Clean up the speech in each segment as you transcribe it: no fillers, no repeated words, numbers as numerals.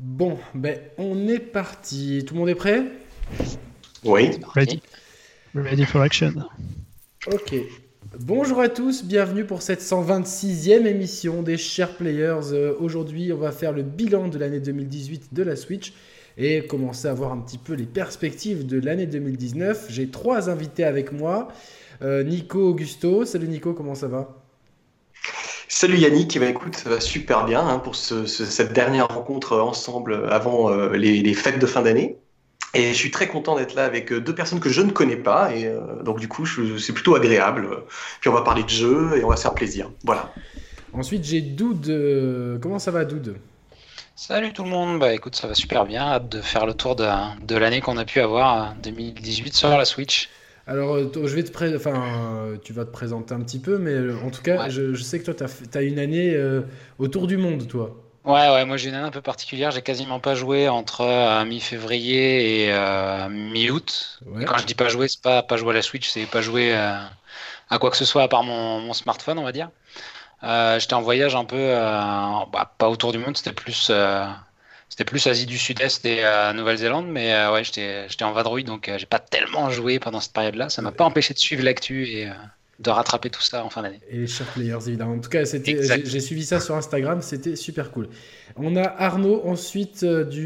Bon, on est parti. Tout le monde est prêt? Oui. Ready. Ready for action. Ok. Bonjour à tous, bienvenue pour cette 126e émission des Chers Players. Aujourd'hui, on va faire le bilan de l'année 2018 de la Switch et commencer à voir un petit peu les perspectives de l'année 2019. J'ai 3 invités avec moi. Nico, Augusto. Salut Nico, comment ça va? Salut Yannick, écoute, ça va super bien pour cette dernière rencontre ensemble avant les fêtes de fin d'année. Et je suis très content d'être là avec 2 personnes que je ne connais pas. Et donc du coup, c'est plutôt agréable. Puis on va parler de jeux et on va se faire plaisir. Voilà. Ensuite, j'ai Doud. Comment ça va, Doud? Salut tout le monde, bah écoute, ça va super bien, hâte de faire le tour de l'année qu'on a pu avoir 2018 sur la Switch. Alors, je vais tu vas te présenter un petit peu, mais en tout cas, Ouais. je sais que toi, t'as une année autour du monde, toi. Ouais, moi j'ai une année un peu particulière, j'ai quasiment pas joué entre mi-février et mi-août. Ouais. Et quand je dis pas jouer, c'est pas jouer à la Switch, c'est pas jouer à quoi que ce soit à part mon smartphone, on va dire. J'étais en voyage un peu, pas autour du monde, c'était plus Asie du Sud-Est et Nouvelle-Zélande, mais ouais, j'étais en vadrouille, donc j'ai pas tellement joué pendant cette période-là. Ça m'a pas empêché de suivre l'actu et de rattraper tout ça en fin d'année. Et les Chers Players, évidemment. En tout cas, Exact. j'ai suivi ça sur Instagram, c'était super cool. On a Arnaud, ensuite,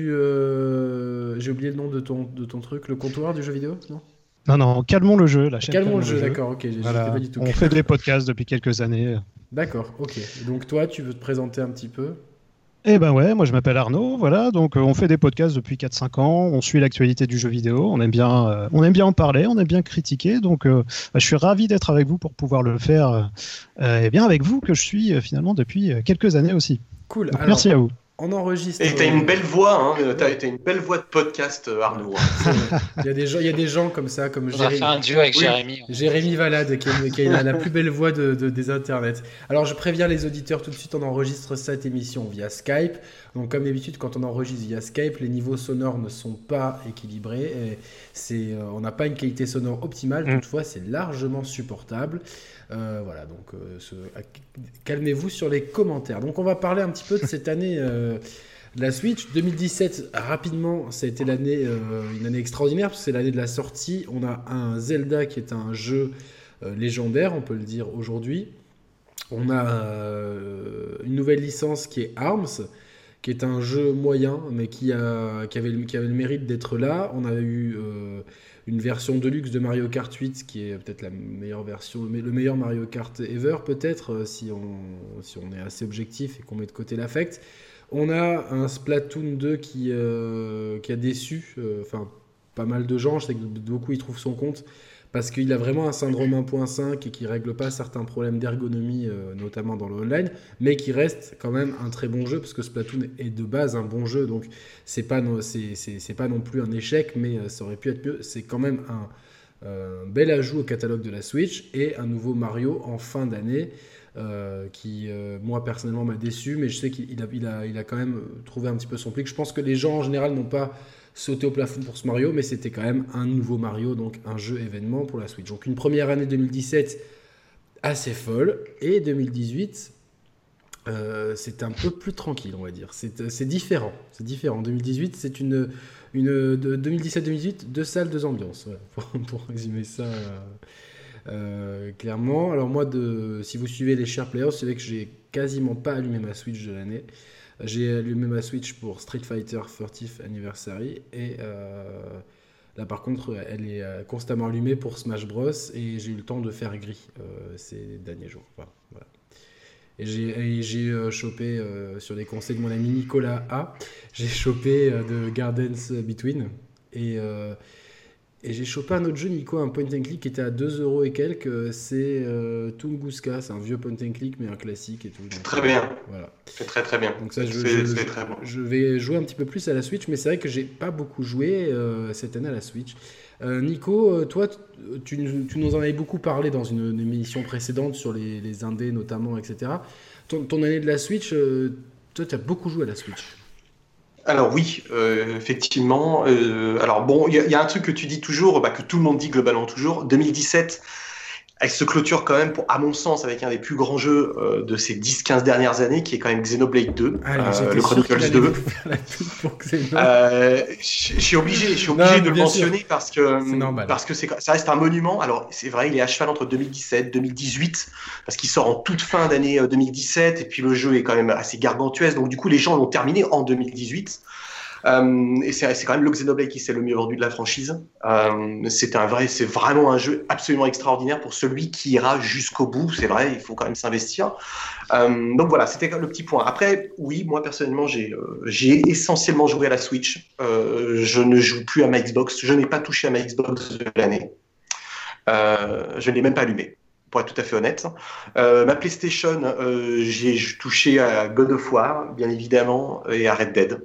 j'ai oublié le nom de ton truc, le comptoir du jeu vidéo, non? Non, calmons le jeu, la chaîne. Calmons le jeu, d'accord, ok, j'étais Voilà. pas du tout On clair. fait des podcasts depuis quelques années. D'accord, ok. Donc toi, tu veux te présenter un petit peu? Eh ben ouais, moi je m'appelle Arnaud, voilà, donc on fait des podcasts depuis 4-5 ans, on suit l'actualité du jeu vidéo, on aime bien en parler, on aime bien critiquer, donc je suis ravi d'être avec vous pour pouvoir le faire et bien avec vous que je suis finalement depuis quelques années aussi. Cool. Donc, Alors, merci à vous. on enregistre. Et t'as une belle voix, t'as une belle voix de podcast, Arnaud. Il y a des gens comme ça, comme On va faire un duo avec Oui. Jérémy. Jérémy Valade, qui a la plus belle voix des internets. Alors, je préviens les auditeurs tout de suite, on enregistre cette émission via Skype. Donc, comme d'habitude, quand on enregistre via Skype, les niveaux sonores ne sont pas équilibrés. Et on n'a pas une qualité sonore optimale. Toutefois, c'est largement supportable. Voilà, donc calmez-vous sur les commentaires. Donc, on va parler un petit peu de cette année de la Switch. 2017, rapidement, ça a été une année extraordinaire parce que c'est l'année de la sortie. On a un Zelda qui est un jeu légendaire, on peut le dire aujourd'hui. On a une nouvelle licence qui est ARMS, qui est un jeu moyen, mais qui avait le mérite d'être là. On a eu une version deluxe de Mario Kart 8, qui est peut-être la meilleure version, le meilleur Mario Kart ever, peut-être, si on est assez objectif et qu'on met de côté l'affect. On a un Splatoon 2 qui a déçu, pas mal de gens. Je sais que beaucoup y trouvent son compte, parce qu'il a vraiment un syndrome 1.5 et qui règle pas certains problèmes d'ergonomie, notamment dans le online, mais qui reste quand même un très bon jeu, parce que Splatoon est de base un bon jeu, donc c'est pas non plus un échec, mais ça aurait pu être mieux. C'est quand même un bel ajout au catalogue de la Switch, et un nouveau Mario en fin d'année, qui moi personnellement m'a déçu, mais je sais qu'il a quand même trouvé un petit peu son public. Je pense que les gens en général n'ont pas sauté au plafond pour ce Mario, mais c'était quand même un nouveau Mario, donc un jeu événement pour la Switch. Donc une première année 2017 assez folle, et 2018 c'est un peu plus tranquille, on va dire. C'est différent. 2018, c'est une 2017-2018, 2 salles, 2 ambiances, voilà, pour résumer ça clairement. Alors moi, si vous suivez les Chers Players, vous savez que j'ai quasiment pas allumé ma Switch de l'année. J'ai allumé ma Switch pour Street Fighter 30th Anniversary, et là par contre elle est constamment allumée pour Smash Bros, et j'ai eu le temps de faire gris ces derniers jours. Voilà. Et j'ai chopé, sur les conseils de mon ami Nicolas A, j'ai chopé The Gardens Between, et j'ai chopé un autre jeu, Nico, un point and click qui était à 2€ et quelques. C'est Tunguska, c'est un vieux point and click, mais un classique et tout. Donc, Très bien. Voilà. C'est très très bien. Donc ça, C'est très bon. je vais jouer un petit peu plus à la Switch, mais c'est vrai que j'ai pas beaucoup joué cette année à la Switch. Nico, toi, tu nous en avais beaucoup parlé dans une émission précédente sur les indés notamment, etc. Ton année de la Switch, toi, tu as beaucoup joué à la Switch. Alors oui, effectivement. Alors bon, il y a un truc que tu dis toujours, que tout le monde dit globalement toujours. 2017 elle se clôture quand même, à mon sens, avec un des plus grands jeux de ces 10-15 dernières années, qui est quand même Xenoblade 2, le Chronicles 2. Je suis obligé de le mentionner parce que ça reste un monument. Alors, c'est vrai, il est à cheval entre 2017 et 2018, parce qu'il sort en toute fin d'année 2017, et puis le jeu est quand même assez gargantuesque, donc du coup, les gens l'ont terminé en 2018. Et c'est quand même le Xenoblade qui s'est le mieux vendu de la franchise. C'est vraiment un jeu absolument extraordinaire pour celui qui ira jusqu'au bout. C'est vrai, il faut quand même s'investir. Donc voilà, c'était le petit point. Après, oui, moi personnellement, j'ai essentiellement joué à la Switch. Je ne joue plus à ma Xbox. Je n'ai pas touché à ma Xbox de l'année. Je ne l'ai même pas allumée, pour être tout à fait honnête. Ma PlayStation, j'ai touché à God of War, bien évidemment, et à Red Dead.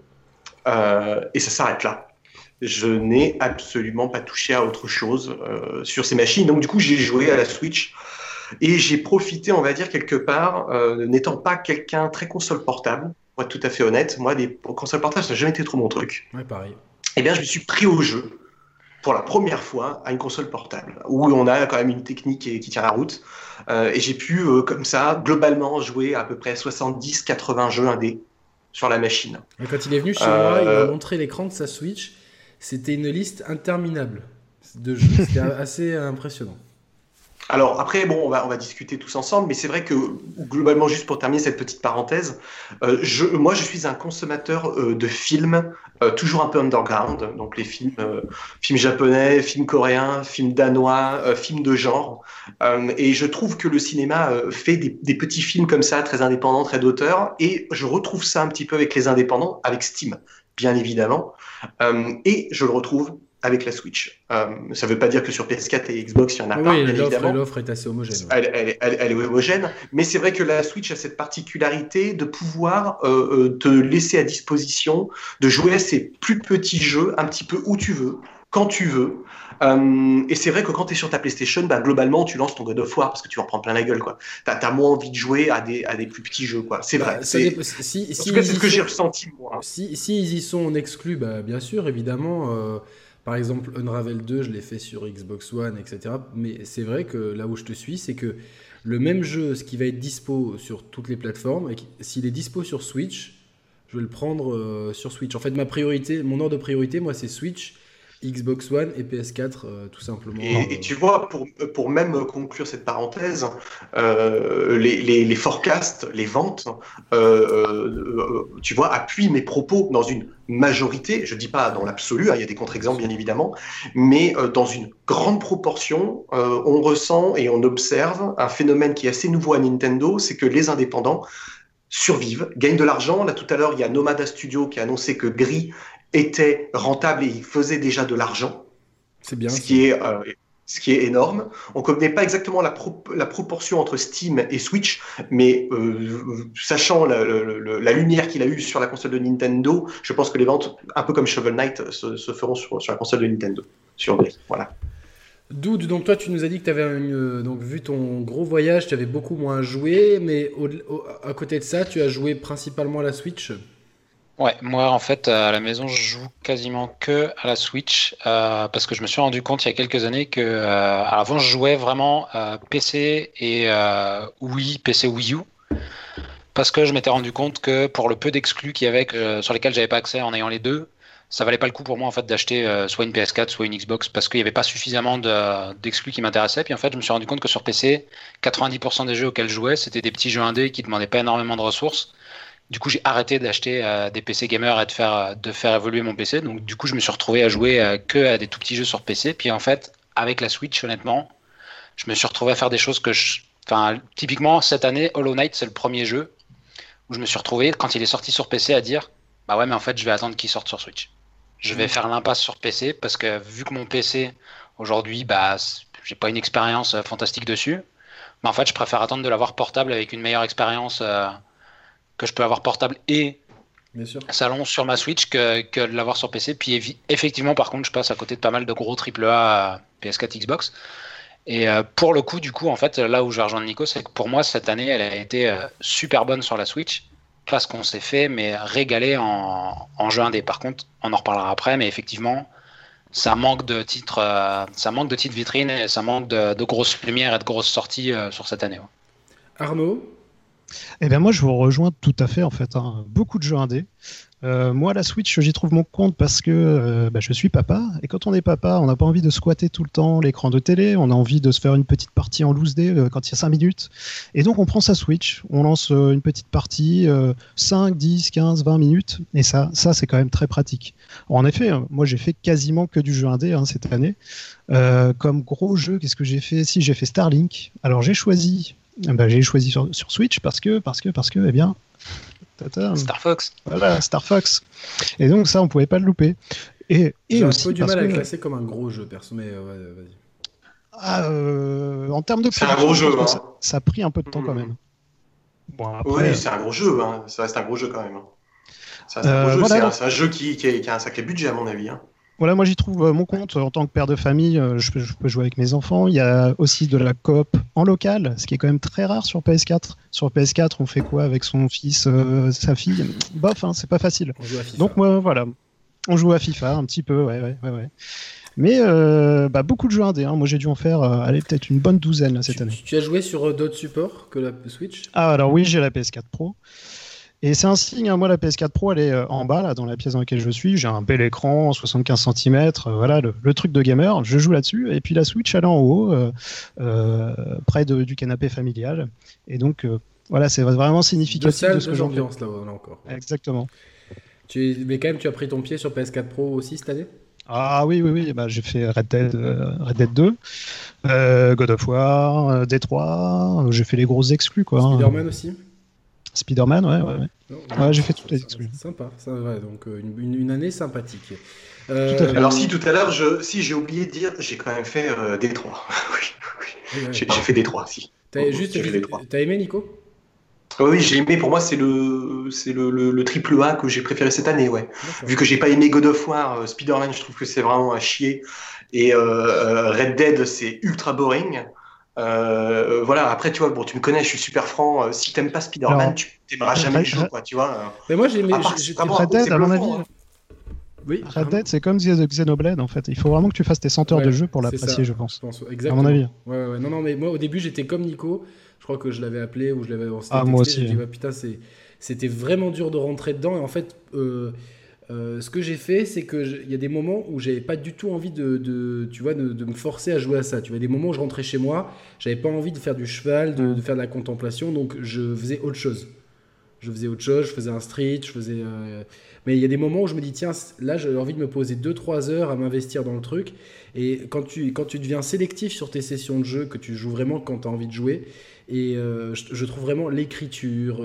Et ça s'arrête là. Je n'ai absolument pas touché à autre chose sur ces machines. Donc du coup, j'ai joué à la Switch et j'ai profité, on va dire, quelque part, n'étant pas quelqu'un très console portable, pour être tout à fait honnête. Moi, les consoles portables, ça n'a jamais été trop mon truc. Ouais, pareil. Eh bien, je me suis pris au jeu pour la première fois à une console portable, où on a quand même une technique qui tient la route. Et j'ai pu, comme ça, globalement, jouer à peu près 70-80 jeux indés sur la machine. Et quand il est venu chez moi, il m'a montré l'écran de sa Switch. C'était une liste interminable de jeux. C'était assez impressionnant. Alors après, bon, on va discuter tous ensemble, mais c'est vrai que globalement, juste pour terminer cette petite parenthèse, moi je suis un consommateur de films toujours un peu underground, donc les films japonais, films coréens, films danois, films de genre, et je trouve que le cinéma fait des petits films comme ça, très indépendants, très d'auteur, et je retrouve ça un petit peu avec les indépendants, avec Steam, bien évidemment, et je le retrouve avec la Switch. Ça ne veut pas dire que sur PS4 et Xbox, il y en a pas, bien évidemment. L'offre est assez homogène. Ouais. Elle est homogène, mais c'est vrai que la Switch a cette particularité de pouvoir te laisser à disposition de jouer à ces plus petits jeux un petit peu où tu veux, quand tu veux. Et c'est vrai que quand tu es sur ta PlayStation, globalement, tu lances ton God of War parce que tu en prends plein la gueule. Tu as moins envie de jouer à des plus petits jeux. C'est vrai. En tout cas, c'est ce que j'ai ressenti, moi. Si ils y sont en exclus, bien sûr, évidemment. Par exemple, Unravel 2, je l'ai fait sur Xbox One, etc. Mais c'est vrai que là où je te suis, c'est que le même jeu, ce qui va être dispo sur toutes les plateformes, et s'il est dispo sur Switch, je vais le prendre sur Switch. En fait, mon ordre de priorité, moi, c'est Switch, Xbox One et PS4, tout simplement. Et tu vois, pour même conclure cette parenthèse, les forecasts, les ventes, tu vois, appuient mes propos dans une majorité, je ne dis pas dans l'absolu, il y a des contre-exemples bien évidemment, mais dans une grande proportion, on ressent et on observe un phénomène qui est assez nouveau à Nintendo, c'est que les indépendants survivent, gagnent de l'argent. Là, tout à l'heure, il y a Nomada Studio qui a annoncé que Gris était rentable et il faisait déjà de l'argent. C'est bien. Ce qui est énorme. On ne connaît pas exactement la proportion entre Steam et Switch, mais sachant la lumière qu'il a eue sur la console de Nintendo, je pense que les ventes, un peu comme Shovel Knight, se feront sur la console de Nintendo, sur Gris. Voilà. Dude, donc toi tu nous as dit que tu avais donc vu ton gros voyage, tu avais beaucoup moins joué, mais à côté de ça, tu as joué principalement à la Switch. Ouais, moi en fait à la maison je joue quasiment que à la Switch parce que je me suis rendu compte il y a quelques années que avant je jouais vraiment PC et PC Wii U parce que je m'étais rendu compte que pour le peu d'exclus qu'il y avait sur lesquels j'avais pas accès en ayant les deux, ça valait pas le coup pour moi en fait d'acheter soit une PS4 soit une Xbox parce qu'il y avait pas suffisamment d'exclus qui m'intéressaient. Puis en fait je me suis rendu compte que sur PC 90% des jeux auxquels je jouais c'était des petits jeux indés qui demandaient pas énormément de ressources. Du coup, j'ai arrêté d'acheter des PC gamers et de faire évoluer mon PC. Donc, du coup, je me suis retrouvé à jouer que à des tout petits jeux sur PC. Puis, en fait, avec la Switch, honnêtement, je me suis retrouvé à faire des choses typiquement, cette année, Hollow Knight, c'est le premier jeu où je me suis retrouvé, quand il est sorti sur PC, à dire bah ouais, mais en fait, je vais attendre qu'il sorte sur Switch. Je vais faire l'impasse sur PC parce que vu que mon PC, aujourd'hui, j'ai pas une expérience fantastique dessus. Mais en fait, je préfère attendre de l'avoir portable avec une meilleure expérience que je peux avoir portable et salon sur ma Switch que de l'avoir sur PC. Puis effectivement, par contre, je passe à côté de pas mal de gros AAA PS4, Xbox. Et pour le coup, du coup, en fait, là où je vais rejoindre Nico, c'est que pour moi, cette année, elle a été super bonne sur la Switch parce qu'on s'est fait régaler en jeu indé. Par contre, on en reparlera après, mais effectivement, ça manque de titres, vitrines et ça manque de grosses lumières et de grosses sorties sur cette année. Ouais. Arnaud? Eh bien moi je vous rejoins tout à fait en fait, hein. Beaucoup de jeux indés. Moi la Switch j'y trouve mon compte parce que je suis papa et quand on est papa on n'a pas envie de squatter tout le temps l'écran de télé, on a envie de se faire une petite partie en loose day quand il y a 5 minutes et donc on prend sa Switch, on lance une petite partie 5, 10, 15, 20 minutes et ça c'est quand même très pratique. Alors, en effet moi j'ai fait quasiment que du jeu indé cette année. Comme gros jeu qu'est-ce que j'ai fait? Si j'ai fait Starlink, alors j'ai choisi sur Switch parce que eh bien Star Fox. Voilà, Star Fox. Et donc ça, on pouvait pas le louper. Et J'ai aussi un peu du mal à le classer comme un gros jeu, perso, mais vas-y. En termes de c'est un gros jeu. Ça a pris un peu de temps quand même. Bon, après, oui, c'est un gros jeu. Ça reste un gros jeu quand même. C'est un jeu qui a un sacré budget à mon avis. Voilà, moi j'y trouve mon compte en tant que père de famille. Je peux jouer avec mes enfants. Il y a aussi de la coop en local, ce qui est quand même très rare sur PS4. Sur PS4, on fait quoi avec son fils, sa fille? Bof, c'est pas facile. On joue à FIFA. Donc moi, voilà, on joue à FIFA un petit peu, ouais. Mais beaucoup de jeux indés. Moi j'ai dû en faire peut-être une bonne douzaine là, cette année. Tu as joué sur d'autres supports que la Switch? Ah alors oui, j'ai la PS4 Pro. Et c'est un signe, moi la PS4 Pro elle est en bas là, dans la pièce dans laquelle je suis, j'ai un bel écran, 75 cm, voilà le truc de gamer, je joue là-dessus, et puis la Switch elle est en haut, près du canapé familial, et donc voilà c'est vraiment significatif de ce que j'en fais. Là encore. Exactement. Mais quand même tu as pris ton pied sur PS4 Pro aussi cette année? Ah oui, j'ai fait Red Dead 2, God of War, D3, j'ai fait les grosses exclus quoi. Spider-Man aussi? Spider-Man, ouais, j'ai fait toutes les exclus. Sympa, ça va, donc une année sympathique. Alors si tout à l'heure, j'ai oublié de dire, j'ai quand même fait D3. Oui. J'ai fait D3, si. T'as aimé, Nico? Oui, j'ai aimé. Pour moi, c'est le triple A que j'ai préféré cette année, ouais. D'accord. Vu que j'ai pas aimé God of War, Spider-Man, je trouve que c'est vraiment à chier. Et Red Dead, c'est ultra boring. Voilà, après tu vois, bon, tu me connais, je suis super franc. Si t'aimes pas Spider-Man, tu t'aimeras jamais le jeu, quoi, tu vois. Mais moi j'ai aimé. Red Dead, à mon avis. Oui, Red Dead, c'est comme Xenoblade en fait. Il faut vraiment que tu fasses tes 100 heures de jeu pour l'apprécier, je pense. Exactement. À mon avis. Ouais. Non, mais moi au début j'étais comme Nico. Je crois que je l'avais appelé ou je l'avais texté. Moi aussi. J'ai dit, putain, c'était vraiment dur de rentrer dedans. Et en fait, ce que j'ai fait, c'est qu'il y a des moments où j'avais pas du tout envie de me forcer à jouer à ça. Tu vois, des moments où je rentrais chez moi, j'avais pas envie de faire du cheval, de faire de la contemplation, donc je faisais autre chose. Je faisais un street, mais il y a des moments où je me dis, tiens, là j'ai envie de me poser 2-3 heures à m'investir dans le truc. Et quand tu deviens sélectif sur tes sessions de jeu, que tu joues vraiment quand tu as envie de jouer, et je trouve vraiment l'écriture,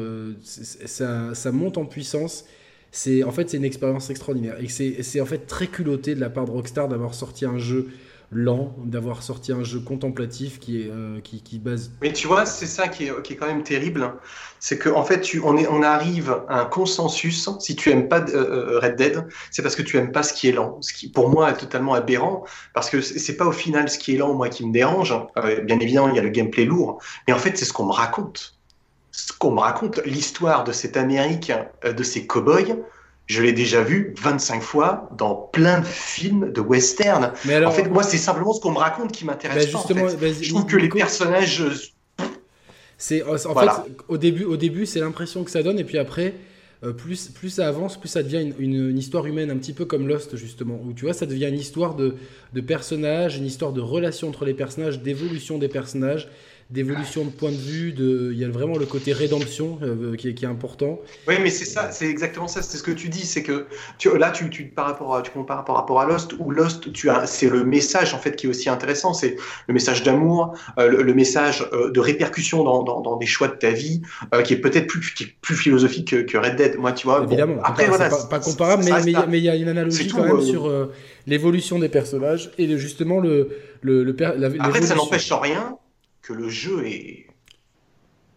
ça monte en puissance. C'est une expérience extraordinaire. Et c'est en fait très culotté de la part de Rockstar d'avoir sorti un jeu lent, d'avoir sorti un jeu contemplatif qui base. Mais tu vois, c'est ça qui est quand même terrible. C'est qu'en fait, on arrive à un consensus. Si tu aimes pas Red Dead, c'est parce que tu aimes pas ce qui est lent. Ce qui, pour moi, est totalement aberrant. Parce que c'est pas au final ce qui est lent, moi, qui me dérange. Bien évidemment, il y a le gameplay lourd. Mais en fait, c'est ce qu'on me raconte. L'histoire de cette Amérique, de ces cow-boys, je l'ai déjà vu 25 fois dans plein de films de western. Mais alors, en fait, moi, c'est simplement ce qu'on me raconte qui m'intéresse pas. En fait. Je trouve que les personnages... fait, au début, c'est l'impression que ça donne, et puis après, plus ça avance, plus ça devient une histoire humaine, un petit peu comme Lost, justement, où tu vois, ça devient une histoire de personnages, une histoire de relation entre les personnages, d'évolution des personnages, d'évolution de point de vue, il y a vraiment le côté rédemption qui est important. Oui, mais c'est ça, c'est exactement ça, c'est ce que tu dis, c'est que tu compares par rapport à Lost, où Lost, c'est le message en fait qui est aussi intéressant, c'est le message d'amour, le message de répercussion dans des choix de ta vie, qui est peut-être plus philosophique que Red Dead, moi, tu vois. Évidemment, après, voilà, c'est pas comparable, mais il y a une analogie quand même sur l'évolution des personnages et justement après, ça n'empêche en rien que le jeu est...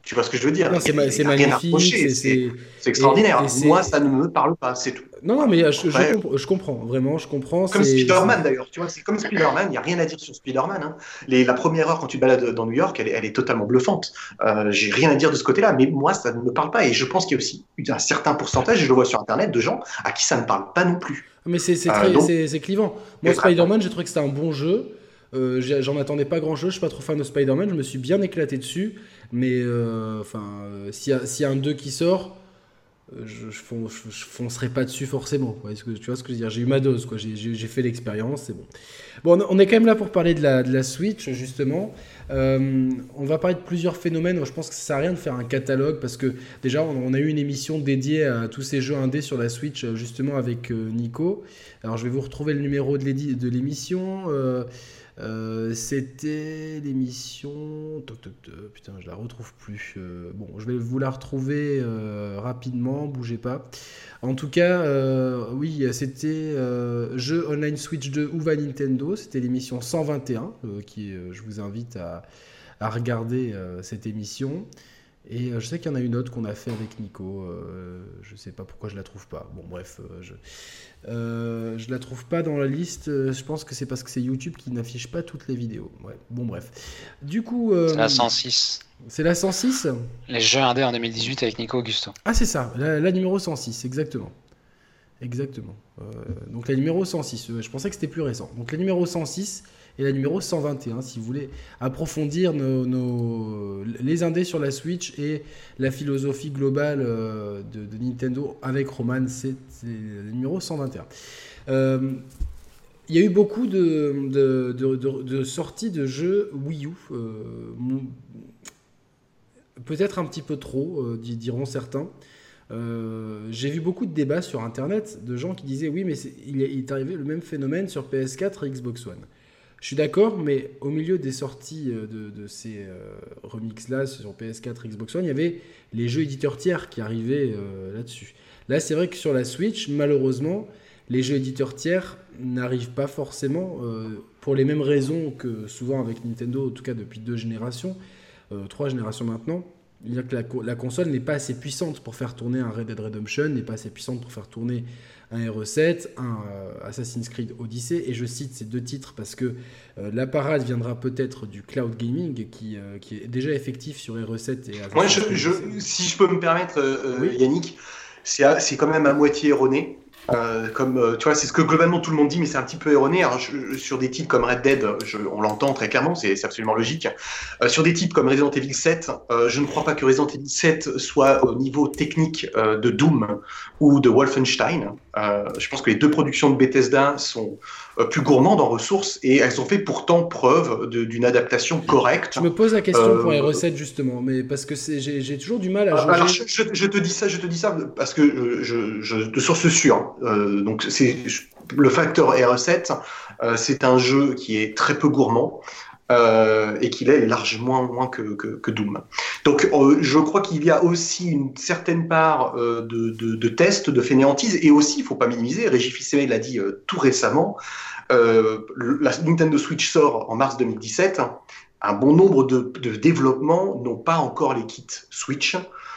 Tu vois ce que je veux dire? Non, c'est Il y a rien à magnifique, reprocher, c'est extraordinaire. et Moi, ça ne me parle pas, c'est tout. non, mais Après, je comprends, vraiment, je comprends. comme Spider-Man d'ailleurs, tu vois, c'est comme Spider-Man, il n'y a rien à dire sur Spider-Man. Hein. La première heure quand tu te balades dans New York, elle est totalement bluffante. J'ai rien à dire de ce côté-là, mais moi, ça ne me parle pas. Et je pense qu'il y a aussi un certain pourcentage, et je le vois sur Internet, de gens à qui ça ne parle pas non plus. Mais Donc, c'est clivant. Moi, Spider-Man, j'ai trouvé que c'était un bon jeu. J'en attendais pas grand-chose. Je suis pas trop fan de Spider-Man. Je me suis bien éclaté dessus. Mais s'il y a un 2 qui sort, je foncerai pas dessus forcément. Tu vois ce que je veux dire? J'ai eu ma dose, quoi. J'ai fait l'expérience, c'est bon. Bon, on est quand même là pour parler de la Switch, justement. On va parler de plusieurs phénomènes. Je pense que ça sert à rien de faire un catalogue parce que déjà, on a eu une émission dédiée à tous ces jeux indés sur la Switch, justement avec Nico. Alors, je vais vous retrouver le numéro de l'émission. C'était l'émission. Putain, je la retrouve plus. Bon, je vais vous la retrouver rapidement, bougez pas. En tout cas, oui, c'était jeu online Switch 2 ou va Nintendo. C'était l'émission 121, je vous invite à regarder cette émission. Et je sais qu'il y en a une autre qu'on a fait avec Nico. Je sais pas pourquoi je la trouve pas. Bon, bref, je la trouve pas dans la liste. Je pense que c'est parce que c'est YouTube qui n'affiche pas toutes les vidéos. Ouais. Bon, bref. Du coup, c'est la 106. C'est la 106 ? Les jeux indés en 2018 avec Nico Augusto. Ah, c'est ça, la numéro 106, exactement. Exactement. Donc la numéro 106, je pensais que c'était plus récent. Donc la numéro 106 et la numéro 121, si vous voulez approfondir les indés sur la Switch et la philosophie globale de Nintendo avec Roman, c'est le numéro 121. Il y a eu beaucoup de sorties de jeux Wii U, peut-être un petit peu trop, diront certains. J'ai vu beaucoup de débats sur Internet de gens qui disaient oui, mais il est arrivé le même phénomène sur PS4 et Xbox One. Je suis d'accord, mais au milieu des sorties de ces remixes-là sur PS4 et Xbox One, il y avait les jeux éditeurs tiers qui arrivaient là-dessus. Là, c'est vrai que sur la Switch, malheureusement, les jeux éditeurs tiers n'arrivent pas forcément pour les mêmes raisons que souvent avec Nintendo, en tout cas depuis 2 générations, 3 générations maintenant. C'est-à-dire que la console n'est pas assez puissante pour faire tourner un Red Dead Redemption, n'est pas assez puissante pour faire tourner un RE7, un Assassin's Creed Odyssey, et je cite ces 2 titres parce que la parade viendra peut-être du cloud gaming qui est déjà effectif sur RE7 et Assassin's Creed. Si je peux me permettre, oui. Yannick, c'est quand même à moitié erroné. Tu vois, c'est ce que globalement tout le monde dit, mais c'est un petit peu erroné. Alors, sur des titres comme Red Dead, on l'entend très clairement, c'est absolument logique. Sur des titres comme Resident Evil 7, je ne crois pas que Resident Evil 7 soit au niveau technique de Doom ou de Wolfenstein. Je pense que les 2 productions de Bethesda sont plus gourmandes en ressources et elles ont fait pourtant preuve d'une adaptation correcte. Je me pose la question pour RE7 justement, mais parce que j'ai toujours du mal à jauger. Alors je te dis ça parce que de source sûre. Donc c'est le facteur RE7, c'est un jeu qui est très peu gourmand et qu'il est largement moins que Doom. Donc je crois qu'il y a aussi une certaine part de tests, de fainéantise, et aussi il faut pas minimiser. Régis Fils-Aimé l'a dit tout récemment. La Nintendo Switch sort en mars 2017. Un bon nombre de développements n'ont pas encore les kits Switch.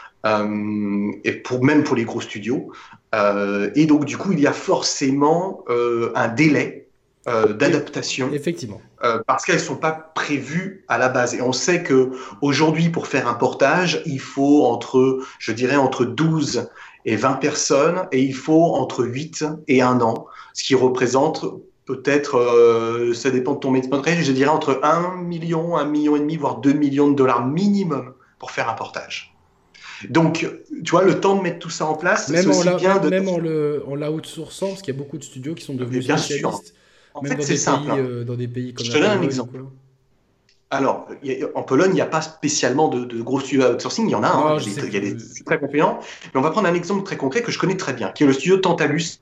Et même pour les gros studios. Et donc, du coup, il y a forcément un délai d'adaptation. Effectivement. Parce qu'elles ne sont pas prévues à la base. Et on sait qu'aujourd'hui, pour faire un portage, il faut entre 12 et 20 personnes, et il faut entre 8 et 1 an, ce qui représente peut-être, ça dépend de ton management rate, je dirais entre 1 million, 1,5 million, voire 2 millions de dollars minimum pour faire un portage. Donc, tu vois, le temps de mettre tout ça en place, même c'est aussi bien de... Même en l'outsourçant, parce qu'il y a beaucoup de studios qui sont devenus bien spécialistes, sûr. En même fait, c'est simple. Dans des pays comme je te donne un Pologne, exemple. quoi. Alors, en Pologne, il n'y a pas spécialement de gros studios outsourcing, il y en a, il y a des très compétents, mais on va prendre un exemple très concret que je connais très bien, qui est le studio Tantalus,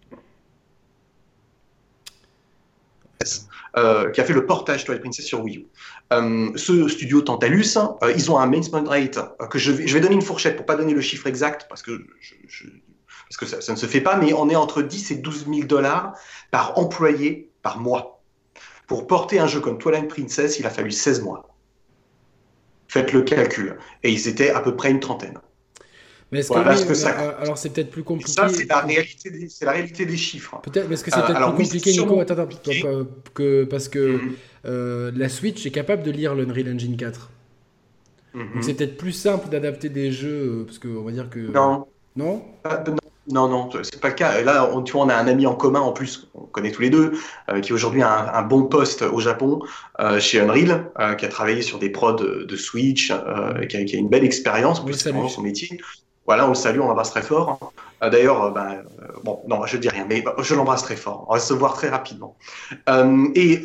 qui a fait le portage Twilight Princess sur Wii U. Ce studio Tantalus, ils ont un maintenance rate que je vais donner une fourchette pour pas donner le chiffre exact parce que ça ne se fait pas, mais on est entre 10 et 12 000 dollars par employé par mois. Pour porter un jeu comme Twilight Princess, il a fallu 16 mois. Faites le calcul. Et ils étaient à peu près une trentaine. Mais est-ce Voilà que, ce que ça coûte. alors c'est peut-être plus compliqué. Ça, c'est la réalité des chiffres. Peut-être, mais est-ce que c'est peut-être alors, plus oui, compliqué, c'est Nico? sûrement Attends, compliqué. parce que la Switch est capable de lire l'Unreal Engine 4. Donc c'est peut-être plus simple d'adapter des jeux, parce qu'on va dire que... Non. Non? Non, c'est pas le cas. Et là, tu vois, on a un ami en commun en plus, on connaît tous les deux, qui aujourd'hui a un bon poste au Japon chez Unreal, qui a travaillé sur des prods de Switch, qui a une belle expérience, en plus c'est vraiment son métier. Voilà, on le salue, on l'embrasse très fort. D'ailleurs, bon, non, je dis rien, mais je l'embrasse très fort. On va se voir très rapidement. Il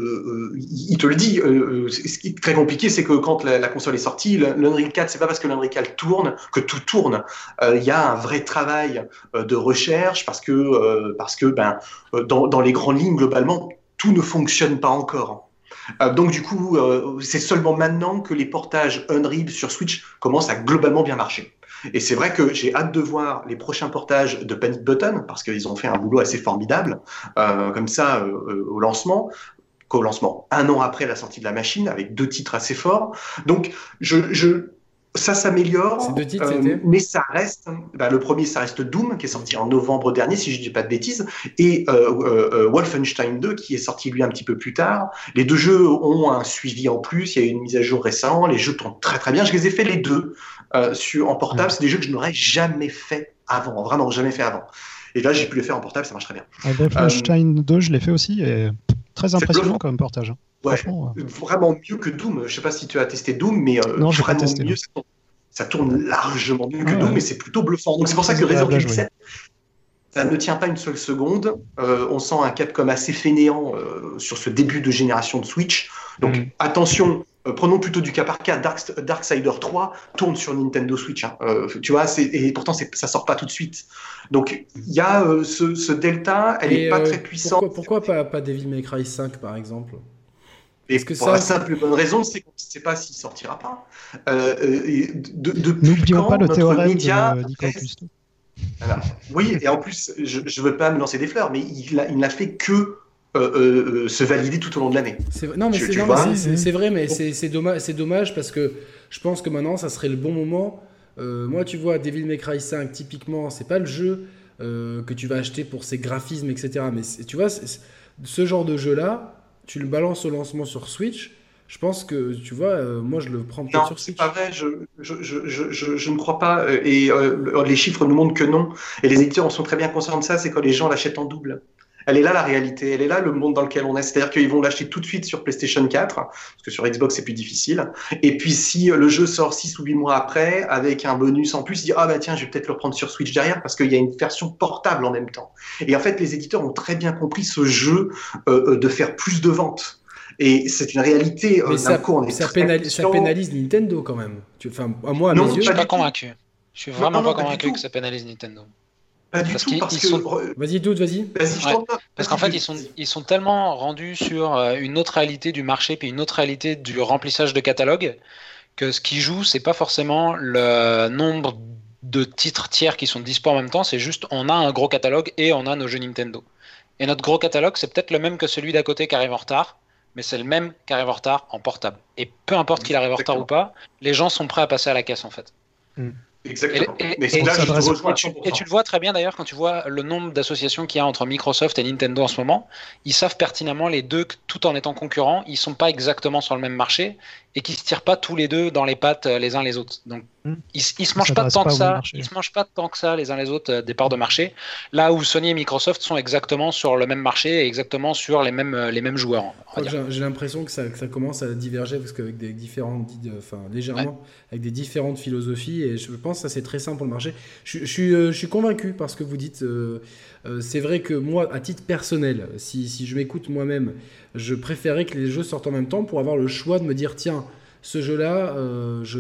te le dit, ce qui est très compliqué, c'est que quand la console est sortie, l'Unreal 4, c'est pas parce que l'Unreal 4 tourne que tout tourne. Il y a un vrai travail de recherche parce que dans les grandes lignes, globalement, tout ne fonctionne pas encore. Donc du coup, c'est seulement maintenant que les portages Unreal sur Switch commencent à globalement bien marcher. Et c'est vrai que j'ai hâte de voir les prochains portages de Panic Button, parce qu'ils ont fait un boulot assez formidable, comme ça, au lancement, un an après la sortie de la machine, avec 2 titres assez forts. Donc, ça s'améliore, Ces 2 titres, c'était mais ça reste, le premier, ça reste Doom, qui est sorti en novembre dernier, si je ne dis pas de bêtises, et Wolfenstein 2, qui est sorti lui un petit peu plus tard. Les 2 jeux ont un suivi en plus, il y a eu une mise à jour récente, les jeux tournent très très bien, je les ai fait les 2 en portable, c'est des jeux que je n'aurais jamais fait avant, vraiment jamais fait avant. Et là, j'ai pu les faire en portable, ça marche très bien. Wolfenstein 2, je l'ai fait aussi, et très impressionnant comme portage. Ouais, vraiment mieux que Doom. Je sais pas si tu as testé Doom, mais non, vraiment testé, mieux. Ça tourne largement mieux que Doom, mais c'est plutôt bluffant. Donc c'est pour ça que Resident Evil 7, ça ne tient pas une seule seconde. On sent un Capcom assez fainéant sur ce début de génération de Switch. Donc attention, prenons plutôt du cas par cas. Darksider 3 tourne sur Nintendo Switch. Tu vois, et pourtant ça sort pas tout de suite. Donc il y a ce delta, elle est pas très puissante. Pourquoi pas Devil May Cry 5 par exemple? Et pour la simple et bonne raison, c'est qu'on ne sait pas s'il sortira pas. N'oublions pas le théorème de Nicolas Custo. Oui, et en plus, je ne veux pas me lancer des fleurs, mais il n'a fait que se valider tout au long de l'année. C'est vrai, mais c'est dommage parce que je pense que maintenant, ça serait le bon moment. Moi, tu vois, Devil May Cry 5, typiquement, c'est pas le jeu que tu vas acheter pour ses graphismes, etc. Mais tu vois, ce genre de jeu-là, tu le balances au lancement sur Switch, je pense que, tu vois, moi je le prends peut-être sur Switch. Non, c'est pas vrai, je ne crois pas. Et les chiffres nous montrent que non. Et les éditeurs en sont très bien conscients de ça, c'est quand les gens l'achètent en double. Elle est là la réalité, elle est là le monde dans lequel on est. C'est-à-dire qu'ils vont l'acheter tout de suite sur PlayStation 4, parce que sur Xbox c'est plus difficile. Et puis si le jeu sort 6 ou 8 mois après, avec un bonus en plus, ils disent ah bah tiens, je vais peut-être le reprendre sur Switch derrière, parce qu'il y a une version portable en même temps. Et en fait, les éditeurs ont très bien compris ce jeu de faire plus de ventes. Et c'est une réalité. Mais ça pénalise Nintendo quand même. Moi, à mes yeux, je suis pas convaincu. Je suis vraiment pas convaincu que ça pénalise Nintendo. Pas du tout, parce que... Vas-y, Doute, vas-y. Parce qu'en fait, ils sont tellement rendus sur une autre réalité du marché, puis une autre réalité du remplissage de catalogue, que ce qui joue, c'est pas forcément le nombre de titres tiers qui sont dispo en même temps, c'est juste on a un gros catalogue et on a nos jeux Nintendo. Et notre gros catalogue, c'est peut-être le même que celui d'à côté qui arrive en retard, mais c'est le même qui arrive en retard en portable. Et peu importe qu'il arrive en retard ou pas, les gens sont prêts à passer à la caisse en fait. Exactement. Et tu le vois très bien d'ailleurs quand tu vois le nombre d'associations qu'il y a entre Microsoft et Nintendo en ce moment. Ils savent pertinemment les deux, tout en étant concurrents, ils sont pas exactement sur le même marché et qui se tirent pas tous les deux dans les pattes les uns les autres. Donc ils se mangent pas tant que ça. Ils se mangent pas tant que ça les uns les autres des parts de marché. Là où Sony et Microsoft sont exactement sur le même marché et exactement sur les mêmes joueurs. J'ai l'impression que ça commence à diverger parce qu'avec des différentes, légèrement, avec des différentes philosophies et je pense que ça c'est très simple pour le marché. Je suis convaincu par ce que vous dites. C'est vrai que moi, à titre personnel, si je m'écoute moi-même, je préférais que les jeux sortent en même temps pour avoir le choix de me dire tiens, ce jeu-là, je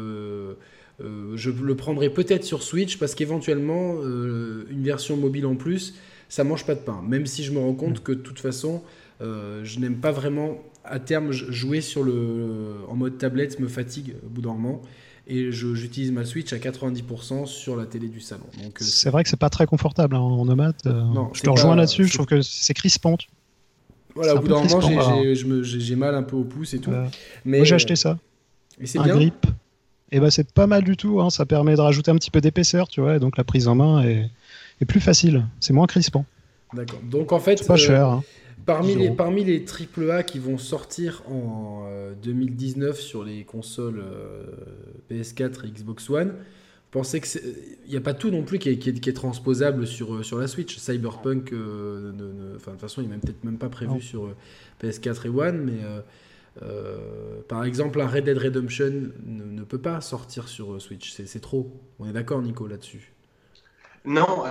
le prendrai peut-être sur Switch parce qu'éventuellement, une version mobile en plus, ça mange pas de pain. Même si je me rends compte que de toute façon, je n'aime pas vraiment à terme jouer en mode tablette, me fatigue au bout d'un moment. Et j'utilise ma Switch à 90% sur la télé du salon. Donc, c'est vrai que c'est pas très confortable en nomade. Je te rejoins là-dessus, je trouve que c'est crispant. Voilà, au bout d'un moment, j'ai mal un peu au pouce et tout. Mais moi, j'ai acheté ça. Et c'est un bien. grip. Et ben c'est pas mal du tout, hein. Ça permet de rajouter un petit peu d'épaisseur, tu vois, et donc la prise en main est plus facile, c'est moins crispant. D'accord. Donc en fait, C'est pas cher, hein. parmi 10 les, euros. parmi les AAA qui vont sortir en 2019 sur les consoles PS4 et Xbox One, pensez que il n'y a pas tout non plus qui est transposable sur la Switch. Cyberpunk, enfin, de toute façon, il n'est peut-être même pas prévu Non. sur PS4 et One, mais par exemple, un Red Dead Redemption ne peut pas sortir sur Switch. C'est trop. On est d'accord, Nico, là-dessus. Non,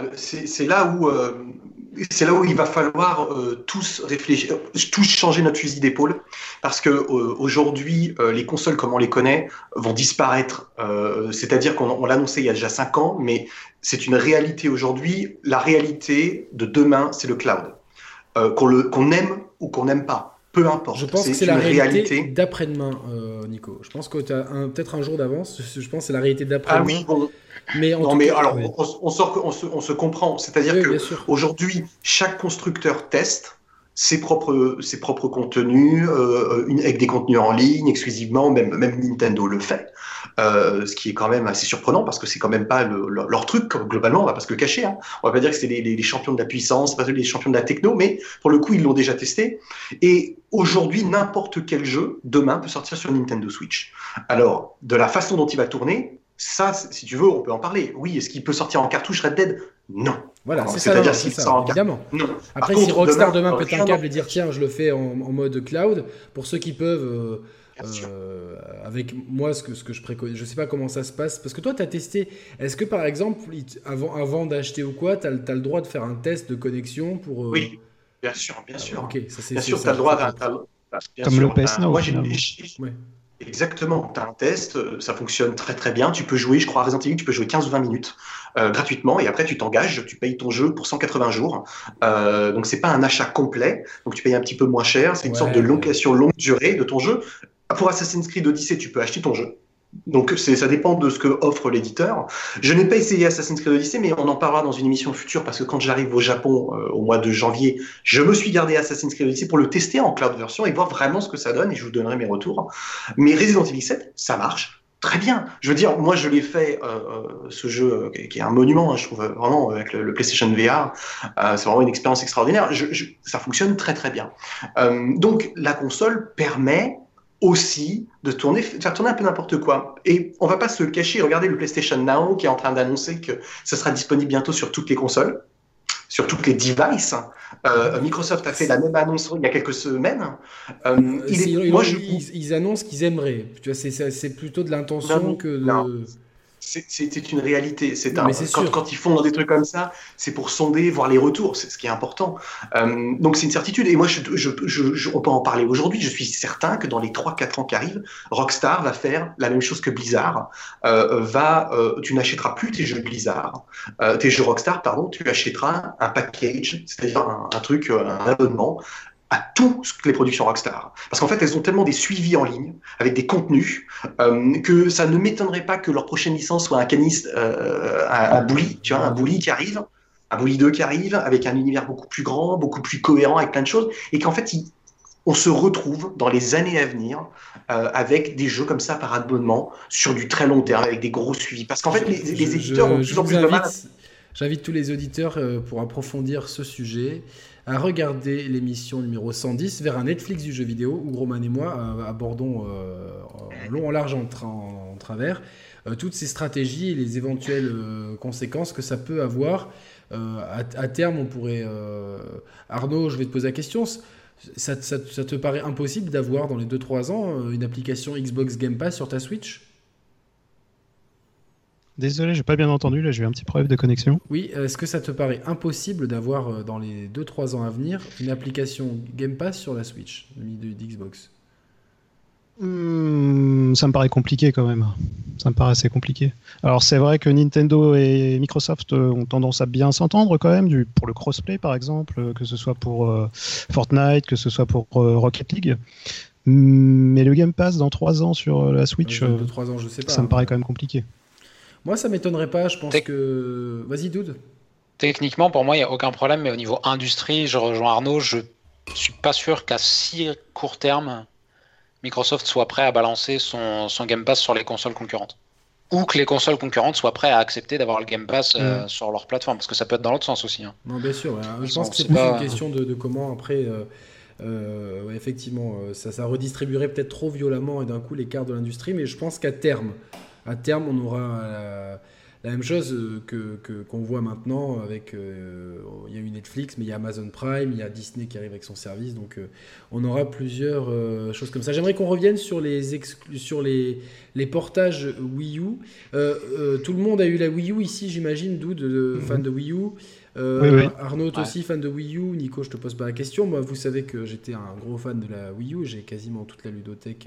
c'est là où il va falloir tous réfléchir, tous changer notre fusil d'épaule, parce que aujourd'hui, les consoles comme on les connaît vont disparaître. C'est-à-dire qu'on l'a annoncé il y a déjà 5 ans, mais c'est une réalité aujourd'hui. La réalité de demain, c'est le cloud. Qu'on aime ou qu'on n'aime pas, peu importe. Je pense que c'est une la réalité d'après-demain, Nico. Je pense que tu as peut-être un jour d'avance. Je pense que c'est la réalité Ah d'après-demain. oui, bon. Mais en Non, tout mais cas, alors, ouais. on se comprend. C'est-à-dire Oui, que bien sûr. aujourd'hui, chaque constructeur teste ses propres contenus, avec des contenus en ligne exclusivement, même Nintendo le fait. Ce qui est quand même assez surprenant parce que c'est quand même pas leur truc, globalement, on va pas se le cacher. Hein. On va pas dire que c'est les champions de la puissance, pas les champions de la techno, mais pour le coup, ils l'ont déjà testé. Et aujourd'hui, n'importe quel jeu, demain, peut sortir sur Nintendo Switch. Alors, de la façon dont il va tourner, ça, si tu veux, on peut en parler. Oui, est-ce qu'il peut sortir en cartouche Red Dead? Non. Voilà, c'est ça, C'est-à-dire c'est s'il ça, sort en évidemment. non. Après, Par si contre, Rockstar demain pète un rien câble et dire tiens, je le fais en mode cloud, pour ceux qui peuvent, Bien sûr. avec moi, ce que je préconise, je sais pas comment ça se passe, parce que toi, tu as testé. Est-ce que par exemple, avant d'acheter ou quoi, tu as le droit de faire un test de connexion pour. Oui, bien sûr, bien sûr. Ok, ça c'est Bien sûr, tu ça, as le droit ça d'un. Bien Comme sûr, le PS Now, moi, finalement. Ouais. Exactement, tu as un test, ça fonctionne très très bien. Tu peux jouer, je crois, à Resident Evil, tu peux jouer 15 ou 20 minutes gratuitement et après tu t'engages, tu payes ton jeu pour 180 jours. Donc c'est pas un achat complet, donc tu payes un petit peu moins cher. C'est une sorte de Ouais. location longue durée de ton jeu. Pour Assassin's Creed Odyssey, tu peux acheter ton jeu. Donc ça dépend de ce que offre l'éditeur. Je n'ai pas essayé Assassin's Creed Odyssey, mais on en parlera dans une émission future parce que quand j'arrive au Japon au mois de janvier, je me suis gardé Assassin's Creed Odyssey pour le tester en cloud version et voir vraiment ce que ça donne et je vous donnerai mes retours. Mais Resident Evil 7, ça marche très bien. Je veux dire, moi je l'ai fait, ce jeu qui est un monument, hein, je trouve vraiment avec le PlayStation VR, c'est vraiment une expérience extraordinaire. Ça fonctionne très très bien. Donc la console permet aussi de faire tourner un peu n'importe quoi. Et on va pas se le cacher, regardez le PlayStation Now qui est en train d'annoncer que ça sera disponible bientôt sur toutes les consoles, sur toutes les devices. Microsoft a fait la même annonce il y a quelques semaines. Ils annoncent qu'ils aimeraient. Tu vois, c'est plutôt de l'intention que de. Non. C'est une réalité. Non, mais c'est sûr. Quand ils font des trucs comme ça, c'est pour sonder, voir les retours. C'est ce qui est important. Donc c'est une certitude. Et moi, on peut en parler aujourd'hui. Je suis certain que dans les 3-4 ans qui arrivent, Rockstar va faire la même chose que Blizzard. Tu n'achèteras plus tes jeux Blizzard, tes jeux Rockstar, pardon. Tu achèteras un package, c'est-à-dire un truc, un abonnement à toutes les productions Rockstar. Parce qu'en fait, elles ont tellement des suivis en ligne, avec des contenus, que ça ne m'étonnerait pas que leur prochaine licence soit un Canis, un Bully, tu vois, un Bully qui arrive, un Bully 2 qui arrive, avec un univers beaucoup plus grand, beaucoup plus cohérent, avec plein de choses, et qu'en fait, on se retrouve dans les années à venir avec des jeux comme ça par abonnement, sur du très long terme, avec des gros suivis. Parce qu'en fait, les éditeurs ont de plus en plus de mal. J'invite tous les auditeurs pour approfondir ce sujet à regarder l'émission numéro 110 vers un Netflix du jeu vidéo où Roman et moi abordons en long, en large, en travers toutes ces stratégies et les éventuelles conséquences que ça peut avoir. À terme, on pourrait... Arnaud, je vais te poser la question. Ça te paraît impossible d'avoir dans les 2-3 ans une application Xbox Game Pass sur ta Switch ? Désolé, j'ai pas bien entendu, là j'ai eu un petit problème de connexion. Oui, est-ce que ça te paraît impossible d'avoir dans les 2-3 ans à venir une application Game Pass sur la Switch d'Xbox ? Ça me paraît compliqué quand même. Ça me paraît assez compliqué. Alors c'est vrai que Nintendo et Microsoft ont tendance à bien s'entendre quand même, pour le crossplay par exemple, que ce soit pour Fortnite, que ce soit pour Rocket League. Mais le Game Pass dans 3 ans sur la Switch, 2-3 ans, je sais pas. Ça me paraît quand même compliqué. Moi, ça m'étonnerait pas. Je pense que. Vas-y, Dude. Techniquement, pour moi, il n'y a aucun problème. Mais au niveau industrie, je rejoins Arnaud. Je suis pas sûr qu'à si court terme, Microsoft soit prêt à balancer son Game Pass sur les consoles concurrentes. Ou que les consoles concurrentes soient prêtes à accepter d'avoir le Game Pass sur leur plateforme, parce que ça peut être dans l'autre sens aussi. Hein. Non, bien sûr. Je pense que c'est pas... plus une question de comment après, effectivement, ça redistribuerait peut-être trop violemment et d'un coup les cartes de l'industrie, mais je pense qu'à terme, on aura la même chose qu'on voit maintenant avec, il y a eu Netflix, mais il y a Amazon Prime, il y a Disney qui arrive avec son service, donc on aura plusieurs choses comme ça. J'aimerais qu'on revienne sur les portages Wii U. Tout le monde a eu la Wii U ici, j'imagine, Doud, fan de Wii U. Oui. Arnaud, aussi fan de Wii U. Nico, je te pose pas la question. Moi, vous savez que j'étais un gros fan de la Wii U. J'ai quasiment toute la ludothèque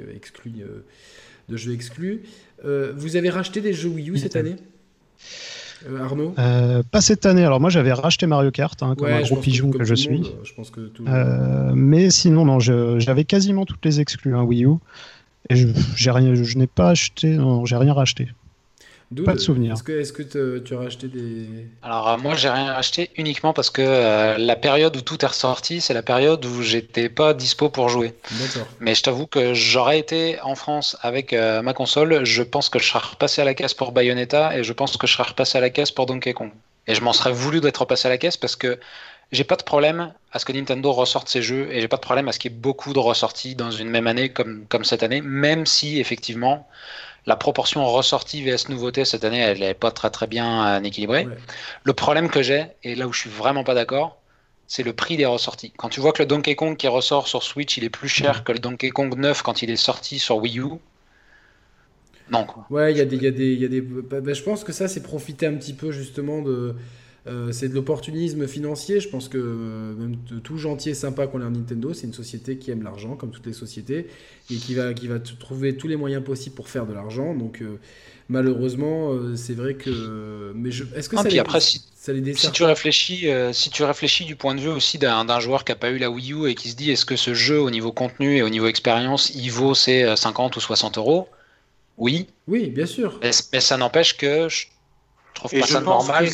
de jeux exclus. Vous avez racheté des jeux Wii U cette année, Arnaud? Pas cette année. Alors moi, j'avais racheté Mario Kart, comme un gros pigeon que je suis. Je pense que mais sinon, non, j'avais quasiment toutes les exclus Wii U. Et je n'ai pas acheté, non, j'ai rien racheté. Pas de souvenir. Est-ce que tu as racheté des... Alors moi j'ai rien acheté uniquement parce que la période où tout est ressorti, c'est la période où j'étais pas dispo pour jouer. D'accord. Mais je t'avoue que j'aurais été en France avec ma console, je pense que je serais repassé à la caisse pour Bayonetta et je pense que je serais repassé à la caisse pour Donkey Kong. Et je m'en serais voulu d'être repassé à la caisse parce que j'ai pas de problème à ce que Nintendo ressorte ses jeux et j'ai pas de problème à ce qu'il y ait beaucoup de ressorties dans une même année comme cette année, même si effectivement la proportion ressortie vs nouveauté cette année, elle n'est pas très très bien équilibrée. Ouais. Le problème que j'ai, et là où je suis vraiment pas d'accord, c'est le prix des ressorties. Quand tu vois que le Donkey Kong qui ressort sur Switch, il est plus cher que le Donkey Kong 9 quand il est sorti sur Wii U. Non, quoi. Ouais, il y a des... je pense que ça, c'est profiter un petit peu justement de... c'est de l'opportunisme financier. Je pense que même tout gentil et sympa qu'on a en Nintendo, c'est une société qui aime l'argent, comme toutes les sociétés, et qui va trouver tous les moyens possibles pour faire de l'argent. Donc malheureusement, c'est vrai que... Mais est-ce que ça les dessert? Si tu réfléchis du point de vue aussi d'un joueur qui n'a pas eu la Wii U et qui se dit est-ce que ce jeu au niveau contenu et au niveau expérience, il vaut ses 50 ou 60 euros? Oui. Oui, bien sûr. Mais ça n'empêche que... Je trouve et pas ça normal.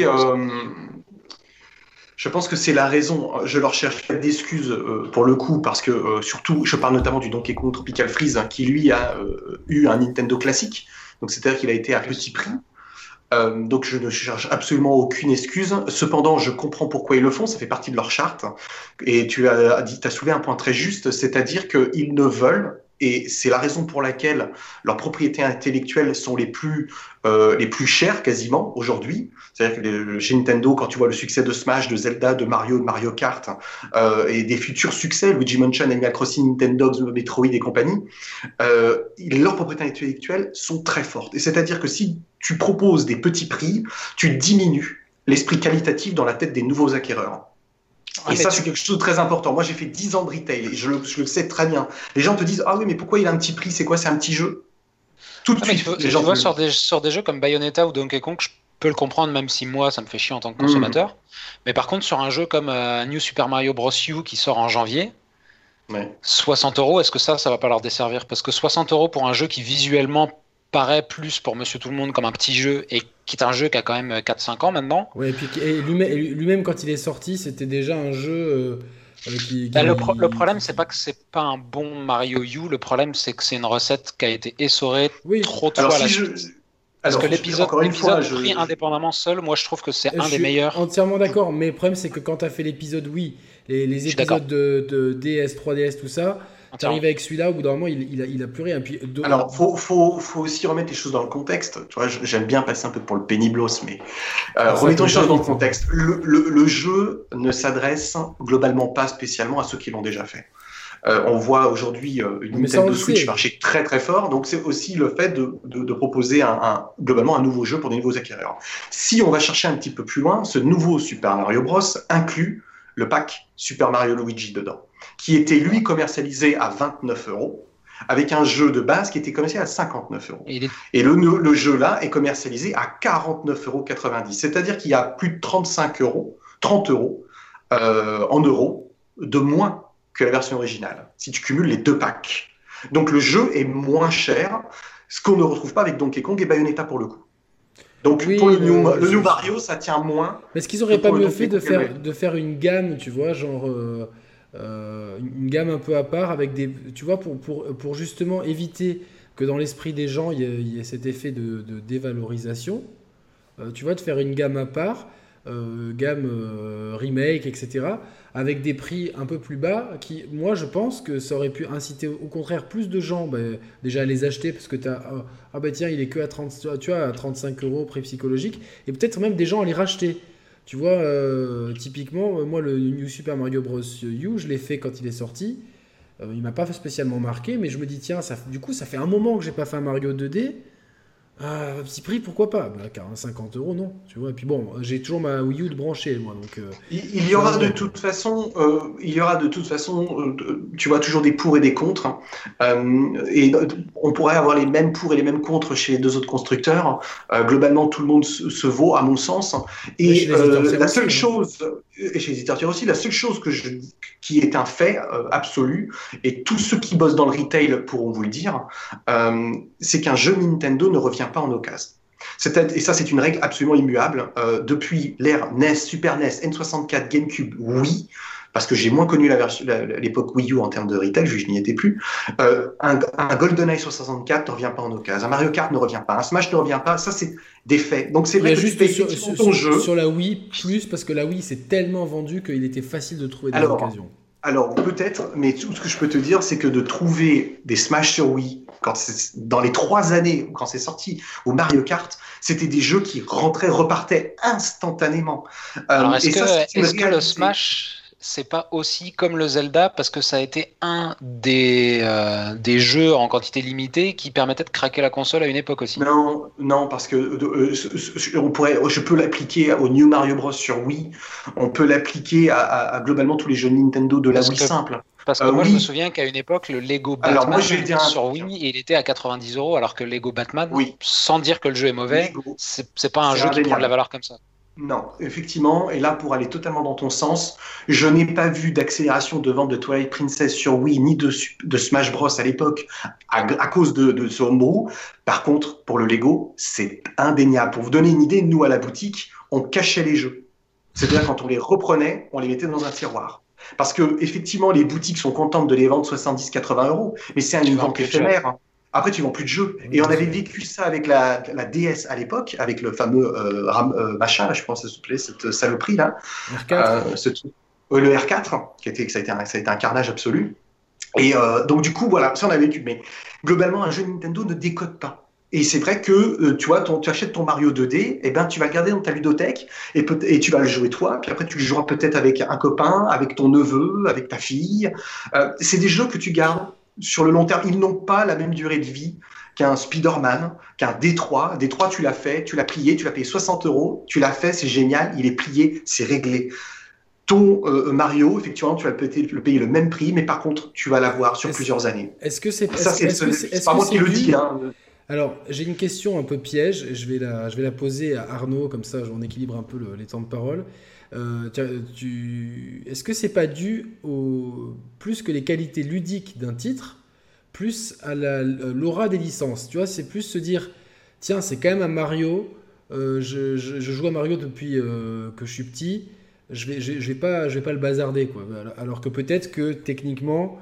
Je pense que c'est la raison. Je leur cherche d'excuses pour le coup, parce que surtout, je parle notamment du Donkey Kong Tropical Freeze, qui lui a eu un Nintendo classique, donc c'est-à-dire qu'il a été à petit prix. Donc je ne cherche absolument aucune excuse. Cependant, je comprends pourquoi ils le font, ça fait partie de leur charte. Et tu as soulevé un point très juste, c'est-à-dire qu'ils ne veulent, et c'est la raison pour laquelle leurs propriétés intellectuelles sont les plus chères quasiment aujourd'hui. C'est-à-dire que chez Nintendo, quand tu vois le succès de Smash, de Zelda, de Mario Kart, et des futurs succès, Luigi Mansion, Animal Crossing, Nintendo, Metroid et compagnie, leurs propriétés intellectuelles sont très fortes. Et c'est-à-dire que si tu proposes des petits prix, tu diminues l'esprit qualitatif dans la tête des nouveaux acquéreurs. Et ça, c'est quelque chose de très important. Moi, j'ai fait 10 ans de retail et je le sais très bien. Les gens te disent « Ah oui, mais pourquoi il a un petit prix? C'est quoi? C'est un petit jeu ?» Tout de suite. Tu vois, sur des jeux comme Bayonetta ou Donkey Kong, je peux le comprendre, même si moi, ça me fait chier en tant que consommateur. Mais par contre, sur un jeu comme New Super Mario Bros. U qui sort en janvier, 60 €, est-ce que ça va pas leur desservir? Parce que 60 € pour un jeu qui visuellement paraît plus pour Monsieur Tout-le-Monde comme un petit jeu et qui est un jeu qui a quand même 4-5 ans maintenant. Ouais, et puis lui-même quand il est sorti, c'était déjà un jeu le problème, c'est pas que c'est pas un bon Mario U, le problème c'est que c'est une recette qui a été essorée trop tôt à la suite. Parce que l'épisode pris indépendamment seul, moi je trouve que c'est un des meilleurs. Je suis entièrement d'accord, mais le problème c'est que quand tu as fait l'épisode les épisodes de DS, 3DS, tout ça, tu arrives avec celui-là, au bout d'un moment, il a plus rien. Puis, alors, faut aussi remettre les choses dans le contexte. Tu vois, j'aime bien passer un peu pour le péniblos, mais remettons les choses dans le contexte. Le jeu ne s'adresse globalement pas spécialement à ceux qui l'ont déjà fait. On voit aujourd'hui une Nintendo Switch marcher très très fort, donc c'est aussi le fait de proposer globalement un nouveau jeu pour des nouveaux acquéreurs. Si on va chercher un petit peu plus loin, ce nouveau Super Mario Bros inclut le pack Super Mario Luigi dedans, qui était lui commercialisé à 29 €, avec un jeu de base qui était commercialisé à 59 €. Et le jeu là est commercialisé à 49,90 €, c'est-à-dire qu'il y a plus de 30 € en euros de moins que la version originale, si tu cumules les deux packs. Donc le jeu est moins cher, ce qu'on ne retrouve pas avec Donkey Kong et Bayonetta pour le coup. Donc pour le New Mario, ça tient moins. Mais est-ce qu'ils n'auraient pas mieux fait de faire une gamme, tu vois, genre une gamme un peu à part avec des, tu vois, pour justement éviter que dans l'esprit des gens il y ait cet effet de dévalorisation. Tu vois, de faire une gamme à part, gamme remake, etc., avec des prix un peu plus bas, qui, moi, je pense que ça aurait pu inciter au contraire plus de gens déjà à les acheter, parce que tu as, ah bah tiens, il est que à 30, tu vois, à 35 euros, prix psychologique, et peut-être même des gens à les racheter. Tu vois, typiquement, moi, le New Super Mario Bros. U, je l'ai fait quand il est sorti. Il m'a pas spécialement marqué, mais je me dis, tiens, du coup, ça fait un moment que j'ai pas fait un Mario 2D. Petit prix, pourquoi pas? 50 euros, non. Tu vois. Et puis bon, j'ai toujours ma Wii U de brancher, moi. Donc, il y aura de toute façon, tu vois, toujours des pour et des contre. Et on pourrait avoir les mêmes pour et les mêmes contre chez les deux autres constructeurs. Globalement, tout le monde se vaut, à mon sens. Et la seule chose, et chez les éditeurs aussi, la seule chose qui est un fait absolu, et tous ceux qui bossent dans le retail pourront vous le dire, c'est qu'un jeu Nintendo ne revient pas en occasion. Et ça, c'est une règle absolument immuable. Depuis l'ère NES, Super NES, N64, GameCube, Wii, parce que j'ai moins connu l'époque Wii U en termes de retail, vu que je n'y étais plus, un GoldenEye sur 64 ne revient pas en occasion. Un Mario Kart ne revient pas. Un Smash ne revient pas. Ça, c'est des faits. Donc, c'est vrai que juste ton jeu. Sur la Wii, plus, parce que la Wii s'est tellement vendue qu'il était facile de trouver des occasions. Alors, peut-être, mais tout ce que je peux te dire, c'est que de trouver des Smash sur Wii, dans les 3 années quand c'est sorti, ou Mario Kart, c'était des jeux qui repartaient instantanément. Alors, est-ce que le Smash, c'est pas aussi comme le Zelda, parce que ça a été un des jeux en quantité limitée qui permettait de craquer la console à une époque aussi? Non, parce que je peux l'appliquer au New Mario Bros sur Wii, on peut l'appliquer à globalement tous les jeux Nintendo de la Wii simple. Parce que moi, je me souviens qu'à une époque, le Lego Batman sur Wii, il était à 90 €, alors que Lego Batman, sans dire que le jeu est mauvais, c'est pas un jeu qui prend de la valeur comme ça. Non, effectivement, et là, pour aller totalement dans ton sens, je n'ai pas vu d'accélération de vente de Twilight Princess sur Wii, ni de Smash Bros à l'époque, à cause de ce homebrew. Par contre, pour le Lego, c'est indéniable. Pour vous donner une idée, nous, à la boutique, on cachait les jeux. C'est-à-dire, quand on les reprenait, on les mettait dans un tiroir. Parce que, effectivement, les boutiques sont contentes de les vendre 70-80 €, mais c'est une vente éphémère. Après, tu vends plus de jeux. Et on avait vécu ça avec la DS à l'époque, avec le fameux machin, là, je pense que ça s'appelait cette saloperie là. R4. Le R4, ça a été un carnage absolu. Et donc, du coup, voilà, ça on a vécu. Mais globalement, un jeu Nintendo ne décode pas. Et c'est vrai que tu achètes ton Mario 2D, et ben tu vas le garder dans ta ludothèque et tu vas le jouer toi. Puis après, tu le joueras peut-être avec un copain, avec ton neveu, avec ta fille. C'est des jeux que tu gardes sur le long terme. Ils n'ont pas la même durée de vie qu'un Spider-Man, qu'un D3. D3, tu l'as fait, tu l'as plié, tu l'as payé 60 €, tu l'as fait, c'est génial, il est plié, c'est réglé. Ton Mario, effectivement, tu vas le payer le même prix, mais par contre, tu vas l'avoir sur plusieurs années. Est-ce que c'est pas moi qui le dis, hein. Alors, j'ai une question un peu piège, je vais la poser à Arnaud, comme ça on équilibre un peu les temps de parole. Est-ce que c'est pas dû plus que les qualités ludiques d'un titre, plus à l'aura des licences? Tu vois, c'est plus se dire, tiens, c'est quand même un Mario, je joue à Mario depuis que je suis petit, je vais pas le bazarder, quoi. Alors que peut-être que techniquement,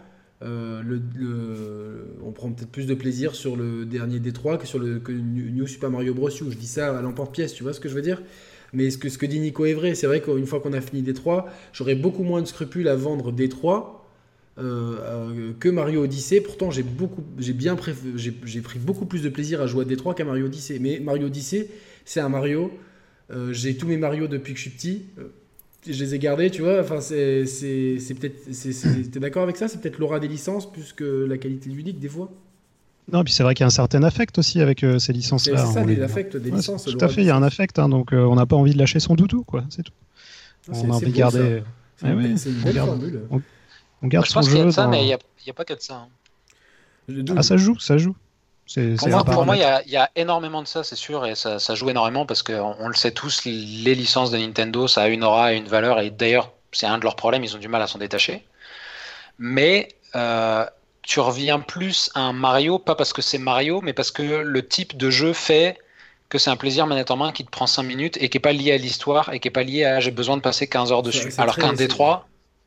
on prend peut-être plus de plaisir sur le dernier D3 que sur le New Super Mario Bros. U. Je dis ça à l'emporte-pièce, tu vois ce que je veux dire? Mais ce que dit Nico est vrai. C'est vrai qu'une fois qu'on a fini D3, j'aurais beaucoup moins de scrupules à vendre D3 que Mario Odyssey. Pourtant, j'ai pris beaucoup plus de plaisir à jouer à D3 qu'à Mario Odyssey. Mais Mario Odyssey, c'est un Mario. J'ai tous mes Mario depuis que je suis petit. Je les ai gardés, tu vois. Enfin, c'est peut-être. T'es d'accord avec ça? C'est peut-être l'aura des licences plus que la qualité ludique des fois. Non, puis c'est vrai qu'il y a un certain affect aussi avec ces licences-là. C'est ça, l'affect des licences. Tout à fait, il y a un affect, hein, donc on n'a pas envie de lâcher son doudou, quoi. C'est tout. On a envie de garder. C'est une belle formule. On garde son jeu. Je pense qu'il y a de ça, mais il n'y a pas que de ça. Ah, ça joue. Pour moi, il y a énormément de ça, c'est sûr, et ça joue énormément parce qu'on le sait tous, les licences de Nintendo, ça a une aura et une valeur, et d'ailleurs, c'est un de leurs problèmes, ils ont du mal à s'en détacher. Mais tu reviens plus à un Mario, pas parce que c'est Mario, mais parce que le type de jeu fait que c'est un plaisir manette en main qui te prend 5 minutes et qui n'est pas lié à l'histoire et qui n'est pas lié à j'ai besoin de passer 15 heures dessus. Alors qu'un D3,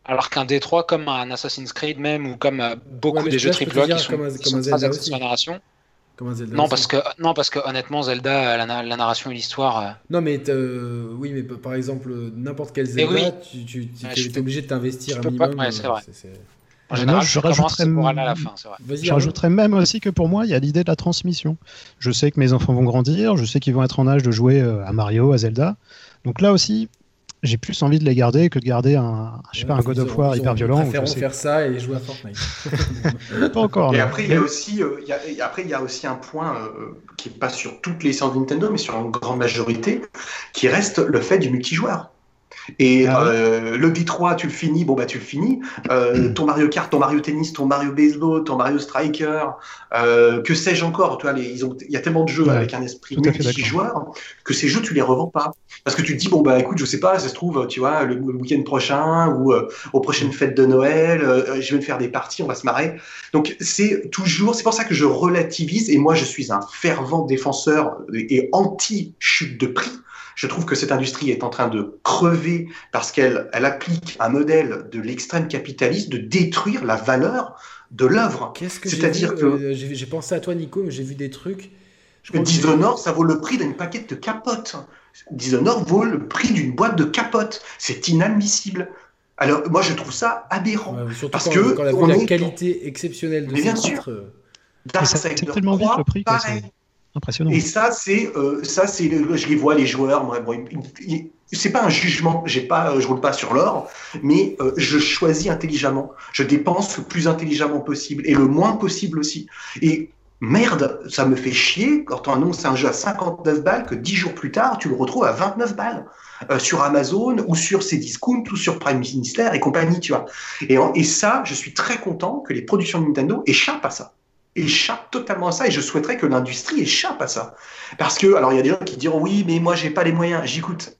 Alors qu'un D3, comme un Assassin's Creed même, ou comme beaucoup des jeux AAA qui sont très axés sur la narration. Comme un Zelda non, aussi. parce que honnêtement, Zelda, la narration et l'histoire. Non, mais oui, mais par exemple, n'importe quel Zelda, tu es obligé de t'investir un minimum. Ouais, c'est vrai. En Moi, général, je rajouterais pour aller à la fin, c'est vrai. Je rajouterais même aussi que pour moi, il y a l'idée de la transmission. Je sais que mes enfants vont grandir, je sais qu'ils vont être en âge de jouer à Mario, à Zelda. Donc là aussi, j'ai plus envie de les garder que de garder un God of War hyper violent. Ils préfèrent faire ça et jouer à Fortnite. Pas encore. Et là. après, il y a aussi un point qui n'est pas sur toutes les licences de Nintendo, mais sur une grande majorité, qui reste le fait du multijoueur. Et le D3, tu le finis, tu le finis. Ton Mario Kart, ton Mario Tennis, ton Mario Baseball, ton Mario Striker, que sais-je encore. Tu vois, il y a tellement de jeux avec un esprit multijoueur que ces jeux, tu les revends pas. Parce que tu te dis, écoute, je sais pas, ça se trouve, tu vois, le week-end prochain ou aux prochaines fêtes de Noël, je vais me faire des parties, on va se marrer. Donc, c'est pour ça que je relativise. Et moi, je suis un fervent défenseur et anti-chute de prix. Je trouve que cette industrie est en train de crever parce qu'elle applique un modèle de l'extrême capitaliste de détruire la valeur de l'œuvre. C'est-à-dire que j'ai pensé à toi, Nico, mais j'ai vu des trucs. Dishonored, ça vaut le prix d'une paquette de capotes. Dishonored vaut le prix d'une boîte de capotes. C'est inadmissible. Alors, moi, je trouve ça aberrant. Parce que quand on a vu la qualité exceptionnelle de ces titres. C'est tellement vite le prix. Pareil. Impressionnant. Et je les vois, les joueurs. C'est pas un jugement. Je roule pas sur l'or, mais je choisis intelligemment. Je dépense le plus intelligemment possible et le moins possible aussi. Et merde, ça me fait chier quand on annonce un jeu à 59 balles que 10 jours plus tard, tu le retrouves à 29 balles sur Amazon ou sur Cdiscount ou sur Prime Minister et compagnie, tu vois. Et ça, je suis très content que les productions de Nintendo échappent à ça. Échappe totalement à ça et je souhaiterais que l'industrie échappe à ça. Parce que, alors il y a des gens qui diront oui, mais moi j'ai pas les moyens. J'écoute.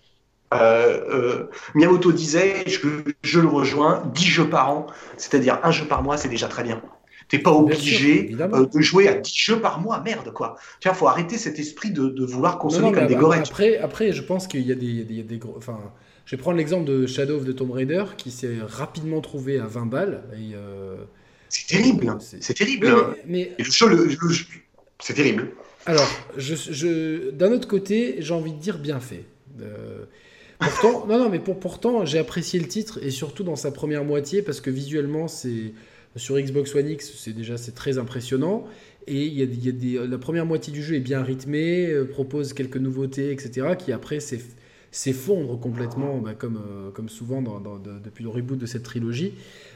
Miyamoto disait, je le rejoins, 10 jeux par an, c'est-à-dire un jeu par mois, c'est déjà très bien. T'es pas obligé de jouer à 10 jeux par mois, merde quoi. Tu vois, faut arrêter cet esprit de vouloir consommer comme des gorettes. Après, je pense qu'il y a des gros. Enfin, je vais prendre l'exemple de Shadow of the Tomb Raider qui s'est rapidement trouvé à 20 balles. Et, c'est terrible, c'est terrible. Mais c'est terrible. Alors, d'un autre côté, j'ai envie de dire bien fait. Pourtant, pourtant, j'ai apprécié le titre et surtout dans sa première moitié parce que visuellement, sur Xbox One X, c'est très impressionnant. Et la première moitié du jeu est bien rythmée, propose quelques nouveautés, etc. qui après s'effondre complètement, comme souvent depuis le reboot de cette trilogie,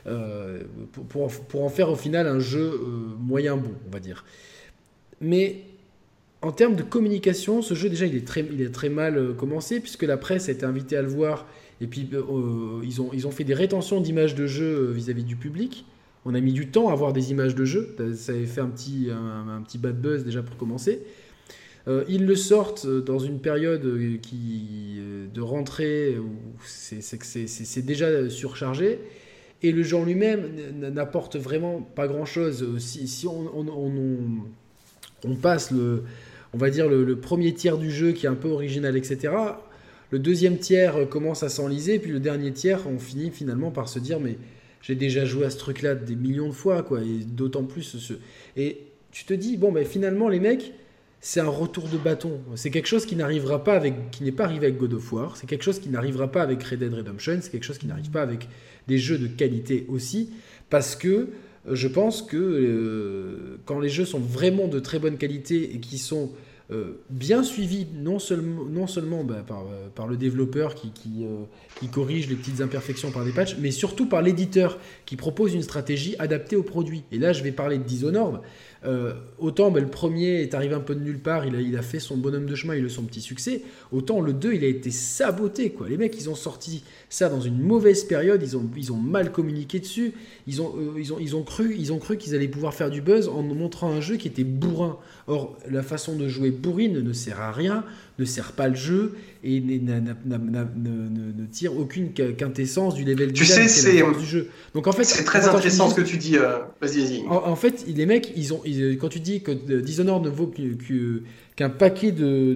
pour en faire au final un jeu moyen bon, on va dire. Mais en termes de communication, ce jeu déjà il est très mal commencé puisque la presse a été invitée à le voir et puis ils ont fait des rétentions d'images de jeu vis-à-vis du public. On a mis du temps à avoir des images de jeu, ça avait fait un petit bad buzz déjà pour commencer. Ils le sortent dans une période de rentrée où c'est déjà surchargé et le jeu en lui-même n'apporte vraiment pas grand-chose. Si on passe on va dire le premier tiers du jeu qui est un peu original, etc., le deuxième tiers commence à s'enliser, puis le dernier tiers, on finit finalement par se dire mais j'ai déjà joué à ce truc-là des millions de fois, quoi, et d'autant plus et tu te dis finalement les mecs, c'est un retour de bâton. C'est quelque chose qui n'est pas arrivé avec God of War, c'est quelque chose qui n'arrivera pas avec Red Dead Redemption, c'est quelque chose qui n'arrive pas avec des jeux de qualité aussi, parce que je pense que quand les jeux sont vraiment de très bonne qualité et qui sont bien suivis non seulement par le développeur qui corrige les petites imperfections par des patchs, mais surtout par l'éditeur qui propose une stratégie adaptée au produit. Et là, je vais parler de Dishonored. Autant le premier est arrivé un peu de nulle part, il a fait son bonhomme de chemin, il a eu son petit succès, autant le 2 il a été saboté, quoi. Les mecs ils ont sorti ça dans une mauvaise période, ils ont mal communiqué dessus, ils ont cru qu'ils allaient pouvoir faire du buzz en nous montrant un jeu qui était bourrin. Or la façon de jouer bourrine ne sert à rien, ne sert pas le jeu et ne tire aucune quintessence du level design du jeu. Donc en fait, c'est très intéressant ce que tu dis. Vas-y. En fait, les mecs, ils quand tu dis que Dishonored ne vaut qu'un paquet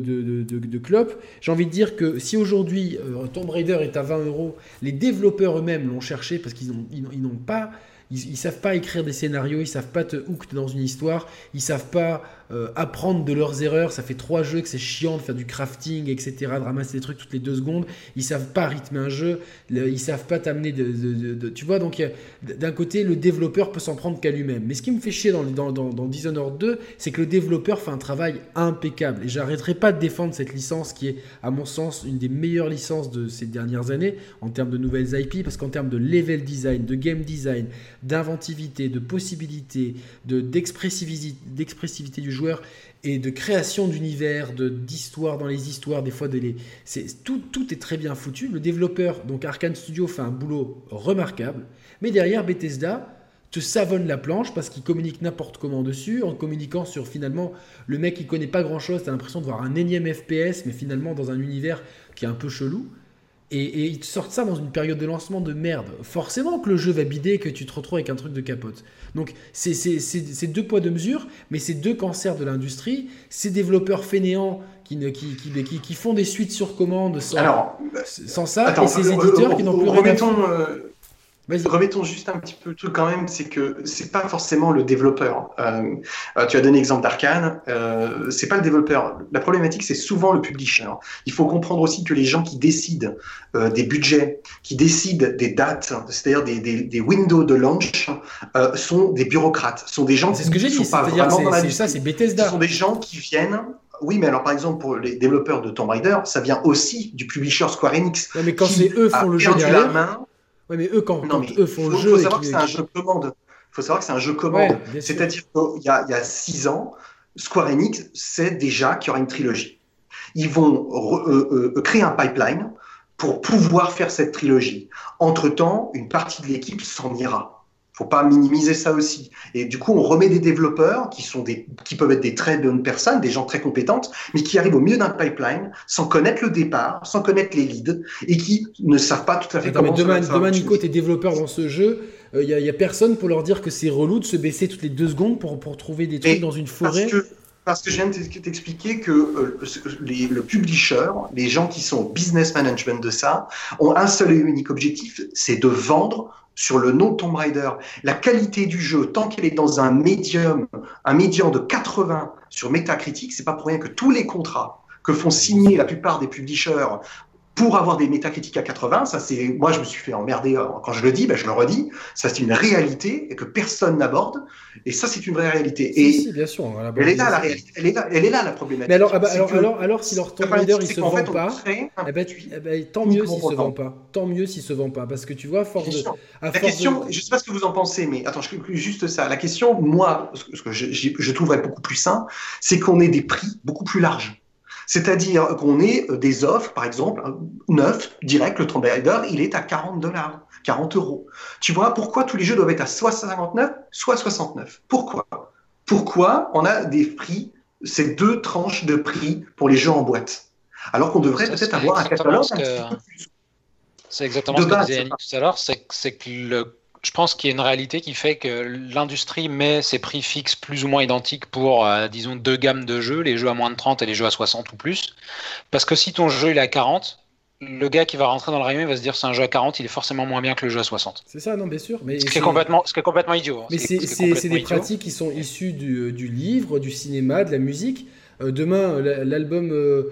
de clopes, j'ai envie de dire que si aujourd'hui Tomb Raider est à 20€, les développeurs eux-mêmes l'ont cherché parce qu'ils n'ont pas... Ils savent pas écrire des scénarios, ils savent pas te hook dans une histoire, ils savent pas apprendre de leurs erreurs. Ça fait 3 jeux que c'est chiant de faire du crafting, etc., de ramasser des trucs toutes les 2 secondes. Ils savent pas rythmer un jeu, ils savent pas t'amener tu vois, donc d'un côté, le développeur peut s'en prendre qu'à lui-même. Mais ce qui me fait chier dans Dishonored 2, c'est que le développeur fait un travail impeccable. Et j'arrêterai pas de défendre cette licence qui est, à mon sens, une des meilleures licences de ces dernières années en termes de nouvelles IP, parce qu'en termes de level design, de game design, d'inventivité, de possibilité, d'expressivité du joueur et de création d'univers, d'histoire dans les histoires, des fois tout est très bien foutu. Le développeur, donc Arkane Studio, fait un boulot remarquable, mais derrière Bethesda te savonne la planche parce qu'il communique n'importe comment dessus, en communiquant sur finalement le mec qui connaît pas grand chose, t'as l'impression de voir un énième FPS, mais finalement dans un univers qui est un peu chelou. Et ils te sortent ça dans une période de lancement de merde. Forcément que le jeu va bider et que tu te retrouves avec un truc de capote. Donc c'est 2 poids 2 mesures, mais c'est 2 cancers de l'industrie. Ces développeurs fainéants qui font des suites sur commande sans ça, et ces éditeurs qui n'ont plus rien à faire. Remettons juste un petit peu le truc quand même, c'est que c'est pas forcément le développeur. Tu as donné l'exemple d'Arkane, c'est pas le développeur. La problématique, c'est souvent le publisher. Il faut comprendre aussi que les gens qui décident des budgets, qui décident des dates, c'est-à-dire des windows de launch, sont des bureaucrates, sont des gens qui ne sont pas vraiment dans la ça, c'est Bethesda. Ce sont des gens qui viennent. Oui, mais alors par exemple pour les développeurs de Tomb Raider, ça vient aussi du publisher Square Enix. Ouais, mais quand c'est eux font le jeu derrière. Ouais, mais eux, quand eux font le jeu. Il faut savoir que c'est un jeu commande. Il faut savoir que c'est un jeu commande. Ouais, c'est-à-dire qu'il y a 6 ans, Square Enix sait déjà qu'il y aura une trilogie. Ils vont créer un pipeline pour pouvoir faire cette trilogie. Entre-temps, une partie de l'équipe s'en ira. Il ne faut pas minimiser ça aussi. Et du coup, on remet des développeurs qui peuvent être des très bonnes personnes, des gens très compétentes, mais qui arrivent au milieu d'un pipeline sans connaître le départ, sans connaître les leads, et qui ne savent pas tout à fait comment ça va. Demain, Nico, t'es développeur dans ce jeu, il y a personne pour leur dire que c'est relou de se baisser toutes les 2 secondes pour trouver des trucs dans une forêt. Parce que je viens de t'expliquer que le publisher, les gens qui sont au business management de ça, ont un seul et unique objectif, c'est de vendre sur le nom de Tomb Raider. La qualité du jeu, tant qu'elle est dans un médian de 80 sur Metacritic, c'est pas pour rien que tous les contrats que font signer la plupart des publishers pour avoir des métacritiques à 80, ça c'est, moi je me suis fait emmerder quand je le dis, je le redis, ça c'est une réalité et que personne n'aborde, et ça c'est une vraie réalité. Et si, bien sûr, elle est là la réalité, elle est là la problématique. Mais alors si leur Tomb Raider il se vend pas, tant mieux s'il se vend pas, tant mieux s'il se vend pas, parce que tu vois, la question, je sais pas ce que vous en pensez, mais attends, je conclue juste ça. La question, moi, ce que je trouverais beaucoup plus sain, c'est qu'on ait des prix beaucoup plus larges. C'est-à-dire qu'on ait des offres, par exemple, neuf, direct, le Tomb Raider, il est à $40, 40€. Tu vois, pourquoi tous les jeux doivent être à soit 59, soit 69 ? Pourquoi on a des prix, ces 2 tranches de prix pour les jeux en boîte ? Alors qu'on devrait peut-être avoir un catalogue un petit peu plus. C'est exactement ce que disait Yannick tout à l'heure, c'est que je pense qu'il y a une réalité qui fait que l'industrie met ses prix fixes plus ou moins identiques pour, disons, 2 gammes de jeux, les jeux à moins de 30 et les jeux à 60 ou plus. Parce que si ton jeu il est à 40, le gars qui va rentrer dans le rayon va se dire c'est un jeu à 40, il est forcément moins bien que le jeu à 60. C'est ça, non, bien sûr. Mais ce qui est complètement idiot. Mais c'est des pratiques qui sont issues du livre, du cinéma, de la musique. Demain, l'album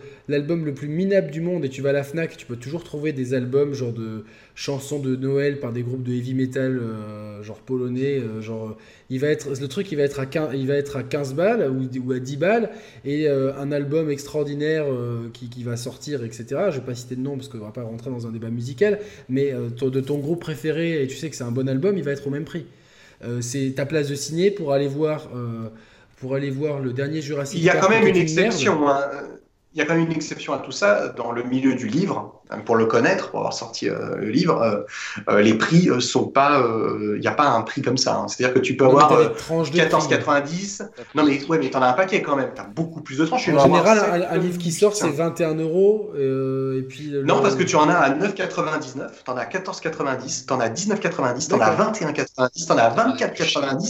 le plus minable du monde, et tu vas à la Fnac, tu peux toujours trouver des albums genre de chansons de Noël par des groupes de heavy metal genre polonais, le truc il va être à 15 balles ou à 10 balles, et un album extraordinaire qui va sortir, etc. Je vais pas citer de nom parce qu'on va pas rentrer dans un débat musical, mais de ton groupe préféré, et tu sais que c'est un bon album, il va être au même prix. C'est ta place de ciné pour aller voir le dernier Jurassic Park. Il y a quand même une exception. Il y a quand même une exception à tout ça dans le milieu du livre. Pour le connaître, pour avoir sorti le livre, les prix sont pas. Il n'y a pas un prix comme ça. Hein. C'est-à-dire que tu peux avoir 14,90. Non mais ouais, mais t'en as un paquet quand même. T'as beaucoup plus de tranches. En général, un livre qui sort, c'est 21€. Et puis non, parce que tu en as à 9,99. T'en as à 14,90. T'en as à 19,90. T'en as à 21,90. T'en as à 24,90.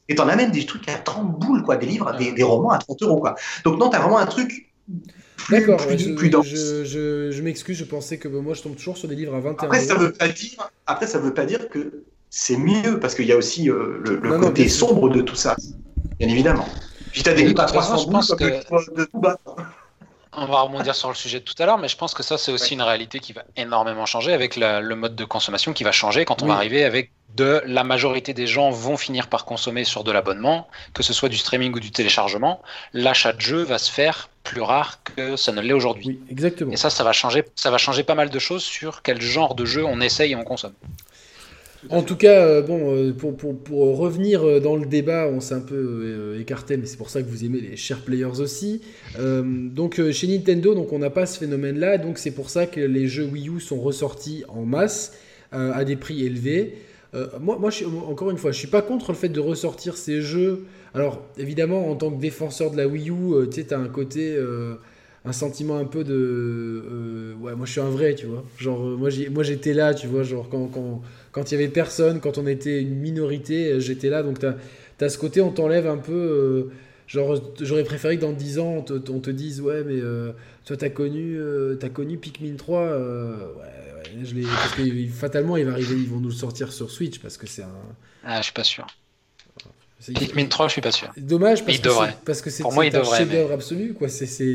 Et t'en as même des trucs à 30 boules, quoi, des livres, des romans à 30 euros, quoi. Donc non, t'as vraiment un truc D'accord, plus dense. je m'excuse, je pensais que moi je tombe toujours sur des livres à 21 Après, euros. ça veut pas dire que c'est mieux, parce qu'il y a aussi le Non, côté bien sûr. sombre de tout ça, bien évidemment. Puis t'as des De livres à toute façon, 300 je boules, pense comme que de tout bas. on va rebondir sur le sujet de tout à l'heure, mais je pense que ça, c'est aussi une réalité qui va énormément changer avec le mode de consommation qui va changer quand on Oui. va arriver avec la majorité des gens vont finir par consommer sur de l'abonnement, que ce soit du streaming ou du téléchargement. L'achat de jeux va se faire plus rare que ça ne l'est aujourd'hui. Oui, exactement. Et ça va changer pas mal de choses sur quel genre de jeu on essaye et on consomme. En tout cas, pour revenir dans le débat, on s'est un peu écarté, mais c'est pour ça que vous aimez les share players aussi. Chez Nintendo, donc on n'a pas ce phénomène-là, donc c'est pour ça que les jeux Wii U sont ressortis en masse à des prix élevés. Moi, encore une fois, je suis pas contre le fait de ressortir ces jeux. Alors, évidemment, en tant que défenseur de la Wii U, tu sais, t'as un côté, un sentiment un peu de, ouais, moi je suis un vrai, tu vois. Genre, moi j'étais là, tu vois, genre quand il y avait personne, quand on était une minorité, j'étais là. Donc t'as ce côté, on t'enlève un peu. Genre, j'aurais préféré que dans 10 ans, on te dise, ouais, mais toi t'as connu Pikmin 3. Ouais, parce que fatalement, il va arriver, ils vont nous le sortir sur Switch parce que c'est un. Ah, je suis pas sûr. Pikmin 3, je suis pas sûr. Dommage parce que c'est un chef-d'œuvre absolu, quoi.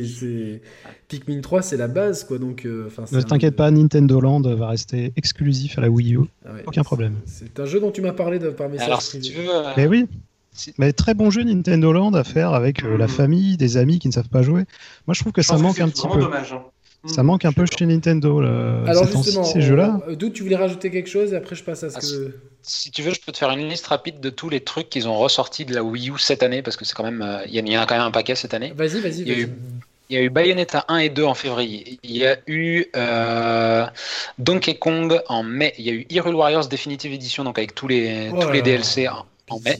Pikmin 3, c'est la base, quoi. Donc, ne t'inquiète pas, Nintendo Land va rester exclusif à la Wii U. Ah ouais, aucun problème. C'est un jeu dont tu m'as parlé par message. Alors, si tu veux. Mais oui. Mais très bon jeu Nintendo Land à faire avec la famille, des amis qui ne savent pas jouer. Moi, je trouve que ça manque un petit peu. Dommage, hein. Ça manque un peu chez Nintendo. Alors justement, ces jeux-là. D'où tu voulais rajouter quelque chose et après je passe à ce que. Si tu veux, je peux te faire une liste rapide de tous les trucs qu'ils ont ressortis de la Wii U cette année, parce que c'est quand même, il y en a quand même un paquet cette année. Vas-y. Il y a eu Bayonetta 1 et 2 en février. Il y a eu Donkey Kong en mai. Il y a eu Hyrule Warriors Definitive Edition, donc avec tous les DLC en mai.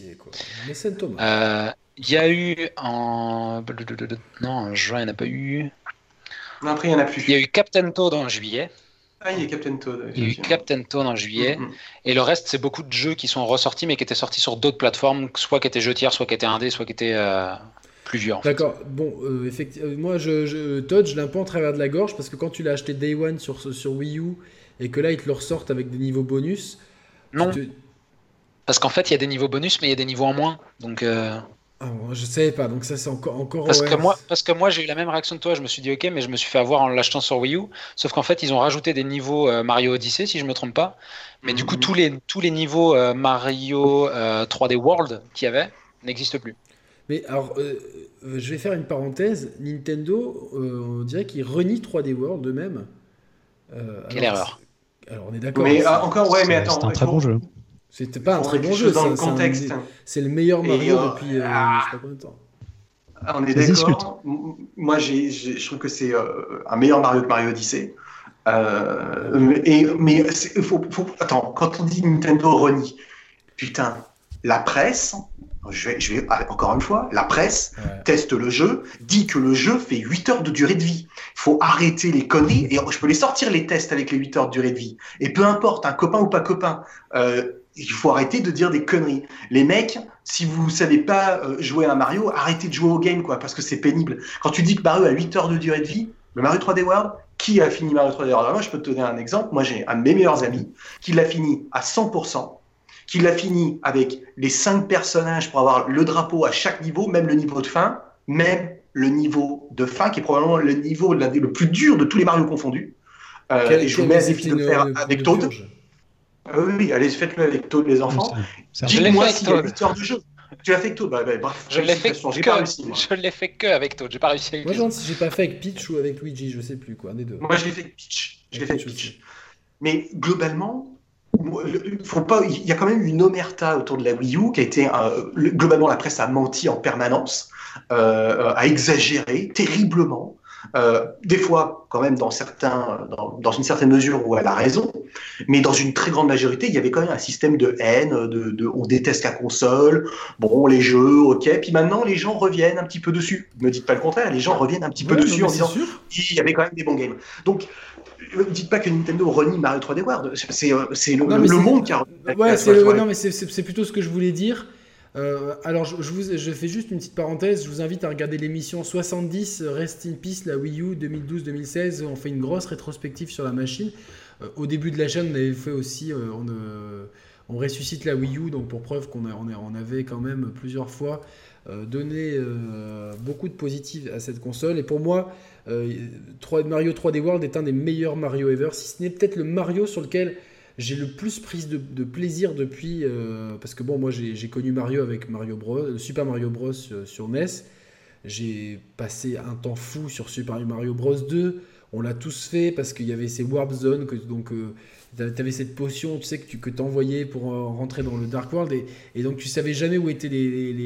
Il y a eu en juin, il n'y en a pas eu. Non, après, il n'y en a plus. Il y a eu Captain Toad en juillet. Ah, il y a Captain Toad. Il y a eu Captain Toad en juillet. Et le reste, c'est beaucoup de jeux qui sont ressortis, mais qui étaient sortis sur d'autres plateformes, soit qui étaient jeux tiers, soit qui étaient indés, soit qui étaient plus vieux. D'accord. Bon, effectivement, moi, Todd, je l'ai un peu en travers de la gorge, parce que quand tu l'as acheté Day One sur Wii U, et que là, ils te le ressortent avec des niveaux bonus... Non. Parce qu'en fait, il y a des niveaux bonus, mais il y a des niveaux en moins. Donc... Ah, je savais pas, donc ça c'est encore parce que moi j'ai eu la même réaction que toi, je me suis dit ok, mais je me suis fait avoir en l'achetant sur Wii U, sauf qu'en fait ils ont rajouté des niveaux Mario Odyssey si je me trompe pas, mais du coup tous les niveaux Mario 3D World qu'il y avait n'existent plus. Mais alors je vais faire une parenthèse, Nintendo on dirait qu'ils renient 3D World eux-mêmes. Quelle erreur. Alors on est d'accord. Mais encore mais attends, c'est un très bon jeu. C'était pas un très bon jeu, dans le contexte. C'est le meilleur Mario depuis je sais pas combien de temps. On est d'accord. Moi, je trouve que c'est un meilleur Mario que Mario Odyssey. Mais attends, quand on dit Nintendo renie, putain, la presse, je vais encore une fois, la presse teste le jeu, dit que le jeu fait 8 heures de durée de vie. Il faut arrêter les conneries, et je peux les sortir les tests avec les 8 heures de durée de vie. Et peu importe, un copain ou pas copain, il faut arrêter de dire des conneries. Les mecs, si vous savez pas jouer à un Mario, arrêtez de jouer au game, quoi, parce que c'est pénible. Quand tu dis que Mario a 8 heures de durée de vie, le Mario 3D World, qui a fini Mario 3D World? Moi, je peux te donner un exemple. Moi, j'ai un de mes meilleurs amis qui l'a fini à 100%, qui l'a fini avec les 5 personnages pour avoir le drapeau à chaque niveau, même le niveau de fin, même le niveau de fin, qui est probablement le niveau le plus dur de tous les Mario confondus. Et je vous mets à défi de le faire avec Toad. Oui, allez, faites-le avec Toad, les enfants. Dis-moi s'il y a 8 heures de jeu. Tu l'as fait avec Toad, bref. Je l'ai fait que avec Toad, j'ai pas réussi avec Moi, je me demande si j'ai pas fait avec Peach ou avec Luigi, je sais plus, quoi, un des deux. Moi, je l'ai fait avec Peach. Mais globalement, il y a quand même une omerta autour de la Wii U qui a été globalement la presse a menti en permanence, a exagéré terriblement. Des fois, quand même, dans une certaine mesure où elle a raison, mais dans une très grande majorité, il y avait quand même un système de haine, on déteste la console, bon, les jeux, ok, puis maintenant, les gens reviennent un petit peu dessus. Ne me dites pas le contraire, les gens reviennent un petit peu dessus en disant il y avait quand même des bons games. Donc, ne dites pas que Nintendo renie Mario 3D World, c'est le monde qui a... Ouais, non, mais c'est plutôt ce que je voulais dire. Alors, je fais juste une petite parenthèse. Je vous invite à regarder l'émission 70 Rest in Peace, la Wii U 2012-2016. On fait une grosse rétrospective sur la machine. Au début de la chaîne, on avait fait aussi, on ressuscite la Wii U, donc pour preuve on avait quand même plusieurs fois donné beaucoup de positifs à cette console. Et pour moi, Mario 3D World est un des meilleurs Mario ever, si ce n'est peut-être le Mario sur lequel j'ai le plus pris de plaisir depuis, parce que bon, moi j'ai connu Mario avec Mario Bros, Super Mario Bros sur NES. J'ai passé un temps fou sur Super Mario Bros 2. On l'a tous fait parce qu'il y avait ces Warp Zones, donc tu avais cette potion, tu sais, que t'envoyais pour rentrer dans le Dark World, et donc tu savais jamais où étaient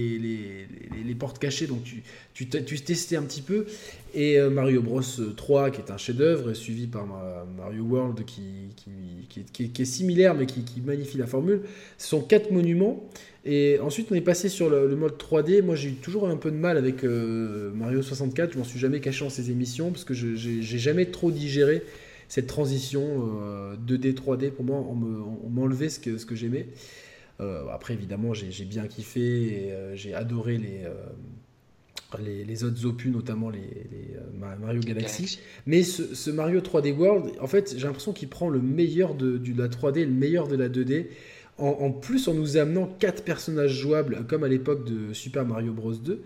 les portes cachées, donc tu testais un petit peu. Et Mario Bros 3, qui est un chef-d'œuvre, suivi par Mario World, qui est similaire, mais qui magnifie la formule. Ce sont 4 monuments. Et ensuite, on est passé sur le mode 3D. Moi, j'ai eu toujours un peu de mal avec Mario 64. Je m'en suis jamais caché dans ces émissions parce que j'ai jamais trop digéré cette transition 2D, 3D. Pour moi, on m'enlevait ce que j'aimais. Après, évidemment, j'ai bien kiffé et j'ai adoré les autres opus, notamment les Mario Galaxy. Mais ce Mario 3D World, en fait, j'ai l'impression qu'il prend le meilleur de la 3D et le meilleur de la 2D. En plus, en nous amenant 4 personnages jouables, comme à l'époque de Super Mario Bros 2,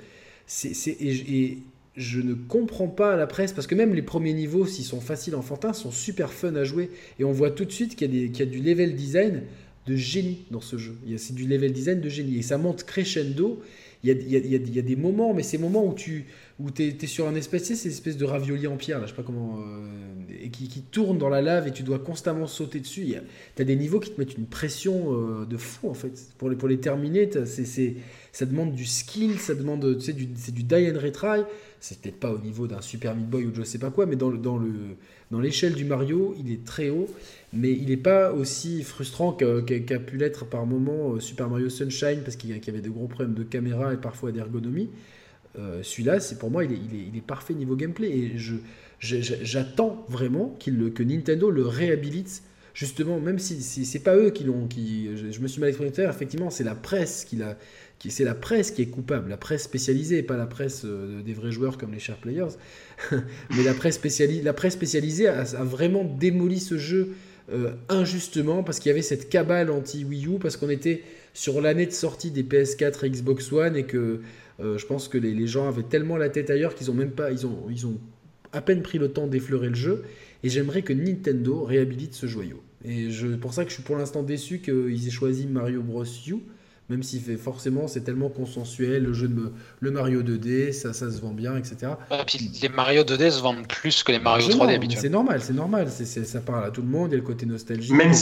et je ne comprends pas la presse, parce que même les premiers niveaux, s'ils sont faciles enfantins, sont super fun à jouer, et on voit tout de suite qu'il y a du level design de génie dans ce jeu. C'est du level design de génie, et ça monte crescendo. Il y a des moments, mais ces moments où tu es sur un espèce, c'est une espèce de ravioli en pierre, là, je sais pas comment, et qui tourne dans la lave et tu dois constamment sauter dessus. Tu as des niveaux qui te mettent une pression de fou, en fait. Pour les terminer, ça demande du skill, ça demande, tu sais, c'est du die and retry. C'est peut-être pas au niveau d'un Super Meat Boy ou je sais pas quoi, mais dans l'échelle du Mario, il est très haut, mais il n'est pas aussi frustrant qu'a pu l'être par moment Super Mario Sunshine, parce qu'il y avait de gros problèmes de caméra et parfois d'ergonomie. Celui-là, pour moi, il est parfait niveau gameplay, et j'attends vraiment que Nintendo le réhabilite, justement, même si c'est pas eux je me suis mal exprimé tout à l'heure, effectivement, c'est la presse c'est la presse qui est coupable, la presse spécialisée, pas la presse des vrais joueurs comme les Share Players, mais la presse spécialisée a vraiment démoli ce jeu injustement, parce qu'il y avait cette cabale anti-Wii U, parce qu'on était sur l'année de sortie des PS4 et Xbox One, et que je pense que les gens avaient tellement la tête ailleurs qu'ils ont même pas, ils ont à peine pris le temps d'effleurer le jeu, et j'aimerais que Nintendo réhabilite ce joyau. Et pour ça que je suis pour l'instant déçu qu'ils aient choisi Mario Bros U, même si forcément c'est tellement consensuel, le Mario 2D, ça se vend bien, etc. Et puis les Mario 2D se vendent plus que les Mario 3D habituellement. C'est normal, ça parle à tout le monde, il y a le côté nostalgique. Même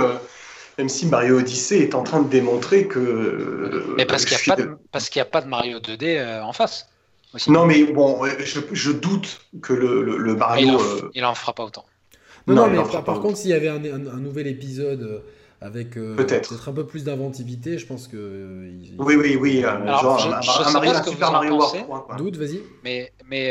si Mario Odyssey est en train de démontrer que... Mais parce qu'il n'y a pas de Mario 2D en face. Aussi. Non, mais bon, je doute que le Mario... Il en fera pas autant. Non, mais par contre, s'il y avait un nouvel épisode avec peut-être un peu plus d'inventivité, je pense que... Oui. Alors, genre un Super Mario World 3. Doute, vas-y. Mais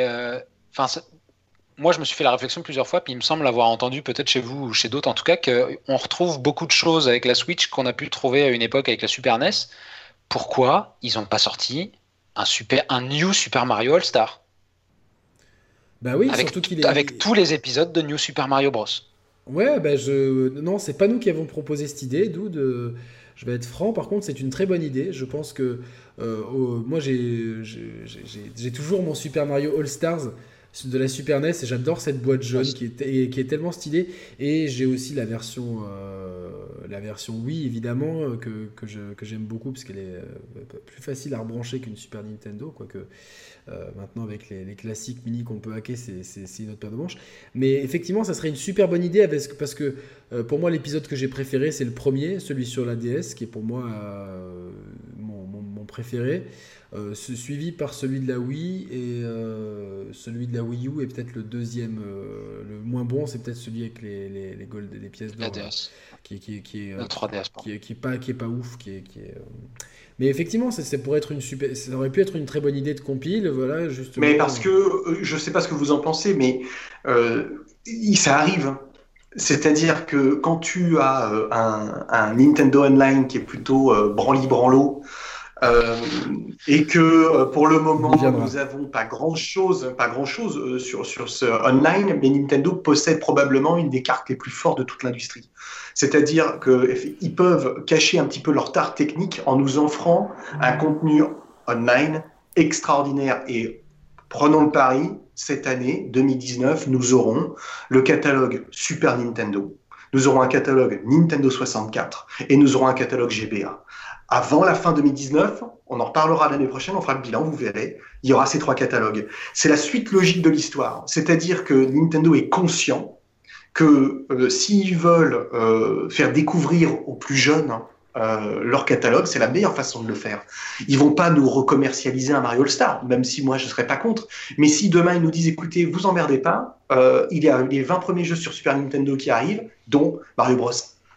moi, je me suis fait la réflexion plusieurs fois, puis il me semble avoir entendu, peut-être chez vous ou chez d'autres en tout cas, qu'on retrouve beaucoup de choses avec la Switch qu'on a pu trouver à une époque avec la Super NES. Pourquoi ils n'ont pas sorti un New Super Mario All-Star? Bah oui, avec tous les épisodes de New Super Mario Bros. Ouais, non, c'est pas nous qui avons proposé cette idée, Dude. Je vais être franc, par contre, c'est une très bonne idée. Je pense que moi, j'ai toujours mon Super Mario All-Stars de la Super NES, et j'adore cette boîte jaune qui est tellement stylée. Et j'ai aussi la version Wii, évidemment, que j'aime beaucoup, parce qu'elle est plus facile à rebrancher qu'une Super Nintendo, quoique maintenant avec les classiques mini qu'on peut hacker, c'est une autre paire de manches. Mais effectivement, ça serait une super bonne idée, parce que pour moi, l'épisode que j'ai préféré, c'est le premier, celui sur la DS, qui est pour moi mon préféré. Suivi par celui de la Wii, et celui de la Wii U est peut-être le deuxième, le moins bon, c'est peut-être celui avec les gold, les pièces d'or, qui est le 3DS, qui est pas ouf, mais effectivement, ça aurait pu être une très bonne idée de compile, voilà, justement. Mais parce que je sais pas ce que vous en pensez, mais ça arrive. C'est-à-dire que quand tu as un Nintendo Online qui est plutôt branli-branlo, Et que pour le moment, nous avons pas grand chose sur ce online, mais Nintendo possède probablement une des cartes les plus fortes de toute l'industrie. C'est-à-dire qu'ils peuvent cacher un petit peu leur retard technique en nous offrant un contenu online extraordinaire. Et prenons le pari, cette année, 2019, nous aurons le catalogue Super Nintendo, nous aurons un catalogue Nintendo 64 et nous aurons un catalogue GBA. Avant la fin 2019, on en reparlera l'année prochaine, on fera le bilan, vous verrez, il y aura ces 3 catalogues. C'est la suite logique de l'histoire, c'est-à-dire que Nintendo est conscient que s'ils veulent faire découvrir aux plus jeunes leur catalogue, c'est la meilleure façon de le faire. Ils vont pas nous recommercialiser un Mario All-Star, même si moi je serais pas contre. Mais si demain ils nous disent, écoutez, vous emmerdez pas, il y a les 20 premiers jeux sur Super Nintendo qui arrivent, dont Mario Bros.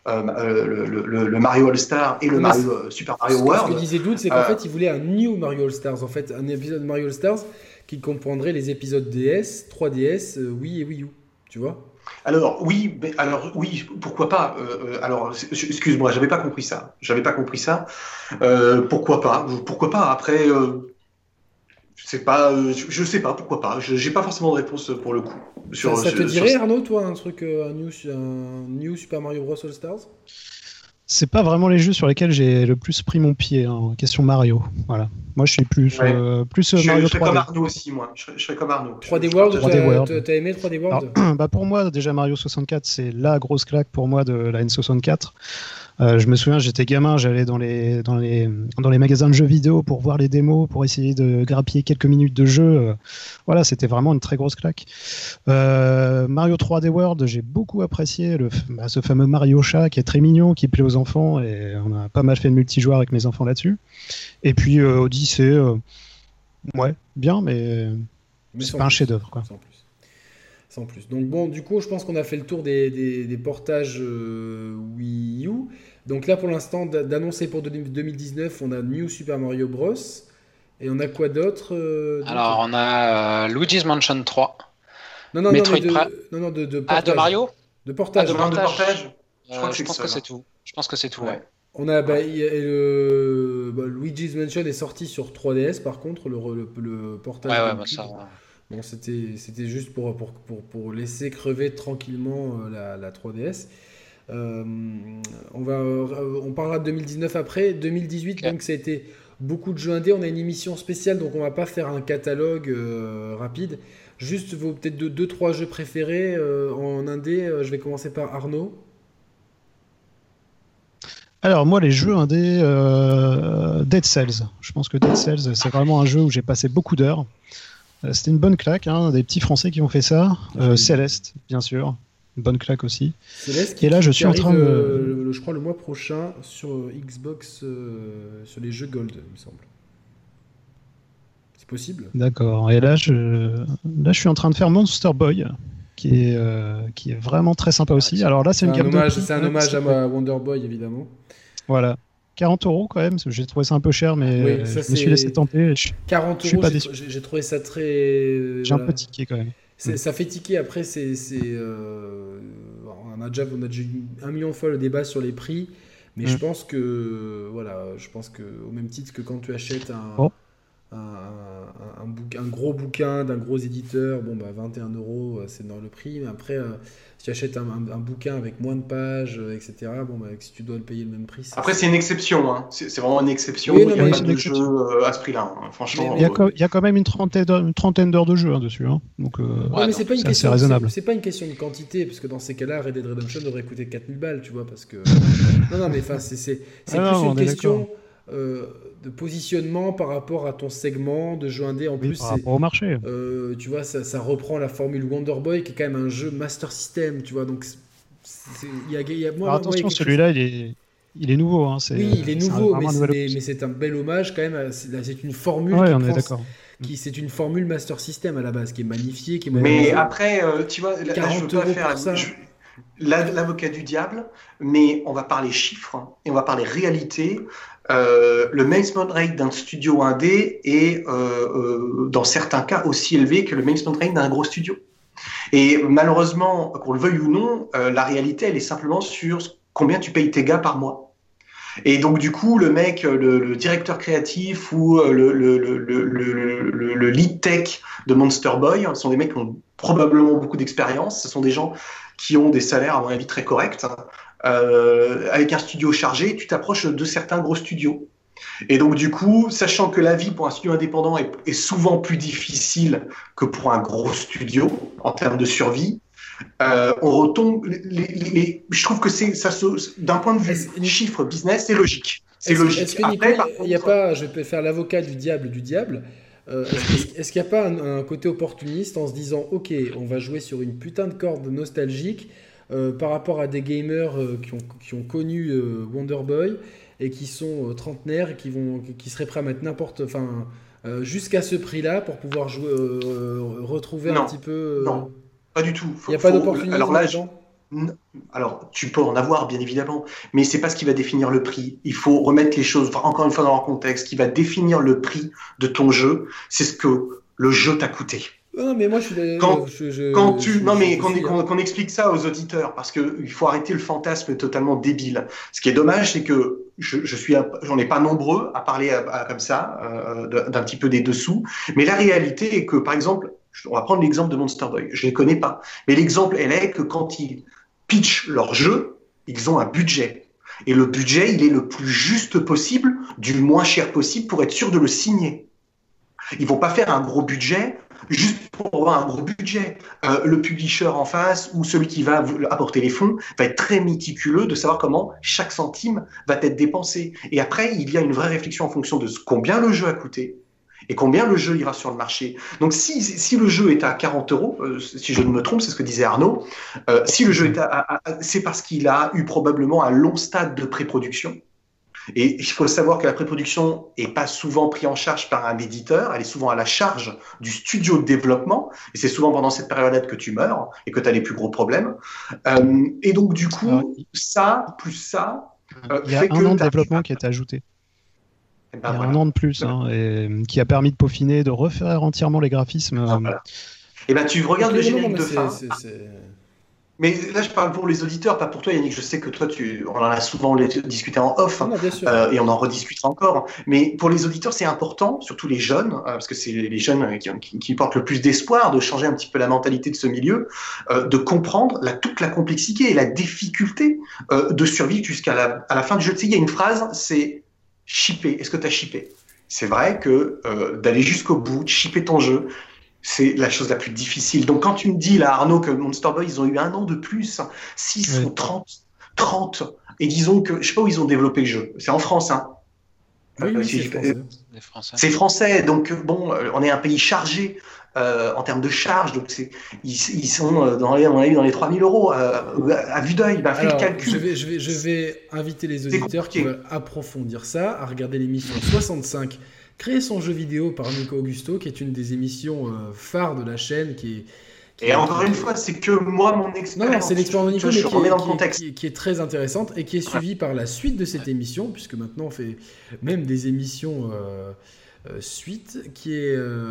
Le Mario All-Star et le Super Mario World. Ce que disait Doud, c'est qu'en fait, il voulait un New Mario All-Stars, en fait, un épisode de Mario All-Stars qui comprendrait les épisodes DS, 3DS, Wii et Wii U, tu vois. Alors oui, pourquoi pas. Excuse-moi, j'avais pas compris ça. Pourquoi pas. Après, je sais pas. Pourquoi pas. J'ai pas forcément de réponse pour le coup. Ça te dirait, Arnaud, toi, un truc, un new Super Mario Bros All Stars? C'est pas vraiment les jeux sur lesquels j'ai le plus pris mon pied, hein, question Mario. Voilà. Moi, je suis plus Mario 3D. Je serais comme Arnaud aussi, moi. Je serais comme Arnaud. 3D World, t'as aimé 3D World? Alors, pour moi, déjà, Mario 64, c'est la grosse claque pour moi de la N64. Je me souviens, j'étais gamin, j'allais dans les magasins de jeux vidéo pour voir les démos, pour essayer de grappiller quelques minutes de jeu. Voilà, c'était vraiment une très grosse claque. Mario 3D World, j'ai beaucoup apprécié ce fameux Mario chat qui est très mignon, qui plaît aux enfants, et on a pas mal fait de multijoueur avec mes enfants là-dessus. Et puis Odyssey, ouais, bien, mais c'est pas un chef-d'œuvre, quoi. Sans plus. Donc bon, du coup, je pense qu'on a fait le tour des portages Wii U. Donc là, pour l'instant, d'annoncer pour 2019, on a New Super Mario Bros. Et on a quoi d'autre Alors, on a Luigi's Mansion 3. Non, Metroid de portage. De Mario. De portage. De portage. Je pense que c'est tout. Ouais. On a Luigi's Mansion est sorti sur 3DS, par contre, le portage. Ouais, ça. Bon, c'était juste pour laisser crever tranquillement la 3DS. On parlera de 2019 après. 2018, donc ça a été beaucoup de jeux indés. On a une émission spéciale, donc on va pas faire un catalogue rapide. Juste peut-être 2-3 jeux préférés en indé. Je vais commencer par Arnaud. Alors moi, les jeux indés, Dead Cells. Je pense que Dead Cells, c'est vraiment un jeu où j'ai passé beaucoup d'heures. C'était une bonne claque, hein, des petits Français qui ont fait ça. Céleste, bien sûr, une bonne claque aussi. Céleste, et là, je suis en train de... je crois le mois prochain sur Xbox, sur les jeux Gold, il me semble. C'est possible. D'accord. Et là, je suis en train de faire Monster Boy, qui est vraiment très sympa aussi. Alors là, c'est une gamme de prix. C'est un hommage à Wonder Boy, évidemment. Voilà. 40 € quand même, j'ai trouvé ça un peu cher, mais je me suis laissé tenter. 40 je suis pas €, déçu. J'ai trouvé ça très... J'ai un peu tiqué quand même. Ça fait tiquer, après, on a déjà eu 1 million de fois le débat sur les prix, mais je pense que, au même titre que quand tu achètes un gros bouquin d'un gros éditeur, 21 €, c'est dans le prix, mais après, si tu achètes un bouquin avec moins de pages, etc., si tu dois le payer le même prix... Après, c'est une exception, hein. C'est vraiment une exception. Oui, il n'y a pas de jeu à ce prix-là, hein. Franchement. Il y a quand même une trentaine d'heures de jeu dessus, hein. Donc, mais c'est pas une question, raisonnable. C'est pas une question de quantité, parce que dans ces cas-là, Red Dead Redemption devrait coûter 4000 balles, tu vois, parce que... non, mais c'est plus une question... de positionnement par rapport à ton segment de jeu indé. En plus, par rapport au marché. Tu vois, ça reprend la formule Wonder Boy, qui est quand même un jeu Master System, tu vois. Donc, attention, celui-là, il est nouveau. Hein. Oui, il est nouveau, mais c'est un bel hommage quand même. C'est une formule. Ouais, on est d'accord. C'est une formule Master System à la base, qui est magnifiée, qui est mais après, tu vois, là, je veux pas faire l'avocat du diable, mais on va parler chiffres et on va parler réalité. Le maintenance rate d'un studio indé est dans certains cas aussi élevé que le maintenance rate d'un gros studio. Et malheureusement, qu'on le veuille ou non, la réalité, elle est simplement sur combien tu payes tes gars par mois. Et donc du coup, le mec, le directeur créatif ou le lead tech de Monster Boy, ce sont des mecs qui ont probablement beaucoup d'expérience. Ce sont des gens qui ont des salaires, à mon avis, très corrects. Avec un studio chargé, tu t'approches de certains gros studios. Et donc du coup, sachant que la vie pour un studio indépendant est souvent plus difficile que pour un gros studio en termes de survie, on retombe. Je trouve que d'un point de vue chiffre business, c'est logique. C'est logique. Est-ce que Nico, il n'y a pas, je peux faire l'avocat du diable, est-ce qu'il n'y a pas un côté opportuniste en se disant, ok, on va jouer sur une putain de corde nostalgique par rapport à des gamers qui ont connu Wonder Boy et qui sont trentenaires et qui seraient prêts à mettre jusqu'à ce prix-là pour pouvoir jouer, retrouver un petit peu. Non, pas du tout. Il n'y a pas d'opportunité. Alors, tu peux en avoir, bien évidemment, mais c'est pas ce qui va définir le prix. Il faut remettre les choses, encore une fois, dans leur contexte. Ce qui va définir le prix de ton jeu, c'est ce que le jeu t'a coûté. Non, mais moi, je suis qu'on explique ça aux auditeurs, parce qu'il faut arrêter le fantasme totalement débile. Ce qui est dommage, c'est que j'en ai pas nombreux à parler comme ça, d'un petit peu des dessous, mais la réalité est que, par exemple, on va prendre l'exemple de Monster Boy. Je les connais pas, mais l'exemple est que quand ils pitchent leur jeu, ils ont un budget. Et le budget, il est le plus juste possible, du moins cher possible, pour être sûr de le signer. Ils vont pas faire un gros budget juste pour avoir un gros budget. Le publisher en face ou celui qui va apporter les fonds va être très méticuleux de savoir comment chaque centime va être dépensé. Et après, il y a une vraie réflexion en fonction de combien le jeu a coûté et combien le jeu ira sur le marché. Donc si le jeu est à 40 €, si je ne me trompe, c'est ce que disait Arnaud, si le jeu est c'est parce qu'il a eu probablement un long stade de pré-production. Et il faut savoir que la pré-production n'est pas souvent prise en charge par un éditeur, elle est souvent à la charge du studio de développement, et c'est souvent pendant cette période-là que tu meurs et que tu as les plus gros problèmes. Et donc du coup, ça, plus ça... il y a un an de développement qui est ajouté. Il y a un an de plus, et qui a permis de peaufiner, de refaire entièrement les graphismes. Et ben tu regardes le générique de fin. Mais là, je parle pour les auditeurs, pas pour toi, Yannick. Je sais que toi, on en a souvent discuté en off, et on en rediscutera encore. Mais pour les auditeurs, c'est important, surtout les jeunes, parce que c'est les jeunes qui portent le plus d'espoir de changer un petit peu la mentalité de ce milieu, de comprendre toute la complexité et la difficulté de survivre jusqu'à la fin du jeu. Tu sais, il y a une phrase, c'est shipper. Est-ce que tu as shippé ? C'est vrai que d'aller jusqu'au bout, de shipper ton jeu, c'est la chose la plus difficile. Donc, quand tu me dis, là, Arnaud, que Monster Boy, ils ont eu un an de plus, 6 ou 30, et disons que, je sais pas où ils ont développé le jjeu. C'est en France, hein. Oui, c'est français. Donc, bon, on est un pays chargé en termes de charge. Donc, ils sont dans les 3 000 € à vue d'œil. Fais le calcul. Je vais inviter les auditeurs qui veulent approfondir ça à regarder l'émission 65. Créer son jeu vidéo par Nico Augusto, qui est une des émissions phares de la chaîne. Encore une fois, c'est que moi, mon expérience. Non, c'est l'expérience de Nico, qui est très intéressante et qui est suivie par la suite de cette émission, puisque maintenant on fait même des émissions suite, qui est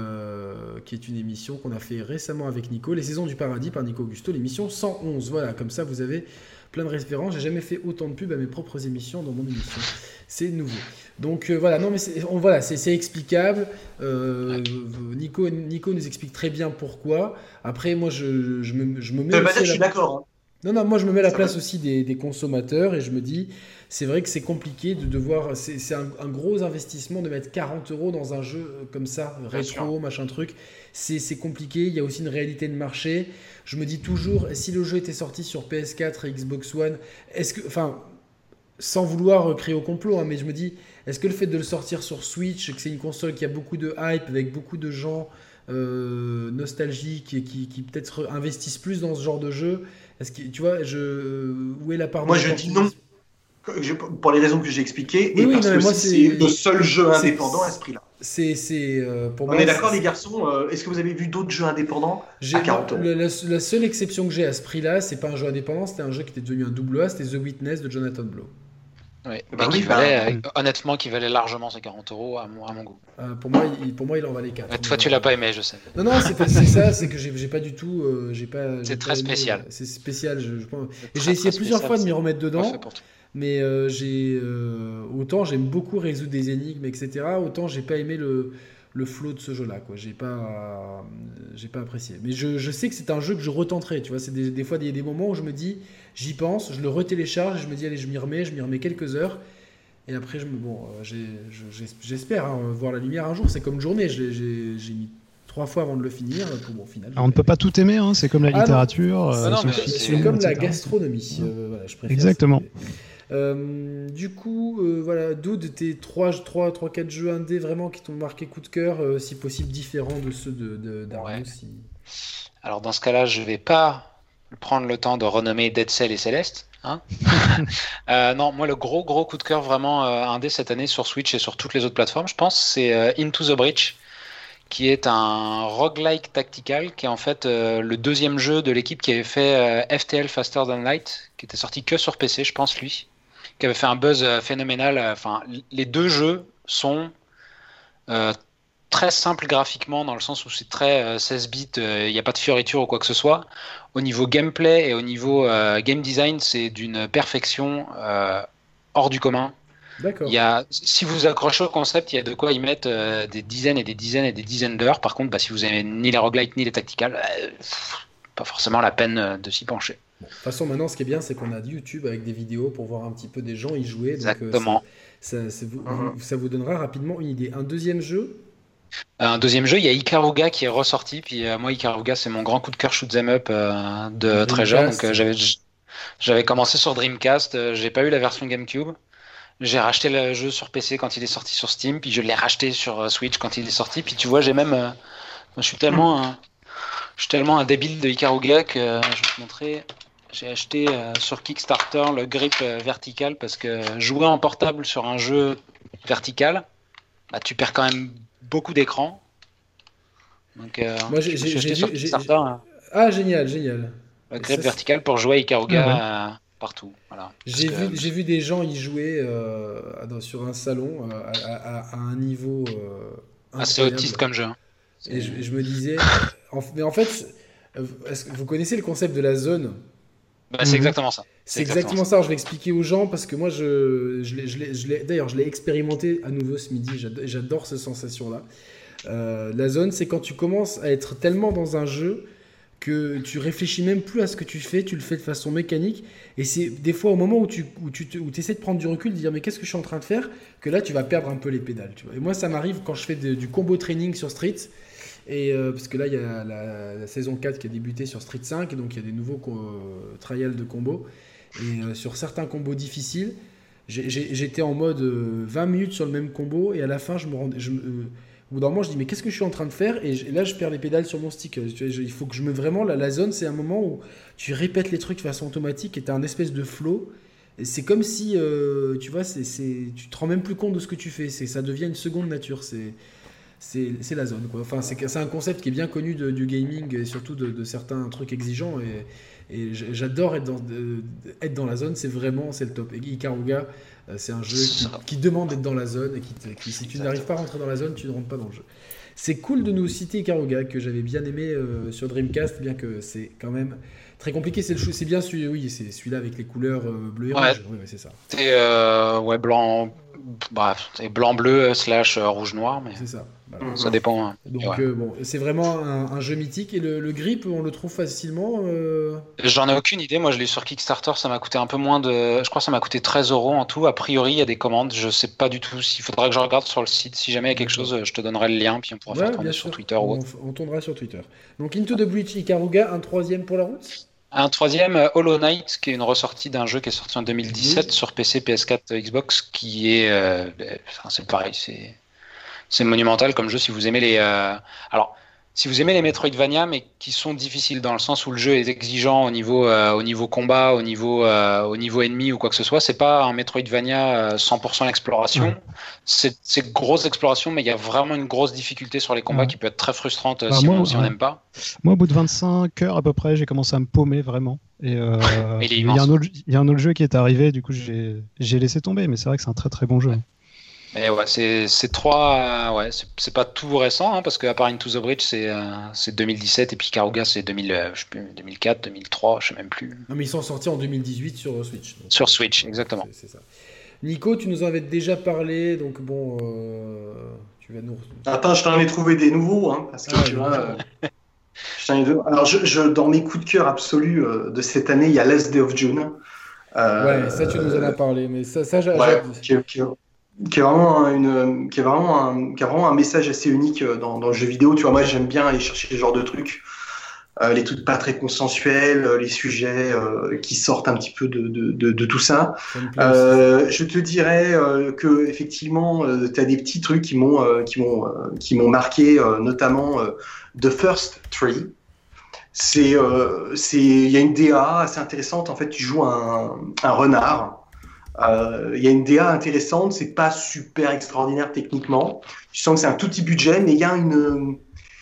une émission qu'on a fait récemment avec Nico, Les Saisons du Paradis par Nico Augusto, l'émission 111. Voilà, comme ça vous avez plein de références. J'ai jamais fait autant de pubs à mes propres émissions dans mon émission. C'est nouveau. Donc voilà, non mais c'est explicable. Nico nous explique très bien pourquoi. Après, moi je me mets. Je suis d'accord. Non, moi je me mets à la place aussi des consommateurs et je me dis, c'est vrai que c'est compliqué de devoir. C'est un gros investissement de mettre 40 € dans un jeu comme ça, rétro, machin truc. C'est compliqué. Il y a aussi une réalité de marché. Je me dis toujours, si le jeu était sorti sur PS4 et Xbox One, sans vouloir créer au complot, mais je me dis, est-ce que le fait de le sortir sur Switch, que c'est une console qui a beaucoup de hype, avec beaucoup de gens nostalgiques et qui peut-être investissent plus dans ce genre de jeu, est-ce que tu vois, où est la part? Moi, je dis non. Pour les raisons que j'ai expliquées, parce que c'est le seul jeu indépendant à ce prix-là. Pour On est d'accord, les garçons. Est-ce que vous avez vu d'autres jeux indépendants à 40 €? La seule exception que j'ai à ce prix-là, c'est pas un jeu indépendant, c'était un jeu qui était devenu un double A, c'était The Witness de Jonathan Blow. Oui, honnêtement, qui valait largement ces 40 € à mon goût. Pour moi, il en valait 4. Toi, tu l'as pas aimé, je sais. Non, c'est ça, c'est que j'ai pas du tout. C'est très spécial. C'est spécial, je pense. Et j'ai essayé plusieurs fois de m'y remettre dedans. mais autant j'aime beaucoup résoudre des énigmes, etc. Autant j'ai pas aimé le flow de ce jeu-là, quoi. J'ai pas apprécié. Mais je sais que c'est un jeu que je retenterai, tu vois. C'est des fois des moments où je me dis, j'y pense, je le retélécharge, je me dis allez, je m'y remets quelques heures. Et après, j'espère voir la lumière un jour. C'est comme Journée, j'ai mis 3 fois avant de le finir. Au final, on ne peut pas tout aimer, hein, c'est comme la littérature. C'est comme la gastronomie. Voilà, je préfère. Exactement. Du coup, voilà, Dude, tes 3-4 jeux indés vraiment qui t'ont marqué coup de cœur, si possible différents de ceux d'Arnaud. Ouais. Alors dans ce cas-là, je vais pas prendre le temps de renommer Dead Cell et Céleste. Hein non, moi le gros coup de cœur vraiment indé cette année sur Switch et sur toutes les autres plateformes, je pense, c'est Into the Breach, qui est un roguelike tactical, qui est en fait le deuxième jeu de l'équipe qui avait fait FTL Faster Than Light, qui était sorti que sur PC, je pense, lui, qui avait fait un buzz phénoménal. Enfin, les deux jeux sont très simples graphiquement, dans le sens où c'est très 16 bits, il n'y a pas de fioriture ou quoi que ce soit. Au niveau gameplay et au niveau game design, c'est d'une perfection hors du commun. D'accord. Si vous accrochez au concept, il y a de quoi y mettre des dizaines et des dizaines et des dizaines d'heures. Par contre, si vous aimez ni les roguelites ni les tacticals, pas forcément la peine de s'y pencher. Bon, de toute façon, maintenant, ce qui est bien, c'est qu'on a YouTube avec des vidéos pour voir un petit peu des gens y jouer. Exactement. Donc, ça vous donnera rapidement une idée. Un deuxième jeu ? Un deuxième jeu, il y a Ikaruga qui est ressorti. Puis moi, Ikaruga, c'est mon grand coup de cœur shoot 'em up de Treasure. Donc j'avais commencé sur Dreamcast. J'ai pas eu la version GameCube. J'ai racheté le jeu sur PC quand il est sorti sur Steam, puis je l'ai racheté sur Switch quand il est sorti. Puis tu vois, j'ai même, je suis tellement un débile de Ikaruga que je vais te montrer. J'ai acheté sur Kickstarter le grip vertical parce que jouer en portable sur un jeu vertical, bah, tu perds quand même beaucoup d'écran. Donc, moi, j'ai sur Kickstarter. Ah, génial. Le grip vertical pour jouer à Ikaruga. Partout. Voilà. J'ai vu des gens y jouer sur un salon à un niveau assez autiste comme jeu. Et je me disais, mais en fait, est-ce que vous connaissez le concept de la zone ? C'est exactement ça. C'est exactement ça. Je vais expliquer aux gens parce que moi, d'ailleurs, je l'ai expérimenté à nouveau ce midi. J'adore cette sensation-là. La zone, c'est quand tu commences à être tellement dans un jeu que tu réfléchis même plus à ce que tu fais, tu le fais de façon mécanique, et c'est des fois au moment où tu essaies de prendre du recul, de dire mais qu'est-ce que je suis en train de faire, que là tu vas perdre un peu les pédales, tu vois. Et moi ça m'arrive quand je fais du combo training sur Street, et parce que là il y a la saison 4 qui a débuté sur Street 5, et donc il y a des nouveaux trials de combos, et sur certains combos difficiles, j'étais en mode 20 minutes sur le même combo, et à la fin au bout d'un moment, je dis mais qu'est-ce que je suis en train de faire, et là je perds les pédales sur mon stick. Il faut que je me vraiment la zone, c'est un moment où tu répètes les trucs de façon automatique et tu as un espèce de flow. Et c'est comme si tu vois, tu te rends même plus compte de ce que tu fais. Ça devient une seconde nature. C'est la zone, quoi. Enfin, c'est un concept qui est bien connu du gaming et surtout de certains trucs exigeants. Et j'adore être dans la zone. C'est le top. Et Ikaruga, c'est un jeu qui demande d'être dans la zone et si tu n'arrives pas à rentrer dans la zone, tu ne rentres pas dans le jeu. C'est cool de nous citer Ikaruga, que j'avais bien aimé sur Dreamcast, bien que c'est quand même très compliqué. C'est bien celui, oui, c'est celui-là avec les couleurs bleu et rouge. Oui, c'est ça. C'est blanc, bref, c'est blanc-bleu / rouge-noir, mais c'est ça. Voilà. Ça dépend. Donc bon, c'est vraiment un jeu mythique. Et le grip, on le trouve facilement. J'en ai aucune idée. Moi, je l'ai sur Kickstarter. Ça m'a coûté un peu moins de. Je crois que ça m'a coûté 13 € en tout. A priori, il y a des commandes. Je sais pas du tout. Il faudra que je regarde sur le site. Si jamais il y a quelque chose, je te donnerai le lien, puis on pourra faire tourner sur Twitter ou autre. On tournera sur Twitter. Donc Into the Breach, Ikaruga, un troisième pour la route. Un troisième, Hollow Knight, qui est une ressortie d'un jeu qui est sorti en 2017 sur PC, PS4, Xbox, qui est, c'est pareil, c'est monumental comme jeu si vous aimez les. Alors, si vous aimez les Metroidvania, mais qui sont difficiles dans le sens où le jeu est exigeant au niveau combat, au niveau ennemi ou quoi que ce soit, c'est pas un Metroidvania 100% exploration. Ouais. C'est grosse exploration, mais il y a vraiment une grosse difficulté sur les combats qui peut être très frustrante si on n'aime pas. Moi, au bout de 25 heures à peu près, j'ai commencé à me paumer vraiment. Et il y a un autre jeu qui est arrivé, du coup j'ai laissé tomber, mais c'est vrai que c'est un très très bon jeu. Ouais. Mais ouais, c'est trois. Ouais, c'est pas tout récent, hein, parce que à part Into the Breach, c'est 2017 et puis Karuga, c'est 2000, je sais plus, 2004, 2003, je sais même plus. Non, mais ils sont sortis en 2018 sur Switch. Donc, Sur Switch, exactement. C'est ça. Nico, tu nous en avais déjà parlé, donc bon, tu vas nous. Attends, je t'en ai trouvé des nouveaux, hein, parce que tu vois. Je t'en ai deux. Alors, dans mes coups de cœur absolus de cette année, il y a Last Day of June. Ouais, ça tu nous en as parlé, mais ça Ouais, qui a vraiment un message assez unique dans le jeu vidéo. Tu vois, moi j'aime bien aller chercher ce genre de trucs, les trucs pas très consensuels, les sujets qui sortent un petit peu de tout ça. Ça me plaît aussi. Je te dirais que effectivement, tu as des petits trucs qui m'ont marqué, notamment The First Tree. Il y a une DA assez intéressante. En fait, tu joues un renard. Il y a une DA intéressante, c'est pas super extraordinaire techniquement. Je sens que c'est un tout petit budget, mais il y a une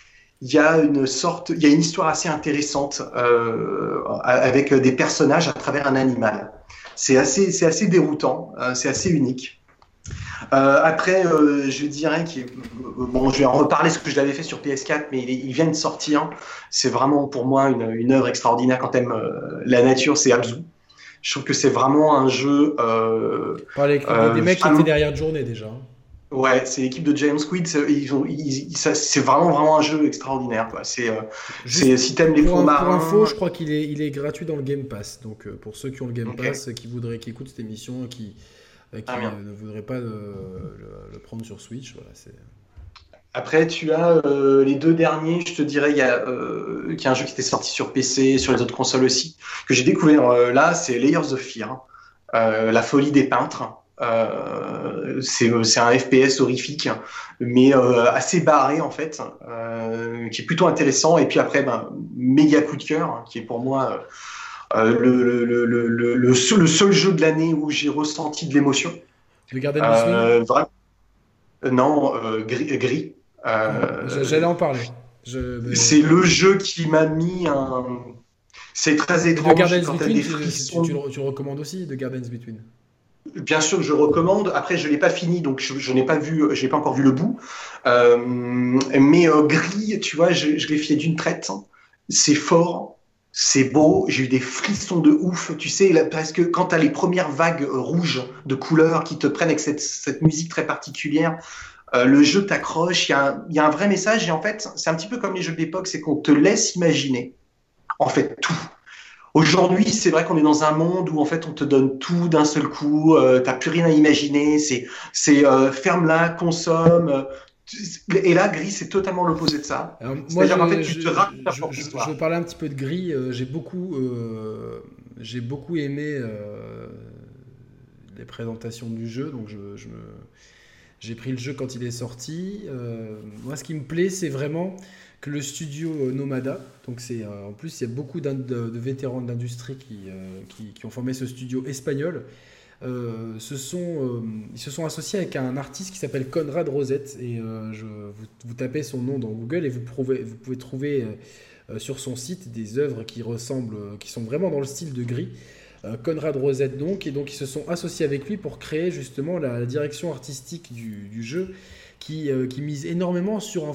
histoire assez intéressante avec des personnages à travers un animal. C'est assez déroutant, c'est assez unique. Après, je dirais bon, je vais en reparler ce que je l'avais fait sur PS4, mais il vient de sortir. C'est vraiment pour moi une œuvre extraordinaire quand t'aimes la nature, c'est Abzu. Je trouve que c'est vraiment un jeu. Par des mecs qui étaient derrière Journée déjà. Ouais, c'est l'équipe de Giant Squid. C'est vraiment un jeu extraordinaire, quoi. Si t'aimes les fonds marins. Pour info, je crois qu'il est gratuit dans le Game Pass. Donc pour ceux qui ont le Game Pass, qui écoutent cette émission, qui ne voudraient pas le prendre sur Switch, voilà, c'est. Après, tu as les deux derniers, je te dirais, il y a un jeu qui était sorti sur PC, sur les autres consoles aussi, que j'ai découvert là, c'est Layers of Fear, la folie des peintres. C'est un FPS horrifique, mais assez barré en fait, qui est plutôt intéressant. Et puis après, méga coup de cœur, qui est pour moi le seul jeu de l'année où j'ai ressenti de l'émotion. The Garden Between Non, Gris. J'allais en parler. C'est le jeu qui m'a mis un. C'est très étrange. The Gardens quand Between, des frissons. tu le recommandes aussi, The Gardens Between. Bien sûr que je recommande. Après, je l'ai pas fini, donc je n'ai pas encore vu le bout. Mais Gris, tu vois, je l'ai fait d'une traite. C'est fort, c'est beau. J'ai eu des frissons de ouf. Tu sais, là, parce que quand tu as les premières vagues rouges de couleurs qui te prennent avec cette musique très particulière. Le jeu t'accroche, il y a un vrai message et en fait, c'est un petit peu comme les jeux d'époque, c'est qu'on te laisse imaginer, en fait, tout. Aujourd'hui, c'est vrai qu'on est dans un monde où en fait, on te donne tout d'un seul coup, t'as plus rien à imaginer, c'est ferme-la, consomme. Et là, Gris, c'est totalement l'opposé de ça. C'est-à-dire qu'en fait, tu te racontes ta propre histoire. Je veux parler un petit peu de Gris. J'ai beaucoup aimé les présentations du jeu, donc j'ai pris le jeu quand il est sorti. Moi, ce qui me plaît, c'est vraiment que le studio Nomada, donc en plus, il y a beaucoup de vétérans de l'industrie qui ont formé ce studio espagnol. Ils se sont associés avec un artiste qui s'appelle Conrad Rosette. Et vous tapez son nom dans Google et vous pouvez trouver sur son site des œuvres qui sont vraiment dans le style de Gris. Conrad Rosette donc, et donc ils se sont associés avec lui pour créer justement la direction artistique du jeu qui mise énormément sur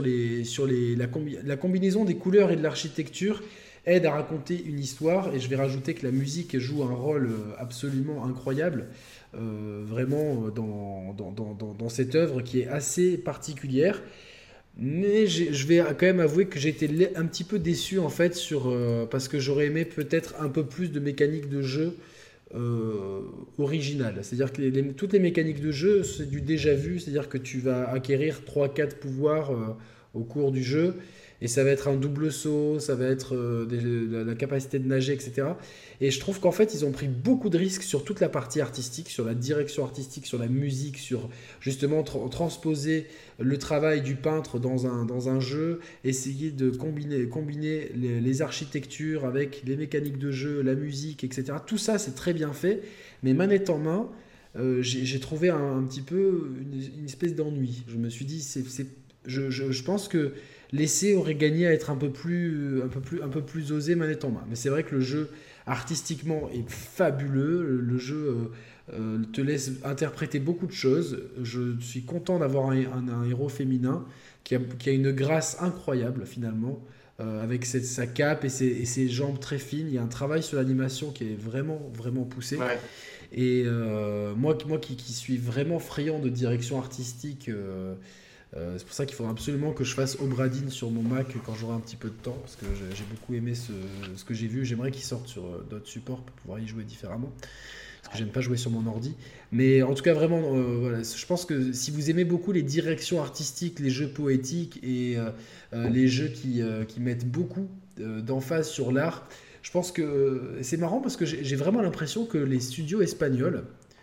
la combinaison des couleurs et de l'architecture, aide à raconter une histoire, et je vais rajouter que la musique joue un rôle absolument incroyable vraiment dans cette œuvre qui est assez particulière. Mais je vais quand même avouer que j'ai été un petit peu déçu en fait parce que j'aurais aimé peut-être un peu plus de mécaniques de jeu originales. C'est-à-dire que toutes les mécaniques de jeu, c'est du déjà vu, c'est-à-dire que tu vas acquérir 3-4 pouvoirs au cours du jeu, et ça va être un double saut, ça va être la capacité de nager, etc. Et je trouve qu'en fait, ils ont pris beaucoup de risques sur toute la partie artistique, sur la direction artistique, sur la musique, sur justement transposer le travail du peintre dans un jeu, essayer de combiner les architectures avec les mécaniques de jeu, la musique, etc. Tout ça, c'est très bien fait, mais manette en main, j'ai trouvé un petit peu une espèce d'ennui. Je me suis dit, je pense que l'essai aurait gagné à être un peu plus osé manette en main. Mais c'est vrai que le jeu artistiquement est fabuleux. Le jeu te laisse interpréter beaucoup de choses. Je suis content d'avoir un héros féminin qui a une grâce incroyable finalement, avec sa cape et ses jambes très fines. Il y a un travail sur l'animation qui est vraiment, vraiment poussé. Ouais. Et moi qui suis vraiment friand de direction artistique, c'est pour ça qu'il faudra absolument que je fasse Obra Dinn sur mon Mac quand j'aurai un petit peu de temps, parce que j'ai beaucoup aimé ce que j'ai vu. J'aimerais qu'il sorte sur d'autres supports pour pouvoir y jouer différemment, parce que j'aime pas jouer sur mon ordi. Mais en tout cas, vraiment, voilà, je pense que si vous aimez beaucoup les directions artistiques, les jeux poétiques et les jeux qui mettent beaucoup d'emphase sur l'art, je pense que c'est marrant parce que j'ai vraiment l'impression que les studios espagnols,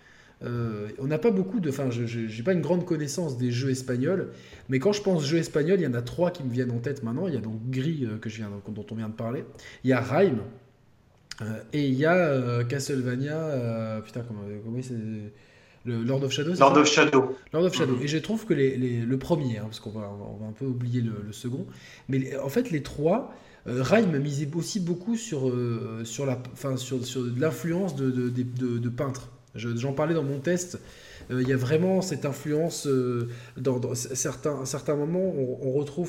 on n'a pas beaucoup de... Enfin, j'ai pas une grande connaissance des jeux espagnols, mais quand je pense jeux espagnols, il y en a 3 qui me viennent en tête maintenant. Il y a donc Gris, dont on vient de parler. Il y a Rime, et il y a Castlevania... putain, comment c'est... Le Lord of Shadow. Lord of Shadow. Lord of Shadow. Et je trouve que le premier, parce qu'on va un peu oublier le second, mais en fait les 3... Rime misait aussi beaucoup sur l'influence de peintres. J'en parlais dans mon test. Il y a vraiment cette influence dans certains moments. On retrouve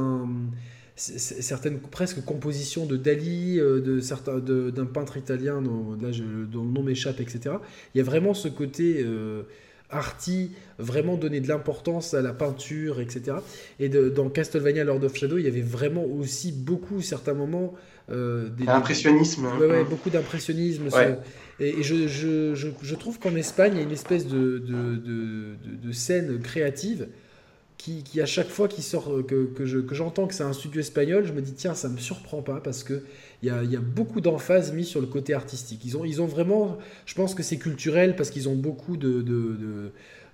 certaines presque compositions de Dali, d'un peintre italien dont le nom m'échappe, etc. Il y a vraiment ce côté arty, vraiment donner de l'importance à la peinture, etc. Et dans Castlevania Lord of Shadow, il y avait vraiment aussi beaucoup, certains moments... Impressionnisme. Ouais, beaucoup d'impressionnisme. Ouais. Et je trouve qu'en Espagne, il y a une espèce de scène créative qui à chaque fois qu'il sort, que j'entends que c'est un studio espagnol, je me dis tiens, ça me surprend pas, parce que il y a beaucoup d'emphase mise sur le côté artistique. Ils ont vraiment, je pense que c'est culturel parce qu'ils ont beaucoup de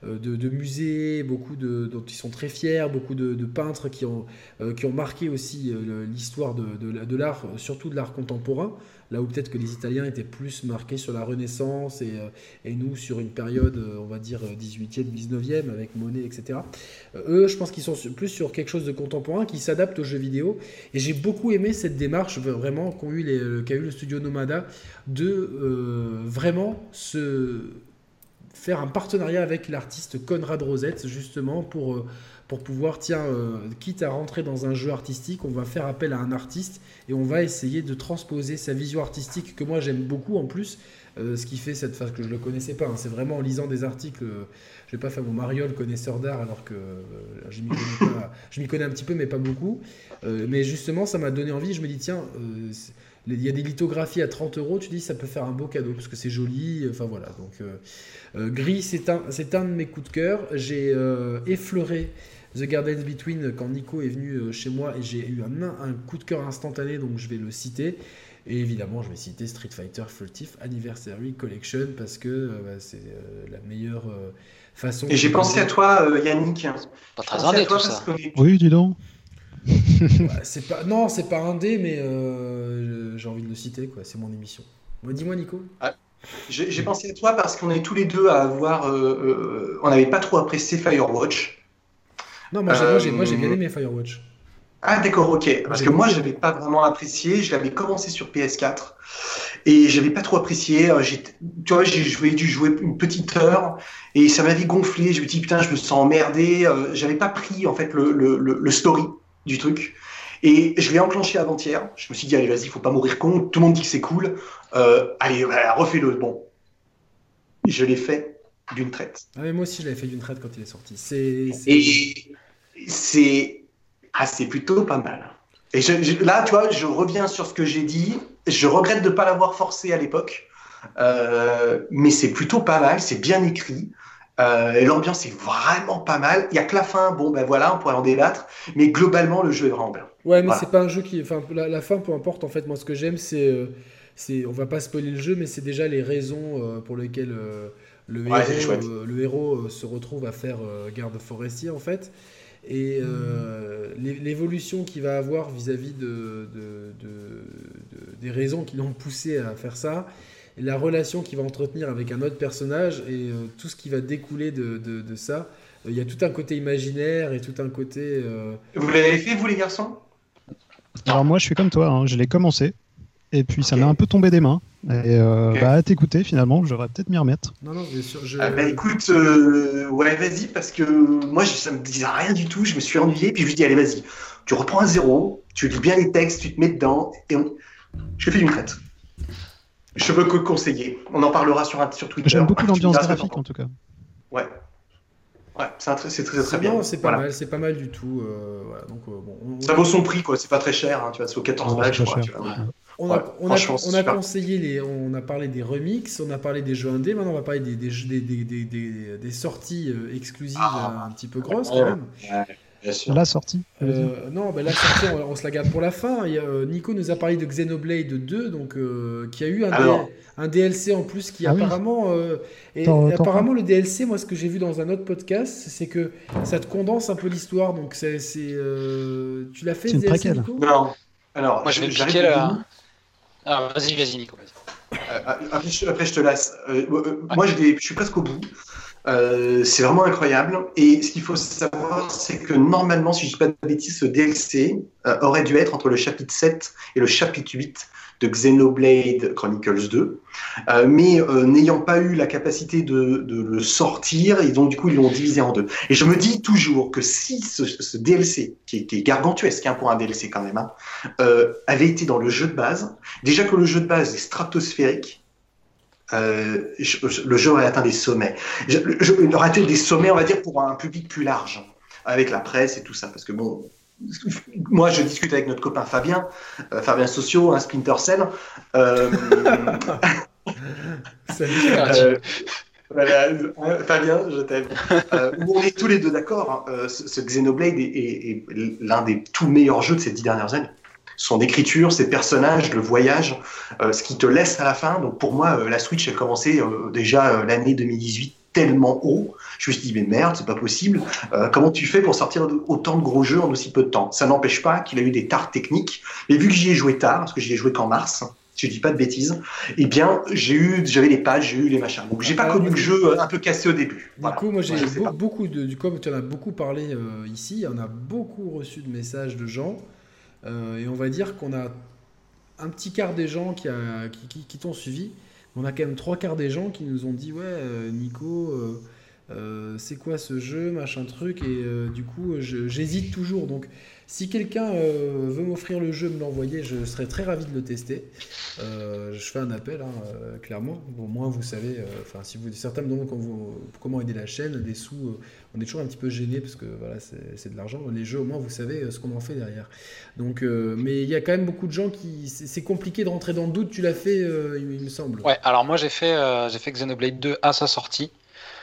musées, dont ils sont très fiers, beaucoup de peintres qui ont marqué aussi l'histoire de l'art, surtout de l'art contemporain, là où peut-être que les Italiens étaient plus marqués sur la Renaissance et nous sur une période, on va dire 18e, 19e, avec Monet, etc. Eux, je pense qu'ils sont plus sur quelque chose de contemporain qui s'adapte aux jeux vidéo, et j'ai beaucoup aimé cette démarche vraiment qu'a eu le studio Nomada de vraiment faire un partenariat avec l'artiste Conrad Rosette, justement pour pouvoir, quitte à rentrer dans un jeu artistique, on va faire appel à un artiste et on va essayer de transposer sa vision artistique, que moi j'aime beaucoup en plus, ce qui fait cette phase que je ne le connaissais pas, hein. C'est vraiment en lisant des articles, je n'ai pas fait mon mariole connaisseur d'art, alors que je m'y connais un petit peu mais pas beaucoup, mais justement ça m'a donné envie. Je me dis tiens, il y a des lithographies à 30 €, tu dis ça peut faire un beau cadeau parce que c'est joli, enfin voilà. Donc Gris, c'est un de mes coups de cœur. J'ai effleuré The Gardens Between quand Nico est venu chez moi, et j'ai eu un coup de cœur instantané, donc je vais le citer. Et évidemment, je vais citer Street Fighter 30th Anniversary Collection parce que c'est la meilleure façon. Et j'ai pensé à toi, Yannick. Pas très indé tout ça. Oui, dis donc. C'est pas indé, mais j'ai envie de le citer, quoi. C'est mon émission. Dis-moi, Nico. J'ai pensé à toi parce qu'on est tous les deux à avoir... on n'avait pas trop apprécié Firewatch. Non, moi j'ai bien aimé Firewatch. Ah d'accord, ok. Parce que moi, je n'avais pas vraiment apprécié. Je l'avais commencé sur PS4 et je n'avais pas trop apprécié. Tu vois, j'ai dû jouer une petite heure et ça m'avait gonflé. Je me dis putain, je me sens emmerdé. J'avais pas pris en fait le story du truc. Et je l'ai enclenché avant-hier. Je me suis dit allez, vas-y, faut pas mourir con. Tout le monde dit que c'est cool. Allez, refais-le. Bon, je l'ai fait d'une traite. Ah mais moi aussi, je l'avais fait d'une traite quand il est sorti. C'est plutôt pas mal. Et là, tu vois, je reviens sur ce que j'ai dit. Je regrette de ne pas l'avoir forcé à l'époque. Mais c'est plutôt pas mal. C'est bien écrit. Et l'ambiance est vraiment pas mal. Il n'y a que la fin. Bon, ben voilà, on pourrait en débattre. Mais globalement, le jeu est vraiment bien. Ouais, mais voilà. C'est pas un jeu qui... Enfin, la fin, peu importe. En fait, moi, ce que j'aime, c'est... on va pas spoiler le jeu, mais c'est déjà les raisons pour lesquelles le héros se retrouve à faire garde forestier, en fait. Et l'évolution qu'il va avoir vis-à-vis des raisons qui l'ont poussé à faire ça, et la relation qu'il va entretenir avec un autre personnage, et tout ce qui va découler de ça. Il y a tout un côté imaginaire et tout un côté... Vous l'avez fait, vous, les garçons ? Alors moi, je suis comme toi, hein, je l'ai commencé, et puis ça m'est un peu tombé des mains. Et à t'écouter, finalement, je devrais peut-être m'y remettre. Non, bien sûr. Écoute, ouais, vas-y, parce que moi, ça me disait rien du tout. Je me suis ennuyé, puis je lui dis, allez, vas-y, tu reprends à zéro, tu lis bien les textes, tu te mets dedans, et je fais une traite. Je veux que conseiller. On en parlera sur Twitter. J'aime beaucoup l'ambiance graphique, en tout cas. Ouais. Ouais, c'est très bien. Non, c'est pas mal, c'est pas mal du tout. Voilà, donc, ça vaut son prix, quoi. C'est pas très cher, hein, tu vois, c'est aux 14 balles, je crois. On a conseillé on a parlé des remixes, on a parlé des jeux indés, maintenant on va parler des sorties exclusives un petit peu grosses quand même. Bien sûr. La sortie Non, la sortie, on se la garde pour la fin. Nico nous a parlé de Xenoblade 2, donc, qui a eu un DLC en plus qui apparemment... apparemment, le DLC, moi, ce que j'ai vu dans un autre podcast, c'est que ça te condense un peu l'histoire. Donc, tu l'as fait, ce DLC, Nico ? Non. Alors, moi, je vais me piquer là. Ah, vas-y, Nico. Après, je te laisse. Moi, je suis presque au bout. C'est vraiment incroyable. Et ce qu'il faut savoir, c'est que normalement, si je ne dis pas de bêtises, ce DLC aurait dû être entre le chapitre 7 et le chapitre 8 de Xenoblade Chronicles 2. Mais n'ayant pas eu la capacité de le sortir, et donc du coup, ils l'ont divisé en deux. Et je me dis toujours que si ce DLC, qui est gargantuesque pour un DLC quand même, avait été dans le jeu de base, déjà que le jeu de base est stratosphérique, le jeu aurait atteint des sommets. Il aurait atteint des sommets, on va dire, pour un public plus large, avec la presse et tout ça. Parce que bon, moi, je discute avec notre copain Fabien Socio, un Splinter Cell. Voilà, Fabien, je t'aime. On est tous les deux d'accord. Ce Xenoblade est l'un des tout meilleurs jeux de ces 10 dernières années. Son écriture, ses personnages, le voyage, ce qui te laisse à la fin. Donc pour moi, la Switch a commencé déjà l'année 2018 tellement haut. Je me suis dit, mais merde, c'est pas possible. Comment tu fais pour sortir autant de gros jeux en aussi peu de temps ? Ça n'empêche pas qu'il a eu des tares techniques. Mais vu que j'y ai joué tard, parce que j'y ai joué qu'en mars, si je dis pas de bêtises, eh bien, j'avais les patchs, j'ai eu les machins. Donc j'ai pas connu le jeu un peu cassé au début. Du coup, moi j'ai comme tu en as beaucoup parlé ici, on a beaucoup reçu de messages de gens. Et on va dire qu'on a un petit quart des gens qui t'ont suivi. On a quand même 3/4 des gens qui nous ont dit Nico, c'est quoi ce jeu, machin truc. Et du coup, j'hésite toujours. Donc, si quelqu'un veut m'offrir le jeu, me l'envoyer, je serais très ravi de le tester. Je fais un appel, clairement. Au moins, vous savez, si certains me demandent comment aider la chaîne, des sous, on est toujours un petit peu gêné parce que voilà, c'est de l'argent. Les jeux, au moins, vous savez ce qu'on en fait derrière. Donc, mais il y a quand même beaucoup de gens c'est compliqué de rentrer dans le doute. Tu l'as fait, il me semble. Ouais. Alors moi, j'ai fait Xenoblade 2 à sa sortie.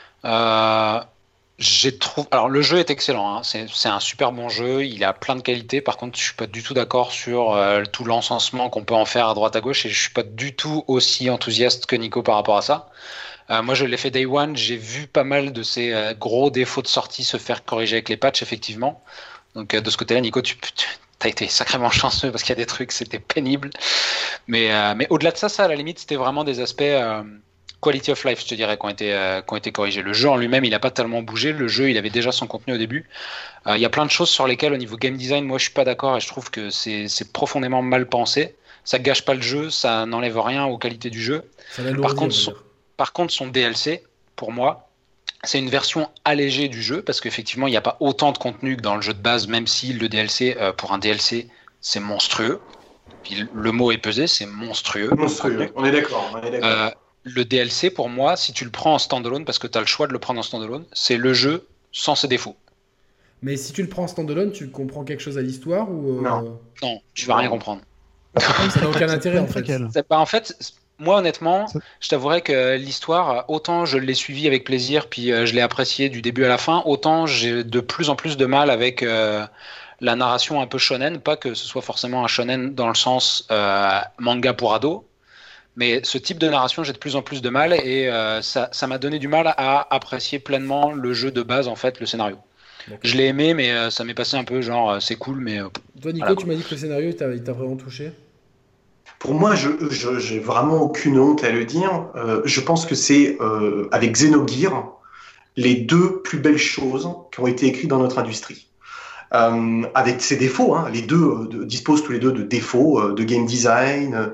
Alors le jeu est excellent, hein. C'est un super bon jeu, il a plein de qualités. Par contre, je suis pas du tout d'accord sur tout l'encensement qu'on peut en faire à droite à gauche, et je suis pas du tout aussi enthousiaste que Nico par rapport à ça. Moi, je l'ai fait Day One, j'ai vu pas mal de ces gros défauts de sortie se faire corriger avec les patchs, effectivement. Donc de ce côté-là, Nico, t'as été sacrément chanceux parce qu'il y a des trucs, c'était pénible. Mais au-delà de ça, à la limite, c'était vraiment des aspects quality of life, je te dirais, qui ont été corrigés. Le jeu en lui-même, il n'a pas tellement bougé. Le jeu, il avait déjà son contenu au début. Il y a plein de choses sur lesquelles, au niveau game design, moi, je suis pas d'accord et je trouve que c'est profondément mal pensé. Ça gâche pas le jeu, ça n'enlève rien aux qualités du jeu. Par contre, son DLC, pour moi, c'est une version allégée du jeu parce qu'effectivement, il n'y a pas autant de contenu que dans le jeu de base, même si le DLC, pour un DLC, c'est monstrueux. Puis le mot est pesé, c'est monstrueux. Monstrueux, on est d'accord. Le DLC, pour moi, si tu le prends en standalone, parce que tu as le choix de le prendre en standalone, c'est le jeu sans ses défauts. Mais si tu le prends en standalone, tu comprends quelque chose à l'histoire ou Non, tu vas rien comprendre. Ça n'a aucun intérêt en fait. En fait, moi honnêtement, je t'avouerais que l'histoire, autant je l'ai suivie avec plaisir, puis je l'ai appréciée du début à la fin, autant j'ai de plus en plus de mal avec la narration un peu shonen. Pas que ce soit forcément un shonen dans le sens manga pour ados. Mais ce type de narration, j'ai de plus en plus de mal et ça m'a donné du mal à apprécier pleinement le jeu de base, en fait, le scénario. D'accord. Je l'ai aimé, mais ça m'est passé un peu genre c'est cool, mais... Toi, Nico, tu m'as dit que le scénario, il t'a vraiment touché ? Pour moi, j'ai vraiment aucune honte à le dire. Je pense que c'est, avec Xenogears, les deux plus belles choses qui ont été écrites dans notre industrie. avec ses défauts. Hein. Les deux disposent tous les deux de défauts, de game design,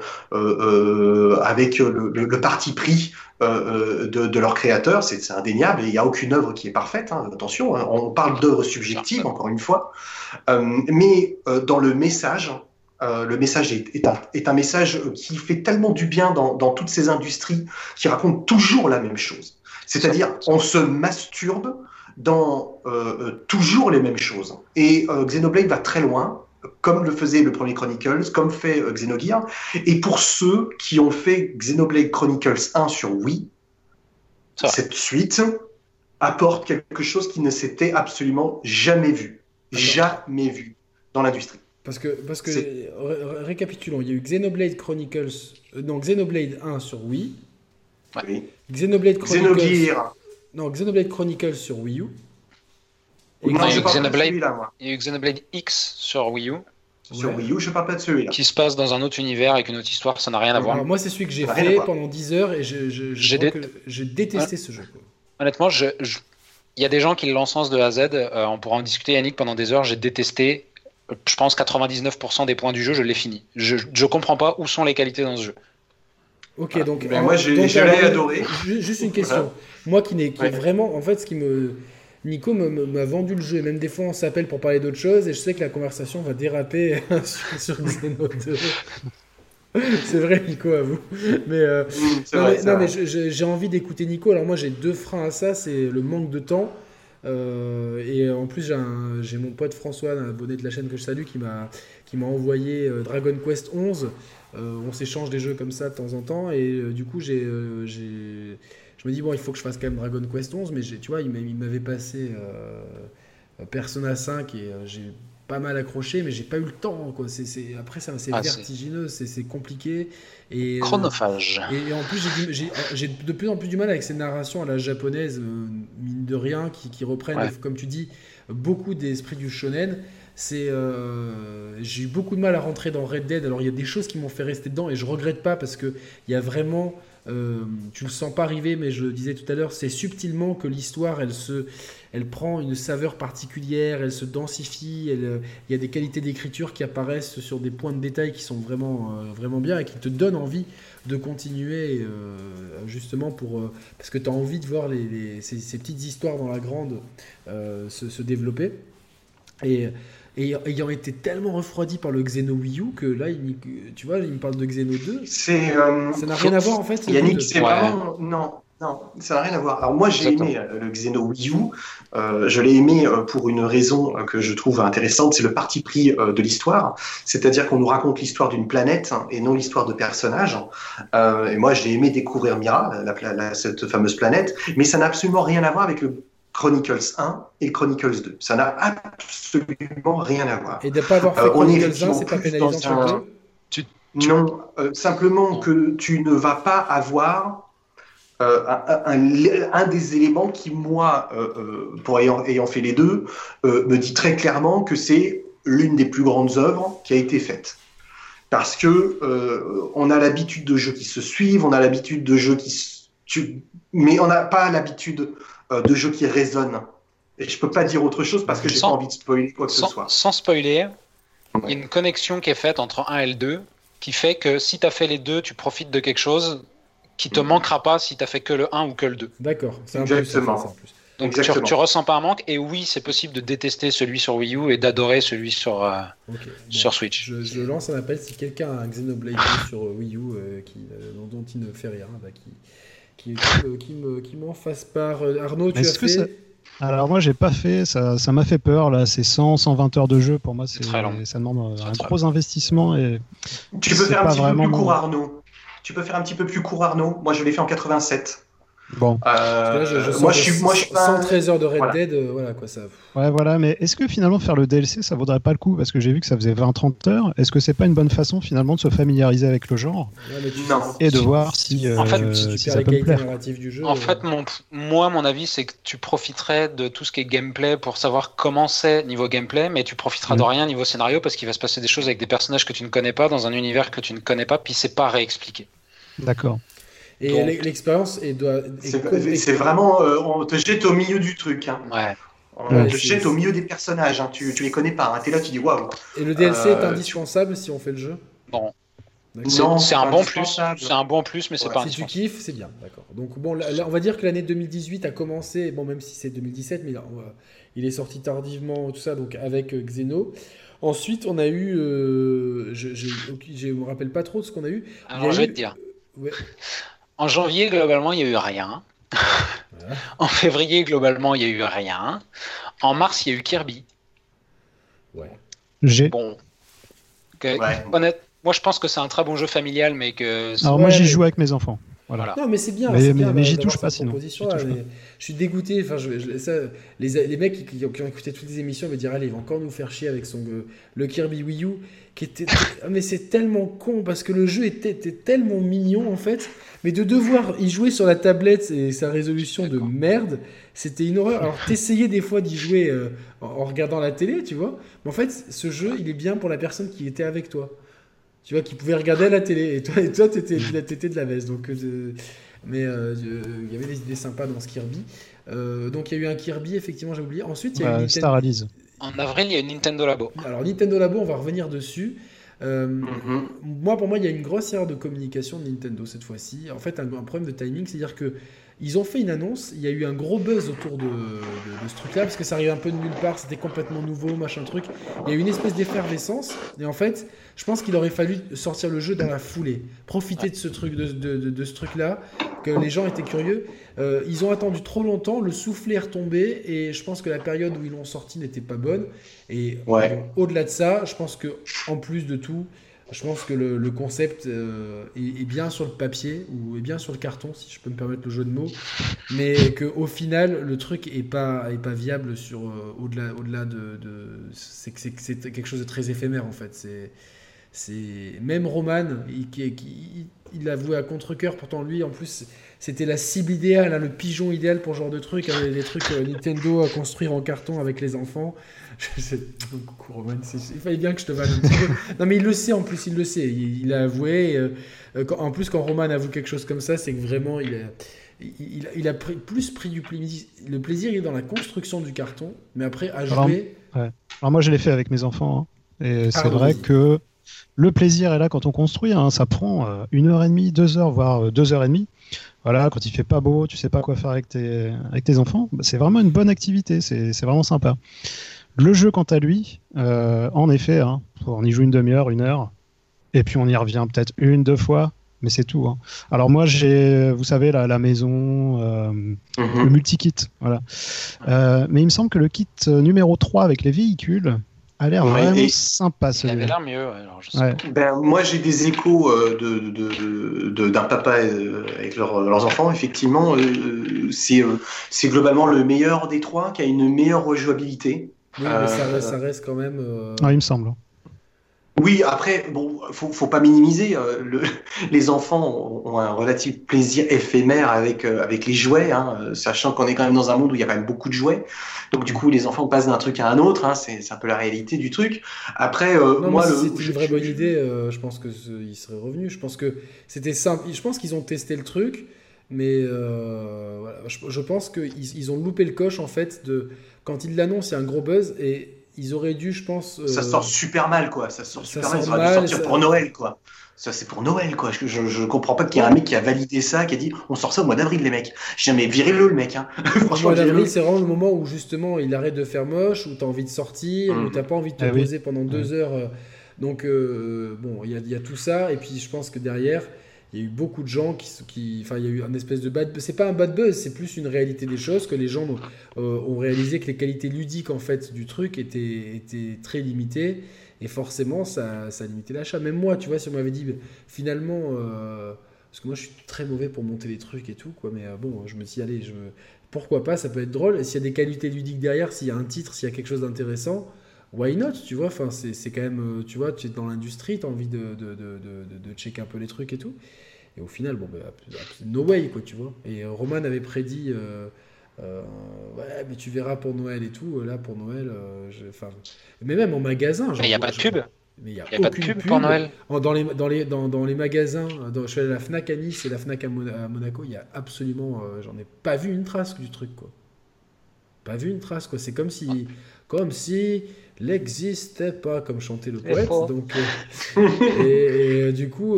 avec le parti pris de leur créateur, c'est indéniable, et il n'y a aucune œuvre qui est parfaite, hein, attention, hein, on parle d'œuvres subjectives, encore une fois, mais dans le message est un message qui fait tellement du bien dans toutes ces industries qui racontent toujours la même chose. C'est-à-dire, on se masturbe dans toujours les mêmes choses. Et Xenoblade va très loin, comme le faisait le premier Chronicles, comme fait Xenogears. Et pour ceux qui ont fait Xenoblade Chronicles 1 sur Wii, cette suite apporte quelque chose qui ne s'était absolument jamais vu. Jamais vu dans l'industrie. Parce que récapitulons, il y a eu Xenoblade Chronicles, Xenoblade 1 sur Wii, oui. Xenoblade Chronicles, Xenogears. Xenoblade Chronicles sur Wii U. Il y a eu Xenoblade X sur Wii U. Sur Wii U, je parle pas de celui-là. Qui se passe dans un autre univers avec une autre histoire, ça n'a rien à voir. Alors, moi, c'est celui que j'ai fait pendant 10 heures et j'ai détesté ce jeu. Honnêtement, il y a des gens qui l'encensent de A à Z. On pourra en discuter, Yannick, pendant des heures. J'ai détesté, je pense, 99% des points du jeu, je l'ai fini. Je comprends pas où sont les qualités dans ce jeu. Ok, donc. Moi, je l'ai adoré. Juste une question. Moi qui est vraiment. En fait, ce qui me. Nico m'a vendu le jeu, et même des fois on s'appelle pour parler d'autre chose, et je sais que la conversation va déraper sur Xeno 2. C'est vrai, Nico, à vous. Mais, mais j'ai envie d'écouter Nico. Alors moi j'ai deux freins à ça, c'est le manque de temps. Et en plus j'ai mon pote François, un abonné de la chaîne que je salue, qui m'a envoyé Dragon Quest 11. On s'échange des jeux comme ça de temps en temps, et du coup je me dis, bon, il faut que je fasse quand même Dragon Quest 11, mais tu vois, il m'avait passé Persona 5 et j'ai pas mal accroché, mais j'ai pas eu le temps, quoi. Après, c'est vertigineux, c'est compliqué. Et, chronophage. Et en plus, j'ai de plus en plus du mal avec ces narrations à la japonaise, mine de rien, qui reprennent, comme tu dis, beaucoup d'esprit du shonen. J'ai eu beaucoup de mal à rentrer dans Red Dead. Alors, il y a des choses qui m'ont fait rester dedans, et je regrette pas, parce qu'il y a vraiment... tu le sens pas arriver, mais je le disais tout à l'heure, c'est subtilement que l'histoire elle prend une saveur particulière, elle se densifie, il y a des qualités d'écriture qui apparaissent sur des points de détail qui sont vraiment bien et qui te donnent envie de continuer, justement parce que tu as envie de voir ces petites histoires dans la grande se développer. Et ayant été tellement refroidi par le Xeno Wii U que là, tu vois, il me parle de Xeno 2. Ça n'a rien à voir en fait. Yannick, c'est vraiment... Non, ça n'a rien à voir. Alors moi, j'ai aimé le Xeno Wii U. Je l'ai aimé pour une raison que je trouve intéressante, c'est le parti pris de l'histoire. C'est-à-dire qu'on nous raconte l'histoire d'une planète et non l'histoire de personnages. Et moi, j'ai aimé découvrir Mira, cette fameuse planète. Mais ça n'a absolument rien à voir avec le Chronicles 1 et Chronicles 2. Ça n'a absolument rien à voir. Et de ne pas avoir fait Chronicles 1, c'est pas pénalisant Non, simplement que tu ne vas pas avoir un des éléments qui, moi, pour ayant fait les deux, me dit très clairement que c'est l'une des plus grandes œuvres qui a été faite. Parce que on a l'habitude de jeux qui se suivent, on a l'habitude de jeux mais on n'a pas l'habitude de jeux qui résonnent. Et je peux pas dire autre chose parce que j'ai pas envie de spoiler quoi que ce soit. Sans spoiler, il y a une connexion qui est faite entre 1 et le 2 qui fait que si tu as fait les deux, tu profites de quelque chose qui te manquera pas si tu as fait que le 1 ou que le 2. D'accord, c'est exactement. Un plus. Donc tu ressens pas un manque, et oui, c'est possible de détester celui sur Wii U et d'adorer celui sur Switch. Je lance un appel si quelqu'un a un Xenoblade sur Wii U dont il ne fait rien, qui m'en fasse part. Arnaud, tu as fait Alors moi j'ai pas fait, ça m'a fait peur là, c'est 100-120 heures de jeu pour moi, ça demande un gros investissement. Et tu peux faire un petit peu plus court, Arnaud. Moi je l'ai fait en 87. Bon. Moi je suis 113 heures de Red Dead, voilà quoi ça. Ouais voilà, mais est-ce que finalement faire le DLC ça vaudrait pas le coup, parce que j'ai vu que ça faisait 20-30 heures. Est-ce que c'est pas une bonne façon finalement de se familiariser avec le genre et de voir si ça peut me plaire. Du jeu, en fait, mon avis c'est que tu profiterais de tout ce qui est gameplay pour savoir comment c'est niveau gameplay, mais tu profiteras de rien niveau scénario, parce qu'il va se passer des choses avec des personnages que tu ne connais pas dans un univers que tu ne connais pas, puis c'est pas réexpliqué. D'accord. Et donc, l'expérience c'est vraiment on te jette au milieu du truc. Hein. Ouais. On te jette au milieu des personnages, hein. Tu les connais pas, hein. T'es là, tu dis waouh. Et le DLC est indispensable si on fait le jeu. Bon. Non, C'est un bon plus. indispensable. C'est un bon plus, mais c'est pas Si tu indispensable. kiffes, c'est bien, d'accord. Donc bon, là, on va dire que l'année 2018 a commencé, bon même si c'est 2017, mais là, il est sorti tardivement, tout ça, donc avec Xeno. Ensuite, on a eu, je me rappelle pas trop de ce qu'on a eu. Il y Alors, a je vais eu- te dire. Ouais, En janvier, globalement, il n'y a eu rien. voilà. En février, globalement, il n'y a eu rien. En mars, il y a eu Kirby. Ouais. J'ai. Bon. Ouais. Honnête, moi, je pense que c'est un très bon jeu familial, mais que. Alors Ouais, moi, j'y mais- joue avec mes enfants. Voilà. Non, mais c'est bien. Mais- c'est mais- bien mais j'y d'avoir touche pas, cette sinon. proposition-là, J'y touche mais je suis dégoûté. Enfin, les mecs qui ont écouté toutes les émissions me dire allez, il va encore nous faire chier avec le Kirby Wii U, qui était. Ah, mais c'est tellement con parce que le jeu était tellement mignon en fait, mais de devoir y jouer sur la tablette et sa résolution de merde, c'était une horreur. Alors t'essayais des fois d'y jouer en regardant la télé, tu vois, mais en fait, ce jeu, il est bien pour la personne qui était avec toi. Tu vois, qui pouvait regarder à la télé. Et toi t'étais de la veste. Donc, mais il y avait des idées sympas dans ce Kirby. Donc il y a eu un Kirby, effectivement, j'ai oublié. Ensuite, il y a eu Nintendo. Star Alice. En avril, il y a eu Nintendo Labo. Alors Nintendo Labo, on va revenir dessus. Mhm. Pour moi, il y a une grosse erreur de communication de Nintendo cette fois-ci. En fait, un problème de timing, c'est-à-dire que ils ont fait une annonce, il y a eu un gros buzz autour de ce truc-là, parce que ça arrivait un peu de nulle part, c'était complètement nouveau, machin truc. Il y a eu une espèce d'effervescence, et en fait, je pense qu'il aurait fallu sortir le jeu dans la foulée, profiter de ce truc, de ce truc-là, que les gens étaient curieux. Ils ont attendu trop longtemps, le soufflet est retombé, et je pense que la période où ils l'ont sorti n'était pas bonne. Et Ouais. au-delà de ça, je pense que en plus de tout, je pense que le concept est bien sur le papier ou est bien sur le carton, si je peux me permettre le jeu de mots, mais qu'au final, le truc est pas viable sur au-delà c'est que c'est quelque chose de très éphémère en fait. C'est même Roman, il l'a avoué à contre-cœur. Pourtant lui, en plus, c'était la cible idéale, hein, le pigeon idéal pour ce genre de truc, hein, les trucs Nintendo à construire en carton avec les enfants. Coucou Roman, il fallait bien que je te vanne un petit peu. Non mais il le sait en plus, il le sait. Il a avoué. En plus, quand Roman avoue quelque chose comme ça, c'est que vraiment il a plus pris du plaisir. Le plaisir, il est dans la construction du carton, mais après à jouer. Alors moi, je l'ai fait avec mes enfants. Hein. Et c'est vrai vas-y. que le plaisir est là quand on construit. Hein. Ça prend 1h30, 2h, voire 2h30. Voilà, quand il fait pas beau, tu sais pas quoi faire avec tes enfants. Bah, c'est vraiment une bonne activité. C'est vraiment sympa. Le jeu, quant à lui, en effet, hein, on y joue une demi-heure, 1 heure, et puis on y revient peut-être 1, 2 fois, mais c'est tout. Hein. Alors moi, j'ai, vous savez, la maison, le multi-kit, voilà. Mais il me semble que le kit numéro 3 avec les véhicules a l'air Ouais, vraiment et- sympa, Il avait celui-là. l'air mieux. Ouais, alors, je sais Ouais. pas. Ben, moi, j'ai des échos d'un papa avec leurs enfants. Effectivement, c'est globalement le meilleur des trois, qui a une meilleure rejouabilité. Oui, mais ça reste quand même. Ah, il me semble. Oui, après, bon, faut pas minimiser. Les enfants ont un relatif plaisir éphémère avec les jouets, hein, sachant qu'on est quand même dans un monde où il y a quand même beaucoup de jouets. Donc du coup, les enfants passent d'un truc à un autre. Hein, c'est un peu la réalité du truc. Après, Non, moi, mais si c'était une vraie bonne idée, je pense que il serait revenu. Je pense que c'était simple. Je pense qu'ils ont testé le truc, mais voilà. Je pense qu'ils ont loupé le coche en fait de quand ils l'annoncent, il y a un gros buzz et ils auraient dû, je pense. ça sort super mal, quoi. Ça sort ça super mal. sort Ça aurait dû mal, sortir ça- pour Noël, quoi. Ça, c'est pour Noël, quoi. Je comprends pas qu'il y ait un mec qui a validé ça, qui a dit on sort ça au mois d'avril, les mecs. J'ai jamais viré-le, le mec. Hein. Le Franchement, mois d'avril, virez-le. c'est vraiment le moment où justement il arrête de faire moche, où t'as envie de sortir, où t'as pas envie de te Ah oui. poser pendant 2 heures. Donc bon, il y a tout ça, et puis je pense que derrière, il y a eu beaucoup de gens enfin, il y a eu un espèce de bad. C'est pas un bad buzz, c'est plus une réalité des choses que les gens ont réalisé que les qualités ludiques en fait du truc étaient très limitées, et forcément ça a limité l'achat. Même moi, tu vois, si on m'avait dit finalement. Parce que moi, je suis très mauvais pour monter les trucs et tout, quoi. Mais bon, je me dis, allez, pourquoi pas, ça peut être drôle. Et s'il y a des qualités ludiques derrière, s'il y a un titre, s'il y a quelque chose d'intéressant, why not, tu vois. Enfin, c'est quand même, tu vois, tu es dans l'industrie, tu as envie de checker un peu les trucs et tout. Et au final, bon, no way, quoi, tu vois. Et Roman avait prédit, ouais, mais tu verras pour Noël et tout. Là, pour Noël, enfin, mais même en magasin, genre, Mais il n'y a pas de pub. mais il n'y a Il n'y a pas de aucune pub pour Noël. dans les magasins, je suis allé à la Fnac à Nice et la Fnac à Monaco, il y a absolument, j'en ai pas vu une trace du truc, quoi. pas vu une trace, quoi. C'est comme si n'existait pas, comme chantait le poète. Donc, du coup,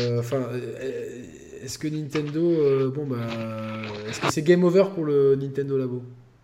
est-ce que Nintendo, est-ce que c'est game over pour le Nintendo Labo?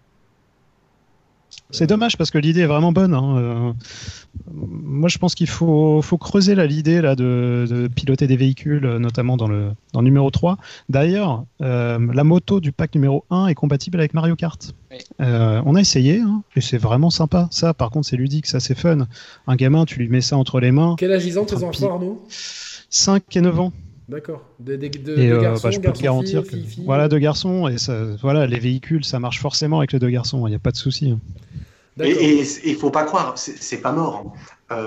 C'est dommage parce que l'idée est vraiment bonne. Moi, je pense qu'il faut creuser l'idée là de piloter des véhicules, notamment dans le numéro 3. D'ailleurs, la moto du pack numéro 1 est compatible avec Mario Kart. Oui. On a essayé, et c'est vraiment sympa. Ça, par contre, c'est ludique, ça, c'est fun. Un gamin, tu lui mets ça entre les mains. Quel âge ils ont tes enfants, Arnaud? 5 et 9 ans. D'accord. Et garçons, je peux te garantir que filles. voilà, 2 garçons, et ça, voilà, les véhicules, ça marche forcément avec les 2 garçons, il n'y a pas de souci. Et il faut pas croire, c'est pas mort.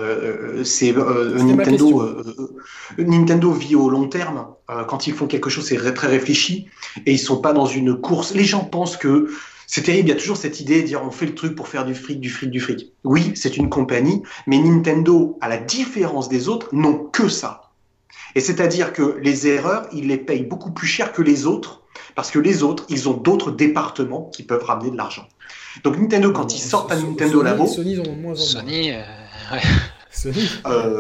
Nintendo vit au long terme. Quand ils font quelque chose, c'est très réfléchi et ils sont pas dans une course. Les gens pensent que c'est terrible. Il y a toujours cette idée de dire on fait le truc pour faire du fric. Oui, c'est une compagnie, mais Nintendo, à la différence des autres, n'ont que ça. Et c'est-à-dire que les erreurs, ils les payent beaucoup plus cher que les autres parce que les autres, ils ont d'autres départements qui peuvent ramener de l'argent. Donc Nintendo, quand ils sortent un Nintendo Labo... Sony, ils en ont moins en moins. Sony, ouais. Sony.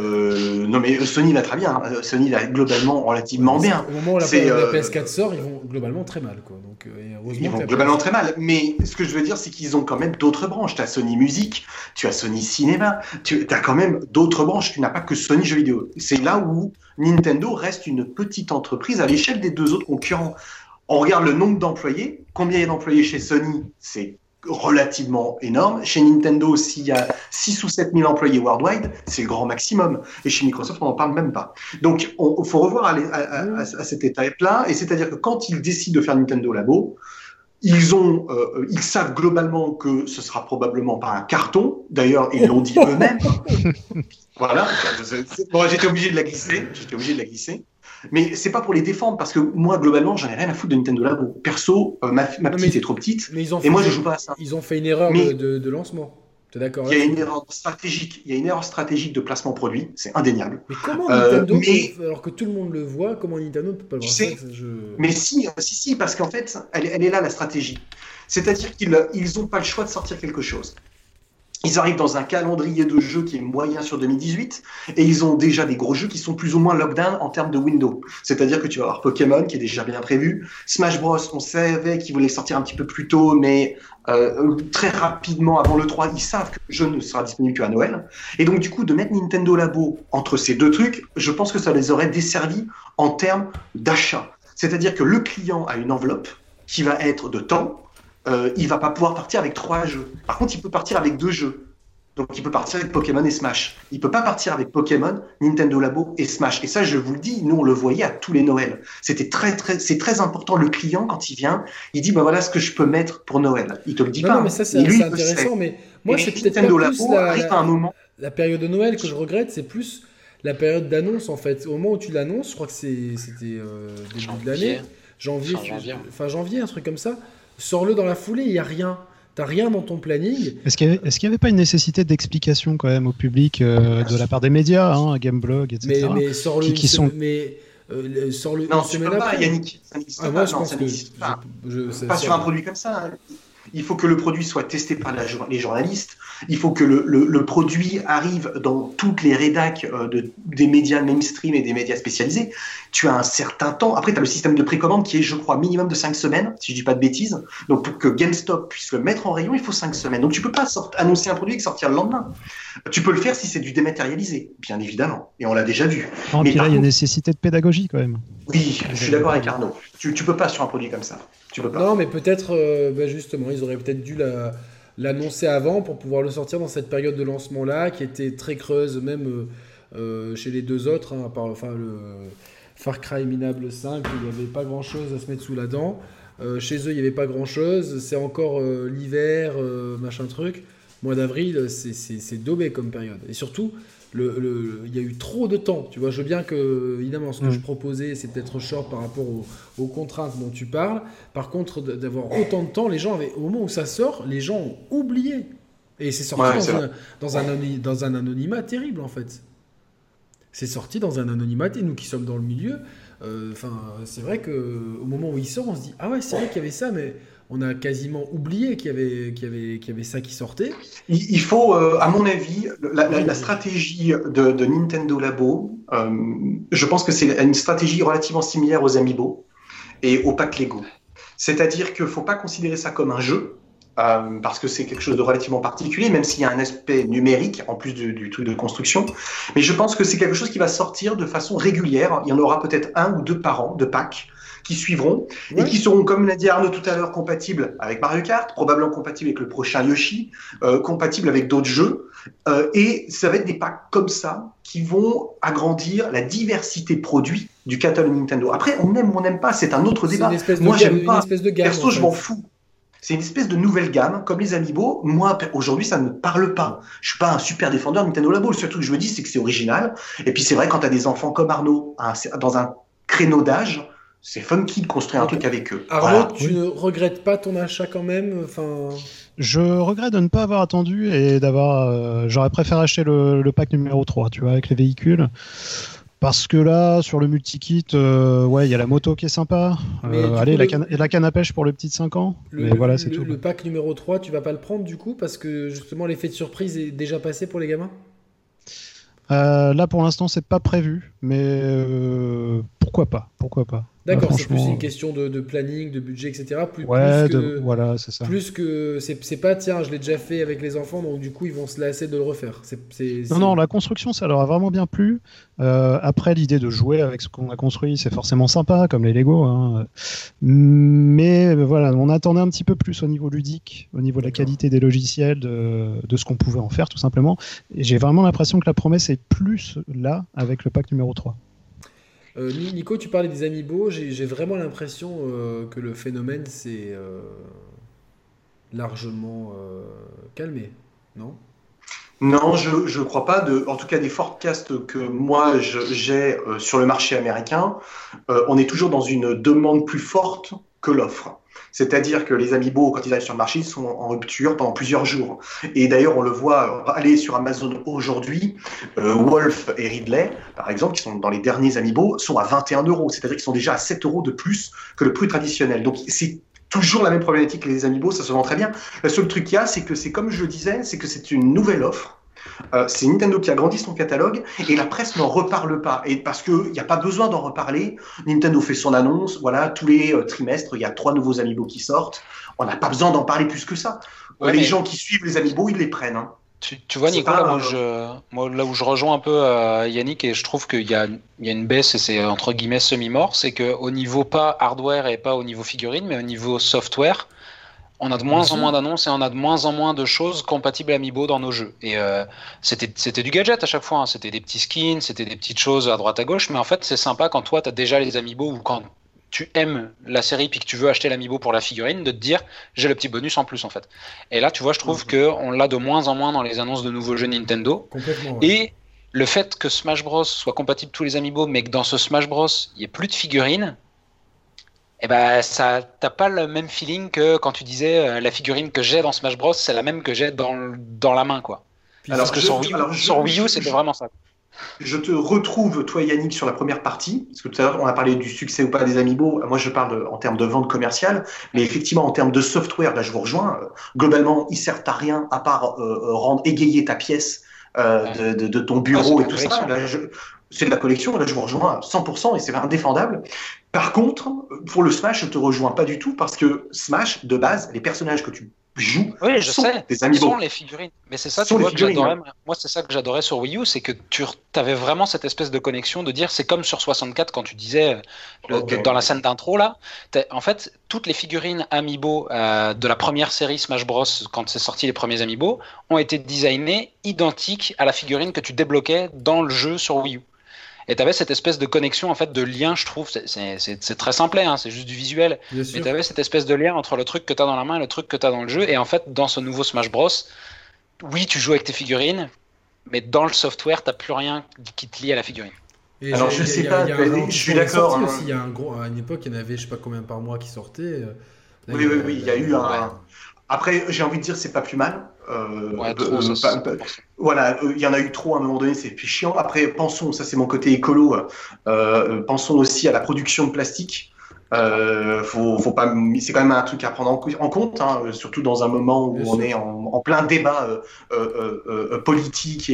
Non mais Sony va très bien. Sony va globalement relativement bien. Au moment où la PS4 sort, ils vont globalement très mal, quoi. Donc, ils vont globalement très mal. Mais ce que je veux dire, c'est qu'ils ont quand même d'autres branches. Tu as Sony Musique, tu as Sony Cinéma, tu as quand même d'autres branches. Tu n'as pas que Sony Jeux Vidéo. C'est là où Nintendo reste une petite entreprise à l'échelle des 2 autres concurrents. On regarde le nombre d'employés. Combien il y a d'employés chez Sony? C'est relativement énorme. Chez Nintendo, s'il y a 6 ou 7 000 employés worldwide, c'est le grand maximum. Et chez Microsoft, on n'en parle même pas. Donc, il faut revoir à cette étape-là. Et c'est-à-dire que quand ils décident de faire Nintendo Labo, ils savent globalement que ce sera probablement pas un carton. D'ailleurs, ils l'ont dit eux-mêmes. Voilà. Bon, j'étais obligé de la glisser. Mais c'est pas pour les défendre parce que moi globalement j'en ai rien à foutre de Nintendo Labo. Perso, ma petite est trop petite et moi je joue pas à ça. Ils ont fait une erreur de lancement. T'es d'accord? Il y a une erreur stratégique. Il y a une erreur stratégique de placement produit. C'est indéniable. Mais comment Nintendo, alors que tout le monde le voit, comment Nintendo ne peut pas le voir? Mais si, parce qu'en fait, elle est là la stratégie. C'est-à-dire qu'ils n'ont pas le choix de sortir quelque chose. Ils arrivent dans un calendrier de jeux qui est moyen sur 2018 et ils ont déjà des gros jeux qui sont plus ou moins lockdown en termes de window. C'est-à-dire que tu vas avoir Pokémon qui est déjà bien prévu. Smash Bros, on savait qu'ils voulaient sortir un petit peu plus tôt, mais très rapidement avant le 3, ils savent que le jeu ne sera disponible qu'à Noël. Et donc du coup, de mettre Nintendo Labo entre ces 2 trucs, je pense que ça les aurait desservis en termes d'achat. C'est-à-dire que le client a une enveloppe qui va être de temps. Il va pas pouvoir partir avec 3 jeux. Par contre, il peut partir avec 2 jeux. Donc, il peut partir avec Pokémon et Smash. Il peut pas partir avec Pokémon, Nintendo Labo et Smash. Et ça, je vous le dis, nous, on le voyait à tous les Noëls. C'est très important. Le client, quand il vient, il dit, voilà ce que je peux mettre pour Noël. Il te le dit pas. Non, mais ça, c'est intéressant. Mais moi, c'est peut-être Nintendo pas plus Labo arrive à un moment. La période de Noël que je regrette, c'est plus la période d'annonce, en fait. Au moment où tu l'annonces, je crois que c'était début de l'année. Janvier, un truc comme ça. Sors-le dans la foulée, il n'y a rien. T'as rien dans ton planning. Est-ce qu'il n'y avait pas une nécessité d'explication quand même au public de la part des médias, Gameblog, etc. Mais sors-le sors-le non, tu peux pas, Yannick. Ça n'existe pas. Non, ça n'existe pas. Pas sur un produit comme ça. Il faut que le produit soit testé par les journalistes. Il faut que le produit arrive dans toutes les rédacs des médias mainstream et des médias spécialisés. Tu as un certain temps. Après, tu as le système de précommande qui est, je crois, minimum de 5 semaines, si je dis pas de bêtises. Donc, pour que GameStop puisse le mettre en rayon, il faut 5 semaines. Donc, tu peux pas annoncer un produit et sortir le lendemain. Tu peux le faire si c'est du dématérialisé, bien évidemment. Et on l'a déjà vu. Mais puis là, il y a une nécessité de pédagogie quand même. Oui, je suis d'accord avec Arnaud. Tu peux pas sur un produit comme ça. Tu peux pas. Non, mais peut-être, justement, ils auraient peut-être dû l'annoncer avant pour pouvoir le sortir dans cette période de lancement-là, qui était très creuse, même chez les 2 autres, à part le Far Cry Minable 5, il n'y avait pas grand-chose à se mettre sous la dent. Chez eux, il n'y avait pas grand-chose. C'est encore l'hiver, machin truc. Mois d'avril, c'est daubé comme période. Et surtout, il y a eu trop de temps. Tu vois, je veux bien que, évidemment, ce que je proposais, c'est peut-être short par rapport aux contraintes dont tu parles. Par contre, d'avoir autant de temps, les gens avaient, au moment où ça sort, les gens ont oublié. Et c'est sorti dans un anonymat terrible, en fait. C'est sorti dans un anonymat, et nous qui sommes dans le milieu, c'est vrai qu'au moment où il sort, on se dit « Ah ouais, c'est vrai qu'il y avait ça, mais on a quasiment oublié qu'il y avait ça qui sortait. Il faut, à mon avis, la stratégie de Nintendo Labo, je pense que c'est une stratégie relativement similaire aux Amiibo et aux packs Lego. C'est-à-dire qu'il ne faut pas considérer ça comme un jeu, parce que c'est quelque chose de relativement particulier, même s'il y a un aspect numérique en plus du truc de construction. Mais je pense que c'est quelque chose qui va sortir de façon régulière. Il y en aura peut-être 1 ou 2 par an de packs qui suivront et qui seront, comme l'a dit Arnaud tout à l'heure, compatibles avec Mario Kart, probablement compatibles avec le prochain Yoshi, compatibles avec d'autres jeux. Et ça va être des packs comme ça qui vont agrandir la diversité produits du catalogue Nintendo. Après, on aime ou on n'aime pas, c'est un autre débat. Moi, j'aime pas. Perso, je m'en fous. C'est une espèce de nouvelle gamme, comme les Amiibo. Moi, aujourd'hui, ça ne me parle pas. Je suis pas un super défendeur de Nintendo Labo. Le seul truc que je me dis, c'est que c'est original. Et puis, c'est vrai, quand tu as des enfants comme Arnaud, dans un créneau d'âge, c'est funky de construire un truc avec eux. Arnaud, tu ne regrettes pas ton achat quand même? Je regrette de ne pas avoir attendu et d'avoir. J'aurais préféré acheter le pack numéro 3, tu vois, avec les véhicules. Parce que là, sur le multi-kit, il y a la moto qui est sympa. La canne à pêche pour le petit de 5 ans. Mais voilà, c'est tout. Le pack numéro 3, tu vas pas le prendre du coup? Parce que justement, l'effet de surprise est déjà passé pour les gamins? Là, pour l'instant, c'est pas prévu. Mais pourquoi pas? D'accord, c'est plus une question de planning, de budget, etc. Voilà, c'est ça. Plus que c'est pas, tiens, je l'ai déjà fait avec les enfants, donc du coup, ils vont se lasser de le refaire. Non, la construction, ça leur a vraiment bien plu. Après, l'idée de jouer avec ce qu'on a construit, c'est forcément sympa, comme les Lego. Hein. Mais voilà, on attendait un petit peu plus au niveau ludique, au niveau de la qualité des logiciels, de ce qu'on pouvait en faire, tout simplement. Et j'ai vraiment l'impression que la promesse est plus là avec le pack numéro 3. Nico, tu parlais des Amiibo. J'ai vraiment l'impression que le phénomène s'est largement calmé, non? Non, je crois pas. En tout cas, des forecasts que moi j'ai sur le marché américain, on est toujours dans une demande plus forte que l'offre. C'est-à-dire que les Amiibo, quand ils arrivent sur le marché, ils sont en rupture pendant plusieurs jours. Et d'ailleurs, on le voit aller sur Amazon aujourd'hui. Wolf et Ridley, par exemple, qui sont dans les derniers Amiibo, sont à 21 €. C'est-à-dire qu'ils sont déjà à 7 € de plus que le prix traditionnel. Donc, c'est toujours la même problématique que les Amiibo, ça se vend très bien. Le seul truc qu'il y a, c'est que c'est comme je le disais, c'est que c'est une nouvelle offre. C'est Nintendo qui agrandit son catalogue et la presse n'en reparle pas. Et parce qu'il n'y a pas besoin d'en reparler, Nintendo fait son annonce, voilà, tous les trimestres, il y a 3 nouveaux Amiibo qui sortent. On n'a pas besoin d'en parler plus que ça. Les gens qui suivent les Amiibo, ils les prennent. Hein. Tu vois, Nico, moi, là où je rejoins un peu Yannick, et je trouve qu'il y a une baisse, et c'est entre guillemets semi-mort, c'est qu'au niveau pas hardware et pas au niveau figurine, mais au niveau software, on a de moins en moins d'annonces et on a de moins en moins de choses compatibles Amiibo dans nos jeux. Et c'était du gadget à chaque fois, hein. C'était des petits skins, c'était des petites choses à droite à gauche, mais en fait c'est sympa quand toi tu as déjà les Amiibo ou quand tu aimes la série puis que tu veux acheter l'Amiibo pour la figurine, de te dire j'ai le petit bonus en plus en fait. Et là tu vois, je trouve qu'on l'a de moins en moins dans les annonces de nouveaux jeux Nintendo. Complètement, ouais. Et le fait que Smash Bros soit compatible tous les Amiibo, mais que dans ce Smash Bros il n'y ait plus de figurines, eh ben, t'as pas le même feeling que quand tu disais la figurine que j'ai dans Smash Bros, c'est la même que j'ai dans la main, quoi. Parce que sur Wii U, c'était vraiment ça. Je te retrouve, toi Yannick, sur la première partie, parce que tout à l'heure on a parlé du succès ou pas des Amiibo. Moi je parle en termes de vente commerciale, mais effectivement en termes de software, là je vous rejoins. Globalement, ils servent à rien à part égayer ta pièce de ton bureau et tout ça. Là, c'est de la collection, là je vous rejoins à 100% et c'est indéfendable. Par contre, pour le Smash, je te rejoins pas du tout parce que Smash, de base, les personnages que tu joues sont des Amiibo. Sont les figurines. Mais c'est ça, tu vois, que j'adorais. Moi, c'est ça que j'adorais sur Wii U, c'est que tu avais vraiment cette espèce de connexion de dire, c'est comme sur 64 quand tu disais dans la scène d'intro là. En fait, toutes les figurines Amiibo de la première série Smash Bros, quand c'est sorti les premiers Amiibo, ont été designées identiques à la figurine que tu débloquais dans le jeu sur Wii U. Et tu avais cette espèce de connexion, en fait, de lien, je trouve. C'est très simple, hein, c'est juste du visuel. Mais tu avais cette espèce de lien entre le truc que tu as dans la main et le truc que tu as dans le jeu. Et en fait, dans ce nouveau Smash Bros, oui, tu joues avec tes figurines, mais dans le software, tu n'as plus rien qui te lie à la figurine. Et alors, je sais pas, je suis d'accord. Il y a à une époque, il y en avait je sais pas combien par mois qui sortaient. Oui, il y a eu un. Après, j'ai envie de dire, c'est pas plus mal. Voilà, il y en a eu trop à un moment donné, c'est plus chiant. Après, pensons, ça c'est mon côté écolo, pensons aussi à la production de plastique. Faut pas, c'est quand même un truc à prendre en compte, hein, surtout dans un moment où on est en plein débat politique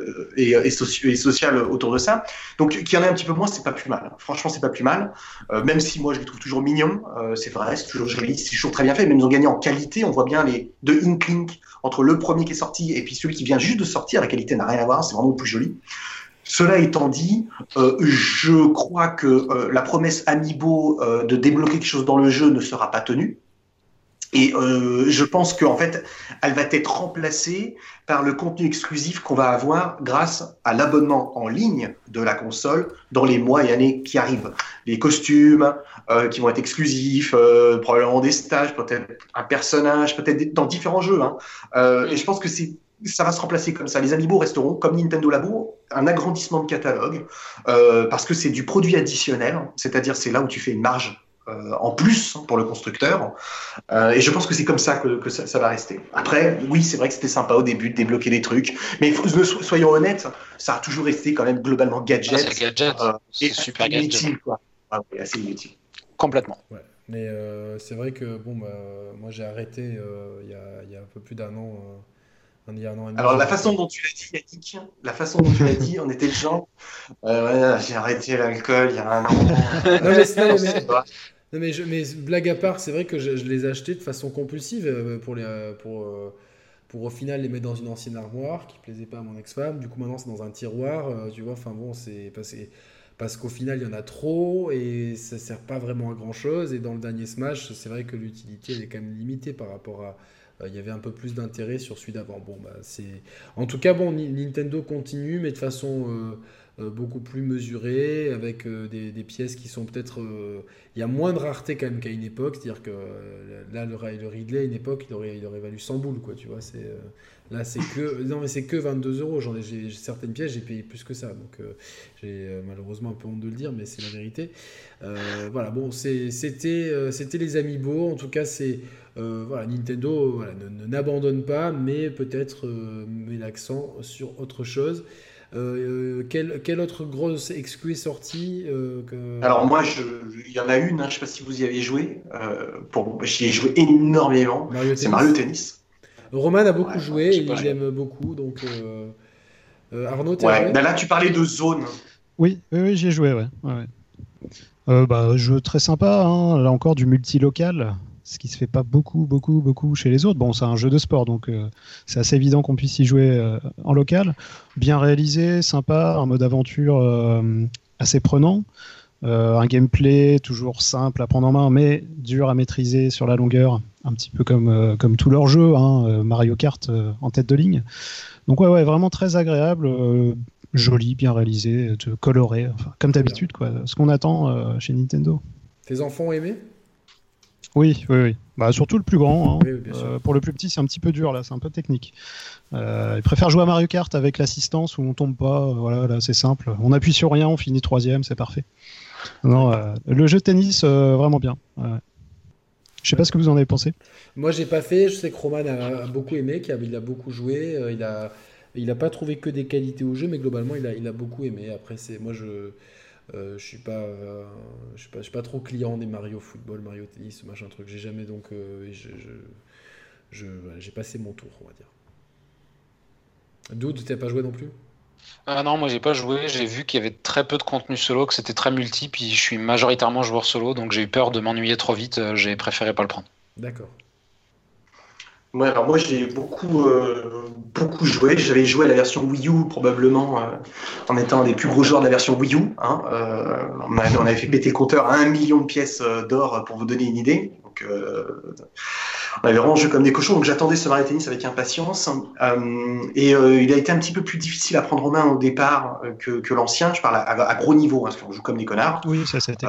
et social autour de ça. Donc qu'il y en ait un petit peu moins, c'est pas plus mal. Franchement, c'est pas plus mal. Même si moi je les trouve toujours mignons, c'est vrai, c'est toujours joli, c'est toujours très bien fait. Même ils ont gagné en qualité. On voit bien les deux Inklink entre le premier qui est sorti et puis celui qui vient juste de sortir. La qualité n'a rien à voir, c'est vraiment plus joli. Cela étant dit, je crois que la promesse Amiibo de débloquer quelque chose dans le jeu ne sera pas tenue. Et je pense qu'en fait, elle va être remplacée par le contenu exclusif qu'on va avoir grâce à l'abonnement en ligne de la console dans les mois et années qui arrivent. Les costumes qui vont être exclusifs, probablement des stages, peut-être un personnage, peut-être dans différents jeux. Hein. Et je pense que ça va se remplacer comme ça. Les Amiibo resteront, comme Nintendo Labo, un agrandissement de catalogue, parce que c'est du produit additionnel, c'est-à-dire c'est là où tu fais une marge en plus pour le constructeur. Et je pense que c'est comme ça que ça va rester. Après, oui, c'est vrai que c'était sympa au début de débloquer des trucs, mais soyons honnêtes, ça a toujours resté quand même globalement gadget. C'est gadget, c'est super gadget. Inutile, quoi. Oui, assez inutile. Complètement. Ouais. Mais c'est vrai que moi j'ai arrêté il y a un peu plus d'un an. Il y a un an et demi. Alors la façon dont tu l'as dit, Yannick, on était le genre. J'ai arrêté l'alcool il y a un an. Mais blague à part, c'est vrai que je les ai achetés de façon compulsive pour au final les mettre dans une ancienne armoire qui plaisait pas à mon ex-femme. Du coup maintenant c'est dans un tiroir, tu vois. Enfin bon, c'est parce qu'au final il y en a trop et ça sert pas vraiment à grand chose. Et dans le dernier Smash, c'est vrai que l'utilité elle est quand même limitée par rapport à il y avait un peu plus d'intérêt sur celui d'avant. Bon, en tout cas, Nintendo continue, mais de façon beaucoup plus mesurée, avec des pièces qui sont peut-être... Il y a moins de rareté quand même qu'à une époque, c'est-à-dire que là, le Ridley, à une époque, il aurait valu 100 boules, quoi, tu vois. Là, c'est que... Non, mais c'est que 22 euros. J'ai certaines pièces, j'ai payé plus que ça. Donc, j'ai malheureusement un peu honte de le dire, mais c'est la vérité. Voilà, bon, c'était les Amiibo. En tout cas, c'est... voilà, Nintendo n'abandonne pas, mais peut-être met l'accent sur autre chose. Quelle autre grosse exclu est sortie Alors moi, il y en a une, hein, je ne sais pas si vous y avez joué. J'y ai joué énormément. C'est Mario Tennis. Roman a beaucoup joué, et il aime beaucoup. Donc, Arnaud, t'es ouais. Là, tu parlais de zone. Oui, j'y ai joué, ouais. Jeu très sympa, hein. Là encore du multi-local. Ce qui se fait pas beaucoup chez les autres. Bon, c'est un jeu de sport, donc c'est assez évident qu'on puisse y jouer en local. Bien réalisé, sympa, un mode aventure assez prenant. Un gameplay toujours simple à prendre en main, mais dur à maîtriser sur la longueur, un petit peu comme tous leurs jeux, hein, Mario Kart en tête de ligne. Donc ouais, vraiment très agréable, joli, bien réalisé, coloré, enfin, comme d'habitude, quoi. Ce qu'on attend chez Nintendo. Tes enfants ont aimé ? Oui. Surtout le plus grand. Hein. Oui, bien sûr. Pour le plus petit, c'est un petit peu dur, là, c'est un peu technique. Il préfère jouer à Mario Kart avec l'assistance où on tombe pas. Voilà, là, c'est simple. On appuie sur rien, on finit 3e, c'est parfait. Non, le jeu de tennis, vraiment bien. Je sais pas ce que vous en avez pensé. Moi, j'ai pas fait. Je sais que Roman a beaucoup aimé, il a beaucoup joué. Il a pas trouvé que des qualités au jeu, mais globalement, il a beaucoup aimé. Après, je suis pas trop client des Mario Football, Mario Tennis, machin truc. J'ai jamais donc j'ai passé mon tour, on va dire. Dude, t'as pas joué non plus? Non, moi j'ai pas joué. J'ai vu qu'il y avait très peu de contenu solo, que c'était très multi, puis je suis majoritairement joueur solo, donc j'ai eu peur de m'ennuyer trop vite. J'ai préféré pas le prendre. D'accord. Ouais, alors moi j'ai beaucoup joué. J'avais joué à la version Wii U probablement en étant un des plus gros joueurs de la version Wii U. Hein. On avait fait péter le compteur à 1 million de pièces d'or pour vous donner une idée. Donc on avait vraiment joué comme des cochons. Donc j'attendais ce Mario Tennis avec impatience. Il a été un petit peu plus difficile à prendre en main au départ que l'ancien. Je parle à gros niveau, hein, parce qu'on joue comme des connards. Oui, ça c'était.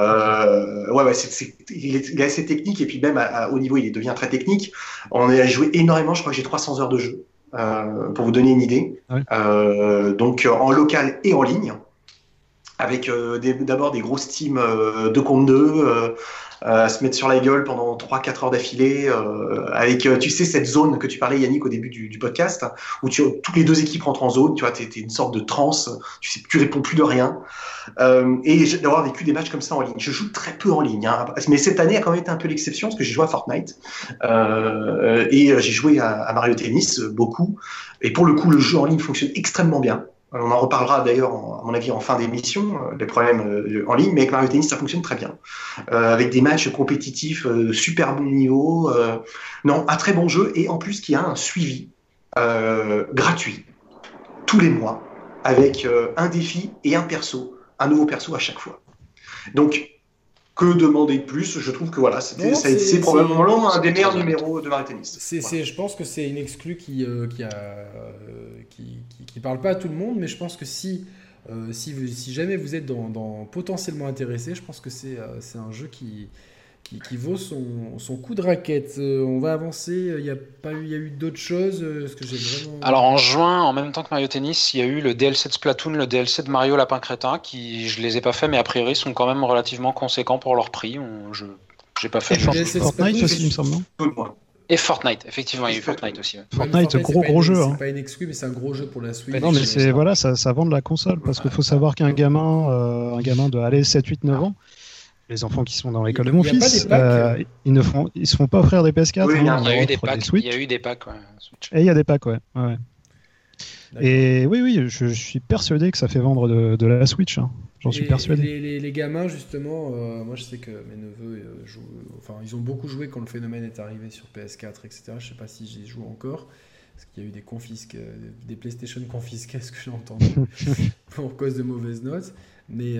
Il est assez technique et puis même à haut niveau il devient très technique. On a joué énormément, je crois que j'ai 300 heures de jeu, pour vous donner une idée. Ouais. Donc en local et en ligne. avec d'abord des grosses teams 2 contre 2, à se mettre sur la gueule pendant 3-4 heures d'affilée, avec, tu sais, cette zone que tu parlais, Yannick, au début du podcast, où toutes les 2 équipes rentrent en zone, tu vois, t'es une sorte de transe, tu réponds plus de rien. Et d'avoir vécu des matchs comme ça en ligne. Je joue très peu en ligne, hein, mais cette année a quand même été un peu l'exception, parce que j'ai joué à Fortnite, et j'ai joué à Mario Tennis, beaucoup, et pour le coup, le jeu en ligne fonctionne extrêmement bien. On en reparlera d'ailleurs, à mon avis, en fin d'émission, des problèmes en ligne, mais avec Mario Tennis, ça fonctionne très bien. Avec des matchs compétitifs, super bon niveau. Non, un très bon jeu, et en plus qui a un suivi gratuit, tous les mois, avec un défi et un nouveau perso à chaque fois. Donc, que demander de plus? Je trouve que voilà, c'est probablement un des meilleurs numéros de Mario Tennis. Voilà. Je pense que c'est une exclue qui parle pas à tout le monde, mais je pense que si jamais vous êtes potentiellement intéressé, je pense que c'est un jeu qui vaut son coup de raquette. On va avancer. Il y a eu d'autres choses. Parce que j'ai vraiment... Alors en juin, en même temps que Mario Tennis, il y a eu le DLC de Splatoon, le DLC de Mario Lapin Crétin, qui je les ai pas fait, mais a priori sont quand même relativement conséquents pour leur prix. J'ai pas fait. Et Fortnite aussi, il me semble. Et Fortnite, effectivement, il y a eu Fortnite aussi. Ouais. Fortnite, gros jeu. C'est pas une exclu, mais c'est un gros jeu pour la Switch. Non, mais ça vend de la console, parce qu'il faut savoir qu'un gamin de 7, 8, 9 ans, les enfants qui sont dans l'école de mon fils, ils se font pas offrir des PS4. Oui, il y a eu des packs. Ouais. Et il y a des packs, ouais. Et oui, je suis persuadé que ça fait vendre de la Switch. Hein. J'en suis persuadé. Les gamins, justement, moi je sais que mes neveux ils ont beaucoup joué quand le phénomène est arrivé sur PS4, etc. Je sais pas si j'y joue encore, parce qu'il y a eu des PlayStation confisqués, ce que j'ai entendu, pour cause de mauvaises notes. Mais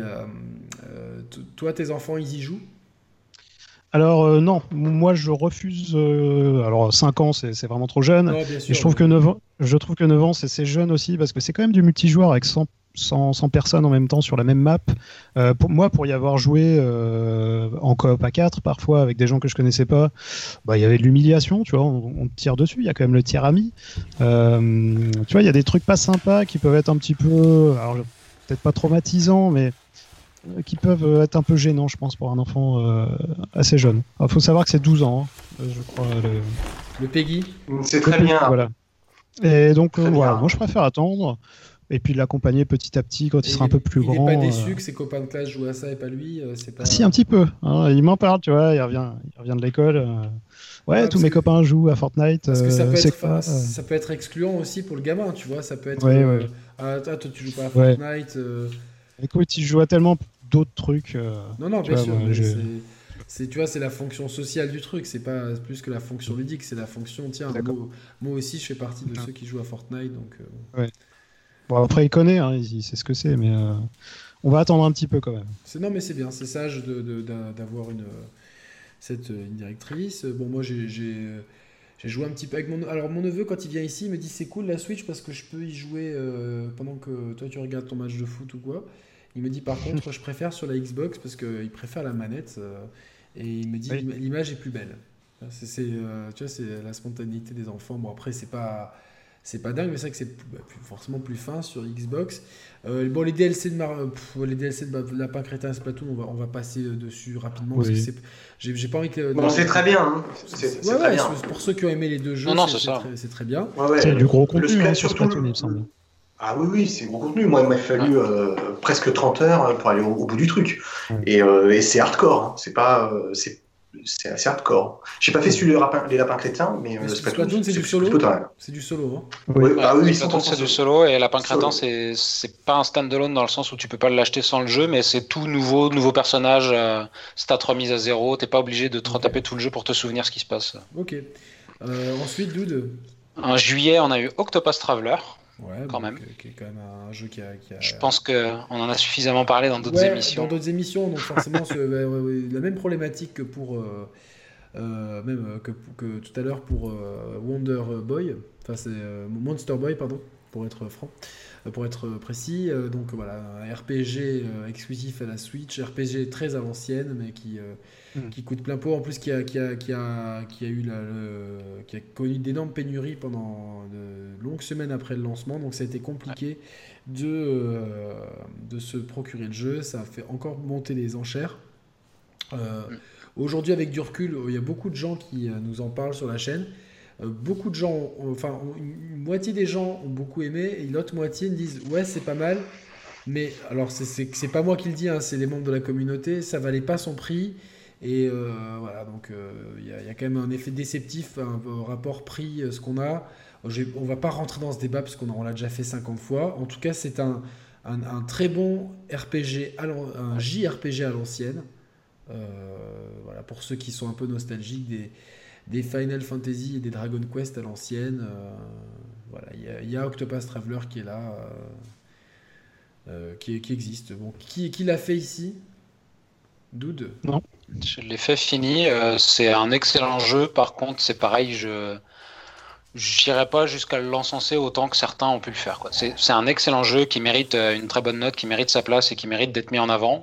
toi, tes enfants, ils y jouent? Alors non, moi je refuse. Alors 5 ans, c'est vraiment trop jeune. Non, bien sûr, et je trouve que 9 ans, c'est jeune aussi, parce que c'est quand même du multijoueur avec 100 personnes en même temps sur la même map. Pour y avoir joué en coop à 4 parfois avec des gens que je connaissais pas, il y avait de l'humiliation, tu vois, on te tire dessus, il y a quand même le tir ami. Tu vois, il y a des trucs pas sympas qui peuvent être un petit peu, alors peut-être pas traumatisants, mais qui peuvent être un peu gênants, je pense, pour un enfant assez jeune. Il faut savoir que c'est 12 ans, je crois. Le PEGI. C'est très bien. Voilà. Et donc, moi je préfère attendre. Et puis l'accompagner petit à petit quand il sera un peu plus grand. Il n'est pas déçu que ses copains de classe jouent à ça et pas lui, c'est pas... Si, un petit peu. Hein, il m'en parle, tu vois, il revient de l'école. Tous mes copains jouent à Fortnite. Parce que ça peut être excluant aussi pour le gamin, tu vois. Ça peut être... toi, tu joues pas à Fortnite. Écoute, il joue à tellement d'autres trucs. Non, bien sûr. Tu vois, c'est la fonction sociale du truc. C'est pas plus que la fonction ludique. C'est la fonction, tiens, moi aussi, je fais partie de ceux qui jouent à Fortnite. Donc, Bon, après, il connaît, hein, il sait ce que c'est, mais on va attendre un petit peu quand même. Non, mais c'est bien, c'est sage d'avoir une directrice. Bon, moi, j'ai joué un petit peu avec mon neveu, quand il vient ici, il me dit c'est cool la Switch parce que je peux y jouer pendant que toi tu regardes ton match de foot ou quoi. Il me dit par contre, je préfère sur la Xbox parce qu'il préfère la manette et il me dit l'image est plus belle. Tu vois, c'est la spontanéité des enfants. Bon, après, c'est pas dingue, mais c'est vrai que c'est forcément plus fin sur Xbox. Les DLC de Lapin Crétin et Splatoon, on va passer dessus rapidement. Parce que j'ai pas envie que... c'est très bien. Hein. C'est très bien. Pour ceux qui ont aimé les deux jeux, c'est très bien. C'est du gros contenu sur Splatoon, il me semble. Ah oui, c'est gros contenu. Moi, il m'a fallu presque 30 heures pour aller au bout du truc. Et c'est hardcore. Hein. C'est assez hardcore. J'ai pas fait celui des lapins crétins, mais Splatoon, c'est du solo. C'est du solo. Hein. Splatoon, c'est du solo, et Lapin Crétin, c'est pas un standalone dans le sens où tu peux pas l'acheter sans le jeu, mais c'est tout nouveau personnage, stats remise à 0. T'es pas obligé de te retaper tout le jeu pour te souvenir ce qui se passe. Ok. Ensuite, Dude. En juillet, on a eu Octopus Traveler. Quand même. Qui est quand même un jeu qui a... Je pense qu'on en a suffisamment parlé dans d'autres émissions. Dans d'autres émissions, donc forcément, la même problématique que pour même que tout à l'heure pour Wonder Boy, enfin c'est Monster Boy, pardon, pour être franc. Pour être précis, donc voilà, un RPG exclusif à la Switch, RPG très à l'ancienne, mais qui coûte plein pot, en plus qui a connu d'énormes pénuries pendant de longues semaines après le lancement, donc ça a été compliqué de se procurer le jeu, ça a fait encore monter les enchères. Aujourd'hui, avec du recul, il y a beaucoup de gens qui nous en parlent sur la chaîne. Beaucoup de gens, une moitié des gens ont beaucoup aimé et l'autre moitié me disent ouais c'est pas mal, mais alors c'est pas moi qui le dis, hein, c'est les membres de la communauté, ça valait pas son prix et voilà, donc il y a quand même un effet déceptif, un rapport prix ce qu'on a. On va pas rentrer dans ce débat parce qu'on l'a déjà fait 50 fois. En tout cas c'est un très bon RPG, un JRPG à l'ancienne. Voilà, pour ceux qui sont un peu nostalgiques des Final Fantasy et des Dragon Quest à l'ancienne. Voilà, il y a Octopath Traveler qui est là, qui existe. Bon, qui l'a fait ici? Dude? Non. Je l'ai fait fini. C'est un excellent jeu. Par contre, c'est pareil, je n'irai pas jusqu'à l'encenser autant que certains ont pu le faire, quoi. C'est un excellent jeu qui mérite une très bonne note, qui mérite sa place et qui mérite d'être mis en avant.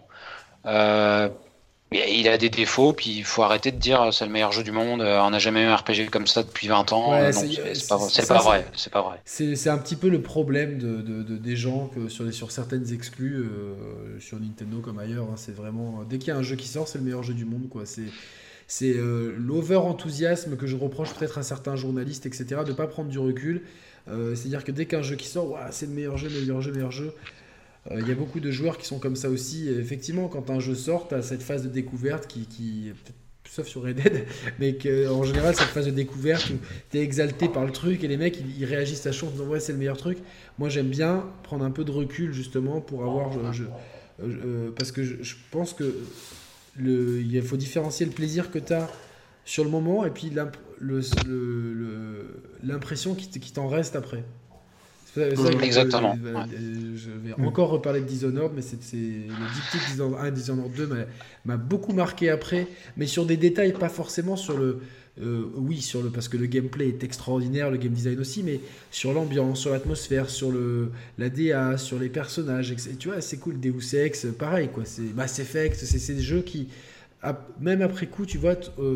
Il a des défauts, puis il faut arrêter de dire c'est le meilleur jeu du monde, on n'a jamais eu un RPG comme ça depuis 20 ans. Ouais, non, c'est pas vrai. C'est un petit peu le problème des gens que sur certaines exclus, sur Nintendo comme ailleurs, hein, c'est vraiment dès qu'il y a un jeu qui sort, c'est le meilleur jeu du monde, quoi. C'est l'over-enthousiasme que je reproche peut-être à certains journalistes, etc., de ne pas prendre du recul. C'est-à-dire que dès qu'un jeu qui sort, c'est le meilleur jeu. Il y a beaucoup de joueurs qui sont comme ça aussi. Et effectivement, quand un jeu sort, tu as cette phase de découverte qui sauf sur Red Dead, mais en général, cette phase de découverte où tu es exalté par le truc et les mecs, ils réagissent à chaud en disant ouais, c'est le meilleur truc. Moi, j'aime bien prendre un peu de recul justement pour avoir... parce que je pense que il faut différencier le plaisir que tu as sur le moment et puis l'impression qui t'en reste après. Exactement. Je vais encore reparler de Dishonored, mais c'est le diptyque Dishonored 1 et Dishonored 2 m'a beaucoup marqué après, mais sur des détails, pas forcément sur le... parce que le gameplay est extraordinaire, le game design aussi, mais sur l'ambiance, sur l'atmosphère, sur la DA, sur les personnages, etc. Tu vois, c'est cool. Deus Ex, pareil, quoi. C'est Mass Effect, c'est des jeux qui, même après coup, tu vois,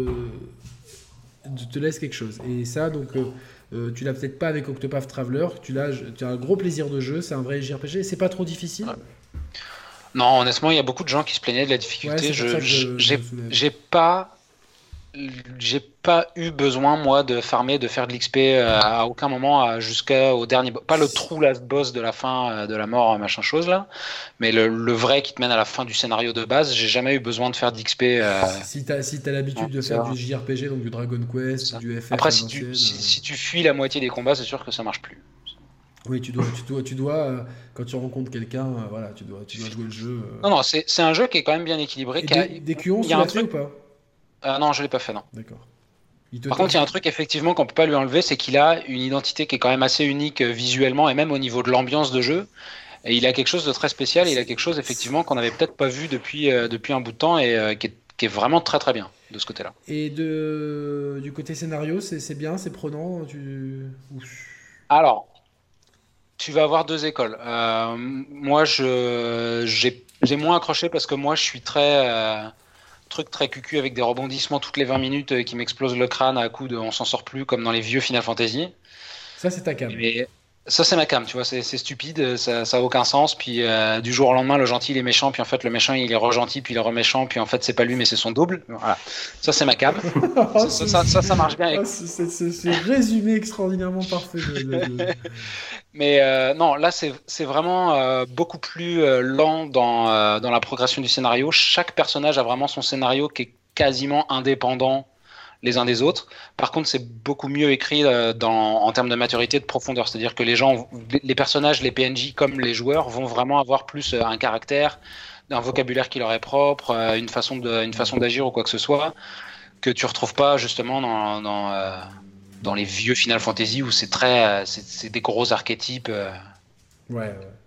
te laissent quelque chose. Et ça, donc... tu l'as peut-être pas avec Octopath Traveler, tu as un gros plaisir de jeu, c'est un vrai JRPG, c'est pas trop difficile. Ouais. Non, honnêtement, il y a beaucoup de gens qui se plaignaient de la difficulté. J'ai pas eu besoin, moi, de farmer, de faire de l'XP à aucun moment jusqu'au dernier, pas le true last boss de la fin de la mort, machin chose là, mais le vrai qui te mène à la fin du scénario de base. J'ai jamais eu besoin de faire d'XP. Si t'as l'habitude de faire du JRPG, donc du Dragon Quest, du FF. Après, si tu fuis la moitié des combats, c'est sûr que ça marche plus. Oui, tu dois quand tu rencontres quelqu'un, voilà, tu dois jouer le jeu. Non, c'est un jeu qui est quand même bien équilibré. Des QONs, tu l'as fait ou pas? Non, je l'ai pas fait, non. D'accord. Par contre, il y a un truc effectivement qu'on peut pas lui enlever, c'est qu'il a une identité qui est quand même assez unique visuellement et même au niveau de l'ambiance de jeu. Et il a quelque chose de très spécial. Et il a quelque chose effectivement qu'on n'avait peut-être pas vu depuis un bout de temps et qui est vraiment très très bien de ce côté-là. Et du côté scénario, c'est bien, c'est prenant. Alors, tu vas avoir deux écoles. Moi, j'ai moins accroché parce que moi, je suis truc très cucu avec des rebondissements toutes les 20 minutes qui m'explosent le crâne à coup de on s'en sort plus comme dans les vieux Final Fantasy. Ça, c'est ta cam. Mais ça, c'est ma cam, tu vois, c'est stupide, ça a aucun sens. Puis du jour au lendemain, le gentil il est méchant, puis en fait le méchant il est re-gentil, puis il est re-méchant, puis en fait c'est pas lui mais c'est son double. Voilà, ça c'est ma cam. ça marche bien. C'est résumé extraordinairement parfait. Mais non, là c'est vraiment beaucoup plus lent dans la progression du scénario. Chaque personnage a vraiment son scénario qui est quasiment indépendant les uns des autres. Par contre, c'est beaucoup mieux écrit en termes de maturité, de profondeur. C'est-à-dire que les personnages, les PNJ comme les joueurs vont vraiment avoir plus un caractère, un vocabulaire qui leur est propre, une façon d'agir ou quoi que ce soit, que tu retrouves pas justement dans les vieux Final Fantasy où c'est des gros archétypes. Ouais.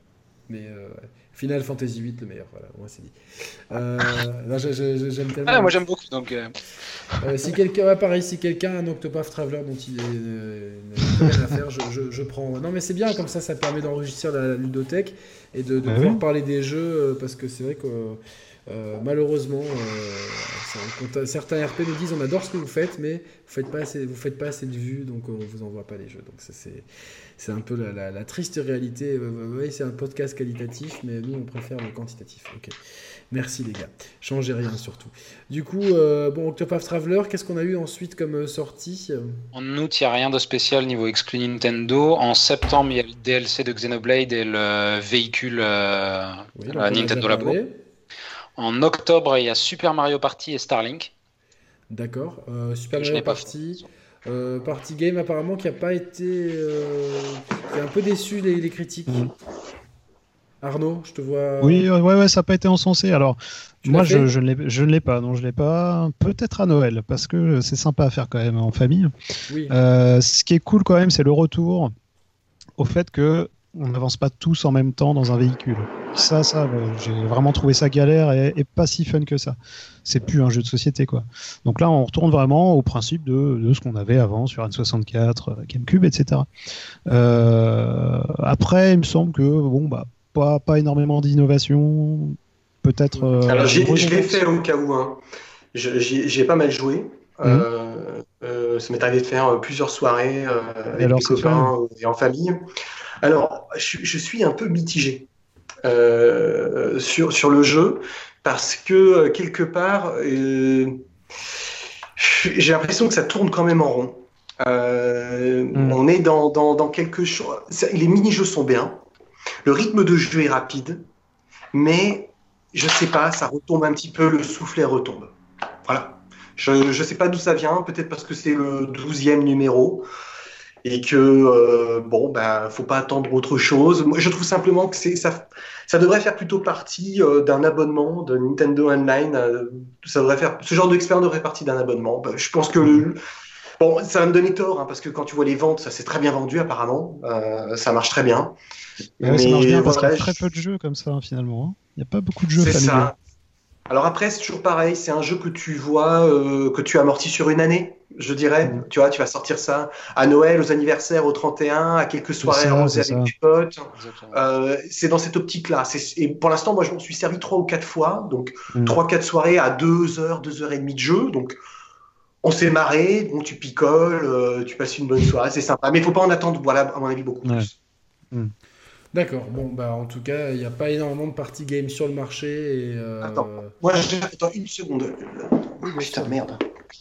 Mais Final Fantasy VIII, le meilleur. Voilà, moi c'est dit. Non, j'aime tellement. Ah, moi j'aime beaucoup. Donc, si quelqu'un, pareil, si quelqu'un a un Octopath Traveler dont il n'a rien à faire, je prends. Non, mais c'est bien, comme ça permet d'enregistrer la ludothèque et de pouvoir parler des jeux, parce que c'est vrai que malheureusement, certains RP nous disent on adore ce que vous faites, mais vous faites pas assez de vues, donc on vous envoie pas les jeux. Donc ça, c'est un peu la triste réalité. Oui, c'est un podcast qualitatif, mais nous on préfère le quantitatif. Ok. Merci les gars. Changez rien surtout. Du coup, Octopath Traveler, qu'est-ce qu'on a eu ensuite comme sortie ? En août, il n'y a rien de spécial niveau exclu Nintendo. En septembre, il y a le DLC de Xenoblade et le véhicule Nintendo Labo. En octobre, il y a Super Mario Party et Starlink. D'accord. Super Mario Party. Party Game apparemment qui a pas été... qui a un peu déçu les critiques. Arnaud, je te vois... Oui, ça n'a pas été encensé. Alors, moi, je ne l'ai pas. Non, je l'ai pas. Peut-être à Noël, parce que c'est sympa à faire quand même en famille. Oui. Ce qui est cool quand même, c'est le retour au fait que on n'avance pas tous en même temps dans un véhicule. Ça, j'ai vraiment trouvé ça galère et pas si fun que ça. C'est plus un jeu de société, quoi. Donc là, on retourne vraiment au principe de ce qu'on avait avant sur N64, GameCube, etc. Après, il me semble que, pas énormément d'innovation. Peut-être. Alors, je l'ai fait au cas où. Hein. J'y ai pas mal joué. Ça m'est arrivé de faire plusieurs soirées avec des copains et en famille. Alors, je suis un peu mitigé sur le jeu parce que quelque part, j'ai l'impression que ça tourne quand même en rond. On est dans quelque chose. Les mini-jeux sont bien, le rythme de jeu est rapide, mais je sais pas, ça retombe un petit peu, le soufflet retombe. Voilà. Je sais pas d'où ça vient, peut-être parce que c'est le 12e numéro. Et que, faut pas attendre autre chose. Moi, je trouve simplement que ça devrait faire plutôt partie d'un abonnement de Nintendo Online. Ce genre d'expérience devrait faire partie d'un abonnement. Je pense que, ça va me donner tort, hein, parce que quand tu vois les ventes, ça s'est très bien vendu apparemment. Ça marche très bien. Mais ça marche bien parce qu'il y a très peu de jeux comme ça, finalement. Hein. Il n'y a pas beaucoup de jeux familiaux. Ça. Alors après, c'est toujours pareil. C'est un jeu que tu vois, que tu amortis sur une année. Je dirais, tu vois, tu vas sortir ça à Noël, aux anniversaires, au 31, à quelques soirées arrosées avec des potes. C'est dans cette optique-là. Et pour l'instant, moi, je m'en suis servi 3 ou 4 fois. Donc, 3-4 soirées à 2 heures, 2 heures et demie de jeu. Donc, on s'est marré. Bon, tu picoles, tu passes une bonne soirée. C'est sympa. Mais il ne faut pas en attendre, voilà, à mon avis, beaucoup plus. D'accord. En tout cas, il n'y a pas énormément de party games sur le marché. Et, Attends, une seconde. Putain, merde.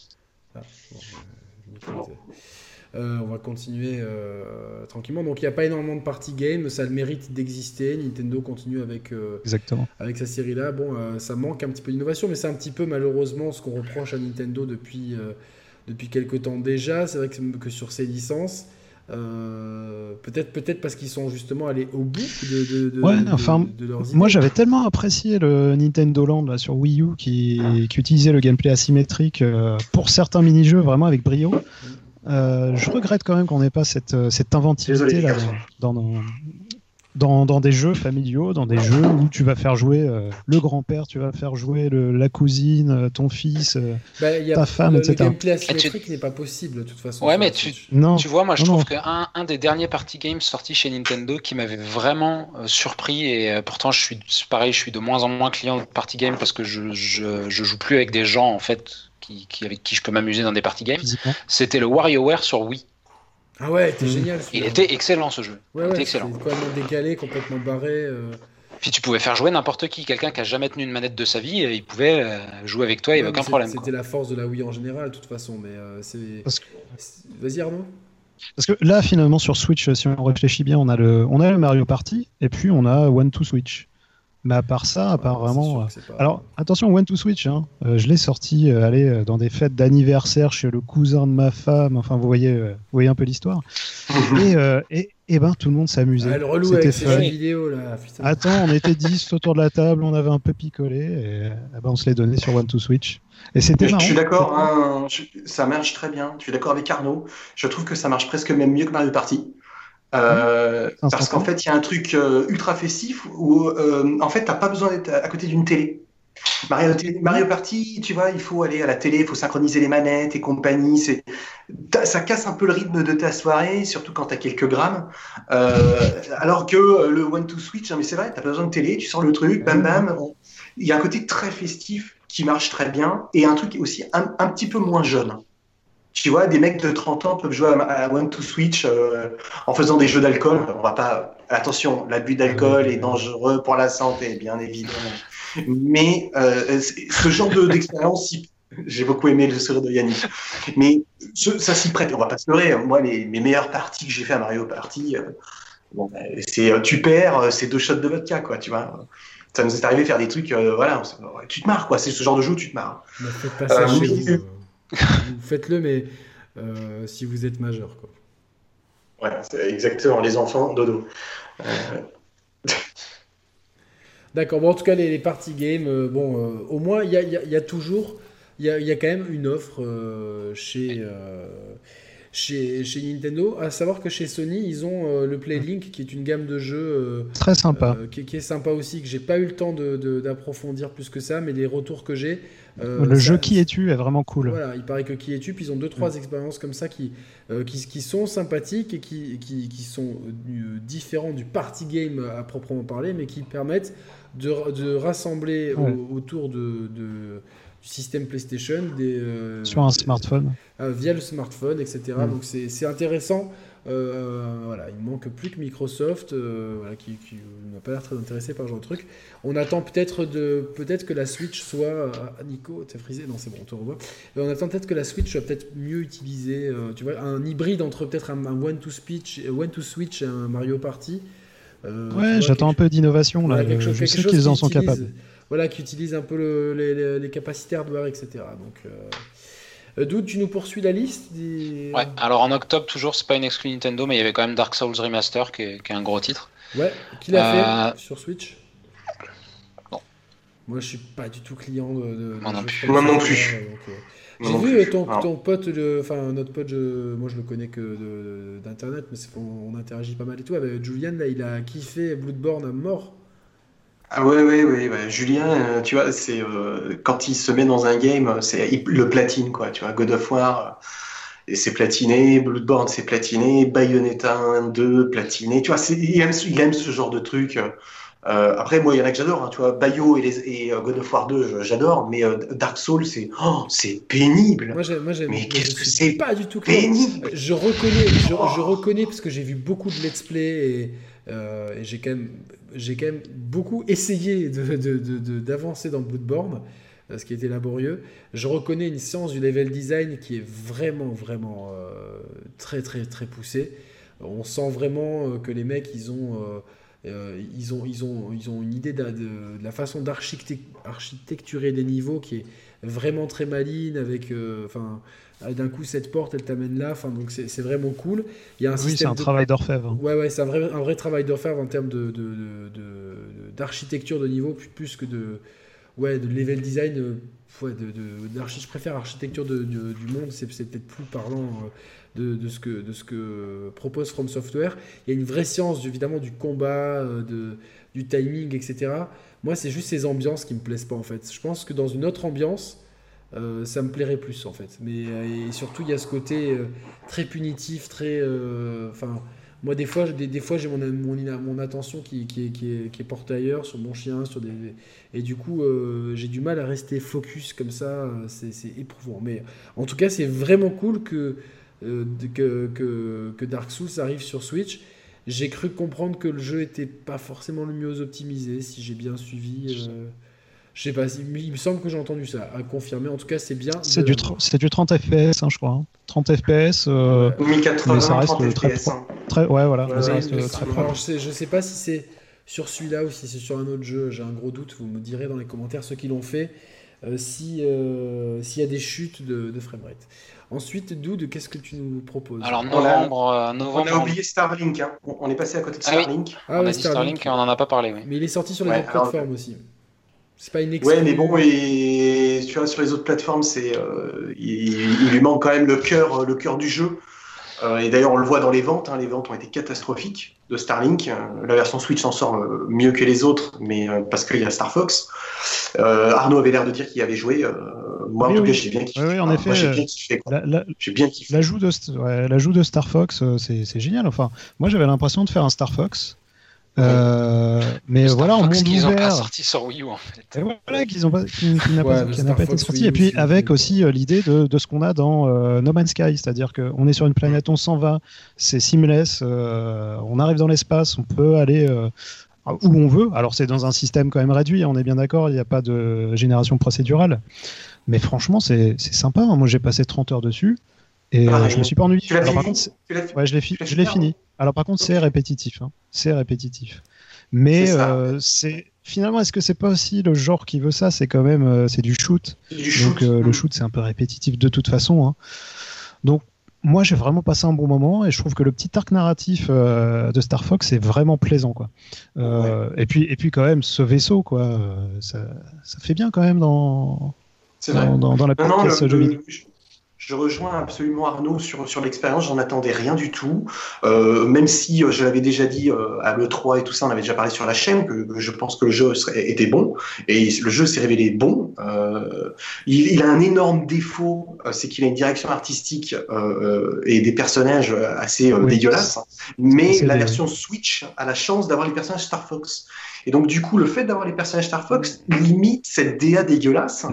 On va continuer tranquillement. Donc il n'y a pas énormément de party games, ça a le mérite d'exister. Nintendo continue avec sa série là. Ça manque un petit peu d'innovation, mais c'est un petit peu malheureusement ce qu'on reproche à Nintendo depuis quelques temps déjà. C'est vrai que sur ces licences, peut-être parce qu'ils sont justement allés au bout de leurs idées. Moi j'avais tellement apprécié le Nintendo Land là, sur Wii U qui utilisait le gameplay asymétrique pour certains mini-jeux vraiment avec brio. Je regrette quand même qu'on n'ait pas cette inventivité là, dans des jeux familiaux, dans des jeux où tu vas faire jouer le grand-père, tu vas faire jouer la cousine, ton fils, ta femme, etc. Le gameplay asymétrique n'est pas possible de toute façon. Ouais, mais tu vois, moi je trouve qu'un des party games sortis chez Nintendo qui m'avait vraiment surpris, et pourtant je suis de moins en moins client de party game parce que je joue plus avec des gens en fait avec qui je peux m'amuser dans des party games. C'était le WarioWare sur Wii. Ah ouais, c'était génial. Il était excellent ce jeu. Ouais, excellent. Complètement décalé, complètement barré. Puis tu pouvais faire jouer n'importe qui, quelqu'un qui a jamais tenu une manette de sa vie, il pouvait jouer avec toi, il n'y avait aucun problème. C'était la force de la Wii en général, de toute façon. Mais vas-y Arnaud. Parce que là, finalement, sur Switch, si on réfléchit bien, on a le Mario Party et puis on a One to Switch. Mais à part ça, vraiment. Alors, attention, One to Switch, hein. Je l'ai sorti dans des fêtes d'anniversaire chez le cousin de ma femme. Enfin, vous voyez un peu l'histoire. Et tout le monde s'amusait. Le relou avec ces jeux vidéo là. Putain. Attends, on était 10 autour de la table, on avait un peu picolé et on se l'est donné sur One to Switch. Et c'était marrant. Je suis d'accord, hein, ça marche très bien. Je suis d'accord avec Arnaud. Je trouve que ça marche presque même mieux que Mario Party. Parce qu'en fait, il y a un truc ultra festif où en fait, t'as pas besoin d'être à côté d'une télé. Mario Party, tu vois, il faut aller à la télé, il faut synchroniser les manettes et compagnie. Ça casse un peu le rythme de ta soirée, surtout quand tu as quelques grammes. Alors que le One to Switch, mais c'est vrai, tu n'as pas besoin de télé, tu sors le truc, bam bam. Il y a un côté très festif qui marche très bien et un truc aussi un petit peu moins jeune. Tu vois, des mecs de 30 ans peuvent jouer à One to Switch en faisant des jeux d'alcool. On va pas. Attention, l'abus d'alcool est dangereux pour la santé, bien évidemment. Mais ce genre d'expérience, j'ai beaucoup aimé le sourire de Yannick. Mais ça s'y prête. On va pas se leurrer. Moi, mes meilleures parties que j'ai fait à Mario Party, c'est tu perds, c'est 2 shots de vodka, quoi. Tu vois. Ça nous est arrivé de faire des trucs, voilà, tu te marres, quoi. C'est ce genre de jeu où tu te marres. Ne faites pas ça chez vous. Faites-le, mais si vous êtes majeur, quoi. Ouais, c'est exactement, les enfants, dodo. D'accord, bon, en tout cas, les party games, au moins, il y a toujours, il y a quand même une offre chez Nintendo. À savoir que chez Sony, ils ont le PlayLink, qui est une gamme de jeux très sympa, qui est sympa aussi, que j'ai pas eu le temps d'approfondir plus que ça, mais les retours que j'ai. Le jeu Qui es-tu est vraiment cool. Voilà, il paraît que Qui es-tu, puis ils ont 2-3 expériences comme ça qui sont sympathiques et qui sont différents du party game à proprement parler, mais qui permettent de rassembler autour du système PlayStation sur un smartphone via le smartphone, etc. Donc c'est intéressant. Voilà, il manque plus que Microsoft qui n'a pas l'air très intéressé par ce genre de truc. On attend peut-être que la Switch soit Nico, t'es frisé? Non, c'est bon, on te revoit. On attend peut-être que la Switch soit peut-être mieux utilisée, tu vois, un hybride entre peut-être un One to Switch et un Mario Party. J'attends un peu d'innovation là. Je sais qu'ils en sont capables. Voilà, qui utilise un peu les capacités hardware, etc. Donc Doud, tu nous poursuis la liste Ouais, alors en octobre, toujours, c'est pas une exclu Nintendo, mais il y avait quand même Dark Souls Remaster qui est un gros titre. Ouais, qui l'a fait sur Switch? Non. Moi, je suis pas du tout client de Moi non plus. J'ai vu ton pote, notre pote, moi je le connais que d'internet, mais on interagit pas mal et tout. Avec Julian, là, il a kiffé Bloodborne à mort. Ah ouais. Julien, tu vois, c'est quand il se met dans un game, il le platine, quoi. Tu vois, God of War, et c'est platiné, Bloodborne, c'est platiné, Bayonetta 1, 2, platiné. Tu vois, il aime ce genre de truc. Après, moi, il y en a que j'adore, hein, tu vois, Bayo et God of War 2, j'adore, mais Dark Souls, c'est pénible. Moi, j'aime. Mais qu'est-ce que c'est pas du tout pénible. Je reconnais parce que j'ai vu beaucoup de let's play et j'ai quand même beaucoup essayé d'avancer dans Bloodborne, ce qui était laborieux. Je reconnais une science du level design qui est vraiment très très très poussée. On sent vraiment que les mecs ils ont une idée de la façon d'architecturer des niveaux qui est vraiment très maligne avec d'un coup cette porte elle t'amène là, donc c'est vraiment cool. Il y a c'est un travail d'orfèvre. Ouais, c'est un vrai travail d'orfèvre en termes d'architecture de niveau plus que de level design. Je préfère l'architecture du monde, c'est peut-être plus parlant de ce que propose From Software. Il y a une vraie science évidemment du combat, du timing, etc. Moi, c'est juste ces ambiances qui me plaisent pas en fait. Je pense que dans une autre ambiance, ça me plairait plus en fait. Mais et surtout, il y a ce côté très punitif, très. Moi, des fois j'ai mon attention qui est portée ailleurs, sur mon chien, et du coup, j'ai du mal à rester focus comme ça. C'est éprouvant. Mais en tout cas, c'est vraiment cool que Dark Souls arrive sur Switch. J'ai cru comprendre que le jeu était pas forcément le mieux optimisé, si j'ai bien suivi. Je sais pas, il me semble que j'ai entendu ça, à confirmer. En tout cas, c'est bien. C'est du 30 FPS, je crois. 30 FPS. 1080, ça reste 30 très, FPS. Très, ouais, voilà. Ouais, ça reste très propre. Alors, je sais pas si c'est sur celui-là ou si c'est sur un autre jeu. J'ai un gros doute. Vous me direz dans les commentaires ceux qui l'ont fait s'il y a des chutes de framerate. Ensuite, Doud, qu'est-ce que tu nous proposes? Alors novembre. On a oublié Starlink. Hein. On est passé à côté de Starlink. On a dit Starlink et on en a pas parlé. Oui. Mais il est sorti sur les autres plateformes aussi. C'est pas une exclu. Ouais, mais bon, et tu vois, sur les autres plateformes, il lui manque quand même le cœur du jeu. Et d'ailleurs, on le voit dans les ventes. Les ventes ont été catastrophiques de Starlink. La version Switch s'en sort mieux que les autres, mais parce qu'il y a Star Fox. Arnaud avait l'air de dire qu'il y avait joué. Moi, en tout cas, j'ai bien kiffé. Oui, en effet, moi, j'ai bien kiffé. J'ai bien kiffé. L'ajout de Star Fox, c'est génial. Enfin, moi, j'avais l'impression de faire un Star Fox. Mais voilà, en monde qu'ils ouvert. Ont pas sorti sur Wii U en fait. Et voilà, qui n'a pas été sorti. Et puis avec aussi l'idée de ce qu'on a dans No Man's Sky, c'est-à-dire qu'on est sur une planète, on s'en va, c'est seamless, on arrive dans l'espace, on peut aller où on veut. Alors c'est dans un système quand même réduit, on est bien d'accord, il n'y a pas de génération procédurale. Mais franchement, c'est sympa. Hein. Moi, j'ai passé 30 heures dessus. Et je me suis pas ennuyé. Alors, par contre, je l'ai fini. Alors par contre, c'est répétitif. Hein. C'est répétitif. Mais finalement, est-ce que c'est pas aussi le genre qui veut ça? C'est quand même c'est du shoot. Donc le shoot, c'est un peu répétitif de toute façon. Hein. Donc moi, j'ai vraiment passé un bon moment et je trouve que le petit arc narratif de Star Fox est vraiment plaisant, quoi. Et puis quand même, ce vaisseau, quoi, ça fait bien quand même dans la petite jeu vidéo. Je rejoins absolument Arnaud sur l'expérience, j'en attendais rien du tout. Même si je l'avais déjà dit à l'E3 et tout ça, on avait déjà parlé sur la chaîne, que je pense que le jeu était bon. Et le jeu s'est révélé bon. Il a un énorme défaut, c'est qu'il a une direction artistique et des personnages assez dégueulasses. Mais la version Switch a la chance d'avoir les personnages Star Fox. Et donc, du coup, le fait d'avoir les personnages Star Fox limite cette DA dégueulasse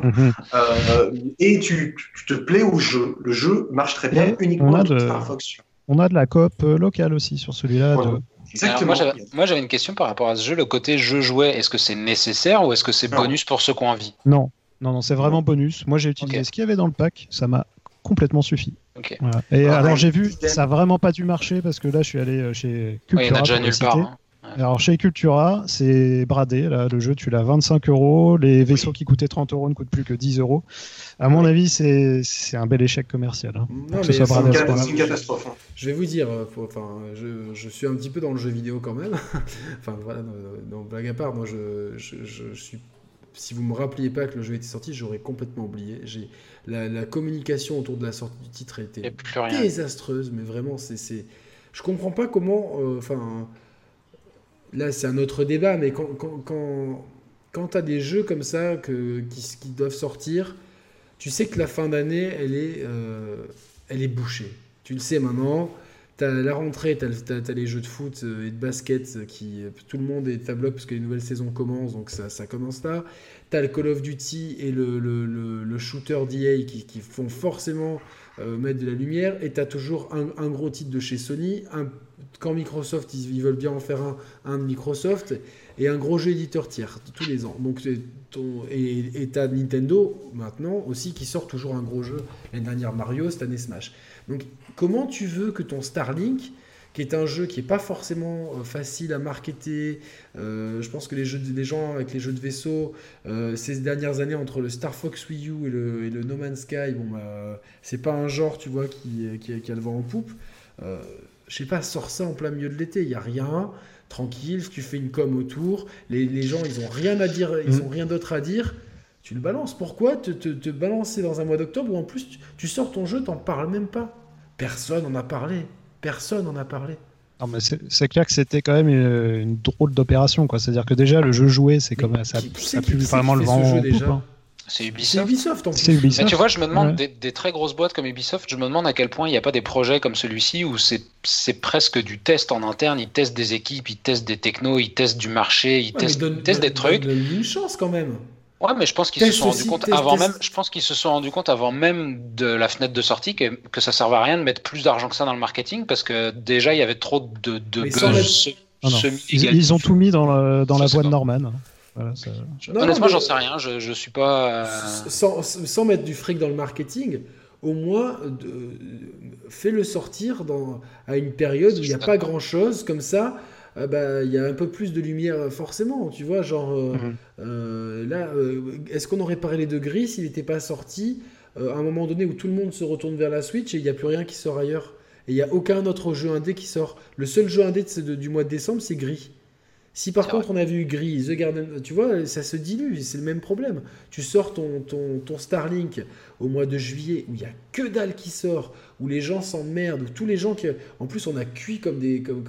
et tu te plais au jeu. Le jeu marche très bien uniquement avec Star Fox. On a de la coop locale aussi sur celui-là. Ouais. Exactement. Alors moi, j'avais une question par rapport à ce jeu. Le côté jeu-jouet, est-ce que c'est nécessaire ou est-ce que c'est bonus pour ceux qui ont envie? Non, c'est vraiment bonus. Moi, j'ai utilisé ce qu'il y avait dans le pack. Ça m'a complètement suffi. Okay. Voilà. Et alors, j'ai vu, ça n'a vraiment pas dû marcher parce que là, je suis allé chez Cultura. Il y en a déjà nulle part. Hein. Alors chez Cultura, c'est bradé. Là, le jeu, tu l'as 25 €. Les vaisseaux qui coûtaient 30 € ne coûtent plus que 10 €. À mon avis, c'est un bel échec commercial. Hein, non, mais c'est une catastrophe. Hein. Je vais vous dire, je suis un petit peu dans le jeu vidéo quand même. Enfin voilà, non, blague à part, moi je suis. Si vous me rappeliez pas que le jeu était sorti, j'aurais complètement oublié. La communication autour de la sortie du titre a été désastreuse, mais vraiment, je comprends pas comment. Là, c'est un autre débat, mais quand tu as des jeux comme ça qui doivent sortir, tu sais que la fin d'année, elle est bouchée. Tu le sais maintenant. Tu as la rentrée, tu as les jeux de foot et de basket tout le monde est à bloc parce que les nouvelles saisons commencent, donc ça commence là. Tu as le Call of Duty et le shooter d'EA qui font forcément mettre de la lumière, et tu as toujours un gros titre de chez Sony, quand Microsoft, ils veulent bien en faire un de Microsoft, et un gros jeu éditeur tiers tous les ans. Donc, et tu as Nintendo maintenant aussi qui sort toujours un gros jeu. L'année dernière Mario, cette année Smash. Donc comment tu veux que ton Starlink, qui est un jeu qui n'est pas forcément facile à marketer, je pense que les gens avec les jeux de vaisseau, ces dernières années, entre le Star Fox Wii U et le No Man's Sky, c'est pas un genre, tu vois, qui a le vent en poupe. Je sais pas, sors ça en plein milieu de l'été, il n'y a rien, tranquille, tu fais une com autour, les gens, ils ont rien à dire, ils ont rien d'autre à dire, tu le balances. Pourquoi te balancer dans un mois d'octobre où en plus tu sors ton jeu, t'en parles même pas? Personne n'en a parlé. Non, mais c'est clair que c'était quand même une drôle d'opération, quoi. C'est-à-dire que déjà le jeu joué, c'est comme ça pue vraiment le vent en poupe. Hein. C'est Ubisoft. En plus. C'est Ubisoft. Mais tu vois, je me demande, des très grosses boîtes comme Ubisoft, je me demande à quel point il n'y a pas des projets comme celui-ci où c'est presque du test en interne. Ils testent des équipes, ils testent des technos, ils testent du marché, ils testent des trucs. Donne une chance quand même. Ouais, mais je pense qu'ils se sont rendus compte avant même. Je pense qu'ils se sont rendus compte avant même de la fenêtre de sortie que ça servait à rien de mettre plus d'argent que ça dans le marketing, parce que déjà il y avait trop de ils ont tout mis dans la boîte Norman. Voilà, honnêtement, j'en sais rien. Je suis pas. Sans mettre du fric dans le marketing, au moins fais-le sortir à une période où il n'y a pas grand-chose comme ça. Il y a un peu plus de lumière forcément, tu vois, genre là, est-ce qu'on aurait parlé de Gris s'il n'était pas sorti à un moment donné où tout le monde se retourne vers la Switch et il n'y a plus rien qui sort ailleurs, et il n'y a aucun autre jeu indé qui sort. Le seul jeu indé du mois de décembre, c'est Gris, Si par C'est contre on a vu Gris, The Garden, tu vois, ça se dilue, c'est le même problème. Tu sors ton Starlink au mois de juillet où il y a que dalle qui sort, où les gens s'emmerdent, où tous les gens qui, en plus on a cuit comme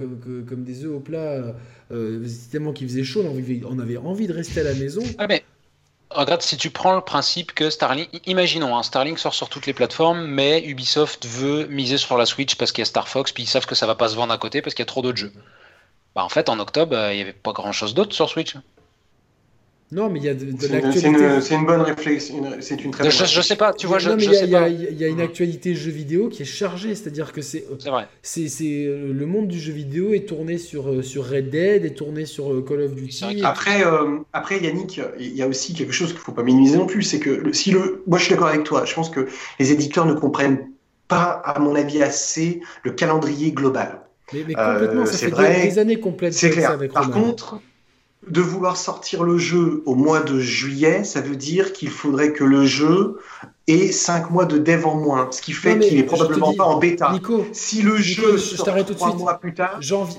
des œufs au plat, tellement qu'il faisait chaud, on avait envie de rester à la maison. Ah, mais regarde, si tu prends le principe que Starlink, imaginons, hein, Starlink sort sur toutes les plateformes, mais Ubisoft veut miser sur la Switch parce qu'il y a Star Fox, puis ils savent que ça va pas se vendre à côté parce qu'il y a trop d'autres jeux. Bah en fait, en octobre, il y avait pas grand-chose d'autre sur Switch. Non, mais il y a de C'est l'actualité. une bonne réflexion. C'est une très bonne Je sais pas, tu vois, Non, mais je sais pas. il y a une actualité jeu vidéo qui est chargée, c'est-à-dire que c'est C'est le monde du jeu vidéo est tourné sur Red Dead, est tourné sur Call of C'est vrai Duty. qu'il- Après, Yannick, il y a aussi quelque chose qu'il ne faut pas minimiser non plus. C'est que moi, je suis d'accord avec toi. Je pense que les éditeurs ne comprennent pas, à mon avis, assez le calendrier global. Mais complètement, ça c'est fait vrai, des années complètes c'est comme ça clair. avec Par Roman. contre, de vouloir sortir le jeu au mois de juillet, ça veut dire qu'il faudrait que le jeu ait 5 mois de dev en moins, ce qui fait Non, mais qu'il est je probablement te dis, pas en bêta. Nico, Si le jeu je sort t'arrête tout de 3 suite. mois plus tard,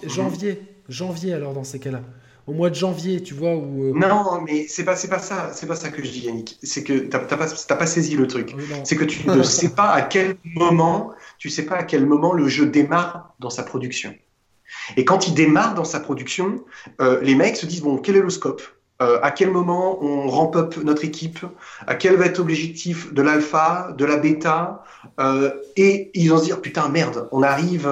Janvier alors dans ces cas-là. Au mois de janvier, tu vois, où... non, mais c'est pas ça que je dis, Yannick. C'est que t'as pas saisi le truc. non. C'est que tu ne sais pas à quel moment, le jeu démarre dans sa production. Et quand il démarre dans sa production, les mecs se disent bon, quel est le scope? À quel moment on ramp up notre équipe? À quel va être l'objectif de l'alpha, de la bêta? Et ils vont se dire putain merde, on arrive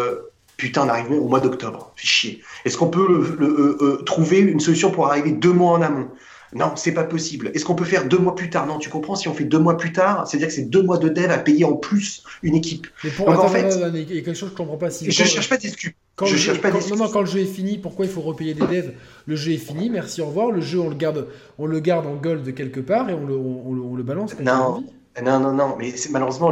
même au mois d'octobre. Fait chier. Est-ce qu'on peut trouver une solution pour arriver 2 mois en amont? Non, c'est pas possible. Est-ce qu'on peut faire 2 mois plus tard? Non, tu comprends, si on fait 2 mois plus tard, c'est-à-dire que c'est 2 mois de dev à payer en plus une équipe. Mais Donc, en fait, il y a quelque chose que je comprends pas. je cherche pas d'excuses. Quand le jeu est fini, pourquoi il faut repayer des devs? Le jeu est fini, merci, au revoir. Le jeu, on le garde en gold quelque part et on le balance quand on a envie. Non, mais malheureusement,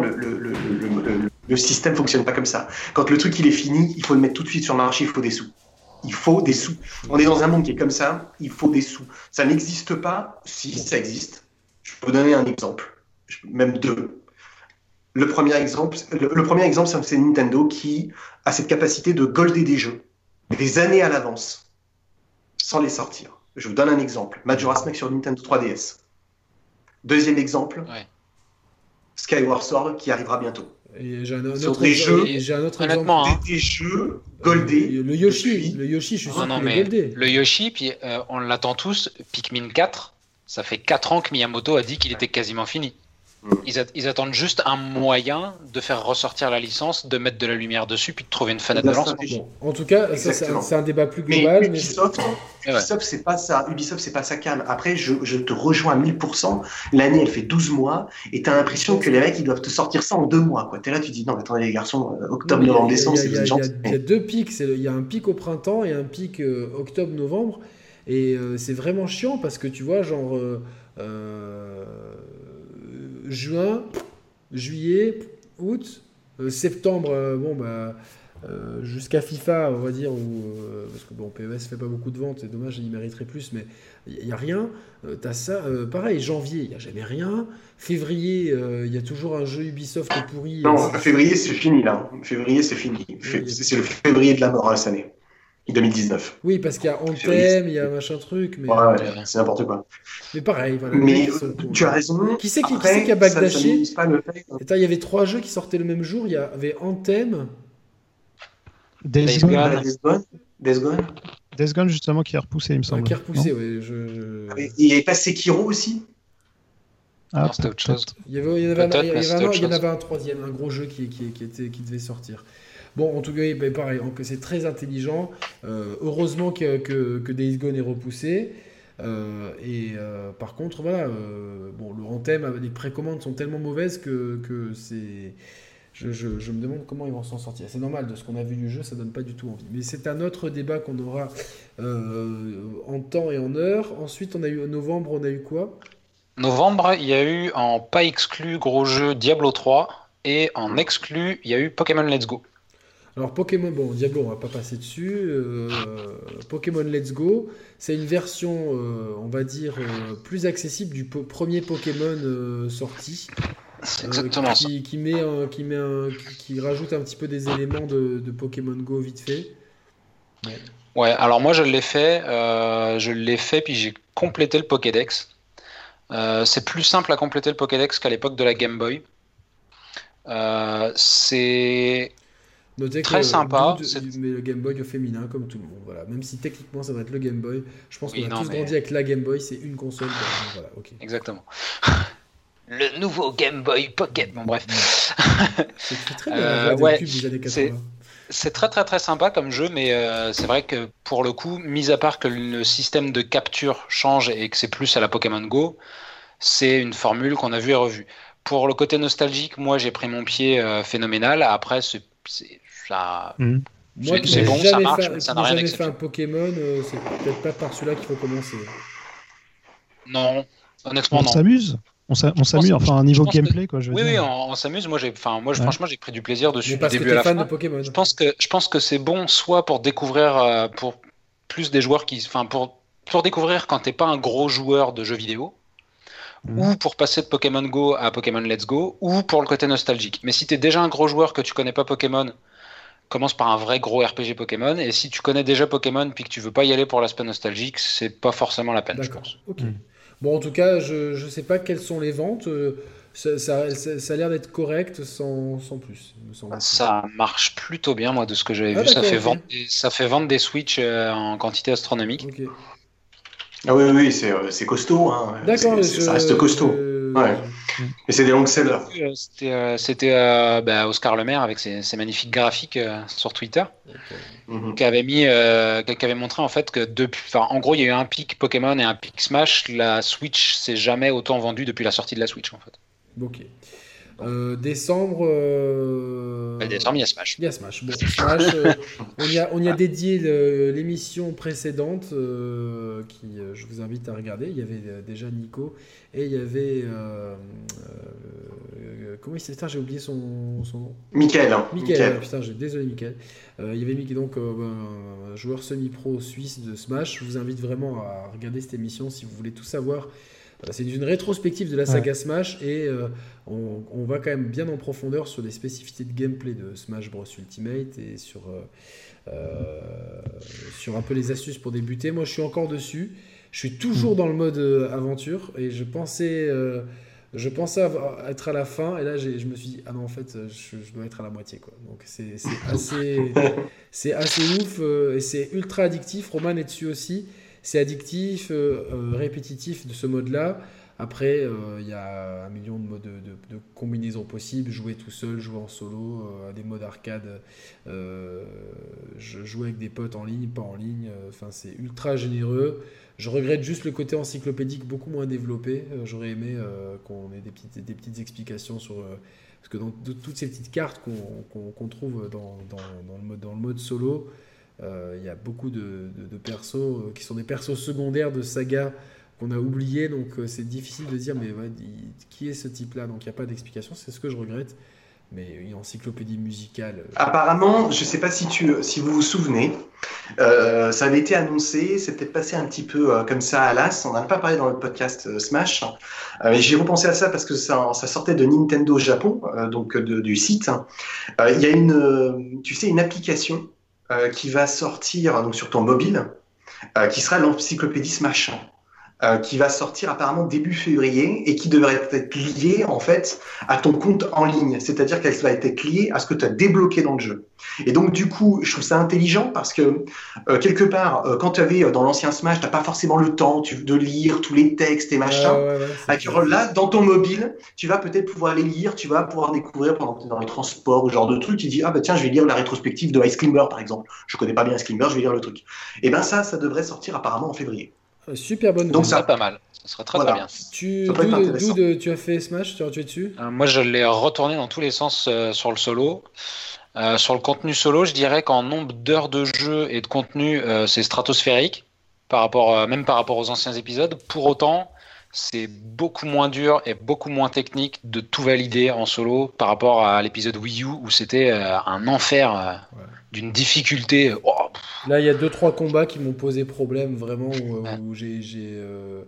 le système fonctionne pas comme ça. Quand le truc il est fini, il faut le mettre tout de suite sur le marché, il faut des sous. Il faut des sous. On est dans un monde qui est comme ça, il faut des sous. Ça n'existe pas, si ça existe. Je peux vous donner un exemple, même deux. Le premier exemple, c'est Nintendo qui a cette capacité de golder des jeux des années à l'avance, sans les sortir. Je vous donne un exemple. Majora's Mask sur Nintendo 3DS. Deuxième exemple, Ouais. Skyward Sword qui arrivera bientôt. Et j'ai un Sur autre des exemple. jeux, J'ai un autre honnêtement, exemple. hein. Des jeux goldés. Le Yoshi, depuis- je suis sûr Non, qu'il est mais goldé. le Yoshi, puis on l'attend tous, Pikmin 4, ça fait 4 ans que Miyamoto a dit qu'il était quasiment fini. Ils attendent juste un moyen de faire ressortir la licence, de mettre de la lumière dessus, puis de trouver une fenêtre de lancement. Bon, en tout cas, ça, Exactement. c'est un débat plus Mais global. Ubisoft, Ouais. c'est pas ça. Ubisoft, c'est pas sa cam. Après, je te rejoins à 1000%. L'année, elle fait 12 mois, et t'as l'impression que les mecs, ils doivent te sortir ça en 2 mois, quoi. T'es là, tu dis, non, mais attendez, les garçons, octobre, Non, mais novembre, décembre, c'est il y a- vous êtes il y a- gentils. il y a deux pics. Il y a un pic au printemps et un pic octobre-novembre. Et c'est vraiment chiant parce que tu vois, genre juin, juillet, août, septembre, jusqu'à FIFA, on va dire, parce que bon, PES fait pas beaucoup de ventes, c'est dommage, il mériterait plus, mais il n'y a rien. T'as ça, pareil, janvier, il n'y a jamais rien. Février, il y a toujours un jeu Ubisoft pourri. Non, février, c'est fini, là. Février, c'est fini. C'est le février de la mort, là, cette année. 2019. Oui, parce qu'il y a Anthem, il y a machin truc, mais, Ouais, c'est n'importe quoi. mais pareil, voilà. les Mais mecs sont pour. tu as raison. Qui c'est qui Après, a backdashé ça n'annonce pas le fait que- Attends, il y avait 3 jeux qui sortaient le même jour. Il y avait Anthem. Days Days Gone, Gone. Days Gone. Days Gone, justement, qui est repoussé, il me semble. Qui a repoussé, Non ouais. Et il n'y avait pas Sekiro aussi? Ah, Non, c'était autre chose. Il y en Peut-être, avait un troisième, un gros jeu qui devait sortir. Bon, en tout cas, ben, pareil, c'est très intelligent. Heureusement que Days Gone est repoussé. Par contre, voilà, bon, le Anthem, les précommandes sont tellement mauvaises que c'est. Je me demande comment ils vont s'en sortir. C'est normal, de ce qu'on a vu du jeu, ça donne pas du tout envie. Mais c'est un autre débat qu'on aura en temps et en heure. Ensuite, on a eu en novembre, on a eu quoi? Novembre, il y a eu en pas exclu gros jeu Diablo 3 et en exclu, il y a eu Pokémon Let's Go. Alors Pokémon, bon, Diablo, on va pas passer dessus. Pokémon Let's Go, c'est une version, on va dire, plus accessible du premier Pokémon sorti. C'est exactement ça. Qui rajoute un petit peu des éléments de Pokémon Go vite fait. Ouais, alors moi je l'ai fait, puis j'ai complété le Pokédex. C'est plus simple à compléter le Pokédex qu'à l'époque de la Game Boy. C'est Notez très que sympa. Dude met le Game Boy au féminin comme tout le monde. Voilà. Même si techniquement ça va être le Game Boy, je pense qu'on Oui, a non, tous mais grandi avec la Game Boy, c'est une console. Donc, voilà, ok. exactement. Le nouveau Game Boy Pocket. Bon, bref. C'est très bien la voix de pub des années 80. C'est très très très sympa comme jeu, mais c'est vrai que pour le coup, mis à part que le système de capture change et que c'est plus à la Pokémon Go, c'est une formule qu'on a vue et revue. Pour le côté nostalgique, moi j'ai pris mon pied phénoménal. Après, ça, Moi qui c'est n'ai bon, ça jamais, marche, fait, mais ça qui n'a n'ai rien jamais fait un d'exceptionnel. Pokémon, c'est peut-être pas par celui-là qu'il faut commencer. Non, honnêtement On non. s'amuse. On s'amuse, enfin, un Je niveau pense que- gameplay, quoi, je veux Oui, dire. on s'amuse. Moi, Ouais. franchement, j'ai pris du plaisir Mais dessus du parce que début tu à es la fan de fin. Pokémon. Je pense que c'est bon, soit pour découvrir, pour plus des joueurs pour découvrir quand t'es pas un gros joueur de jeux vidéo, ou pour passer de Pokémon Go à Pokémon Let's Go, ou pour le côté nostalgique. Mais si t'es déjà un gros joueur que tu connais pas Pokémon, commence par un vrai gros RPG Pokémon. Et si tu connais déjà Pokémon puis que tu veux pas y aller pour l'aspect nostalgique, c'est pas forcément la peine, je D'accord. pense. Ok. Bon, en tout cas, je sais pas quelles sont les ventes. Ça a l'air d'être correct sans plus, me semble. Ça marche plutôt bien, moi, de ce que j'avais vu. d'accord, ok. Ça fait vendre des Switch en quantité astronomique. Ok. Ah oui, oui, c'est costaud, hein. D'accord, Ça reste costaud. Ouais. Mais c'est des longs sellers. C'était Oscar Lemaire avec ses magnifiques graphiques sur Twitter Mhm. qui avait montré en fait que en gros, il y a eu un pic Pokémon et un pic Smash. La Switch s'est jamais autant vendue depuis la sortie de la Switch en fait. Ok. Décembre. Décembre, il y a Smash. Il y a Smash. Bon, Smash, on y a dédié l'émission précédente qui, je vous invite à regarder. Il y avait déjà Nico et il y avait. Comment il s'appelle? J'ai oublié son nom. Michael. Michael. Putain, désolé, Michael. Il y avait Michael, donc un joueur semi-pro suisse de Smash. Je vous invite vraiment à regarder cette émission si vous voulez tout savoir. C'est une rétrospective de la saga Smash et on va quand même bien en profondeur sur les spécificités de gameplay de Smash Bros Ultimate et sur un peu les astuces pour débuter. Moi, je suis encore dessus. Je suis toujours dans le mode aventure et je pensais être à la fin et là je me suis dit ah non en fait je dois être à la moitié quoi. Donc c'est assez ouf et c'est ultra addictif. Roman est dessus aussi. C'est addictif, répétitif de ce mode-là. Après, il y a un million de modes de combinaisons possibles. Jouer tout seul, jouer en solo, des modes arcade, jouer avec des potes en ligne, pas en ligne. Enfin, c'est ultra généreux. Je regrette juste le côté encyclopédique beaucoup moins développé. J'aurais aimé qu'on ait des petites explications sur... parce que dans toutes ces petites cartes qu'on trouve dans le mode solo, il y a beaucoup de persos qui sont des persos secondaires de saga qu'on a oubliés, donc c'est difficile de dire mais ouais, qui est ce type là, donc il n'y a pas d'explication, c'est ce que je regrette, mais une encyclopédie musicale Apparemment, je ne sais pas si vous vous souvenez, ça avait été annoncé, c'est peut-être passé un petit peu comme ça à l'as, on n'en a pas parlé dans le podcast Smash, mais j'ai repensé à ça parce que ça sortait de Nintendo Japon, donc du site. Il y a une application qui va sortir donc, sur ton mobile, qui sera l'encyclopédie Smash, qui va sortir apparemment début février et qui devrait être liée en fait à ton compte en ligne, c'est-à-dire qu'elle va être liée à ce que tu as débloqué dans le jeu. Et donc du coup, je trouve ça intelligent parce que quelque part, quand tu avais dans l'ancien Smash, tu n'as pas forcément le temps de lire tous les textes et machin. Là, dans ton mobile, tu vas peut-être pouvoir les lire, tu vas pouvoir découvrir pendant que tu es dans les transports ou ce genre de trucs, tu dis ah bah tiens, je vais lire la rétrospective de Ice Climber par exemple. Je connais pas bien Ice Climber, je vais lire le truc. Et ben ça devrait sortir apparemment en février. Super bonne Donc nouvelle. Ça serait pas mal. Ça serait très bien. D'où tu as fait Smash, tu es dessus moi, je l'ai retourné dans tous les sens sur le solo. Sur le contenu solo, je dirais qu'en nombre d'heures de jeu et de contenu, c'est stratosphérique, même par rapport aux anciens épisodes. Pour autant, c'est beaucoup moins dur et beaucoup moins technique de tout valider en solo par rapport à l'épisode Wii U où c'était un enfer d'une difficulté. Là, il y a 2-3 combats qui m'ont posé problème vraiment où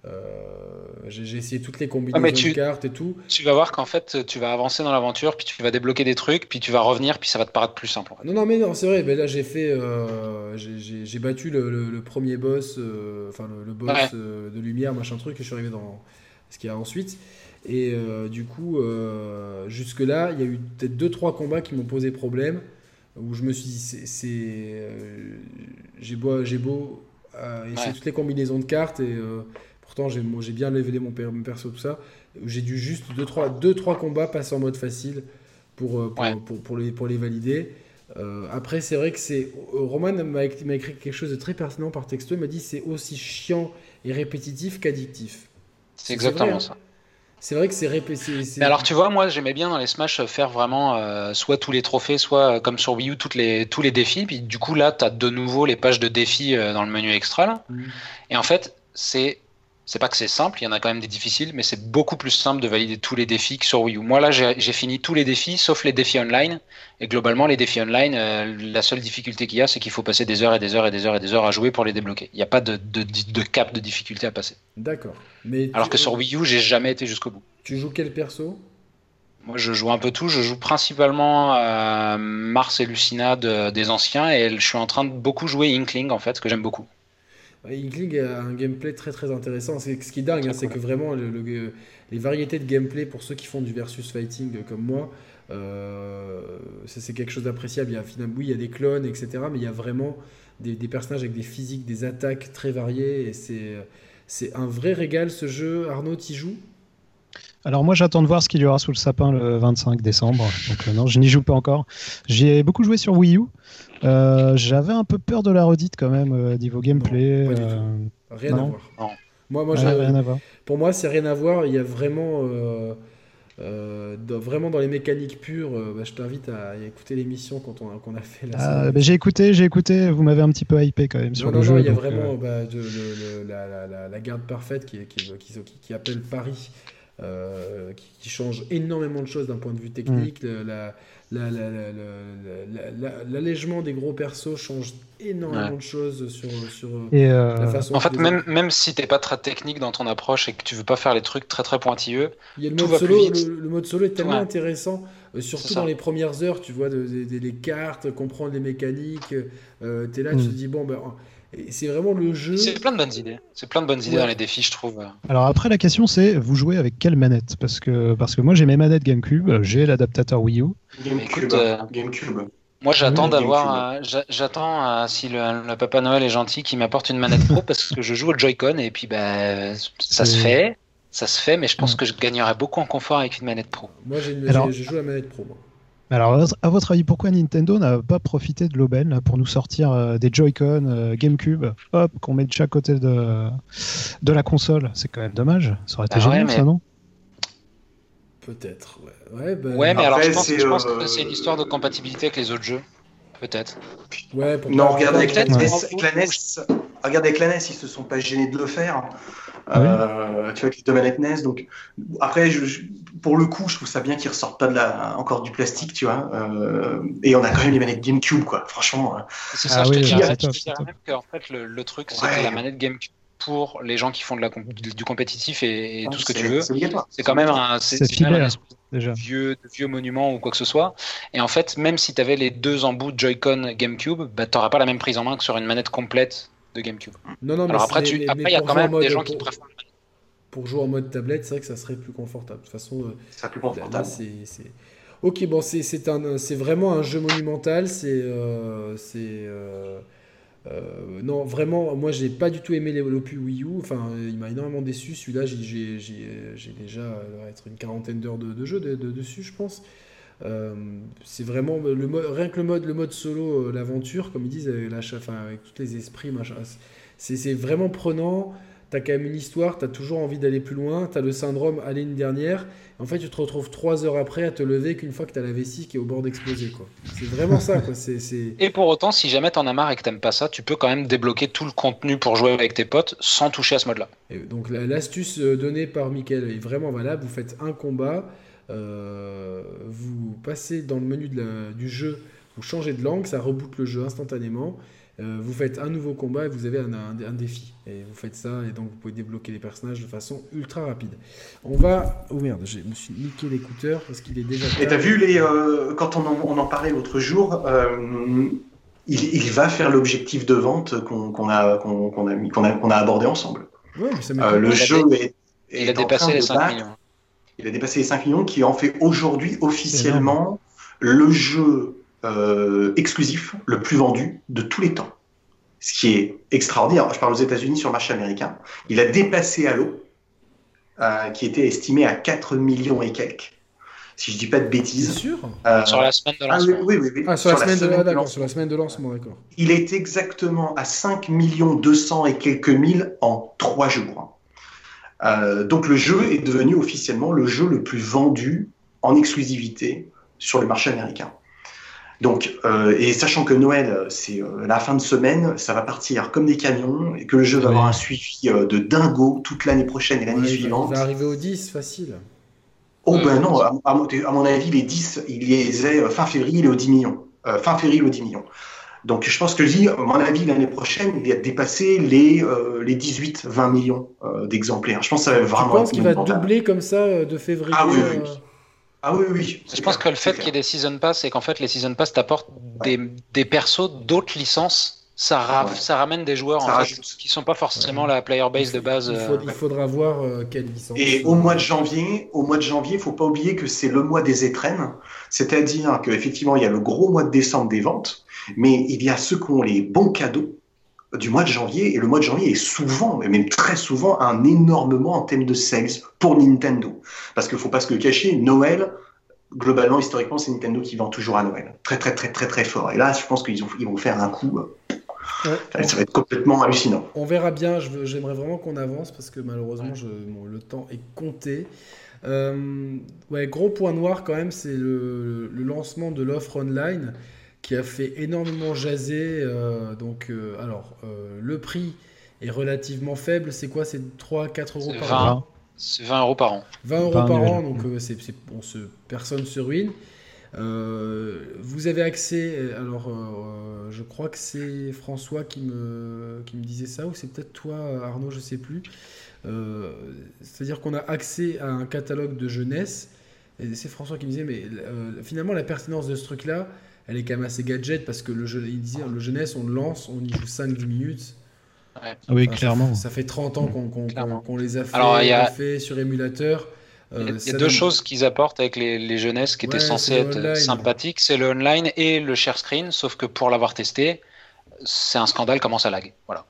J'ai essayé toutes les combinaisons de cartes et tout. Tu vas voir qu'en fait, tu vas avancer dans l'aventure, puis tu vas débloquer des trucs, puis tu vas revenir, puis ça va te paraître plus simple. En fait. Non, mais non, c'est vrai. Mais là, j'ai fait, j'ai battu le premier boss, enfin le boss de lumière, machin truc, et je suis arrivé dans ce qu'il y a ensuite. Et du coup, jusque-là, il y a eu peut-être 2-3 combats qui m'ont posé problème, où je me suis dit, j'ai beau essayer toutes les combinaisons de cartes, et pourtant j'ai bien levelé mon perso, tout ça. J'ai dû juste 2-3 combats passer en mode facile pour les valider. Après, c'est vrai que Roman m'a écrit quelque chose de très pertinent par texto. Il m'a dit c'est aussi chiant et répétitif qu'addictif. C'est exactement vrai, ça. C'est vrai que c'est répétitif. Mais alors, tu vois, moi, j'aimais bien dans les Smash faire vraiment soit tous les trophées, soit comme sur Wii U, tous les défis. Puis du coup, là, tu as de nouveau les pages de défis dans le menu extra. Là. Et en fait, c'est pas que c'est simple, il y en a quand même des difficiles, mais c'est beaucoup plus simple de valider tous les défis que sur Wii U. Moi, là, j'ai fini tous les défis, sauf les défis online. Et globalement, les défis online, la seule difficulté qu'il y a, c'est qu'il faut passer des heures et des heures et des heures et des heures à jouer pour les débloquer. Il n'y a pas de cap de difficulté à passer. D'accord. Alors que sur Wii U, j'ai jamais été jusqu'au bout. Tu joues quel perso ? Moi, je joue un peu tout. Je joue principalement Mars et Lucina des anciens, et je suis en train de beaucoup jouer Inkling, en fait, que j'aime beaucoup. Inkling a un gameplay très très intéressant. Ce qui est dingue, c'est que vraiment les variétés de gameplay pour ceux qui font du versus fighting comme moi, c'est quelque chose d'appréciable. Il y a des clones, etc. Mais il y a vraiment des personnages avec des physiques, des attaques très variées. Et c'est un vrai régal ce jeu. Arnaud, t'y joues ? Alors moi j'attends de voir ce qu'il y aura sous le sapin le 25 décembre. Donc non, je n'y joue pas encore. J'y ai beaucoup joué sur Wii U. J'avais un peu peur de la redite quand même niveau gameplay. Non, pas du tout. Rien à voir. Non. Moi, rien à voir. Pour moi, c'est rien à voir. Il y a vraiment, vraiment dans les mécaniques pures. Je t'invite à écouter l'émission qu'on a fait là. J'ai écouté. Vous m'avez un petit peu hypé quand même sur le jeu. Il y a vraiment la garde parfaite qui appelle Paris. Qui change énormément de choses d'un point de vue technique. L'allègement des gros persos change énormément de choses sur la façon. En fait, même si t'es pas très technique dans ton approche et que tu veux pas faire les trucs très très pointilleux, il y a tout va plus vite. Le mode solo est tellement intéressant, surtout dans les premières heures. Tu vois les cartes, comprendre les mécaniques. T'es là, tu te dis bon ben. C'est vraiment le jeu. C'est plein de bonnes idées. C'est plein de bonnes idées dans les défis, je trouve. Alors après, la question c'est, vous jouez avec quelle manette ? Parce que moi j'ai mes manettes GameCube, j'ai l'adaptateur Wii U. GameCube. Moi j'attends si le Papa Noël est gentil, qu'il m'apporte une manette pro parce que je joue au Joy-Con et puis ça se fait, mais je pense que je gagnerais beaucoup en confort avec une manette pro. Moi j'ai joué à la manette pro. Moi. Alors, à votre avis, pourquoi Nintendo n'a pas profité de l'aubaine là, pour nous sortir des Joy-Con, GameCube, qu'on met de chaque côté de la console ? C'est quand même dommage. Ça aurait été génial, ça, non ? Peut-être, ouais. Ouais, mais alors je pense que c'est une histoire de compatibilité avec les autres jeux. Peut-être. Ouais, regardez avec la NES, ils se sont pas gênés de le faire. Tu vois, avec les deux manettes NES. Donc, après, pour le coup, je trouve ça bien qu'ils ressortent pas encore du plastique, tu vois. Et on a quand même les manettes GameCube, quoi. Franchement. C'est ça, je te dirais même qu'en fait, le truc, c'est que la manette GameCube, pour les gens qui font du compétitif et tout ce que tu veux, c'est quand même un vieux monument ou quoi que ce soit. Et en fait, même si tu avais les deux embouts Joy-Con GameCube, tu n'auras pas la même prise en main que sur une manette complète de GameCube. Non, alors après, il y a quand même des gens qui préfèrent. Pour jouer en mode tablette, c'est vrai que ça serait plus confortable. De toute façon, c'est plus confortable. Ok, bon, c'est vraiment un jeu monumental. Non, vraiment, moi j'ai pas du tout aimé l'opus Wii U. Enfin, il m'a énormément déçu. Celui-là, j'ai déjà être une quarantaine d'heures de jeu dessus, je pense. C'est vraiment rien que le mode solo, l'aventure, comme ils disent, avec tous les esprits, machin. C'est vraiment prenant. T'as quand même une histoire, t'as toujours envie d'aller plus loin, t'as le syndrome aller une dernière. En fait, tu te retrouves 3 heures après à te lever qu'une fois que t'as la vessie qui est au bord d'exploser, quoi. C'est vraiment ça, quoi. Et pour autant, si jamais t'en as marre et que t'aimes pas ça, tu peux quand même débloquer tout le contenu pour jouer avec tes potes sans toucher à ce mode-là. Et donc l'astuce donnée par Mickaël est vraiment valable. Vous faites un combat, vous passez dans le menu du jeu, vous changez de langue, ça reboot le jeu instantanément. Vous faites un nouveau combat et vous avez un défi. Et vous faites ça, et donc vous pouvez débloquer les personnages de façon ultra rapide. On va... Oh merde, je me suis niqué l'écouteur parce qu'il est déjà... Et t'as vu, quand on en parlait l'autre jour, il va faire l'objectif de vente qu'on a abordé ensemble. Ouais, mais ça le jeu il a dépassé les 5 millions. Il a dépassé les 5 millions, qui en fait aujourd'hui officiellement le jeu exclusif le plus vendu de tous les temps. Ce qui est extraordinaire. Je parle aux États-Unis sur le marché américain. Il a dépassé Halo, qui était estimé à 4 millions et quelques. Si je dis pas de bêtises. C'est sûr sur la semaine de lancement. Oui. Ah, sur la semaine de lancement, d'accord. Il est exactement à 5 200 et quelques mille en 3 jours. Donc le jeu est devenu officiellement le jeu le plus vendu en exclusivité sur le marché américain. Donc, et sachant que Noël, c'est la fin de semaine, ça va partir comme des camions, et que le jeu va avoir un suivi de dingo toute l'année prochaine et l'année suivante. Il va arriver au 10, facile. Oh ben non, à mon avis, les 10, il les est fin février, il est aux 10 millions. Fin février, aux 10 millions. Donc je pense que à mon avis, l'année prochaine, il va dépasser les 18-20 millions d'exemplaires. Je pense que ça va vraiment... Tu penses qu'il va doubler comme ça de février Ah oui. Je pense que le fait qu'il y ait des Season Pass, c'est qu'en fait, les Season Pass t'apportent des persos d'autres licences. Ça ramène des joueurs qui sont pas forcément la player base de base. Il faudra voir quelle licence. Et au mois de janvier, il faut pas oublier que c'est le mois des étrennes, c'est-à-dire qu'effectivement il y a le gros mois de décembre des ventes, mais il y a ceux qui ont les bons cadeaux du mois de janvier, et le mois de janvier est souvent, et même très souvent, un énormément en termes de sales pour Nintendo. Parce qu'il faut pas se le cacher, Noël, globalement, historiquement, c'est Nintendo qui vend toujours à Noël. Très, très, très, très, très fort. Et là, je pense qu'ils vont faire un coup... ça va être complètement hallucinant. On verra bien. J'aimerais vraiment qu'on avance parce que malheureusement, le temps est compté. Gros point noir quand même, c'est le lancement de l'offre online qui a fait énormément jaser. Le prix est relativement faible. C'est quoi? C'est 3-4 euros par an? C'est 20 euros par an. 20 euros par an, donc personne se ruine. Vous avez accès, je crois que c'est François qui me disait ça, ou c'est peut-être toi Arnaud, je sais plus. C'est-à-dire qu'on a accès à un catalogue de jeunesse, et c'est François qui me disait, mais finalement la pertinence de ce truc-là, elle est quand même assez gadget, parce que il disait, le jeunesse, on le lance, on y joue 5-10 minutes. Ouais. Oui, clairement. Ça fait 30 ans qu'on les a fait sur émulateur. Il y a deux choses qu'ils apportent avec les jeunesses qui étaient censées être sympathiques, c'est le online et le share screen, sauf que pour l'avoir testé, c'est un scandale comment ça lag. Voilà.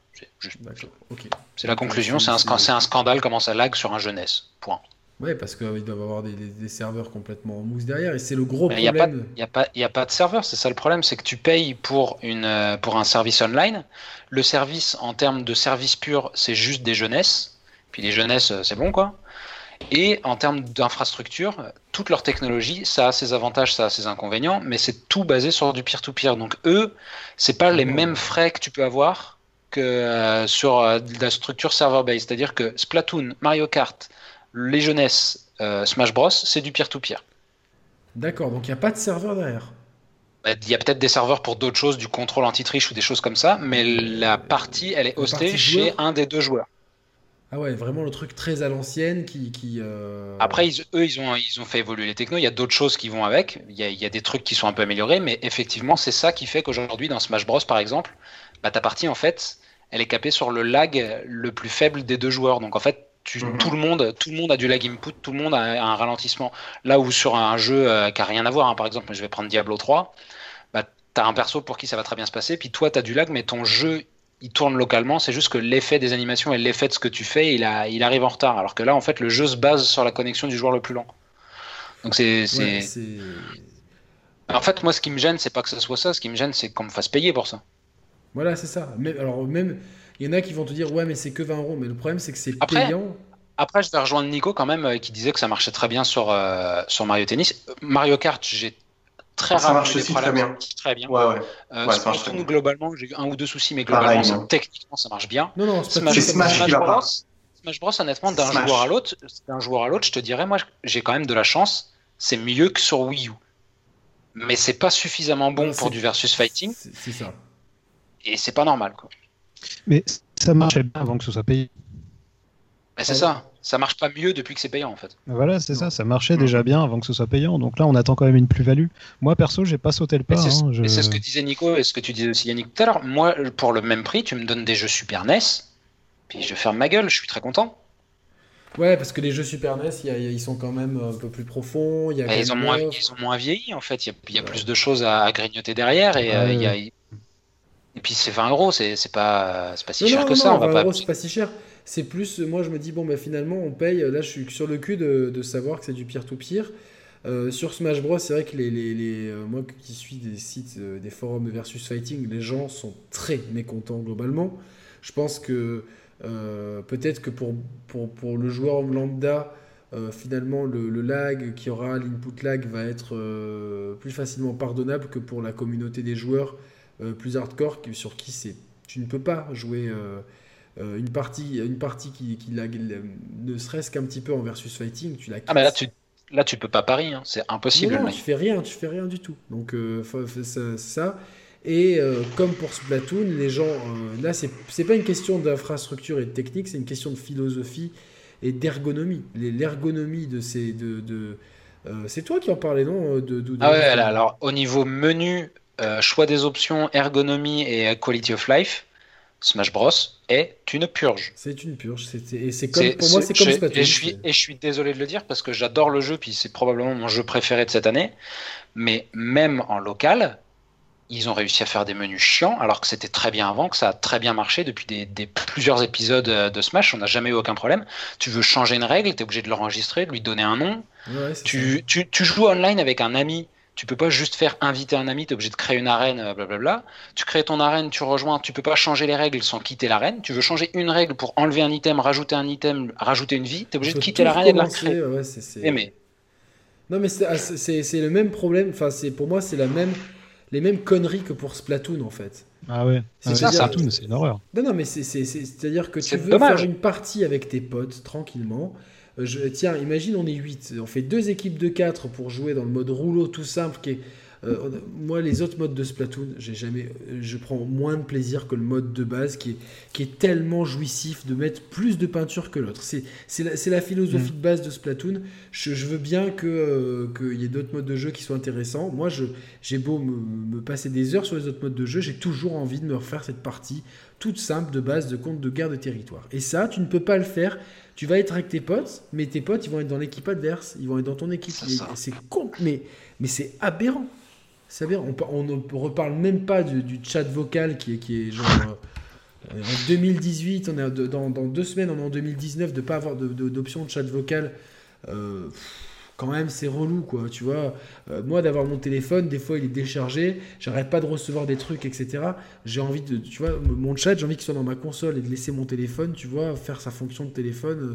C'est la conclusion, c'est un scandale comment ça lag sur un jeunesse. Point. Ouais, parce qu'ils doivent avoir des serveurs complètement en mousse derrière, et c'est le gros problème. Il n'y a pas de serveur, c'est ça le problème, c'est que tu payes pour un service online. Le service, en termes de service pur, c'est juste des jeunesses. Puis les jeunesses, c'est bon, quoi. Et en termes d'infrastructure, toute leur technologie, ça a ses avantages, ça a ses inconvénients, mais c'est tout basé sur du peer-to-peer. Donc eux, c'est pas les mêmes frais que tu peux avoir que sur la structure server-based. C'est-à-dire que Splatoon, Mario Kart, les jeunesses, Smash Bros, c'est du peer-to-peer. D'accord, donc il n'y a pas de serveur derrière. Il y a peut-être des serveurs pour d'autres choses, du contrôle anti-triche ou des choses comme ça, mais la partie, elle est hostée chez un des deux joueurs. Ah ouais, vraiment le truc très à l'ancienne Après, ils ont fait évoluer les technos, il y a d'autres choses qui vont avec, il y a des trucs qui sont un peu améliorés, mais effectivement, c'est ça qui fait qu'aujourd'hui, dans Smash Bros, par exemple, ta partie, en fait, elle est capée sur le lag le plus faible des deux joueurs. Donc, en fait, tout le monde a du lag input, tout le monde a un ralentissement. Là où sur un jeu qui n'a rien à voir, par exemple, je vais prendre Diablo 3, tu as un perso pour qui ça va très bien se passer, puis toi, tu as du lag, mais ton jeu... il tourne localement, c'est juste que l'effet des animations et l'effet de ce que tu fais, il arrive en retard. Alors que là, en fait, le jeu se base sur la connexion du joueur le plus lent. Donc En fait, moi, ce qui me gêne, c'est pas que ce soit ça. Ce qui me gêne, c'est qu'on me fasse payer pour ça. Voilà, c'est ça. Même, il y en a qui vont te dire, ouais, mais c'est que 20 euros. Mais le problème, c'est que c'est payant. Après, je vais rejoindre Nico quand même, qui disait que ça marchait très bien sur Mario Tennis. Mario Kart, j'ai très ça marche aussi très bien. Très bien. Ouais, Splatoon, globalement, j'ai eu un ou deux soucis, mais globalement, techniquement, ça marche bien. Non, Smash Bros, honnêtement, d'un joueur à l'autre, je te dirais, moi, j'ai quand même de la chance. C'est mieux que sur Wii U. Mais c'est pas suffisamment bon pour du versus fighting. C'est ça. Et c'est pas normal, quoi. Mais ça marchait bien avant que ce soit payé. Mais c'est ça marche pas mieux depuis que c'est payant en fait. Voilà, c'est ça marchait déjà bien avant que ce soit payant. Donc là, on attend quand même une plus-value. Moi, perso, j'ai pas sauté le pas. Mais c'est ce que disait Nico et ce que tu disais aussi Yannick tout à l'heure. Moi, pour le même prix, tu me donnes des jeux Super NES, puis je ferme ma gueule, je suis très content. Ouais, parce que les jeux Super NES, ils sont quand même un peu plus profonds. Ils ont moins vieilli en fait. Il y a plus de choses à grignoter derrière et puis c'est 20 €, c'est pas si cher que ça. Non, 20 €, c'est pas si cher. C'est plus, moi je me dis, bon, bah, finalement, on paye. Là, je suis sur le cul de savoir que c'est du peer-to-peer. Sur Smash Bros, c'est vrai que moi qui suis des sites, des forums versus fighting, les gens sont très mécontents globalement. Je pense que peut-être que pour le joueur lambda, finalement, le lag qui aura, l'input lag va être plus facilement pardonnable que pour la communauté des joueurs plus hardcore sur qui tu ne peux pas jouer une partie qui lag, ne serait-ce qu'un petit peu en versus fighting, tu la quittes. Ah mais là tu peux pas parier, hein. C'est impossible. Non, tu fais rien du tout. Donc ça. Et comme pour Splatoon, les gens là c'est pas une question d'infrastructure et de technique, c'est une question de philosophie et d'ergonomie. L'ergonomie de ces c'est toi qui en parlais, non Ah ouais, alors au niveau menu, choix des options, ergonomie et quality of life, Smash Bros est une purge. C'est une purge. Pour moi, c'est comme Splatoon. Et je suis désolé de le dire parce que j'adore le jeu, puis c'est probablement mon jeu préféré de cette année. Mais même en local, ils ont réussi à faire des menus chiants, alors que c'était très bien avant, que ça a très bien marché depuis plusieurs épisodes de Smash. On n'a jamais eu aucun problème. Tu veux changer une règle, tu es obligé de l'enregistrer, de lui donner un nom. Ouais, tu joues online avec un ami. Tu peux pas juste faire inviter un ami, tu es obligé de créer une arène, blablabla. Tu crées ton arène, tu rejoins, tu peux pas changer les règles sans quitter l'arène. Tu veux changer une règle pour enlever un item, rajouter une vie, tu es obligé de quitter l'arène et de la recréer. Ouais, non, mais c'est le même problème. Enfin, pour moi, c'est les mêmes conneries que pour Splatoon en fait. Ah ouais, Splatoon, c'est une horreur. Non, mais c'est-à-dire que tu veux faire une partie avec tes potes tranquillement. Tiens, imagine on est 8, on fait 2 équipes de 4 pour jouer dans le mode rouleau tout simple qui est, moi les autres modes de Splatoon, je prends moins de plaisir que le mode de base qui est tellement jouissif de mettre plus de peinture que l'autre. C'est la philosophie de base de Splatoon. Je veux bien qu'il y ait d'autres modes de jeu qui soient intéressants. Moi j'ai beau me passer des heures sur les autres modes de jeu, j'ai toujours envie de me refaire cette partie toute simple de base de compte de guerre de territoire. Et ça, tu ne peux pas le faire. Tu vas être avec tes potes, mais tes potes, ils vont être dans l'équipe adverse. Ils vont être dans ton équipe. Mais c'est aberrant. C'est aberrant. On ne reparle même pas du chat vocal qui est genre... en 2018, dans 2 semaines, on est en 2019, de ne pas avoir d'option de chat vocal. Quand même, c'est relou, quoi, tu vois. Moi, d'avoir mon téléphone, des fois, il est déchargé, j'arrête pas de recevoir des trucs, etc. J'ai envie tu vois, mon chat, j'ai envie qu'il soit dans ma console et de laisser mon téléphone, tu vois, faire sa fonction de téléphone.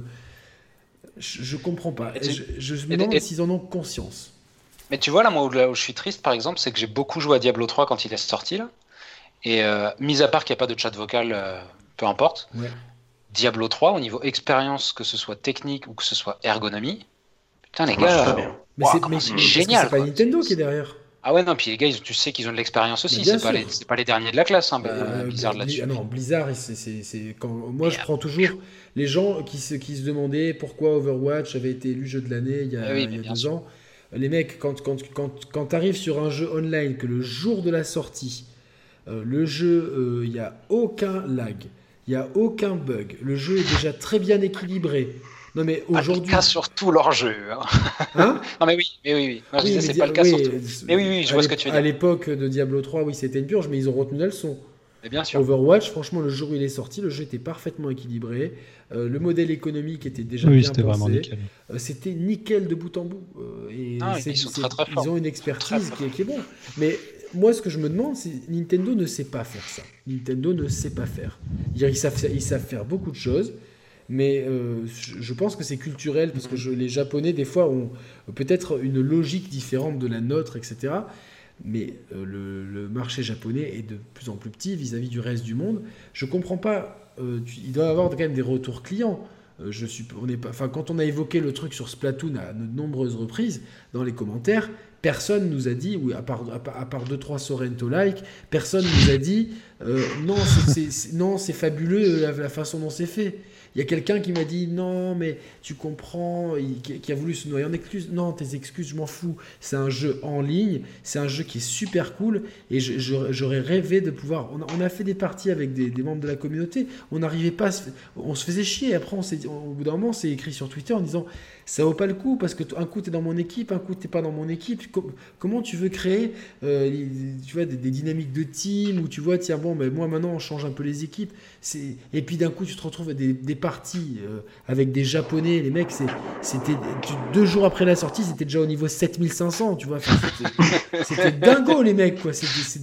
Je comprends pas. Je me demande s'ils en ont conscience. Mais tu vois, là, moi, où je suis triste, par exemple, c'est que j'ai beaucoup joué à Diablo 3 quand il est sorti, là. Et mis à part qu'il n'y a pas de chat vocal, peu importe, ouais. Diablo 3, au niveau expérience, que ce soit technique ou que ce soit ergonomie, putain, les gars, c'est génial. C'est pas Nintendo qui est derrière. Ah ouais, non, puis les gars, tu sais qu'ils ont de l'expérience aussi. C'est pas les derniers de la classe, hein, Blizzard là-dessus. Non, Blizzard, moi je prends toujours les gens qui se demandaient pourquoi Overwatch avait été élu jeu de l'année il y a 2 ans. Les mecs, quand t'arrives sur un jeu online, que le jour de la sortie, le jeu, il n'y a aucun lag, il n'y a aucun bug, le jeu est déjà très bien équilibré. Non mais aujourd'hui, c'est pas le cas sur tous leurs jeux. Hein non mais oui. Moi, je disais, c'est pas le cas sur tout. Mais oui, je vois ce que tu veux dire. À l'époque de Diablo 3, oui, c'était une purge, mais ils ont retenu la leçon. Et bien sûr. Overwatch, franchement, le jour où il est sorti, le jeu était parfaitement équilibré. Le modèle économique était déjà bien pensé. Vraiment nickel. C'était nickel de bout en bout. Ils sont très très forts. Ils ont une expertise qui est bon. Mais moi, ce que je me demande, c'est Nintendo ne sait pas faire ça. Nintendo ne sait pas faire. Ils savent faire beaucoup de choses. Mais je pense que c'est culturel parce que les Japonais des fois ont peut-être une logique différente de la nôtre, etc. Mais le marché japonais est de plus en plus petit vis-à-vis du reste du monde. Je comprends pas. Il doit y avoir quand même des retours clients. Quand on a évoqué le truc sur Splatoon à de nombreuses reprises dans les commentaires, personne nous a dit, oui, à part 2-3 Sorrento-like, personne nous a dit non, c'est fabuleux la façon dont c'est fait. Il y a quelqu'un qui m'a dit non, mais tu comprends, qui a voulu se noyer en excuses. Non, tes excuses, je m'en fous. C'est un jeu en ligne, c'est un jeu qui est super cool et j'aurais rêvé de pouvoir. On a fait des parties avec des membres de la communauté, on n'arrivait pas, on se faisait chier. Après, au bout d'un moment, c'est écrit sur Twitter en disant ça vaut pas le coup parce que un coup t'es dans mon équipe, un coup t'es pas dans mon équipe. Comment tu veux créer tu vois, des dynamiques de team où tu vois, tiens, bon, ben, moi maintenant on change un peu les équipes. Et puis d'un coup, tu te retrouves à des parties avec des Japonais. Les mecs, c'était 2 jours après la sortie, c'était déjà au niveau 7500, tu vois. Enfin, c'était dingo, les mecs, quoi.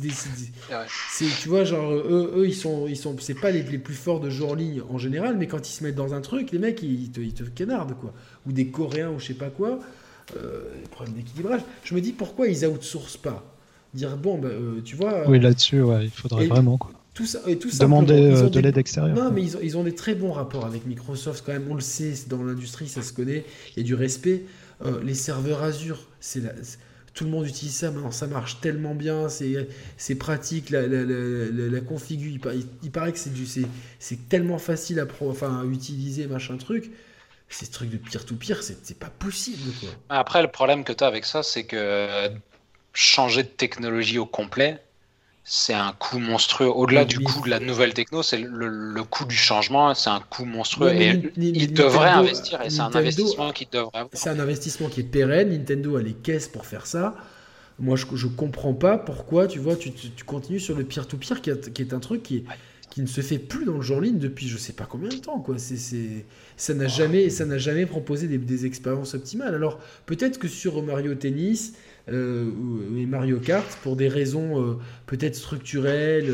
Tu vois, genre, eux ils sont c'est pas les plus forts de jeux en ligne en général, mais quand ils se mettent dans un truc, les mecs, ils te canardent, quoi. Ou des Coréens ou je sais pas quoi. Problème d'équilibrage. Je me dis, pourquoi ils outsourcent pas? Dire, bon, bah, tu vois... Oui, là-dessus, ouais, il faudrait vraiment, quoi. Tout Demander de l'aide extérieure. Non, mais ils ont des très bons rapports avec Microsoft quand même. On le sait, dans l'industrie, ça se connaît. Il y a du respect. Les serveurs Azure, tout le monde utilise ça. Maintenant, ça marche tellement bien. C'est pratique. La config, il paraît que c'est tellement facile à utiliser, machin truc. Ces trucs de peer-to-peer, c'est pas possible, quoi. Après, le problème que tu as avec ça, c'est que changer de technologie au complet, c'est un coût monstrueux. Au-delà du coût de la nouvelle techno, c'est le coût du changement, c'est un coût monstrueux. Ouais, ils devraient investir, et c'est un investissement qu'ils devraient avoir. C'est un investissement qui est pérenne. Nintendo a les caisses pour faire ça. Moi, je comprends pas pourquoi, tu vois, tu continues sur le peer-to-peer, qui est un truc qui ne se fait plus dans le jeu en ligne depuis je sais pas combien de temps, quoi. Ça n'a jamais proposé des expériences optimales. Alors, peut-être que sur Mario Tennis... et Mario Kart, pour des raisons peut-être structurelles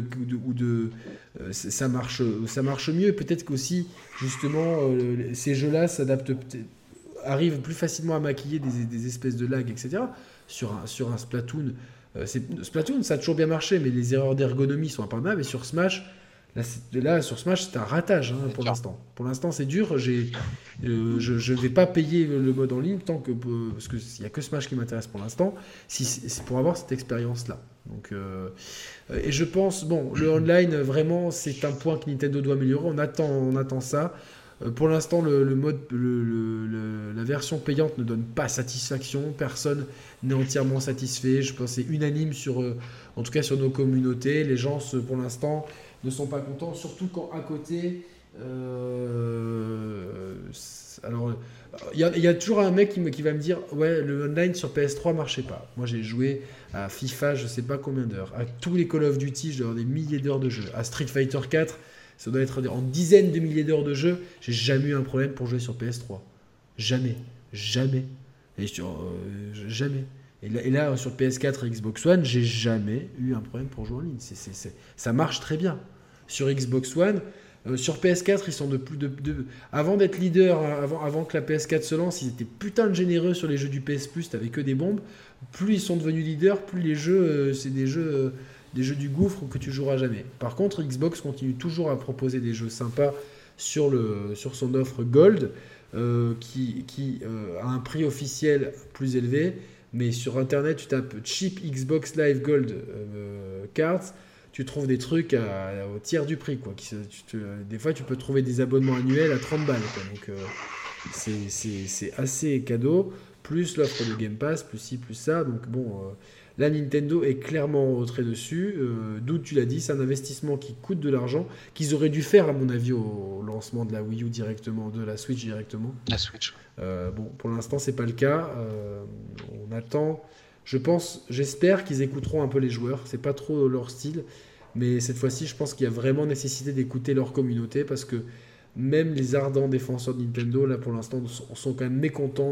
ça marche mieux. Peut-être qu'aussi justement ces jeux-là arrivent plus facilement à maquiller des espèces de lag, etc. Sur un Splatoon, Splatoon ça a toujours bien marché, mais les erreurs d'ergonomie sont impardonnables. Et sur Smash, sur Smash, c'est un ratage, hein, pour l'instant. Pour l'instant, c'est dur. Je ne vais pas payer le mode en ligne parce qu'il n'y a que Smash qui m'intéresse pour l'instant. C'est pour avoir cette expérience-là. Donc, et je pense, bon, le online, vraiment, c'est un point que Nintendo doit améliorer. On attend ça. Pour l'instant, la version payante ne donne pas satisfaction. Personne n'est entièrement satisfait. Je pense que c'est unanime en tout cas sur nos communautés. Les gens, pour l'instant, ne sont pas contents, surtout quand à côté alors il y a toujours un mec qui va me dire ouais, le online sur PS3 marchait pas. Moi j'ai joué à FIFA je sais pas combien d'heures, à tous les Call of Duty je dois avoir des milliers d'heures de jeu, à Street Fighter 4 ça doit être en dizaines de milliers d'heures de jeu. J'ai jamais eu un problème pour jouer sur PS3, jamais et jamais. Et là, sur PS4 et Xbox One, j'ai jamais eu un problème pour jouer en ligne. Ça marche très bien. Sur Xbox One, sur PS4, ils sont avant d'être leader, avant que la PS4 se lance, ils étaient putain de généreux sur les jeux du PS Plus, t'avais que des bombes. Plus ils sont devenus leaders, plus les jeux, c'est des jeux du gouffre que tu joueras jamais. Par contre, Xbox continue toujours à proposer des jeux sympas sur son offre Gold, qui a un prix officiel plus élevé. Mais sur internet, tu tapes cheap Xbox Live Gold cards, tu trouves des trucs au tiers du prix, quoi. Des fois, tu peux trouver des abonnements annuels à 30 balles, quoi. Donc, c'est assez cadeau. Plus l'offre de Game Pass, plus ci, plus ça. Donc, bon, là, Nintendo est clairement en retrait dessus. D'où tu l'as dit, c'est un investissement qui coûte de l'argent, qu'ils auraient dû faire, à mon avis, au lancement de la Wii U directement, de la Switch directement. La Switch. Bon, pour l'instant, c'est pas le cas. On attend. J'espère qu'ils écouteront un peu les joueurs. C'est pas trop leur style, mais cette fois-ci, je pense qu'il y a vraiment nécessité d'écouter leur communauté parce que même les ardents défenseurs de Nintendo, là, pour l'instant, sont quand même mécontents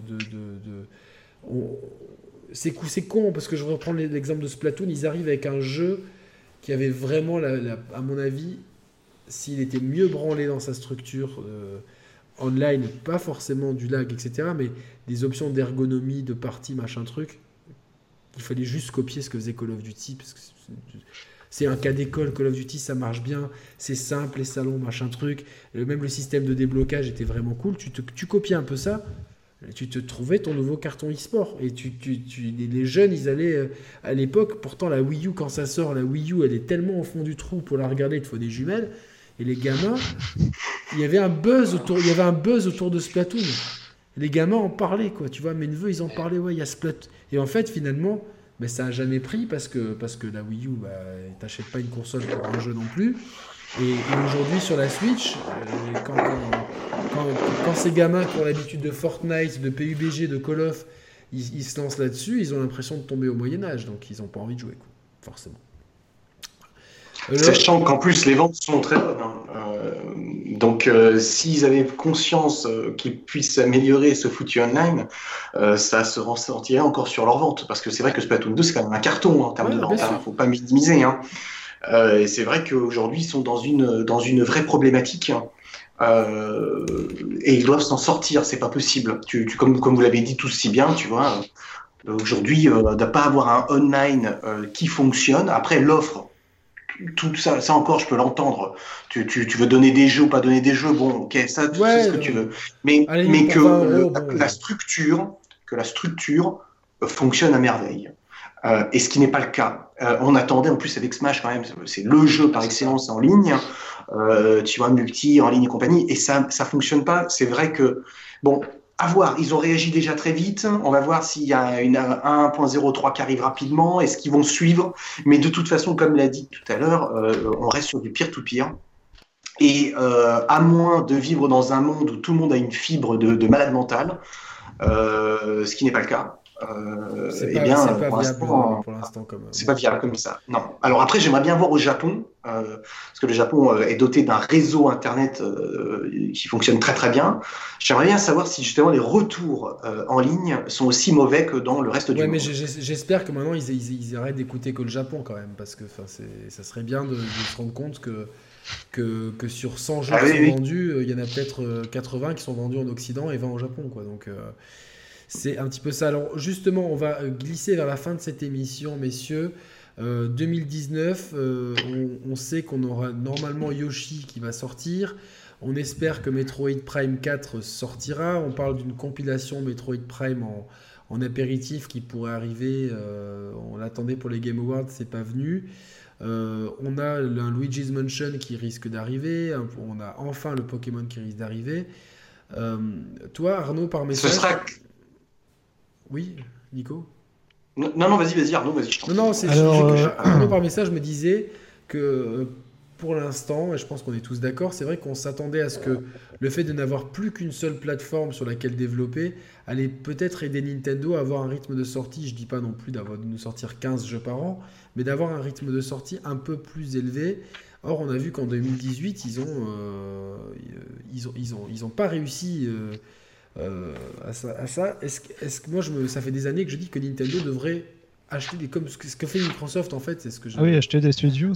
c'est con parce que je reprends l'exemple de Splatoon. Ils arrivent avec un jeu qui avait vraiment, à mon avis, s'il était mieux branlé dans sa structure. Online, pas forcément du lag, etc., mais des options d'ergonomie, de partie, machin truc. Il fallait juste copier ce que faisait Call of Duty, parce que c'est un cas d'école. Call of Duty, ça marche bien, c'est simple, les salons, machin truc. Même le système de déblocage était vraiment cool. Tu copies un peu ça, Tu te trouvais ton nouveau carton e-sport. Et les jeunes, ils allaient à l'époque. Pourtant, la Wii U, quand ça sort, la Wii U, elle est tellement au fond du trou pour la regarder, il te faut des jumelles. Et les gamins, il y avait un buzz autour de Splatoon. Les gamins en parlaient, quoi. Tu vois, mes neveux, ils en parlaient, ouais, il y a Splatoon. Et en fait, finalement, ben, ça n'a jamais pris parce que la Wii U, bah, t'achètes pas une console pour un jeu non plus. Et aujourd'hui, sur la Switch, quand ces gamins qui ont l'habitude de Fortnite, de PUBG, de Call of, ils se lancent là-dessus, ils ont l'impression de tomber au Moyen-Âge. Donc, ils n'ont pas envie de jouer, quoi, forcément. Sachant qu'en plus, les ventes sont très bonnes. Donc, s'ils avaient conscience qu'ils puissent améliorer ce footy online, ça se ressentirait encore sur leurs ventes. Parce que c'est vrai que Splatoon 2, c'est quand même un carton en termes de vente. Il ne faut pas minimiser. Et c'est vrai qu'aujourd'hui, ils sont dans une vraie problématique. Et ils doivent s'en sortir. C'est pas possible. Comme vous l'avez dit tous si bien, tu vois. Aujourd'hui, de pas avoir un online qui fonctionne. Après, l'offre. Tout ça encore, je peux l'entendre. Tu veux donner des jeux ou pas donner des jeux, bon, ok, ça, tu sais ce que tu veux. Mais que la structure fonctionne à merveille. Et ce qui n'est pas le cas. On attendait en plus avec Smash quand même, c'est le jeu par excellence en ligne. Tu vois, multi, en ligne et compagnie, et ça fonctionne pas. C'est vrai que, bon, à voir, ils ont réagi déjà très vite. On va voir s'il y a une 1.03 qui arrive rapidement. Est-ce qu'ils vont suivre? Mais de toute façon, comme l'a dit tout à l'heure, on reste sur du peer-to-peer. Et à moins de vivre dans un monde où tout le monde a une fibre de malade mental, ce qui n'est pas le cas. C'est pas viable pour l'instant c'est pas viable comme ça. Non. Alors après, j'aimerais bien voir au Japon, parce que le Japon est doté d'un réseau internet qui fonctionne très très bien. J'aimerais bien savoir si justement les retours en ligne sont aussi mauvais que dans le reste du monde. Mais j'espère que maintenant ils arrêtent d'écouter que le Japon quand même, parce que ça serait bien de se rendre compte que sur 100 jeux qui sont vendus, il y en a peut-être 80 qui sont vendus en Occident et 20 au Japon, quoi. Donc c'est un petit peu ça. Alors justement, on va glisser vers la fin de cette émission, messieurs. 2019, on sait qu'on aura normalement Yoshi qui va sortir. On espère que Metroid Prime 4 sortira. On parle d'une compilation Metroid Prime en apéritif qui pourrait arriver. On l'attendait pour les Game Awards, c'est pas venu. On a un Luigi's Mansion qui risque d'arriver. On a enfin le Pokémon qui risque d'arriver. Toi, Arnaud, par message... Oui, Nico? Non, vas-y, Arnaud, vas-y. Non, Arnaud, par message, me disait que pour l'instant, et je pense qu'on est tous d'accord, c'est vrai qu'on s'attendait à ce que le fait de n'avoir plus qu'une seule plateforme sur laquelle développer allait peut-être aider Nintendo à avoir un rythme de sortie, je dis pas non plus de nous sortir 15 jeux par an, mais d'avoir un rythme de sortie un peu plus élevé. Or, on a vu qu'en 2018, ils ont pas réussi... à ça. Est-ce que moi ça fait des années que je dis que Nintendo devrait acheter comme ce que fait Microsoft en fait, c'est ce que acheter des studios,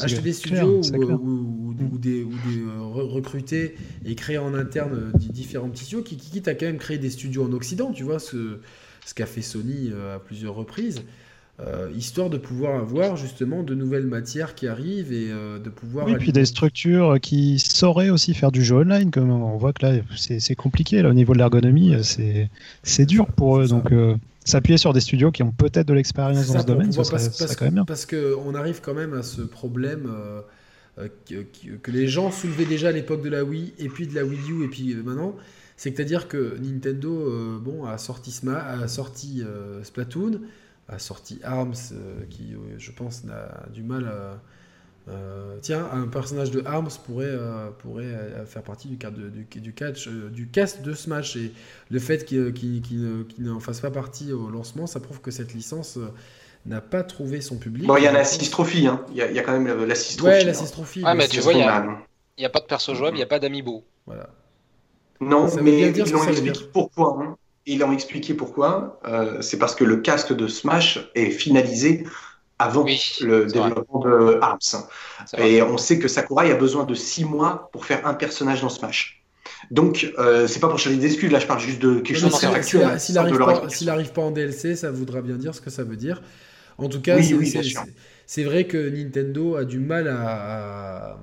ou recruter et créer en interne différents petits studios qui quitte à quand même créer des studios en Occident, tu vois ce qu'a fait Sony à plusieurs reprises. Histoire de pouvoir avoir justement de nouvelles matières qui arrivent et de pouvoir... Oui, puis des structures qui sauraient aussi faire du jeu online. Comme on voit que là, c'est compliqué là, au niveau de l'ergonomie, c'est dur pour eux. Donc s'appuyer sur des studios qui ont peut-être de l'expérience dans ce domaine, ça serait quand même bien. Parce qu'on arrive quand même à ce problème que les gens soulevaient déjà à l'époque de la Wii et puis de la Wii U et puis maintenant. C'est-à-dire que Nintendo a sorti Splatoon, a sorti ARMS, qui je pense n'a du mal à... un personnage de ARMS pourrait faire partie du cast de Smash, et le fait qu'il n'en fasse pas partie au lancement, ça prouve que cette licence n'a pas trouvé son public. Bon, il y a l'Assist Trophy, il y a quand même l'Assist Trophy. Ouais, l'Assist Trophy. Ouais, mais tu vois, il n'y a pas de perso jouable, il n'y a pas d'amiibo. Voilà. Non, mais ils l'ont expliqué pourquoi. Ils l'ont expliqué pourquoi. C'est parce que le cast de Smash est finalisé avant le développement de ARMS. Et on sait que Sakurai a besoin de 6 mois pour faire un personnage dans Smash. Donc, c'est pas pour chercher des excuses, là je parle juste de quelque chose de factuel. S'il n'arrive pas en DLC, ça voudra bien dire ce que ça veut dire. En tout cas, c'est vrai que Nintendo a du mal à...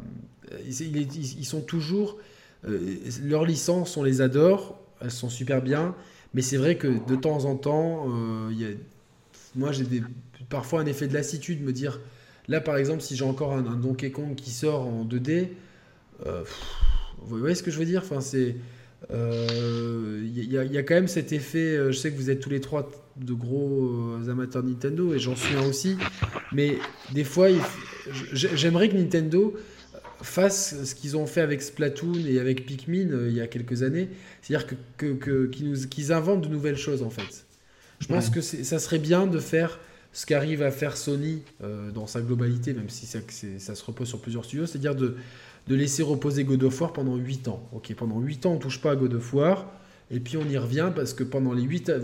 Ils sont toujours... leurs licences, on les adore, elles sont super bien. Mais c'est vrai que de temps en temps, moi j'ai parfois un effet de lassitude, me dire, là par exemple, si j'ai encore un Donkey Kong qui sort en 2D, vous voyez ce que je veux dire? Enfin, y a quand même cet effet, je sais que vous êtes tous les trois de gros amateurs de Nintendo, et j'en suis un aussi, mais des fois, j'aimerais que Nintendo fasse ce qu'ils ont fait avec Splatoon et avec Pikmin il y a quelques années, c'est-à-dire qu'ils inventent de nouvelles choses en fait. Je pense que ça serait bien de faire ce qu'arrive à faire Sony dans sa globalité, même si ça se repose sur plusieurs studios, c'est-à-dire de laisser reposer God of War pendant 8 ans. Ok, pendant 8 ans, on ne touche pas à God of War, et puis on y revient parce que pendant les 8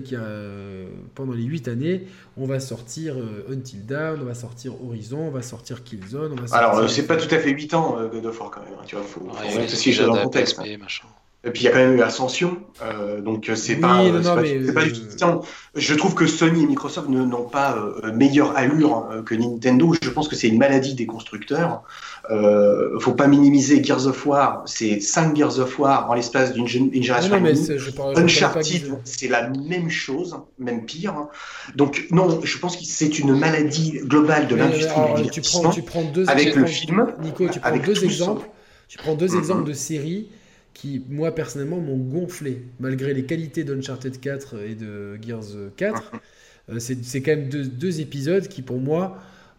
années, on va sortir Until Dawn, on va sortir Horizon, on va sortir Killzone, on va sortir... Alors, c'est pas tout à fait 8 ans, God of War, quand même. Tu vois, faut mettre aussi les choses dans le contexte. Machin. Et puis il y a quand même eu Ascension, donc c'est pas du tout. Je trouve que Sony et Microsoft n'ont pas meilleure allure que Nintendo. Je pense que c'est une maladie des constructeurs. Faut pas minimiser Gears of War. C'est 5 Gears of War en l'espace d'une génération. Uncharted, c'est la même chose, même pire. Donc non, je pense que c'est une maladie globale de l'industrie du divertissement. Tu prends deux avec exemples, le film, Nico, tu prends deux exemples. Tu prends deux exemples de séries qui, moi, personnellement, m'ont gonflé. Malgré les qualités d'Uncharted 4 et de Gears 4, c'est quand même deux épisodes qui, pour moi,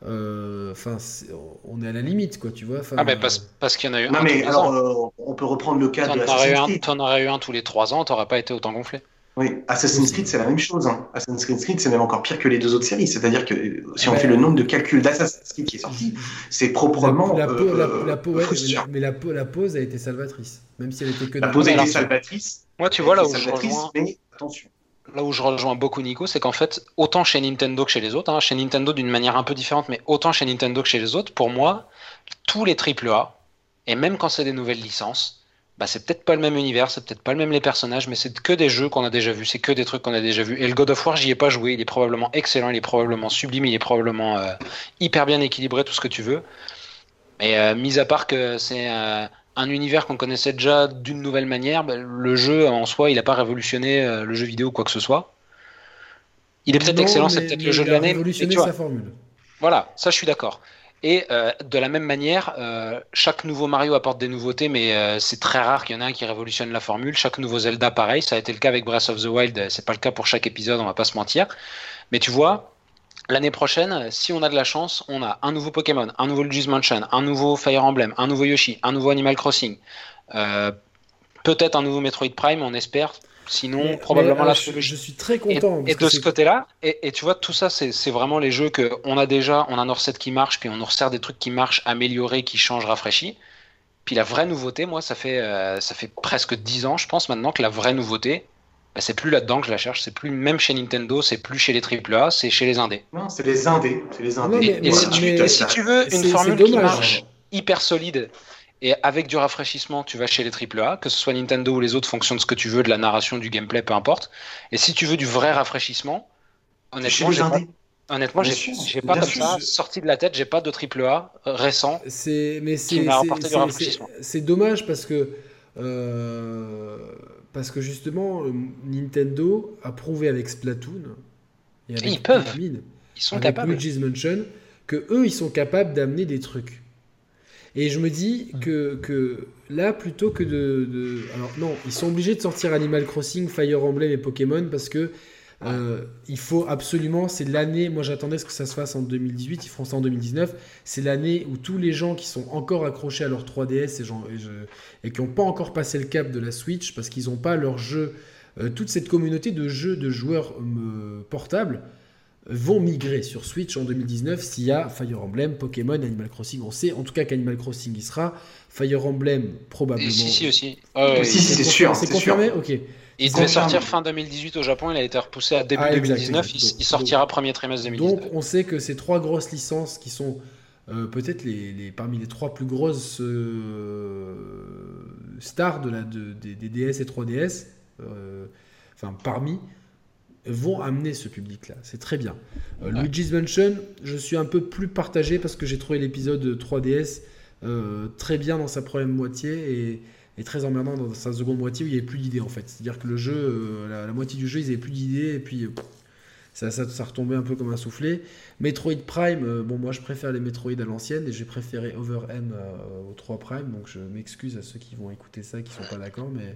on est à la limite, quoi, tu vois. Parce qu'il y en a eu non, mais alors, on peut reprendre le cas de Assassin's Creed. T'en aurais eu un tous les 3 ans, t'aurais pas été autant gonflé. Oui, Assassin's Creed, c'est la même chose. Assassin's Creed, c'est même encore pire que les deux autres séries. C'est-à-dire que si on fait le nombre de calculs d'Assassin's Creed qui est sorti, c'est proprement... Mais la pause a été salvatrice. Même si elle était que... La pause a été salvatrice. Moi, tu vois, là où je rejoins... Mais attention. Là où je rejoins beaucoup Nico, c'est qu'en fait, autant chez Nintendo que chez les autres, chez Nintendo d'une manière un peu différente, mais autant chez Nintendo que chez les autres, pour moi, tous les AAA, et même quand c'est des nouvelles licences, c'est peut-être pas le même univers, c'est peut-être pas le même les personnages, mais c'est que des jeux qu'on a déjà vus, c'est que des trucs qu'on a déjà vus. Et le God of War, j'y ai pas joué, il est probablement excellent, il est probablement sublime, il est probablement hyper bien équilibré, tout ce que tu veux. Mais mis à part que c'est un univers qu'on connaissait déjà d'une nouvelle manière, le jeu en soi, il a pas révolutionné le jeu vidéo ou quoi que ce soit. Il est peut-être excellent, c'est peut-être le jeu de l'année. Il a révolutionné sa formule. Voilà, ça je suis d'accord. Et de la même manière, chaque nouveau Mario apporte des nouveautés, mais c'est très rare qu'il y en ait un qui révolutionne la formule. Chaque nouveau Zelda, pareil, ça a été le cas avec Breath of the Wild, c'est pas le cas pour chaque épisode, on va pas se mentir. Mais tu vois, l'année prochaine, si on a de la chance, on a un nouveau Pokémon, un nouveau Luigi's Mansion, un nouveau Fire Emblem, un nouveau Yoshi, un nouveau Animal Crossing, peut-être un nouveau Metroid Prime, on espère. Sinon, probablement la trilogie. Je suis très content. Et de ce côté-là, et tu vois, tout ça, c'est vraiment les jeux qu'on a déjà, on a un recette qui marche, puis on nous resserre des trucs qui marchent, améliorés, qui changent, rafraîchis. Puis la vraie nouveauté, moi, ça fait presque 10 ans, je pense, maintenant, que la vraie nouveauté, c'est plus là-dedans que je la cherche, c'est plus même chez Nintendo, c'est plus chez les AAA, c'est chez les indés. Non, c'est les indés. Si tu veux une formule qui marche hyper solide, et avec du rafraîchissement, tu vas chez les AAA, que ce soit Nintendo ou les autres, fonction de ce que tu veux, de la narration, du gameplay, peu importe. Et si tu veux du vrai rafraîchissement, honnêtement, j'ai pas comme ça, sorti de la tête, j'ai pas de AAA récent qui m'a apporté du rafraîchissement. C'est dommage parce que justement, Nintendo a prouvé avec Splatoon et avec Pikmin, ils sont capables. Luigi's Mansion, que eux, ils sont capables d'amener des trucs. Et je me dis que là, plutôt que alors non, ils sont obligés de sortir Animal Crossing, Fire Emblem et Pokémon parce que il faut absolument, c'est l'année, moi j'attendais ce que ça se fasse en 2018, ils feront ça en 2019, c'est l'année où tous les gens qui sont encore accrochés à leur 3DS et qui n'ont pas encore passé le cap de la Switch parce qu'ils n'ont pas leur jeu, toute cette communauté de jeux de joueurs portables, vont migrer sur Switch en 2019 s'il y a Fire Emblem, Pokémon, Animal Crossing. On sait en tout cas qu'Animal Crossing y sera. Fire Emblem, probablement. Si aussi. C'est sûr. C'est confirmé. Ok. Il devait sortir fin 2018 au Japon, il a été repoussé à début 2019. Il sortira premier trimestre 2019. Donc on sait que ces 3 grosses licences qui sont peut-être parmi les 3 plus grosses stars des DS et 3DS, parmi, vont amener ce public-là. C'est très bien. Luigi's Mansion, je suis un peu plus partagé parce que j'ai trouvé l'épisode 3DS très bien dans sa première moitié et est très emmerdant dans sa seconde moitié où il n'y avait plus d'idées en fait. C'est-à-dire que le jeu, la moitié du jeu, ils n'avaient plus d'idées et puis ça retombait un peu comme un soufflé. Metroid Prime, bon moi je préfère les Metroid à l'ancienne et j'ai préféré Other M au 3 Prime, donc je m'excuse à ceux qui vont écouter ça qui sont pas d'accord, mais...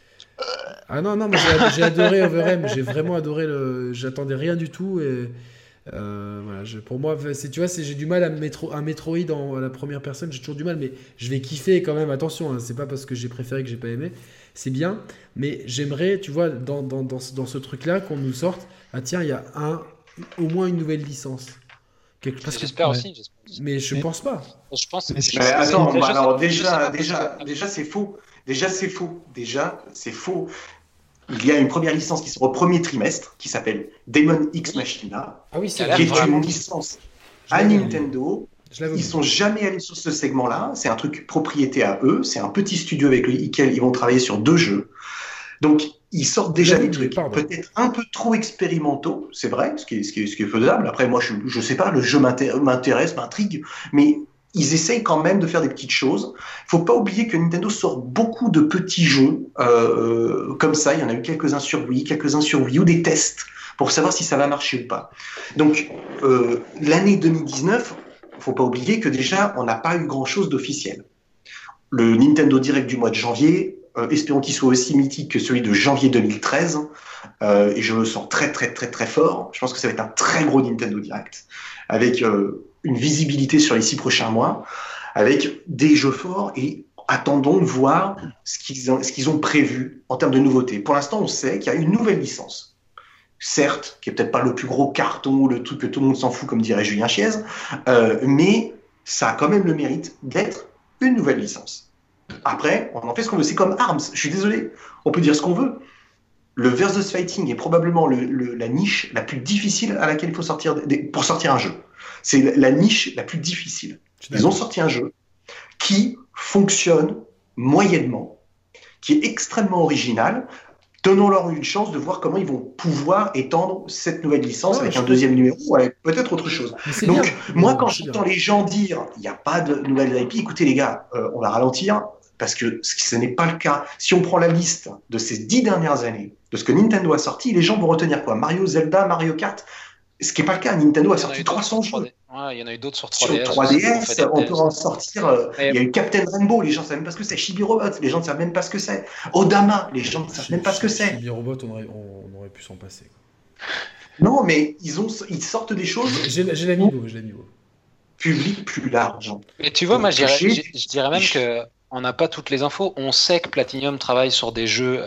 Ah non, mais j'ai adoré Other M, j'ai vraiment adoré j'attendais rien du tout et... voilà, pour moi, tu vois, j'ai du mal à Metroid à la première personne, j'ai toujours du mal, mais je vais kiffer quand même. Attention, hein, c'est pas parce que j'ai préféré que j'ai pas aimé, c'est bien, mais j'aimerais, tu vois, dans ce truc-là, qu'on nous sorte. Ah tiens, il y a au moins une nouvelle licence. J'espère aussi. Mais je pense pas. Je pense. Mais attends, alors déjà, c'est faux. Déjà, c'est faux. Il y a une première licence qui sort au premier trimestre, qui s'appelle Demon X Machina, Ah oui, qui est une licence à Nintendo. Ils sont jamais allés sur ce segment-là. C'est un truc propriété à eux. C'est un petit studio avec lequel ils vont travailler sur 2 jeux. Donc, ils sortent déjà des trucs peut-être un peu trop expérimentaux, c'est vrai, ce qui est faisable. Après, moi, je sais pas, le jeu m'intéresse, m'intrigue, mais ils essayent quand même de faire des petites choses. Il faut pas oublier que Nintendo sort beaucoup de petits jeux comme ça. Il y en a eu quelques-uns sur Wii, quelques-uns sur Wii U, des tests pour savoir si ça va marcher ou pas. Donc, l'année 2019, il faut pas oublier que déjà, on n'a pas eu grand-chose d'officiel. Le Nintendo Direct du mois de janvier, espérons qu'il soit aussi mythique que celui de janvier 2013, et je me sens très très très très fort. Je pense que ça va être un très gros Nintendo Direct, avec une visibilité sur les 6 prochains mois, avec des jeux forts, et attendons de voir ce qu'ils ont prévu en termes de nouveautés. Pour l'instant, on sait qu'il y a une nouvelle licence. Certes, qui est peut-être pas le plus gros carton, le truc que tout le monde s'en fout, comme dirait Julien Chiez, mais ça a quand même le mérite d'être une nouvelle licence. Après, on en fait ce qu'on veut. C'est comme Arms. Je suis désolé. On peut dire ce qu'on veut. Le versus fighting est probablement la niche la plus difficile à laquelle il faut pour sortir un jeu. C'est la niche la plus difficile. Ils ont sorti un jeu qui fonctionne moyennement, qui est extrêmement original. Donnons-leur une chance de voir comment ils vont pouvoir étendre cette nouvelle licence avec un deuxième numéro ou avec peut-être autre chose. Donc, bien. Moi, quand j'entends les gens dire il n'y a pas de nouvelle IP, écoutez les gars, on va ralentir parce que ce n'est pas le cas. Si on prend la liste de ces 10 dernières années, de ce que Nintendo a sorti, les gens vont retenir quoi? Mario, Zelda, Mario Kart. Ce qui n'est pas le cas. Nintendo a sorti 300 jeux. Ouais, il y en a eu d'autres sur 3DS. Sur 3DS, on peut en sortir. Il y a eu Captain Rainbow, les gens ne savent même pas ce que c'est. Chibi Robot, les gens ne savent même pas ce que c'est. Odama, les gens ne savent même pas ce que c'est. Chibi Robot, on aurait pu s'en passer. Non, mais ils sortent des choses. J'ai l'amiibo. Public plus large. Mais tu vois, moi, je dirais même qu'on n'a pas toutes les infos. On sait que Platinum travaille sur des jeux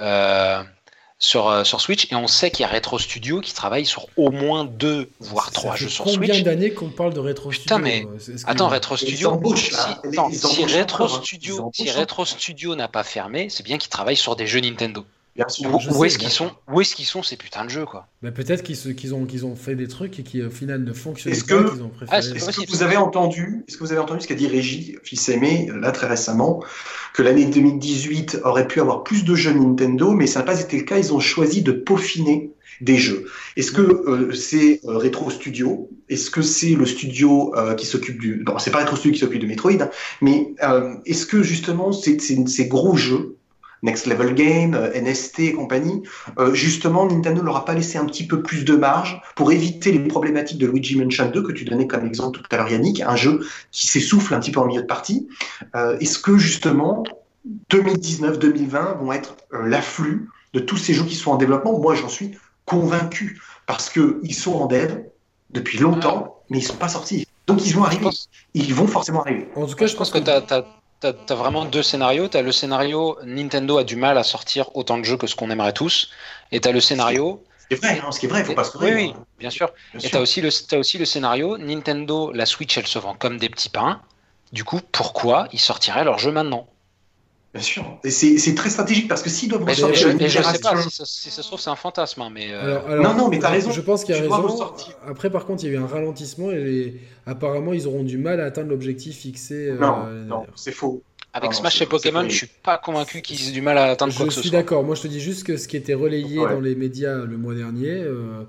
sur Switch, et on sait qu'il y a Retro Studio qui travaille sur au moins 2 voire 3 jeux sur Switch. Combien d'années qu'on parle de Retro Studio? Putain, mais attends, Retro Studio, si Retro Studio n'a pas fermé, c'est bien qu'ils travaillent sur des jeux Nintendo. Où est-ce qu'ils sont ces putains de jeux, quoi? Bah, peut-être qu'ils ont fait des trucs et qui au final ne fonctionnent pas, qu'ils ont préféré. Est-ce que vous avez entendu ce qu'a dit Régis, fils aimé, là très récemment, que l'année 2018 aurait pu avoir plus de jeux Nintendo, mais ça n'a pas été le cas. Ils ont choisi de peaufiner des jeux. Est-ce que c'est Retro Studio? Est-ce que c'est le studio qui s'occupe du... Non, c'est pas Retro Studio qui s'occupe de Metroid, hein, mais est-ce que justement ces gros jeux, Next Level Game, NST et compagnie, justement, Nintendo leur a pas laissé un petit peu plus de marge pour éviter les problématiques de Luigi Mansion 2 que tu donnais comme exemple tout à l'heure, Yannick, un jeu qui s'essouffle un petit peu en milieu de partie. Est-ce que justement 2019-2020 vont être l'afflux de tous ces jeux qui sont en développement? Moi, j'en suis convaincu parce que ils sont en dev depuis longtemps, mais ils sont pas sortis. Donc ils vont arriver. Ils vont forcément arriver. En tout cas, je pense que t'as vraiment 2 scénarios. T'as le scénario Nintendo a du mal à sortir autant de jeux que ce qu'on aimerait tous, et t'as le scénario. Ce qui est vrai, faut pas se leurrer. Oui, bien sûr. Et t'as aussi le scénario Nintendo, la Switch, elle se vend comme des petits pains. Du coup, pourquoi ils sortiraient leur jeu maintenant? Bien sûr. Et c'est très stratégique parce que s'ils doivent ressortir une je sais pas si ça se trouve c'est un fantasme, hein, mais non, mais t'as raison. Je pense qu'il y a raison. Après, par contre, il y a eu un ralentissement et apparemment, ils auront du mal à atteindre l'objectif fixé. Non, c'est faux. Avec Smash et Pokémon, je suis pas convaincu qu'ils aient du mal à atteindre quoi que ce soit. Je suis d'accord. Moi, je te dis juste que ce qui était relayé dans les médias le mois dernier.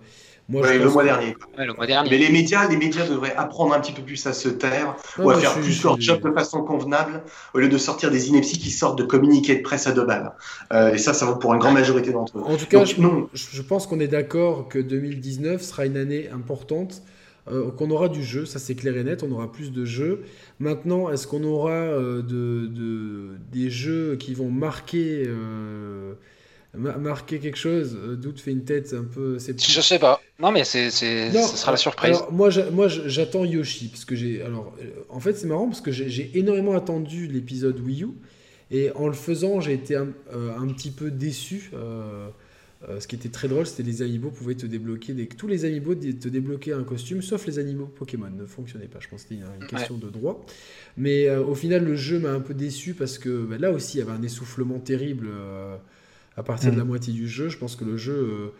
Le mois dernier. Ouais, le mois dernier. Mais les médias devraient apprendre un petit peu plus à se taire ou à faire plus leur job de façon convenable au lieu de sortir des inepties qui sortent de communiqués de presse à 2 balles. Et ça vaut pour une grande majorité d'entre eux. En tout cas, je pense qu'on est d'accord que 2019 sera une année importante, qu'on aura du jeu, ça c'est clair et net, on aura plus de jeux. Maintenant, est-ce qu'on aura des jeux qui vont marquer quelque chose? Doute fait une tête un peu sceptique. Je sais pas. Non, mais ce sera la surprise. Alors, moi, j'attends Yoshi parce que en fait, c'est marrant parce que j'ai énormément attendu l'épisode Wii U et en le faisant, j'ai été un petit peu déçu. Ce qui était très drôle, c'était les amiibo pouvaient te débloquer tous les amiibo te débloquaient un costume, sauf les amiibo Pokémon ne fonctionnaient pas. Je pense que c'était une question de droit. Mais au final, le jeu m'a un peu déçu parce que là aussi, il y avait un essoufflement terrible. À partir de la moitié du jeu, je pense que le jeu...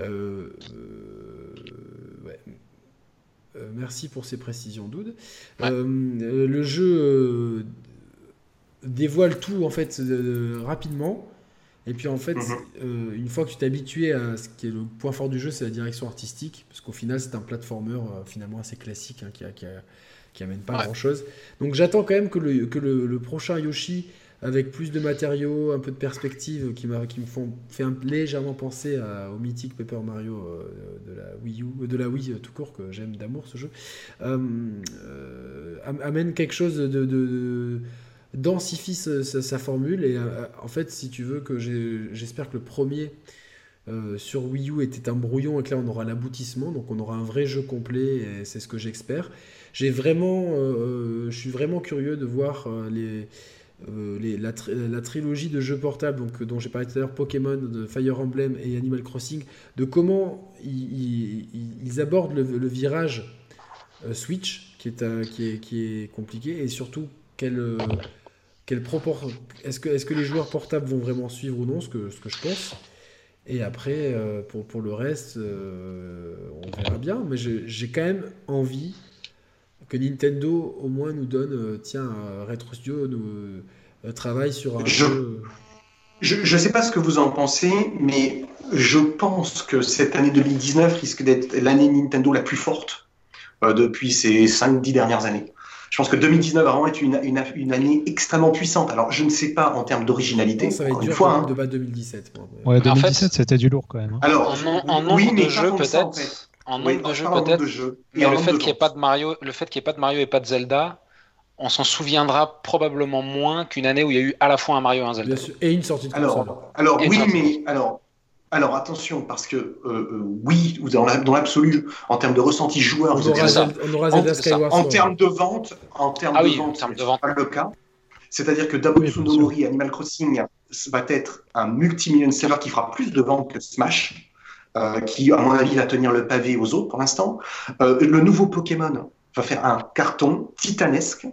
merci pour ces précisions, Doud. Ouais. Le jeu dévoile tout en fait rapidement. Et puis en fait, une fois que tu t'es habitué à ce qui est le point fort du jeu, c'est la direction artistique, parce qu'au final, c'est un platformer finalement assez classique qui amène pas grand chose. Donc j'attends quand même que le prochain Yoshi, avec plus de matériaux, un peu de perspective, qui me font légèrement penser au mythique Paper Mario de la Wii U, de la Wii tout court, que j'aime d'amour ce jeu, amène quelque chose de densifie sa formule. Et en fait, si tu veux, j'espère que le premier sur Wii U était un brouillon et que là on aura l'aboutissement, donc on aura un vrai jeu complet, et c'est ce que j'espère. Je suis vraiment curieux de voir la trilogie de jeux portables dont j'ai parlé tout à l'heure, Pokémon, Fire Emblem et Animal Crossing, de comment ils abordent le virage Switch qui est compliqué, et surtout quelle proportion est-ce que les joueurs portables vont vraiment suivre ou non, ce que je pense. Et après pour le reste on verra bien, mais j'ai quand même envie que Nintendo au moins nous donne Retro Studio travaille sur un jeu. Je sais pas ce que vous en pensez, mais je pense que cette année 2019 risque d'être l'année Nintendo la plus forte depuis ces 5-10 dernières années. Je pense que 2019 va vraiment être une année extrêmement puissante. Alors, je ne sais pas en termes d'originalité. Ça va être dur une fois, de battre 2017. Ouais, 2017, c'était du lourd quand même. Alors, en nombre de jeux peut-être. En nombre de jeux peut-être. Mais le fait qu'il n'y ait pas de Mario, et pas de Zelda, on s'en souviendra probablement moins qu'une année où il y a eu à la fois un Mario et un Zelda. Bien sûr. Et une sortie de console. Alors attention, parce que oui, dans l'absolu, en termes de ressenti joueur, on aura Zelda Skyward Sword. En termes de vente, c'est pas le cas. C'est-à-dire que Double Tsunomori Animal Crossing va être un multi-million seller qui fera plus de ventes que Smash, qui, à mon avis, va tenir le pavé aux autres pour l'instant. Le nouveau Pokémon va faire un carton titanesque.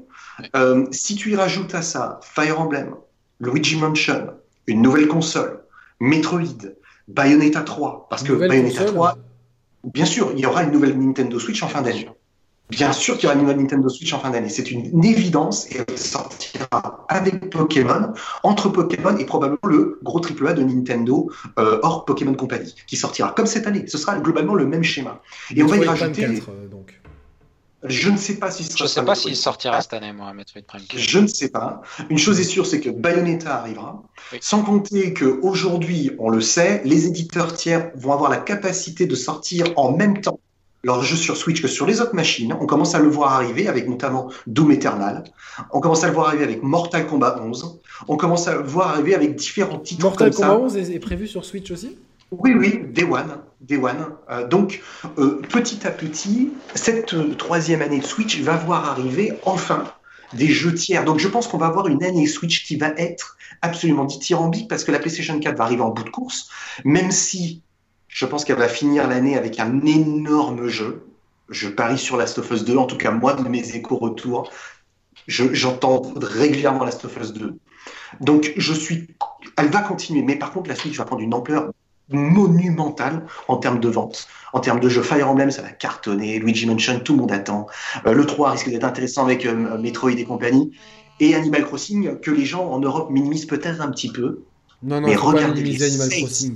Si tu y rajoutes à ça Fire Emblem, Luigi Mansion, une nouvelle console, Metroid, Bayonetta 3, parce que Bayonetta 3, bien sûr, il y aura une nouvelle Nintendo Switch en fin d'année. Bien sûr qu'il y aura une nouvelle Nintendo Switch en fin d'année. C'est une évidence, et elle sortira avec Pokémon, entre Pokémon et probablement le gros AAA de Nintendo hors Pokémon Company, qui sortira comme cette année. Ce sera globalement le même schéma. Et on va y rajouter... 24, donc. Je ne sais pas si je sais pas s'il sortira cette année, moi, Metroid Prime 4. Je ne sais pas. Une chose est sûre, c'est que Bayonetta arrivera. Oui. Sans compter qu'aujourd'hui, on le sait, les éditeurs tiers vont avoir la capacité de sortir en même temps leurs jeux sur Switch que sur les autres machines. On commence à le voir arriver avec notamment Doom Eternal. On commence à le voir arriver avec Mortal Kombat 11. On commence à le voir arriver avec différents titres Mortal comme Kombat 11 est prévu sur Switch aussi ? Oui, Day One. Donc, petit à petit, cette troisième année de Switch va voir arriver enfin des jeux tiers. Donc, je pense qu'on va avoir une année Switch qui va être absolument dithyrambique parce que la PlayStation 4 va arriver en bout de course, même si je pense qu'elle va finir l'année avec un énorme jeu. Je parie sur Last of Us 2, en tout cas, moi, de mes échos-retours, j'entends régulièrement Last of Us 2. Donc, elle va continuer, mais par contre, la Switch va prendre une ampleur monumental en termes de vente. En termes de jeux, Fire Emblem, ça va cartonner. Luigi Mansion, tout le monde attend. Le 3 risque d'être intéressant avec Metroid et compagnie. Et Animal Crossing, que les gens en Europe minimisent peut-être un petit peu. Non, mais faut pas minimiser Animal Crossing.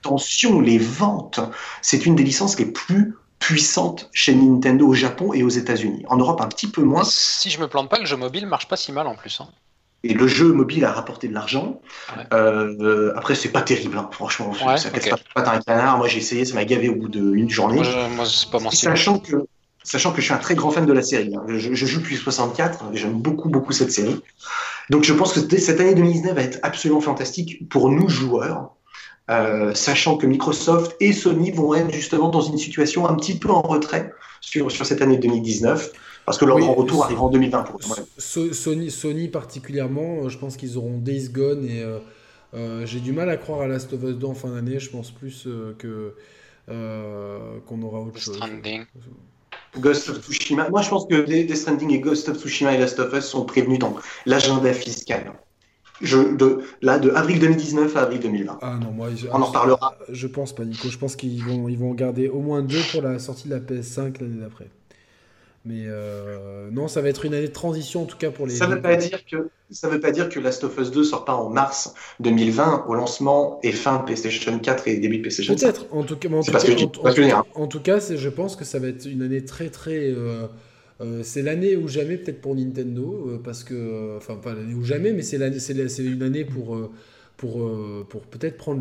attention, les ventes, c'est une des licences les plus puissantes chez Nintendo au Japon et aux États-Unis. En Europe, un petit peu moins. Si je me plante pas, le jeu mobile marche pas si mal en plus. Hein. Et le jeu mobile a rapporté de l'argent. Ouais. Après, c'est pas terrible, hein. Franchement. Ouais, Ça casse ok. pas un canard. Moi, j'ai essayé, ça m'a gavé au bout d'une journée. Moi, c'est pas mon style. Sachant que je suis un très grand fan de la série. Hein. Je joue depuis 64 et j'aime beaucoup, beaucoup cette série. Donc, je pense que cette année 2019 va être absolument fantastique pour nous, joueurs. Sachant que Microsoft et Sony vont être justement dans une situation un petit peu en retrait sur cette année 2019. Parce que leur grand retour arrive en 2020. Sony particulièrement, je pense qu'ils auront Days Gone et j'ai du mal à croire à Last of Us 2 en fin d'année. Je pense plus qu'on aura autre chose. Stranding. Ghost of Tsushima. Moi, je pense que Death Stranding et Ghost of Tsushima et Last of Us sont prévenus dans l'agenda fiscal. De avril 2019 à avril 2020. Ah non, moi, on en reparlera. Je pense pas, Nico. Je pense qu'ils vont en garder au moins 2 pour la sortie de la PS5 l'année d'après. Mais non, ça va être une année de transition en tout cas pour les. Ça veut pas dire que Last of Us 2 sort pas en mars 2020 au lancement et fin de PlayStation 4 et début de PlayStation 5. Peut-être. En tout cas, je pense que ça va être une année très très. C'est l'année ou jamais peut-être pour Nintendo parce que enfin pas l'année ou jamais, mais c'est une année pour peut-être prendre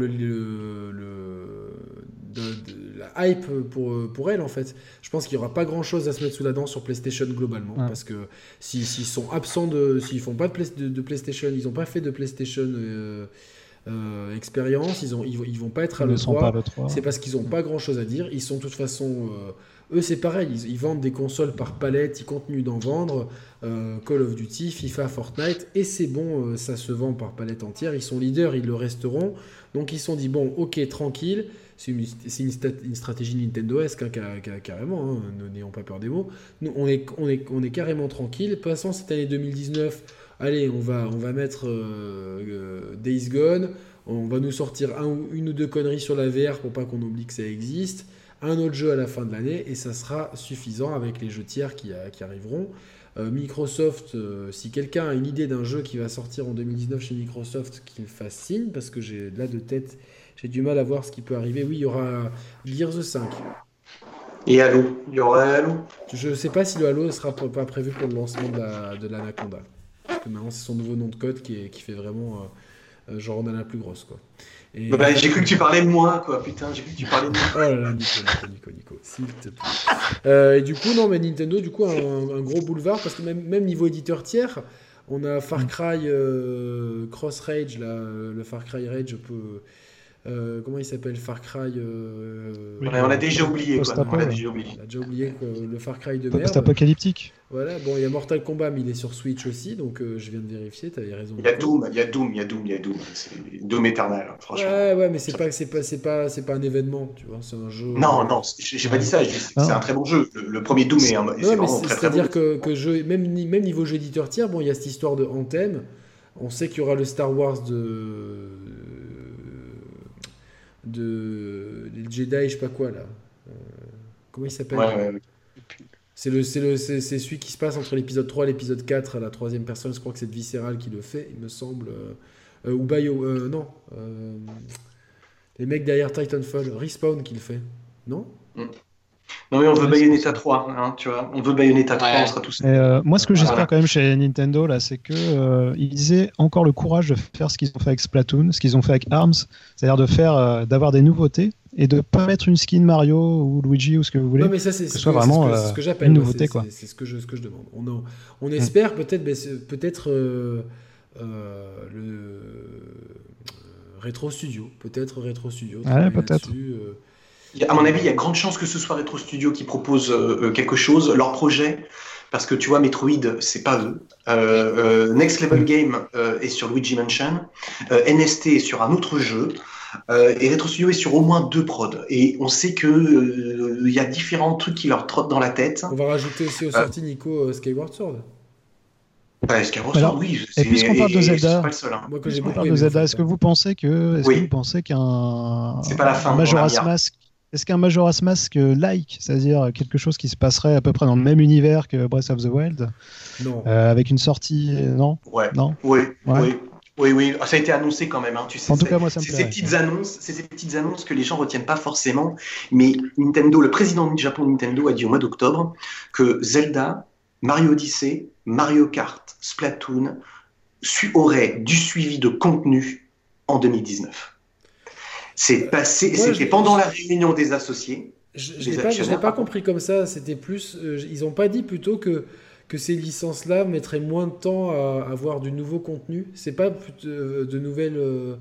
la hype pour elle en fait. Je pense qu'il n'y aura pas grand chose à se mettre sous la dent sur PlayStation globalement parce que s'ils sont absents s'ils font pas de PlayStation, ils n'ont pas fait de PlayStation expérience, ils vont pas être à l'E3, c'est parce qu'ils n'ont pas grand chose à dire. Ils sont de toute façon eux c'est pareil, ils vendent des consoles par palette, ils continuent d'en vendre, Call of Duty, FIFA, Fortnite, et c'est bon, ça se vend par palette entière, ils sont leaders, ils le resteront, donc ils se sont dit bon ok tranquille, c'est une stratégie Nintendo-esque carrément, hein, n'ayons pas peur des mots, nous on est carrément tranquille, passons cette année 2019, allez on va mettre Days Gone, on va nous sortir une ou deux conneries sur la VR pour pas qu'on oublie que ça existe, un autre jeu à la fin de l'année et ça sera suffisant avec les jeux tiers qui arriveront. Microsoft, si quelqu'un a une idée d'un jeu qui va sortir en 2019 chez Microsoft, qu'il me fasse signe parce que j'ai là de tête, j'ai du mal à voir ce qui peut arriver. Oui, il y aura Gears 5. Et Halo, il y aura Halo. Je ne sais pas si le Halo ne sera pas prévu pour le lancement de l'Anaconda. Parce que maintenant c'est son nouveau nom de code qui fait vraiment genre on a la plus grosse quoi. Et... j'ai cru que tu parlais de moi, quoi. Putain, j'ai cru que tu parlais de moi. Oh là là, Nico, s'il te plaît. Et du coup, non, mais Nintendo, du coup, un gros boulevard, parce que même niveau éditeur tiers, on a Far Cry Cross Rage, là, le Far Cry Rage, comment il s'appelle Far Cry on a déjà oublié, quoi. On a déjà oublié le Far Cry de merde. Post-apocalyptique. Voilà, bon, il y a Mortal Kombat, mais il est sur Switch aussi, donc je viens de vérifier, t'avais raison. Il y a Doom. C'est Doom Eternal, franchement. Ouais, mais c'est pas un événement, tu vois, c'est un jeu. Non, j'ai pas dit ça, c'est un très bon jeu. Le premier Doom est vraiment très très bon. C'est-à-dire que jeu, même niveau jeu éditeur tiers, bon, il y a cette histoire de Anthem, on sait qu'il y aura le Star Wars de Jedi, je sais pas quoi, là. Comment il s'appelle ? Ouais. C'est celui qui se passe entre l'épisode 3 et l'épisode 4 à la troisième personne. Je crois que c'est Visceral qui le fait, il me semble. Ou non. Les mecs derrière Titanfall. Respawn qui le fait. Non ? Non, mais on veut Bayonetta 3, hein, tu vois. On veut Bayonetta 3, on sera tous. Moi, ce que j'espère quand même chez Nintendo, là, c'est qu'ils aient encore le courage de faire ce qu'ils ont fait avec Splatoon, ce qu'ils ont fait avec ARMS, c'est-à-dire d'avoir des nouveautés et de pas mettre une skin Mario ou Luigi ou ce que vous voulez. Non, mais ça, c'est ce que j'appelle une nouveauté, quoi. C'est ce que je demande. On espère peut-être le Retro Studio. Peut-être Retro Studio. Ouais, peut-être. À mon avis, il y a grande chance que ce soit Retro Studio qui propose quelque chose, leur projet, parce que tu vois, Metroid, c'est pas eux. Next Level Game est sur Luigi Mansion, NST est sur un autre jeu, et Retro Studio est sur au moins 2 prods. Et on sait que il y a différents trucs qui leur trottent dans la tête. On va rajouter aussi aux sorties, Nico, Skyward Sword. Ouais, Skyward Sword, oui. Et puisqu'on parle de Zelda, c'est pas le seul, hein. Moi, j'ai beaucoup parle de Zelda, est-ce que vous pensez qu'un c'est pas la fin Majora's Mask, est-ce qu'un Majora's Mask like, c'est-à-dire quelque chose qui se passerait à peu près dans le même univers que Breath of the Wild, non. Avec une sortie, non? Ouais. Non. Oui. Oui, ça a été annoncé quand même. Hein. Tu sais, En tout cas, moi, ça me c'est plairait. ces petites annonces que les gens retiennent pas forcément. Mais Nintendo, le président du Japon Nintendo a dit au mois d'octobre que Zelda, Mario Odyssey, Mario Kart, Splatoon auraient du suivi de contenu en 2019. C'est passé, c'était pendant la réunion des associés. Je ne l'ai pas compris comme ça. C'était plus. Ils n'ont pas dit plutôt que ces licences-là mettraient moins de temps à avoir du nouveau contenu. C'est pas de nouvelles.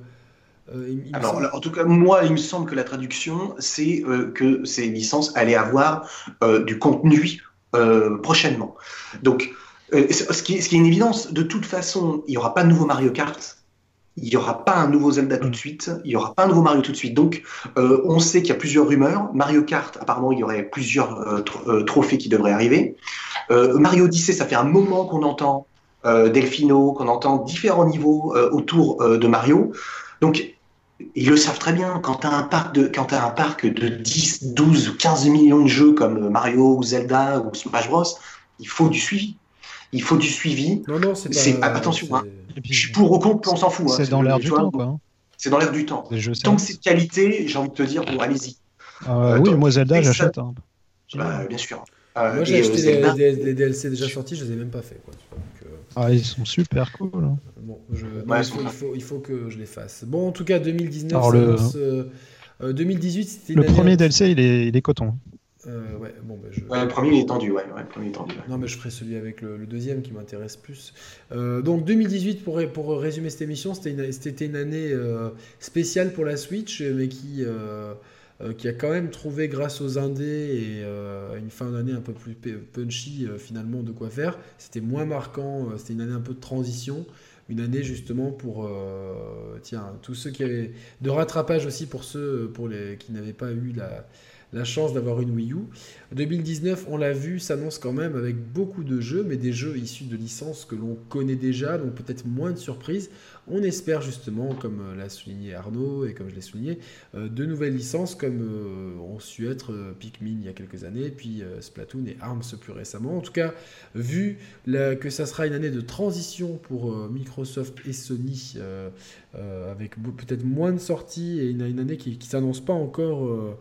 Alors, en tout cas, moi, il me semble que la traduction, c'est que ces licences allaient avoir du contenu prochainement. Donc, ce qui est une évidence, de toute façon, il n'y aura pas de nouveau Mario Kart. Il n'y aura pas un nouveau Zelda tout de suite, il n'y aura pas un nouveau Mario tout de suite. Donc, on sait qu'il y a plusieurs rumeurs. Mario Kart, apparemment, il y aurait plusieurs trophées qui devraient arriver. Mario Odyssey, ça fait un moment qu'on entend Delfino, qu'on entend différents niveaux autour de Mario. Donc, ils le savent très bien. Quand tu as un parc de 10, 12 ou 15 millions de jeux comme Mario ou Zelda ou Smash Bros, il faut du suivi. Il faut du suivi. Non, c'est pas... Attention, hein. Je suis pour ou contre, on s'en fout. C'est dans l'air du temps, quoi. C'est dans l'air du temps. Tant que c'est de qualité, j'ai envie de te dire, bon, allez-y. Oui, moi, Zelda, j'achète. Hein. Bien sûr. Moi, j'ai acheté les DLC déjà sortis, je les ai même pas fait. Quoi. Donc, ils sont super cool. Hein. Bon, il faut que je les fasse. Bon, en tout cas, 2019, 2018, c'était le premier DLC, il est coton. Le premier il est tendu, Non, mais je ferai celui avec le deuxième qui m'intéresse plus. Donc 2018, pour résumer cette émission, c'était une année spéciale pour la Switch, mais qui a quand même trouvé, grâce aux indés et une fin d'année un peu plus punchy, finalement, de quoi faire. C'était moins marquant, c'était une année un peu de transition. Une année justement pour tous ceux qui avaient de rattrapage aussi pour ceux qui n'avaient pas eu la chance d'avoir une Wii U. 2019, on l'a vu, s'annonce quand même avec beaucoup de jeux, mais des jeux issus de licences que l'on connaît déjà, donc peut-être moins de surprises. On espère justement, comme l'a souligné Arnaud et comme je l'ai souligné, de nouvelles licences comme ont su être Pikmin il y a quelques années, puis Splatoon et ARMS plus récemment. En tout cas, vu que ça sera une année de transition pour Microsoft et Sony, avec peut-être moins de sorties et une année qui s'annonce pas encore...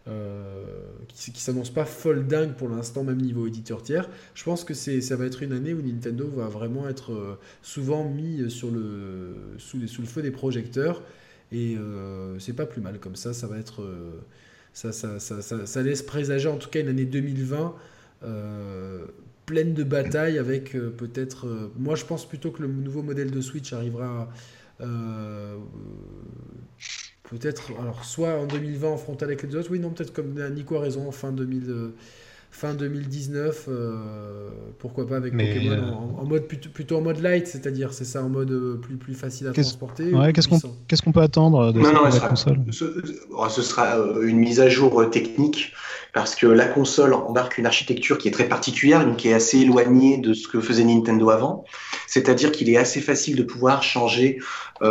qui s'annonce pas folle dingue pour l'instant, même niveau éditeur tiers. Je pense que ça va être une année où Nintendo va vraiment être souvent mis sous le feu des projecteurs, et c'est pas plus mal comme ça. Ça va être ça laisse présager en tout cas une année 2020 pleine de batailles, avec peut-être moi je pense plutôt que le nouveau modèle de Switch arrivera peut-être, alors soit en 2020 en frontal avec les autres, oui, non, peut-être comme Nico a raison, fin 2019, pourquoi pas avec Pokémon en mode plutôt en mode light, c'est-à-dire c'est ça, en mode plus facile à transporter. Ouais, qu'est-ce qu'on peut attendre de cette console ? Ce sera une mise à jour technique, parce que la console embarque une architecture qui est très particulière, donc qui est assez éloignée de ce que faisait Nintendo avant. C'est-à-dire qu'il est assez facile de pouvoir changer, on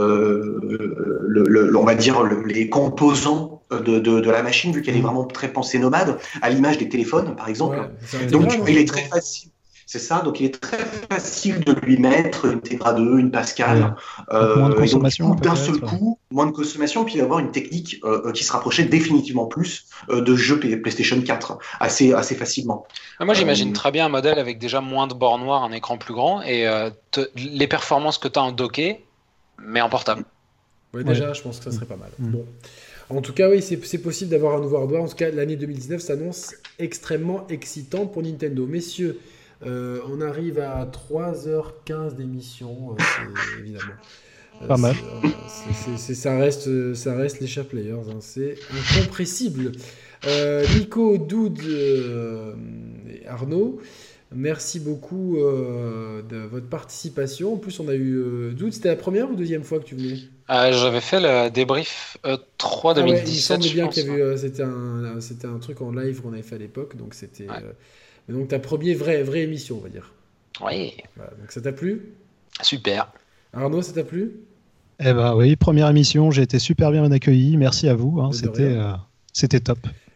va dire, les composants de la machine, vu qu'elle est vraiment très pensée nomade, à l'image des téléphones, par exemple. Ouais, donc, il est très facile. C'est ça, donc il est très facile de lui mettre une Tegra 2, une Pascal, moins de consommation, d'un seul coup, moins de consommation, puis avoir une technique qui se rapprochait définitivement plus de jeux PlayStation 4 assez facilement. Moi, j'imagine très bien un modèle avec déjà moins de bords noirs, un écran plus grand, et les performances que tu as en docké, mais en portable. Ouais, déjà, je pense que ça serait pas mal. Bon. En tout cas, oui, c'est possible d'avoir un nouveau hardware. En tout cas, l'année 2019 s'annonce extrêmement excitante pour Nintendo. Messieurs, on arrive à 3h15 d'émission, évidemment. Pas mal. Ça reste les Sharp Players, hein, c'est incompressible. Nico, Doud et Arnaud, merci beaucoup de votre participation. En plus, on a eu... Doud, c'était la première ou deuxième fois que tu venais ? J'avais fait le débrief 3 2017. Ouais, il semblait bien qu'il y avait... c'était un truc en live qu'on avait fait à l'époque, donc c'était... Mais donc ta première vraie émission, on va dire. Oui. Voilà, donc ça t'a plu ? Super. Arnaud, ça t'a plu ? Eh ben oui, première émission, j'ai été super bien accueilli. Merci à vous. Hein, c'était top.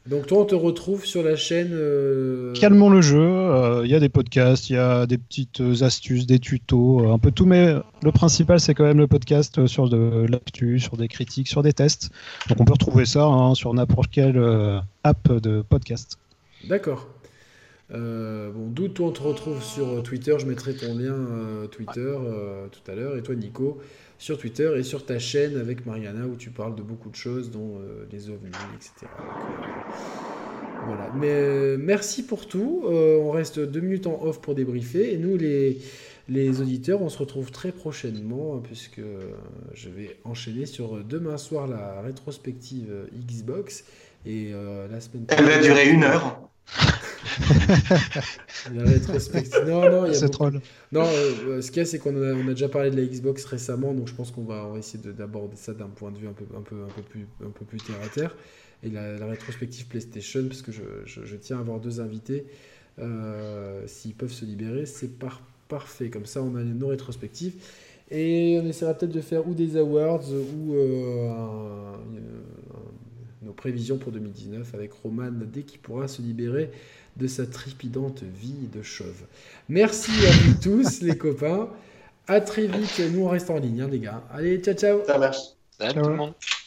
Donc toi, on te retrouve sur la chaîne... Calmons le jeu, il y a des podcasts, il y a des petites astuces, des tutos, un peu tout, mais le principal c'est quand même le podcast sur de l'actu, sur des critiques, sur des tests. Donc on peut retrouver ça sur n'importe quelle app de podcast. D'accord. D'où toi on te retrouve sur Twitter, je mettrai ton lien Twitter tout à l'heure, et toi Nico sur Twitter et sur ta chaîne avec Mariana où tu parles de beaucoup de choses dont les ovnis, etc. Voilà. Mais merci pour tout, on reste 2 minutes en off pour débriefer et nous les auditeurs on se retrouve très prochainement puisque je vais enchaîner sur demain soir la rétrospective Xbox et la semaine prochaine... Elle va durer 1 heure. La rétrospective. Non, il y a C'est beaucoup... troll. Non, ce qu'il y a, c'est qu'on a déjà parlé de la Xbox récemment, donc je pense qu'on va essayer d'aborder ça d'un point de vue un peu plus terre à terre. Et la rétrospective PlayStation, parce que je tiens à avoir 2 invités. S'ils peuvent se libérer, c'est parfait. Comme ça, on a nos rétrospectives. Et on essaiera peut-être de faire ou des awards ou nos prévisions pour 2019 avec Roman dès qu'il pourra se libérer de sa trépidante vie de chauve. Merci à vous tous les copains. À très vite. Nous on reste en ligne les gars. Allez, ciao ciao. Ça marche. Salut tout le monde.